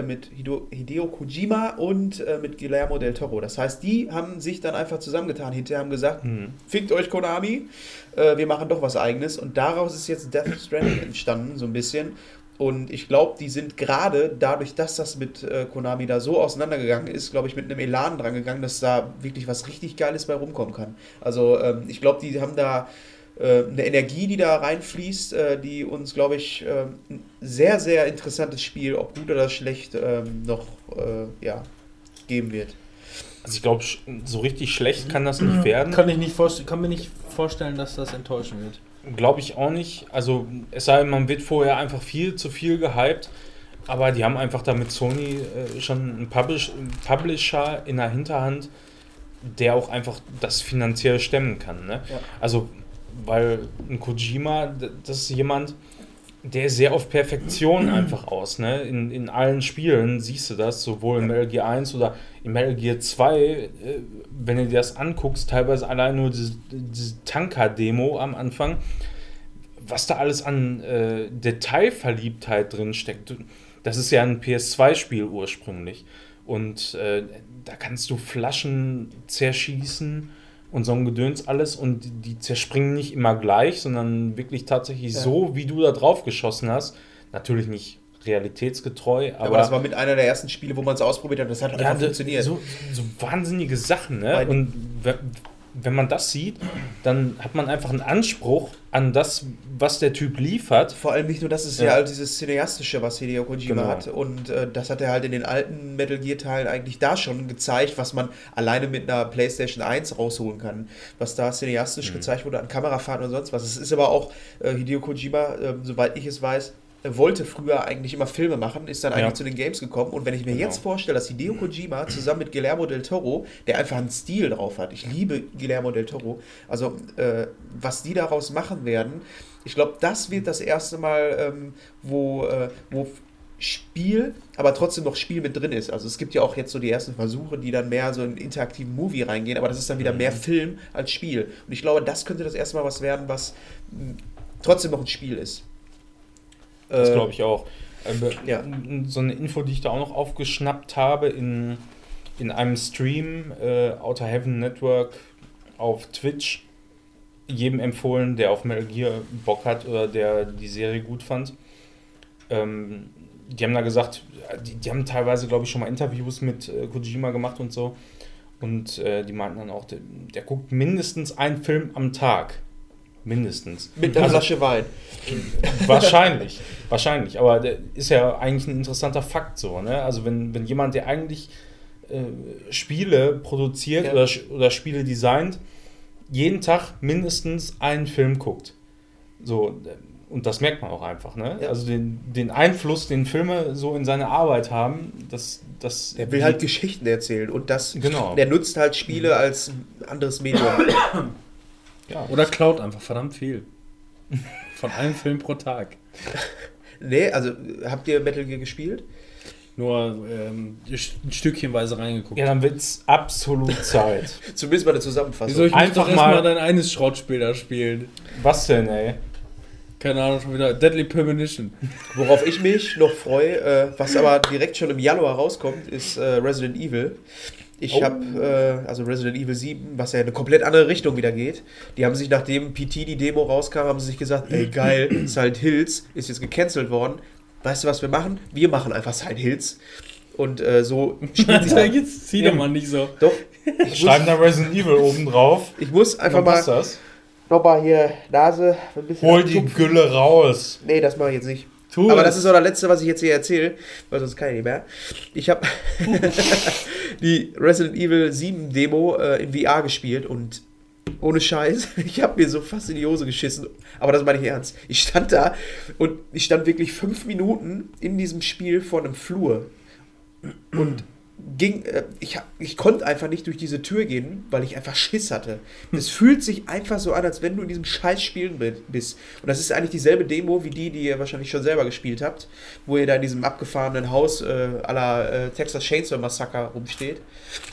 Kojima und mit Guillermo del Toro. Das heißt, die haben sich dann einfach zusammengetan. Hinterher haben gesagt, fickt euch Konami, wir machen doch was Eigenes. Und daraus ist jetzt Death Stranding entstanden, so ein bisschen. Und ich glaube, die sind gerade dadurch, dass das mit Konami da so auseinandergegangen ist, glaube ich, mit einem Elan dran gegangen, dass da wirklich was richtig Geiles bei rumkommen kann. Also ich glaube, die haben da eine Energie, die da reinfließt, die uns, glaube ich, ein sehr, sehr interessantes Spiel, ob gut oder schlecht, noch geben wird. Also ich glaube, so richtig schlecht kann das nicht werden. Kann mir nicht vorstellen, dass das enttäuschen wird. Glaube ich auch nicht. Also es sei denn, man wird vorher einfach viel zu viel gehypt. Aber die haben einfach da mit Sony schon einen Publisher in der Hinterhand, der auch einfach das finanziell stemmen kann. Ne? Ja. Also, weil ein Kojima, das ist jemand, der ist sehr auf Perfektion einfach aus. Ne? In allen Spielen siehst du das, sowohl in Metal Gear 1 oder in Metal Gear 2, wenn du dir das anguckst, teilweise allein nur diese Tanker-Demo am Anfang, was da alles an Detailverliebtheit drin steckt. Das ist ja ein PS2-Spiel ursprünglich. Und da kannst du Flaschen zerschießen und so ein Gedöns alles. Und die zerspringen nicht immer gleich, sondern wirklich tatsächlich so, wie du da drauf geschossen hast. Natürlich nicht realitätsgetreu, Aber das war mit einer der ersten Spiele, wo man es ausprobiert hat. Das hat einfach funktioniert. So wahnsinnige Sachen. Ne? Und wenn man das sieht, dann hat man einfach einen Anspruch an das, was der Typ liefert. Vor allem nicht nur das, ist ja halt dieses Cineastische, was Hideo Kojima hat. Und das hat er halt in den alten Metal Gear Teilen eigentlich da schon gezeigt, was man alleine mit einer PlayStation 1 rausholen kann. Was da cineastisch gezeigt wurde an Kamerafahrten und sonst was. Es ist aber auch Hideo Kojima, soweit ich es weiß, wollte früher eigentlich immer Filme machen, ist dann eigentlich Ja. zu den Games gekommen. Und wenn ich mir Genau. jetzt vorstelle, dass Hideo Kojima zusammen mit Guillermo del Toro, der einfach einen Stil drauf hat, ich liebe Guillermo del Toro, also was die daraus machen werden, ich glaube, das wird das erste Mal, wo Spiel, aber trotzdem noch Spiel mit drin ist. Also es gibt ja auch jetzt so die ersten Versuche, die dann mehr so in interaktiven Movie reingehen, aber das ist dann wieder mehr Film als Spiel. Und ich glaube, das könnte das erste Mal was werden, was trotzdem noch ein Spiel ist. Das glaube ich auch. Ja. So eine Info, die ich da auch noch aufgeschnappt habe in einem Stream, Outer Heaven Network auf Twitch, jedem empfohlen, der auf Metal Gear Bock hat oder der die Serie gut fand. Die haben da gesagt, die haben teilweise, glaube ich, schon mal Interviews mit Kojima gemacht und so. Und die meinten dann auch, der guckt mindestens einen Film am Tag. Mindestens. Mit einer Flasche Wein. Wahrscheinlich. Aber der ist ja eigentlich ein interessanter Fakt so. Ne? Also wenn jemand, der eigentlich Spiele produziert Ja. oder Spiele designt, jeden Tag mindestens einen Film guckt. So, und das merkt man auch einfach. Ne? Ja. Also den Einfluss, den Filme so in seine Arbeit haben, das Der will halt Geschichten erzählen und Genau. der nutzt halt Spiele als ein anderes Medium. ja. Oder klaut einfach verdammt viel. Von einem Film pro Tag. Nee, also habt ihr Metal Gear gespielt? Nur ein Stückchenweise reingeguckt. Ja, dann wird's absolut Zeit. Zumindest mal eine Zusammenfassung. Wieso, ich muss Einfach doch erstmal mal- dein eines Schrottspiel da spielen. Was denn, ey? Keine Ahnung, schon wieder Deadly Premonition. Worauf ich mich noch freue, was aber direkt schon im Januar rauskommt, ist Resident Evil. Ich habe, also Resident Evil 7, was ja in eine komplett andere Richtung wieder geht. Die haben sich, nachdem PT die Demo rauskam, haben sie sich gesagt, ey geil, Silent Hills ist jetzt gecancelt worden. Weißt du, was wir machen? Wir machen einfach Silent Hills. Und so spielt sich Alter, jetzt zieh doch mal nicht so. Doch, ich Schreiben da Resident Evil oben drauf. muss einfach Dann passt mal das. nochmal hier Nase ein bisschen Hol die abtupfen. Gülle raus. Nee, das mache ich jetzt nicht. Tu Aber es. das ist auch das Letzte, was ich jetzt hier erzähle, weil sonst kann ich nicht mehr. Ich habe die Resident Evil 7 Demo in VR gespielt und ohne Scheiß, ich habe mir so fast in die Hose geschissen. Aber das meine ich ernst. Ich stand da und ich stand wirklich 5 Minuten in diesem Spiel vor einem Flur und ich konnte einfach nicht durch diese Tür gehen, weil ich einfach Schiss hatte. Es fühlt sich einfach so an, als wenn du in diesem scheiß Spielen bist. Und das ist eigentlich dieselbe Demo wie die ihr wahrscheinlich schon selber gespielt habt, wo ihr da in diesem abgefahrenen Haus à la Texas Chainsaw Massacre rumsteht.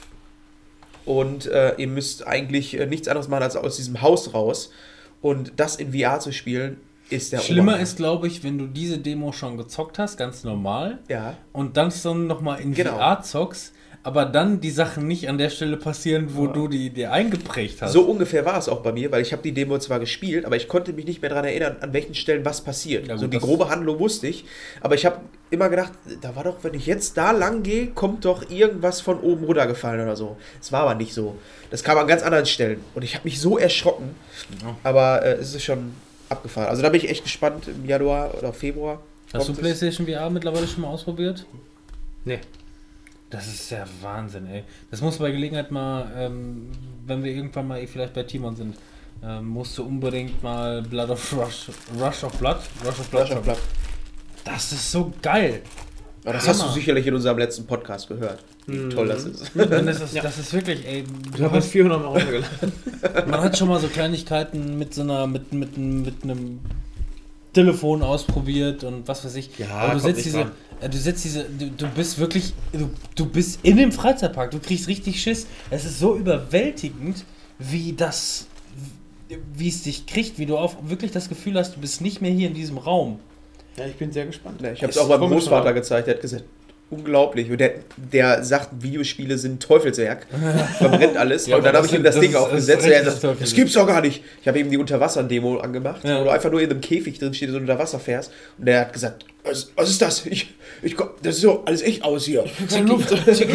Und ihr müsst eigentlich nichts anderes machen, als aus diesem Haus raus. Und das in VR zu spielen, ist der Schlimmer Oberhammer. ist, glaube ich, wenn du diese Demo schon gezockt hast, ganz normal, Ja. und dann nochmal in Genau. VR zockst, aber dann die Sachen nicht an der Stelle passieren, wo du die dir eingeprägt hast. So ungefähr war es auch bei mir, weil ich habe die Demo zwar gespielt, aber ich konnte mich nicht mehr daran erinnern, an welchen Stellen was passiert. Ja, gut, so die das- grobe Handlung wusste ich, aber ich habe immer gedacht, da war doch, wenn ich jetzt da lang gehe, kommt doch irgendwas von oben runtergefallen oder so. Es war aber nicht so. Das kam an ganz anderen Stellen und ich habe mich so erschrocken, aber es ist schon abgefahren. Also da bin ich echt gespannt im Januar oder Februar. Hast du kommt es. PlayStation VR mittlerweile schon mal ausprobiert? Nee. Das ist ja Wahnsinn, ey. Das musst du bei Gelegenheit mal, wenn wir irgendwann mal vielleicht bei Timon sind, musst du unbedingt mal Rush of Blood. Rush of Blood. Das ist so geil. Aber das hast du Hammer. sicherlich in unserem letzten Podcast gehört, wie toll das ist. Und das ist wirklich, ey, Ich habe 400 Mal runtergeladen. man hat schon mal so Kleinigkeiten mit einem Telefon ausprobiert und was weiß ich. Ja, aber du kommt setzt nicht du bist wirklich, du bist in dem Freizeitpark, du kriegst richtig Schiss. Es ist so überwältigend, wie es dich kriegt, wie du auch wirklich das Gefühl hast, du bist nicht mehr hier in diesem Raum. Ja, ich bin sehr gespannt. Ja, ich habe es auch meinem Großvater gezeigt, der hat gesagt, unglaublich. Und der sagt, Videospiele sind Teufelswerk, verbrennt alles. Ja, und dann aber habe ich ihm das das Ding ist- aufgesetzt das und er ist sagt, richtig das gibt's doch gar nicht. Ich habe ihm die Unterwasser-Demo angemacht, Ja. wo du einfach nur in einem Käfig drin stehst und unter Wasser fährst. Und der hat gesagt, was ist das? Das ist so alles echt aus hier. Ich krieg keine Luft.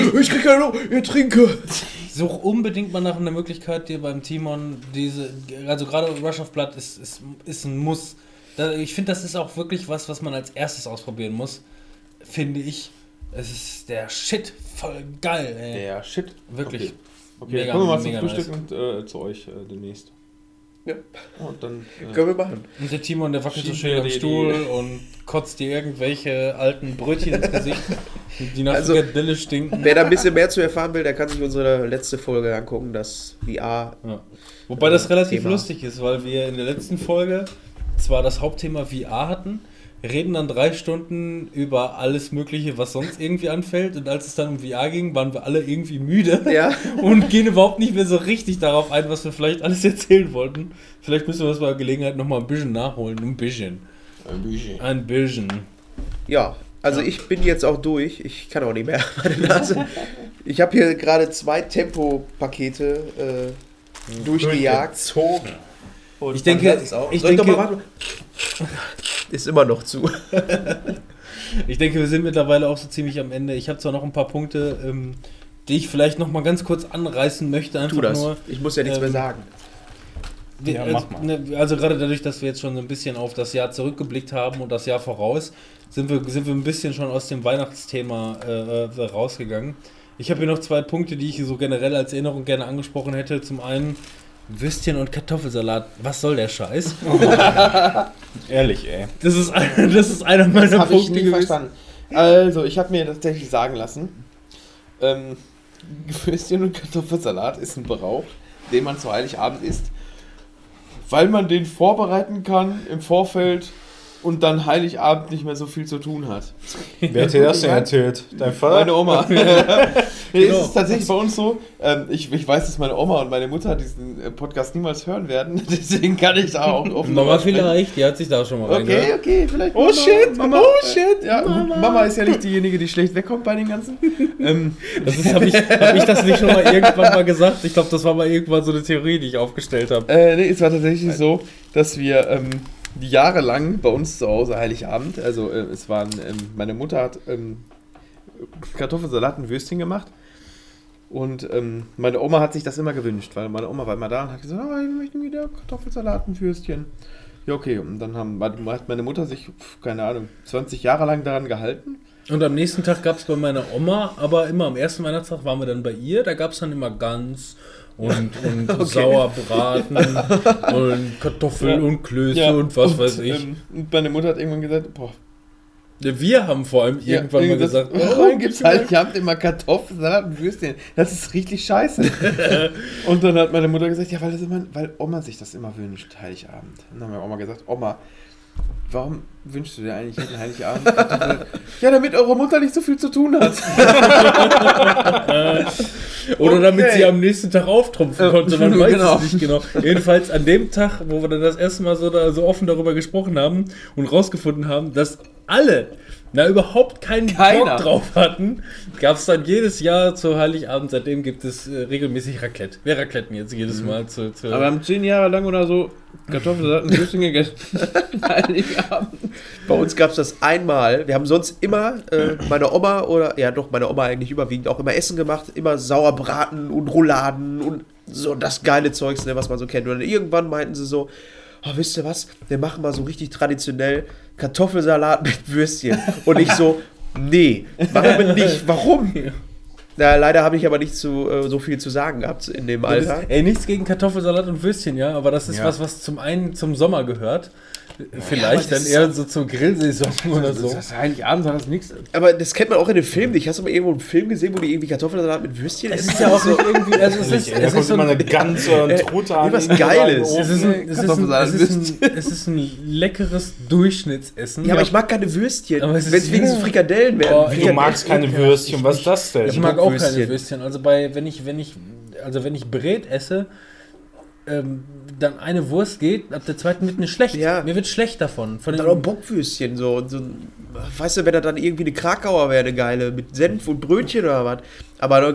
Ich trinke. Such unbedingt mal nach einer Möglichkeit, dir beim Timon also gerade Rush of Blood ist ein Muss. Ich finde, das ist auch wirklich was man als erstes ausprobieren muss. Finde ich. Es ist der Shit, voll geil, ey. Der Shit. Wirklich. Okay, Mega, kommen wir mal zum mega Frühstück und zu euch demnächst. Ja. Und dann Können wir machen. Und der Timon, der wackelt so Schieben schön am wir die- Stuhl und kotzt dir irgendwelche alten Brötchen ins Gesicht, die nach Also, Frikadelle stinken. Wer da ein bisschen mehr zu erfahren will, der kann sich unsere letzte Folge angucken, das VR. Ja. Wobei das relativ Thema. lustig ist, weil wir in der letzten Folge zwar das Hauptthema VR hatten, reden dann 3 Stunden über alles Mögliche, was sonst irgendwie anfällt, und als es dann um VR ging, waren wir alle irgendwie müde Ja. und gehen überhaupt nicht mehr so richtig darauf ein, was wir vielleicht alles erzählen wollten. Vielleicht müssen wir das bei Gelegenheit nochmal ein bisschen nachholen. Ein bisschen. Ein bisschen. Ja, also ich bin jetzt auch durch. Ich kann auch nicht mehr. Meine Nase. Ich habe hier gerade 2 Tempopakete durchgejagt. Und Ich denke, man hört es auch. ich Soll denke- doch mal warten? Ist immer noch zu. Ich denke, wir sind mittlerweile auch so ziemlich am Ende. Ich habe zwar noch ein paar Punkte, die ich vielleicht noch mal ganz kurz anreißen möchte. Einfach Tu das. nur. Ich muss ja nichts mehr sagen. Ja, mach mal. Also gerade dadurch, dass wir jetzt schon so ein bisschen auf das Jahr zurückgeblickt haben und das Jahr voraus, sind wir ein bisschen schon aus dem Weihnachtsthema rausgegangen. Ich habe hier noch 2 Punkte, die ich so generell als Erinnerung gerne angesprochen hätte. Zum einen Würstchen und Kartoffelsalat. Was soll der Scheiß? Ehrlich, ey. Das ist einer meiner Das habe ich Punkte nie gewesen. verstanden. Also, ich habe mir tatsächlich sagen lassen, Würstchen und Kartoffelsalat ist ein Brauch, den man zu Heiligabend isst, weil man den vorbereiten kann im Vorfeld und dann Heiligabend nicht mehr so viel zu tun hat. Wer hat dir das denn erzählt? Dein Vater? Meine Oma. Nee, Genau. es ist tatsächlich bei uns so, ich weiß, dass meine Oma und meine Mutter diesen Podcast niemals hören werden, deswegen kann ich da auch offen Mama drüber sprechen. vielleicht, die hat sich da schon mal reingehört. Okay, vielleicht. Oh, shit, Mama. oh, shit. Ja, Mama ist ja nicht diejenige, die schlecht wegkommt bei den ganzen. Habe ich das nicht schon mal irgendwann mal gesagt? Ich glaube, das war mal irgendwann so eine Theorie, die ich aufgestellt habe. Nee, es war tatsächlich so, dass wir jahrelang bei uns zu Hause Heiligabend, also es waren, meine Mutter hat Kartoffelsalat und Würstchen gemacht und meine Oma hat sich das immer gewünscht, weil meine Oma war immer da und hat gesagt, oh, ich möchte wieder Kartoffelsalat und Würstchen. Ja, okay, und dann hat meine Mutter sich, keine Ahnung, 20 Jahre lang daran gehalten. Und am nächsten Tag gab es bei meiner Oma, aber immer am ersten Weihnachtstag waren wir dann bei ihr, da gab es dann immer Gans und Sauerbraten und Kartoffeln und Klöße und was weiß ich. Und meine Mutter hat irgendwann gesagt, boah, Wir haben vor allem irgendwann mal gesagt, warum gibt es Heiligabend immer Kartoffelsalat und Würstchen? Das ist richtig scheiße. Und dann hat meine Mutter gesagt, ja, weil Oma sich das immer wünscht, Heiligabend. Und dann haben wir Oma gesagt, Oma, warum wünschst du dir eigentlich jeden Heiligabend Kartoffeln? Ja, damit eure Mutter nicht so viel zu tun hat. oder damit Okay. sie am nächsten Tag auftrumpfen konnte, man weiß Genau. es nicht genau. Jedenfalls an dem Tag, wo wir dann das erste Mal so offen darüber gesprochen haben und rausgefunden haben, dass alle überhaupt keinen Keiner. Bock drauf hatten, gab es dann jedes Jahr zu Heiligabend, seitdem gibt es regelmäßig Raclette. Wir racletten jetzt jedes Mal zu Aber wir haben 10 Jahre lang oder so Kartoffelsalat und Würstchen gegessen. Heiligabend. Bei uns gab es das einmal. Wir haben sonst immer meine Oma meine Oma eigentlich überwiegend auch immer Essen gemacht. Immer Sauerbraten und Rouladen und so das geile Zeugs, ne, was man so kennt. Und dann irgendwann meinten sie so, oh, wisst ihr was, wir machen mal so richtig traditionell Kartoffelsalat mit Würstchen. Und ich so, nee, machen wir nicht. Warum? Na, leider habe ich aber nicht so viel zu sagen gehabt in dem Alter. Nichts gegen Kartoffelsalat und Würstchen, ja, aber das ist Ja. was zum einen zum Sommer gehört. Vielleicht dann eher so zur Grillsaison oder so. Das Heiligabend war das nichts. Aber das kennt man auch in den Filmen nicht. Hast du mal irgendwo einen Film gesehen, wo die irgendwie Kartoffelsalat mit Würstchen Es essen? ist ja auch nicht irgendwie, also es ist, Da es kommt ist so immer ein, eine Gans oder ein Truthahn. nee, was irgendwo Geiles. rein. es ist ein leckeres Durchschnittsessen. Ja, aber ich mag keine Würstchen. Aber Wenn es ist- es wenigstens Frikadellen wären. Oh, Frikadellen- Du magst keine Würstchen, was ist das denn? Ich mag auch keine Würstchen. Würstchen. Also wenn ich Brät esse, dann eine Wurst geht, ab der zweiten wird mir schlecht. Ja. Mir wird schlecht davon. Von Dann auch Bockwürstchen, so, weißt du, wenn das dann irgendwie eine Krakauer wäre, eine geile, mit Senf und Brötchen oder was. Aber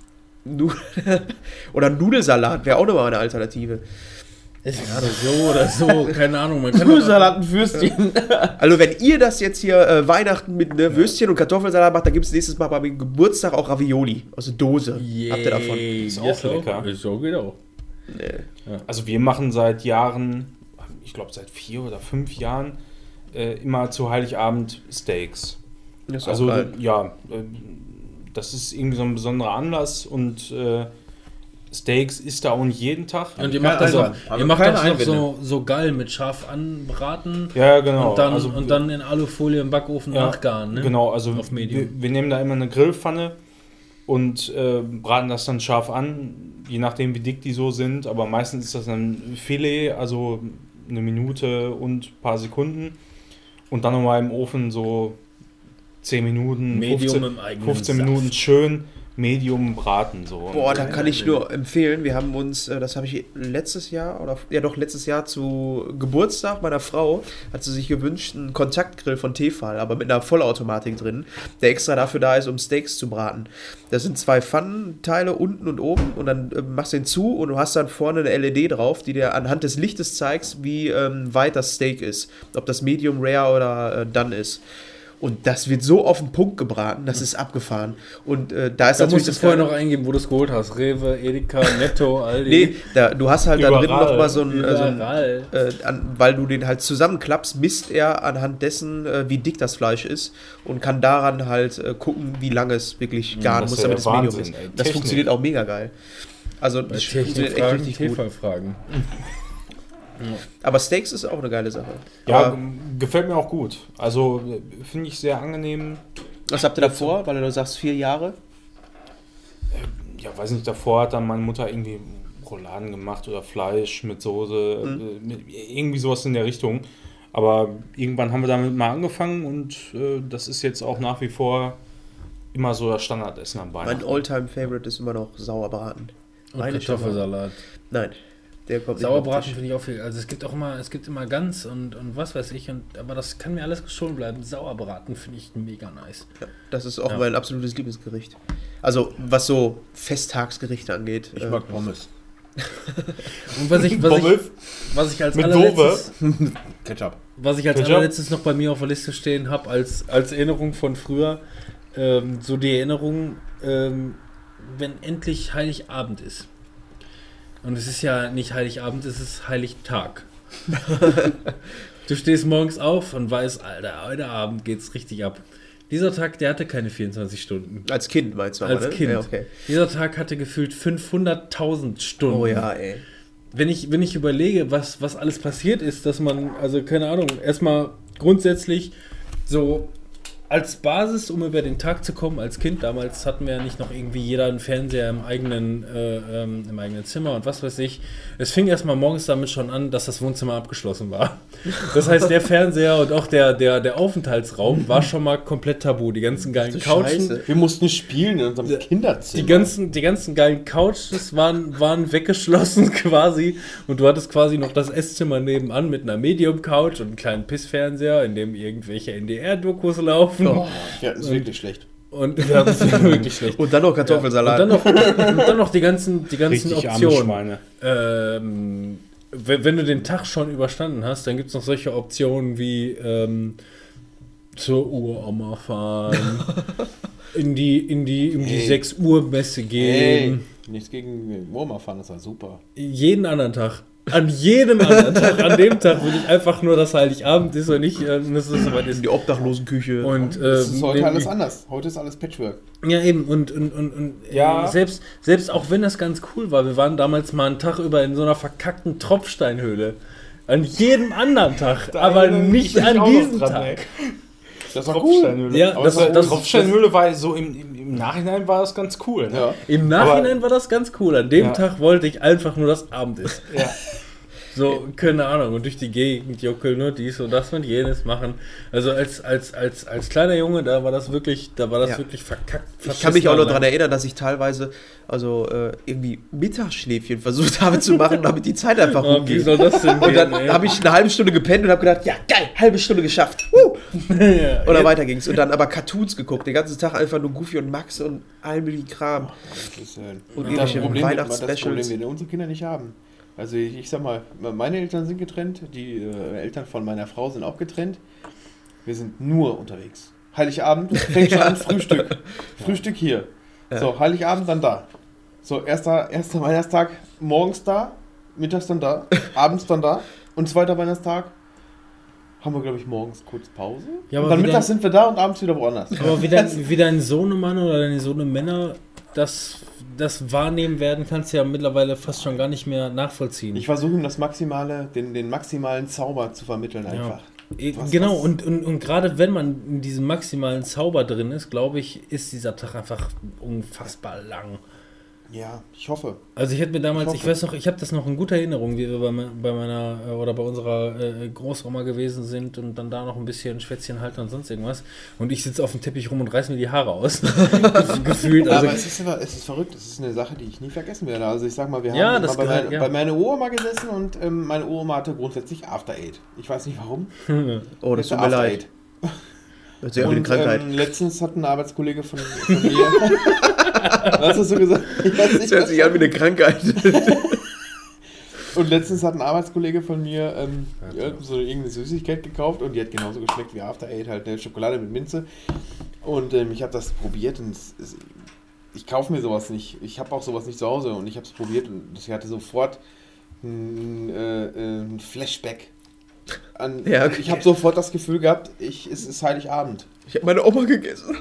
oder Nudelsalat wäre auch nochmal eine Alternative. oder so, keine Ahnung. Man kann Kartoffelsalat und Würstchen. Also wenn ihr das jetzt hier Weihnachten mit Würstchen und Kartoffelsalat macht, dann gibt es nächstes Mal bei meinem Geburtstag auch Ravioli aus der Dose. Habt ihr davon? Ist auch lecker. So geht auch. Nee. Also wir machen seit Jahren, ich glaube seit 4 oder 5 Jahren, immer zu Heiligabend Steaks. Das ist Also auch geil. ja, das ist irgendwie so ein besonderer Anlass und Steaks isst er auch nicht jeden Tag. Und ihr macht das, Keine auch, Einwand. Aber ihr macht keine das noch Einwände. so geil mit scharf anbraten Ja, genau. und dann in Alufolie im Backofen nachgaren. Ne? Genau, also Auf Medium. wir nehmen da immer eine Grillpfanne und braten das dann scharf an, je nachdem wie dick die so sind, aber meistens ist das dann Filet, also eine Minute und ein paar Sekunden und dann nochmal im Ofen so 10 Minuten, Medium im eigenen 15 Saft. Minuten schön Medium braten. So. Boah, da kann ich nur empfehlen, wir haben uns, das habe ich letztes Jahr zu Geburtstag meiner Frau, hat sie sich gewünscht, einen Kontaktgrill von Tefal, aber mit einer Vollautomatik drin, der extra dafür da ist, um Steaks zu braten. Das sind 2 Pfannenteile unten und oben und dann machst du den zu und du hast dann vorne eine LED drauf, die dir anhand des Lichtes zeigst, wie weit das Steak ist, ob das Medium Rare oder Done ist. Und das wird so auf den Punkt gebraten, das ist abgefahren. Und da ist Da natürlich musst du das vorher Geile- noch eingeben, wo du es geholt hast. Rewe, Edeka, Netto, Aldi. Nee, du hast halt da drin Überall. nochmal Überall. weil du den halt zusammenklappst, misst er anhand dessen, wie dick das Fleisch ist und kann daran halt gucken, wie lange es wirklich garen das muss, ist ja damit es der Medium Wahnsinn, ist. ey. Das Technik. funktioniert auch mega geil. Also Bei das funktioniert echt Technikfragen, richtig gut. Tefal-Fragen. Aber Steaks ist auch eine geile Sache. Ja, Aber gefällt mir auch gut. Also finde ich sehr angenehm. was habt ihr davor? Weil du sagst 4 Jahre. Ja, weiß nicht, davor hat dann meine Mutter irgendwie Rouladen gemacht oder Fleisch mit Soße, irgendwie sowas in der Richtung. Aber irgendwann haben wir damit mal angefangen und das ist jetzt auch nach wie vor immer so das Standardessen am Bein. Mein All-Time-Favorite ist immer noch Sauerbraten. Und Meine Kartoffelsalat. Nein, der kommt Sauerbraten nicht finde ich auch viel. Also es gibt immer Gans und was weiß ich. Aber das kann mir alles gestohlen bleiben. Sauerbraten finde ich mega nice. Ja, das ist auch Ja. mein absolutes Lieblingsgericht. Also was so Festtagsgerichte angeht. Ich mag Pommes. Und was ich als Mit allerletztes, Ketchup. was ich als Ketchup? allerletztes noch bei mir auf der Liste stehen habe, als Erinnerung von früher, so die Erinnerung, wenn endlich Heiligabend ist. Und es ist ja nicht Heiligabend, es ist Heiligtag. Du stehst morgens auf und weißt, Alter, heute Abend geht's richtig ab. Dieser Tag, der hatte keine 24 Stunden. Als Kind meinst du aber, Als ne? Kind. Ja, okay. Dieser Tag hatte gefühlt 500.000 Stunden. Oh ja, ey. Wenn ich überlege, was alles passiert ist, dass man, also keine Ahnung, erstmal grundsätzlich so als Basis, um über den Tag zu kommen, als Kind, damals hatten wir ja nicht noch irgendwie jeder einen Fernseher im eigenen Zimmer und was weiß ich. Es fing erstmal morgens damit schon an, dass das Wohnzimmer abgeschlossen war. Das heißt, der Fernseher und auch der Aufenthaltsraum war schon mal komplett tabu. Die ganzen geilen Couchen, Scheiße. Wir mussten spielen in unserem Kinderzimmer. die ganzen geilen Couches waren weggeschlossen quasi und du hattest quasi noch das Esszimmer nebenan mit einer Medium-Couch und einem kleinen Pissfernseher, in dem irgendwelche NDR-Dokus laufen. Oh. Ja, ist wirklich schlecht. Und ja, das ist wirklich schlecht. Und dann noch Kartoffelsalat. Und dann noch die ganzen Richtig arme Optionen. Schweine. Wenn du den Tag schon überstanden hast, dann gibt es noch solche Optionen wie zur Uroma fahren, in die 6 Uhr Messe gehen. Nichts gegen Wurma fahren, das war super. Jeden anderen Tag. An jedem anderen Tag. An dem Tag will ich einfach nur, dass Heiligabend ist und nicht, dass es soweit ist. die Obdachlosenküche. Und, Das ist heute nee, alles anders. Heute ist alles Patchwork. Ja, eben. Und Ja. selbst auch wenn das ganz cool war, wir waren damals mal einen Tag über in so einer verkackten Tropfsteinhöhle. An jedem anderen Tag, aber nicht an diesem Tag. Das war cool. Tropfsteinhöhle. Ja, Aber das, das- das, Tropfsteinhöhle war so im Nachhinein war das ganz cool. Ne? Ja. Im Nachhinein war das ganz cool. An dem Ja. Tag wollte ich einfach nur, dass Abend ist. Ja. So, keine Ahnung, und durch die Gegend juckeln und dies und das und jenes machen. Also als kleiner Junge, da war das wirklich Ja. verkackt. Ich kann mich auch noch verschissen daran erinnern, dass ich teilweise irgendwie Mittagsschläfchen versucht habe zu machen, damit die Zeit einfach Oh, wie rumgeht. soll das denn Und dann gehen, ey? habe ich eine halbe Stunde gepennt und habe gedacht, ja geil, halbe Stunde geschafft. Ja, Oder weiter ging's. Und dann aber Cartoons geguckt, den ganzen Tag einfach nur Goofy und Max und all möglichen Kram. Das ist, Und das irgendwelche Problem, Weihnachtsspecials. wir unsere Kinder nicht haben. Also ich sag mal, meine Eltern sind getrennt, die Eltern von meiner Frau sind auch getrennt. Wir sind nur unterwegs. Heiligabend fängt schon an, Frühstück. Frühstück hier. So, Heiligabend dann da. So, erster Weihnachtstag morgens da, mittags dann da, abends dann da und zweiter Weihnachtstag haben wir, glaube ich, morgens kurz Pause. Ja, aber und dann wie mittags dein- sind wir da und abends wieder woanders. Aber wie dein Sohnemann oder deine Sohnemänner das wahrnehmen werden, kannst du ja mittlerweile fast schon gar nicht mehr nachvollziehen. Ich versuche ihm den maximalen Zauber zu vermitteln einfach. Genau, und gerade wenn man in diesem maximalen Zauber drin ist, glaube ich, ist dieser Tag einfach unfassbar lang. Ja, ich hoffe. Also ich hätte mir damals, ich weiß noch, ich habe das noch in guter Erinnerung, wie wir bei meiner oder bei unserer Großoma gewesen sind und dann da noch ein bisschen Schwätzchen halten und sonst irgendwas. Und ich sitze auf dem Teppich rum und reiß mir die Haare aus. Gefühlt. Also, aber es ist verrückt, es ist eine Sache, die ich nie vergessen werde. Also ich sag mal, wir Ja, haben das mal gehört, ja. bei meiner Oma gesessen und meine Oma hatte grundsätzlich After Eight. Ich weiß nicht warum. Oh, das tut mir leid. Das ist ja eine Krankheit. Letztens hat ein Arbeitskollege von mir. Was hast du gesagt? Ich weiß nicht, Das hört sich an wie eine Krankheit. Und letztens hat ein Arbeitskollege von mir so irgendeine Süßigkeit gekauft und die hat genauso geschmeckt wie After Eight, halt eine Schokolade mit Minze. Und ich habe das probiert und ich kaufe mir sowas nicht. Ich habe auch sowas nicht zu Hause und ich habe es probiert und ich hatte sofort ein Flashback. Ja, okay. Ich habe sofort das Gefühl gehabt, es ist Heiligabend. Ich habe meine Oma gegessen.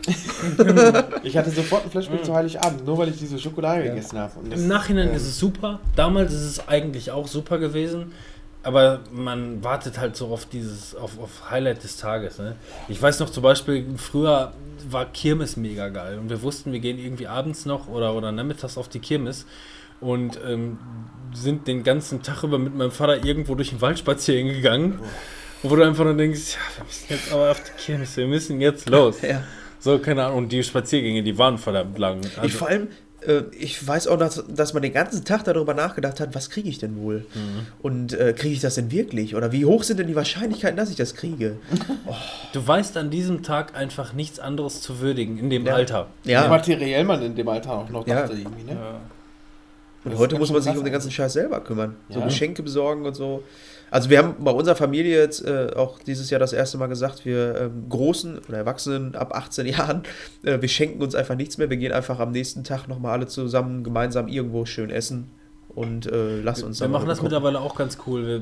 Ich hatte sofort ein Flashback zu Heiligabend, nur weil ich diese Schokolade gegessen habe. im Nachhinein ist es super. Damals ist es eigentlich auch super gewesen. Aber man wartet halt so auf auf Highlight des Tages. Ne? Ich weiß noch zum Beispiel, früher war Kirmes mega geil. Und wir wussten, wir gehen irgendwie abends noch oder nachmittags auf die Kirmes. Und sind den ganzen Tag über mit meinem Vater irgendwo durch den Wald spazieren gegangen. Wo du einfach nur denkst, ja, wir müssen jetzt aber auf die Kirmes, wir müssen jetzt los. Ja. So, keine Ahnung, und die Spaziergänge, die waren verdammt lang. Also, Vor allem, ich weiß auch, dass man den ganzen Tag darüber nachgedacht hat, was kriege ich denn wohl? Und kriege ich das denn wirklich? Oder wie hoch sind denn die Wahrscheinlichkeiten, dass ich das kriege? du weißt an diesem Tag einfach nichts anderes zu würdigen in dem Alter. Wie materiell man in dem Alter auch noch Ja. dachte irgendwie, ne? Und Das heute kann muss schon man sich krass um den ganzen Scheiß selber kümmern. So Ja. Geschenke besorgen und so. Also wir haben bei unserer Familie jetzt auch dieses Jahr das erste Mal gesagt, wir Großen oder Erwachsenen ab 18 Jahren, wir schenken uns einfach nichts mehr. Wir gehen einfach am nächsten Tag nochmal alle zusammen gemeinsam irgendwo schön essen und lassen uns Wir dann machen mal das gucken. mittlerweile auch ganz cool.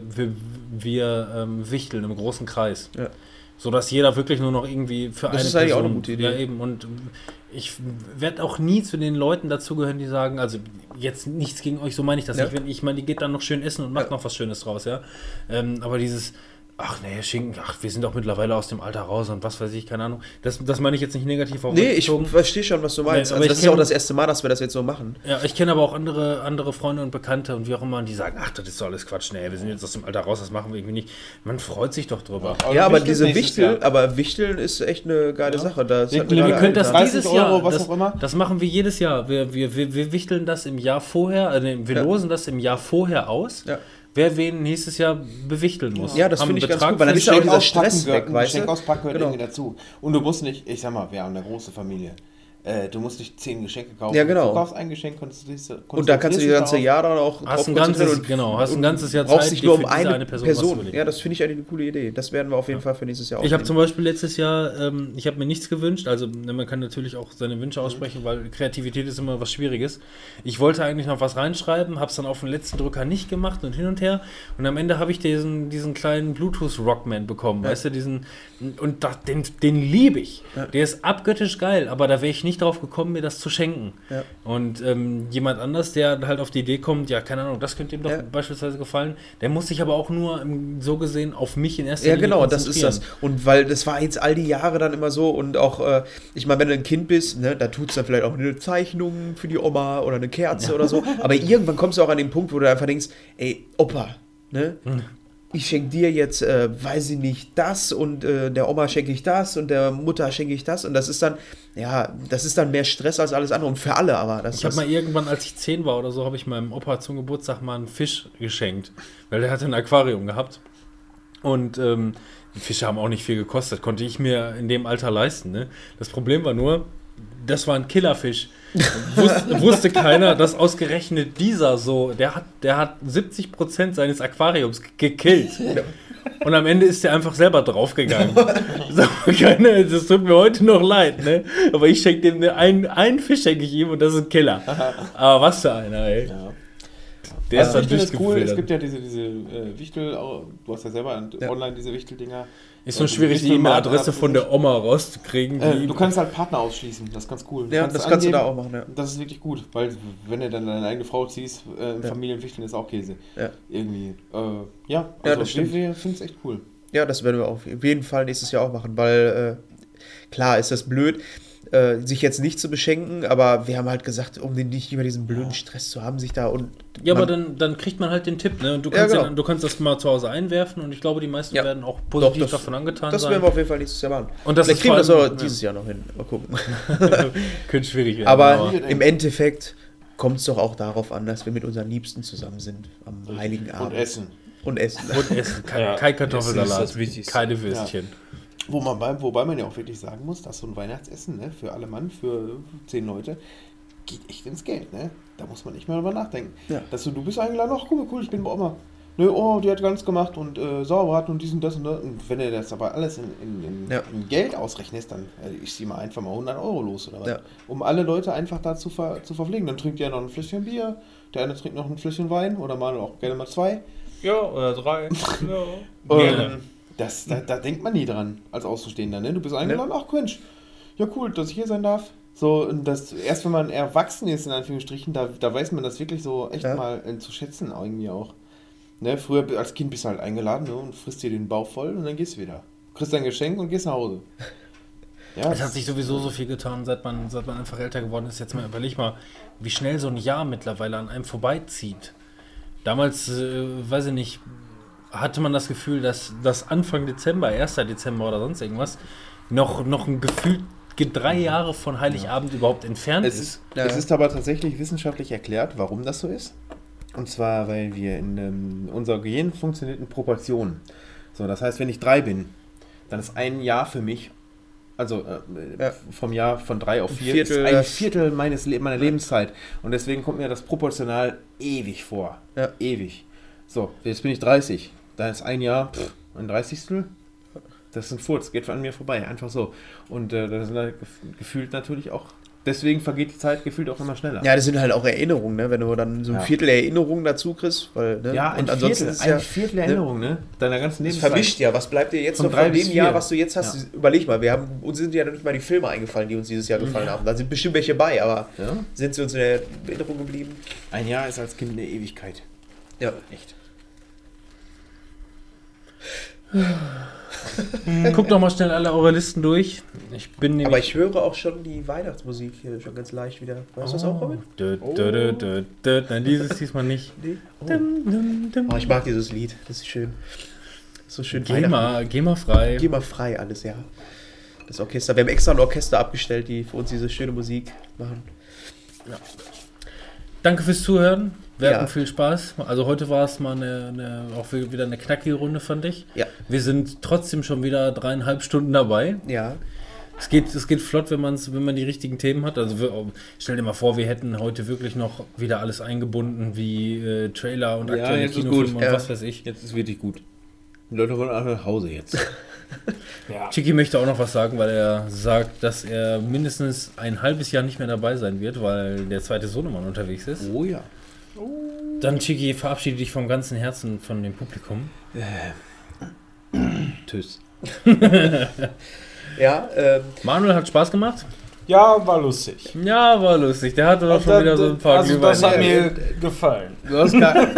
Wir wichteln im großen Kreis. Ja. Sodass jeder wirklich nur noch irgendwie für Das eine ist eigentlich auch Person... eine gute Idee. Ja, eben. Und ich werde auch nie zu den Leuten dazugehören, die sagen, also jetzt nichts gegen euch, so meine ich das Ja. nicht. Ich meine, die geht dann noch schön essen und macht noch was Schönes draus, ja. Aber dieses... Ach nee, Schinken, wir sind doch mittlerweile aus dem Alter raus und was weiß ich, keine Ahnung. Das meine ich jetzt nicht negativ auf Nee, euch ich bezogen. verstehe schon, was du meinst. Nee, aber Also das ich ist auch kenn- das erste Mal, dass wir das jetzt so machen. Ja, ich kenne aber auch andere Freunde und Bekannte und wie auch immer, und die sagen, ach, das ist doch alles Quatsch, nee, wir sind jetzt aus dem Alter raus, das machen wir irgendwie nicht. Man freut sich doch drüber. Ja, aber Wichteln diese nächstes Wichtel, Jahr. aber Wichteln ist echt eine geile Sache. Das Wir- hat mir wir gerade Ihr könnt das angetan. 30 dieses Jahr, Euro, was das, auch immer. das machen wir jedes Jahr. Wir wichteln das im Jahr vorher, wir Ja. losen das im Jahr vorher aus, Ja. wer wen nächstes Jahr bewichteln muss. Ja, das Haben finde ich einen ganz Betrag gut, weil dann ist ja auch festgelegt. dieser Stress weg, ein weißt du? Geschenk auspacken gehört Genau. irgendwie dazu. Und du musst nicht, ich sag mal, wir haben eine große Familie. Du musst nicht 10 Geschenke kaufen. Ja, genau. Du kaufst ein Geschenk, Und da kannst du das ganze Jahr dann auch Hast ein drauf ganzes, konzentrieren genau, hast ein ganzes Jahr brauchst Zeit, dich nur um für diese eine Person. was zu überlegen. Ja, das finde ich eigentlich eine coole Idee. Das werden wir auf jeden Fall für nächstes Jahr Ich habe aufnehmen. zum Beispiel letztes Jahr, ich habe mir nichts gewünscht, also man kann natürlich auch seine Wünsche aussprechen, weil Kreativität ist immer was Schwieriges. Ich wollte eigentlich noch was reinschreiben, habe es dann auf den letzten Drücker nicht gemacht und hin und her und am Ende habe ich diesen kleinen Bluetooth-Rockman bekommen, weißt du, den liebe ich. Ja. Der ist abgöttisch geil, aber da wäre ich nicht drauf gekommen, mir das zu schenken. Ja. Und jemand anders, der halt auf die Idee kommt, ja, keine Ahnung, das könnte ihm doch Ja. beispielsweise gefallen, der muss sich aber auch nur so gesehen auf mich in erster Ja, Linie genau, das ist konzentrieren. das. Und weil das war jetzt all die Jahre dann immer so und auch, ich meine, wenn du ein Kind bist, ne, da tut es dann vielleicht auch eine Zeichnung für die Oma oder eine Kerze oder so. Aber irgendwann kommst du auch an den Punkt, wo du einfach denkst, ey, Opa, ne? Ich schenke dir jetzt, weiß ich nicht, das und der Oma schenke ich das und der Mutter schenke ich das und das ist dann, ja, das ist dann mehr Stress als alles andere und für alle, aber das Ich habe mal irgendwann, als ich 10 war oder so, habe ich meinem Opa zum Geburtstag mal einen Fisch geschenkt, weil der hatte ein Aquarium gehabt. Und die Fische haben auch nicht viel gekostet, konnte ich mir in dem Alter leisten. Ne? Das Problem war nur, das war ein Killerfisch. Wusste keiner, dass ausgerechnet dieser so, der hat 70% seines Aquariums gekillt. Und am Ende ist der einfach selber draufgegangen. So, das tut mir heute noch leid, ne? Aber ich schenke dem einen Fisch schenke ich ihm und das ist ein Killer. Aber was für einer, ey. Ja. Der ist Also dann Wichteln ist cool. durchgefiltert. Es gibt ja diese Wichtel, du hast ja selber online diese Wichteldinger. Ist so schwierig, die E-Mail-Adresse von der Oma rauszukriegen. Du kannst halt Partner ausschließen, das ist ganz cool. Ja, das kannst du da auch machen, ja. Das ist wirklich gut, weil wenn du dann deine eigene Frau ziehst, Familienwichteln ist auch Käse. Ja. Irgendwie. das stimmt. Ich finde es echt cool. Ja, das werden wir auf jeden Fall nächstes Jahr auch machen, weil klar ist das blöd, sich jetzt nicht zu beschenken, aber wir haben halt gesagt, um nicht über diesen blöden Stress zu haben, sich da und... Ja, aber dann kriegt man halt den Tipp, ne? Und du kannst das mal zu Hause einwerfen und ich glaube, die meisten werden auch positiv davon angetan sein. Das werden wir auf jeden Fall nächstes Jahr machen. Und das vielleicht kriegen wir das auch dieses Jahr noch hin. Mal gucken. Könnte schwierig werden. Aber im Endeffekt kommt es doch auch darauf an, dass wir mit unseren Liebsten zusammen sind am Heiligen Abend. Und essen. Kein Kartoffelsalat, das ist das Wichtigste. keine Würstchen. Wobei man ja auch wirklich sagen muss, dass so ein Weihnachtsessen, ne, für alle Mann, für 10 Leute, geht echt ins Geld, ne? Da muss man nicht mehr drüber nachdenken. Ja. Dass du bist eingeladen, ach cool, ich bin bei Oma. Ne, oh, die hat ganz gemacht und Sauerbraten und dies und das und das. Und wenn du das aber alles in Geld ausrechnest, dann ich zieh mal einfach mal 100 Euro los oder was. Ja. Um alle Leute einfach da zu verpflegen. Dann trinkt ihr noch ein Fläschchen Bier, der eine trinkt noch ein Fläschchen Wein oder mal auch gerne mal 2. Ja, oder 3. Ja. Gerne. Da denkt man nie dran, als Außenstehender, ne? Du bist eingeladen, ach Mensch, ja cool, dass ich hier sein darf. So, und das erst wenn man erwachsen ist, in Anführungsstrichen, da weiß man das wirklich so echt mal zu schätzen irgendwie auch. Ne? Früher als Kind bist du halt eingeladen, ne? Und frisst dir den Bauch voll und dann gehst du wieder. Kriegst dein Geschenk und gehst nach Hause. Ja, es hat sich sowieso so viel getan, seit man einfach älter geworden ist. Jetzt mal überleg mal, wie schnell so ein Jahr mittlerweile an einem vorbeizieht. Damals, weiß ich nicht, hatte man das Gefühl, dass das Anfang Dezember, 1. Dezember oder sonst irgendwas, noch ein Gefühl 3 Jahre von Heiligabend überhaupt entfernt ist. Es ist aber tatsächlich wissenschaftlich erklärt, warum das so ist. Und zwar, weil wir in unser Gehirn funktioniert in Proportionen. So, das heißt, wenn ich 3 bin, dann ist ein Jahr für mich, also vom Jahr von 3 auf 4, ist ein Viertel meiner Lebenszeit. Und deswegen kommt mir das proportional ewig vor. Ja. Ewig. So, jetzt bin ich 30. Da ist ein Jahr, ein 30. Das ist ein Furz, geht an mir vorbei, einfach so. Und das ist halt gefühlt natürlich auch, deswegen vergeht die Zeit gefühlt auch immer schneller. Ja, das sind halt auch Erinnerungen, ne? Wenn du dann so ein Viertel Erinnerungen dazu kriegst. Weil, ne? Ja, ein Viertel Erinnerung, ne? Deiner ganzen Lebenszeit. Das verwischt ja, was bleibt dir jetzt noch von dem Jahr, was du jetzt hast? Ja. Überleg mal, uns sind ja noch nicht mal die Filme eingefallen, die uns dieses Jahr gefallen haben. Da sind bestimmt welche bei, aber sind sie uns in der Erinnerung geblieben? Ein Jahr ist als Kind eine Ewigkeit. Ja, echt. Guckt doch mal schnell alle eure Listen durch. Aber ich höre auch schon die Weihnachtsmusik hier schon ganz leicht wieder. Weißt du das auch, Robin? Nein, diesmal nicht. Nee. Oh, ich mag dieses Lied, das ist schön. So schön. Geh mal frei. Geh mal frei alles, ja. Das Orchester. Wir haben extra ein Orchester abgestellt, die für uns diese schöne Musik machen. Ja. Danke fürs Zuhören. Wir hatten viel Spaß. Also heute war es mal auch wieder eine knackige Runde, fand ich. Ja. Wir sind trotzdem schon wieder 3,5 Stunden dabei. Ja. Es geht flott, wenn man die richtigen Themen hat. Also stell dir mal vor, wir hätten heute wirklich noch wieder alles eingebunden, wie Trailer und aktuelle Kinofilme und was weiß ich. Jetzt ist wirklich gut. Die Leute wollen auch nach Hause jetzt. Chicky möchte auch noch was sagen, weil er sagt, dass er mindestens ein halbes Jahr nicht mehr dabei sein wird, weil der zweite Sohnemann unterwegs ist. Oh ja. Dann, Chicky, verabschiede dich vom ganzen Herzen von dem Publikum. Tschüss. Manuel hat Spaß gemacht. Ja, war lustig. Der hatte doch schon wieder so ein paar Glühwein. Das hat mir gefallen. Du hast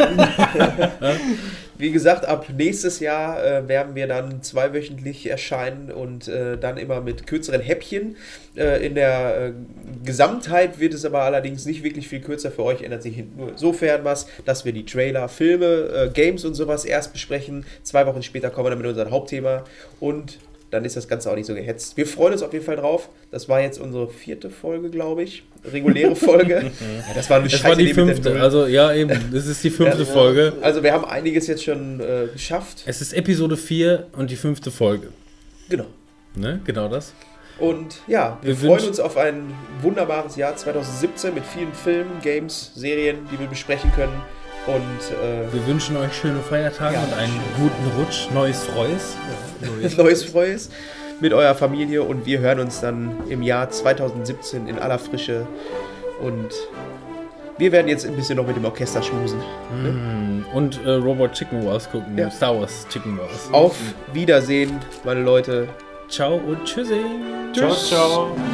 Wie gesagt, ab nächstes Jahr werden wir dann 2-wöchentlich erscheinen und dann immer mit kürzeren Häppchen. In der Gesamtheit wird es aber allerdings nicht wirklich viel kürzer. Für euch ändert sich nur insofern was, dass wir die Trailer, Filme, Games und sowas erst besprechen. 2 Wochen später kommen wir dann mit unserem Hauptthema und dann ist das Ganze auch nicht so gehetzt. Wir freuen uns auf jeden Fall drauf. Das war jetzt unsere 4. Folge, glaube ich. Reguläre Folge. Das war die 5. Also ja, eben. Das ist die 5. Folge. Also wir haben einiges jetzt schon geschafft. Es ist Episode 4 und die 5. Folge. Genau. Ne? Genau das. Und ja, wir freuen uns auf ein wunderbares Jahr 2017 mit vielen Filmen, Games, Serien, die wir besprechen können. Und wir wünschen euch schöne Feiertage und einen guten Rutsch. Neues Freues. Neues Freues mit eurer Familie und wir hören uns dann im Jahr 2017 in aller Frische und Wir werden jetzt ein bisschen noch mit dem Orchester schmusen. Und Robot Chicken Wars gucken. Ja. Star Wars Chicken Wars. Auf Wiedersehen, meine Leute. Ciao und tschüssi. Ciao, ciao.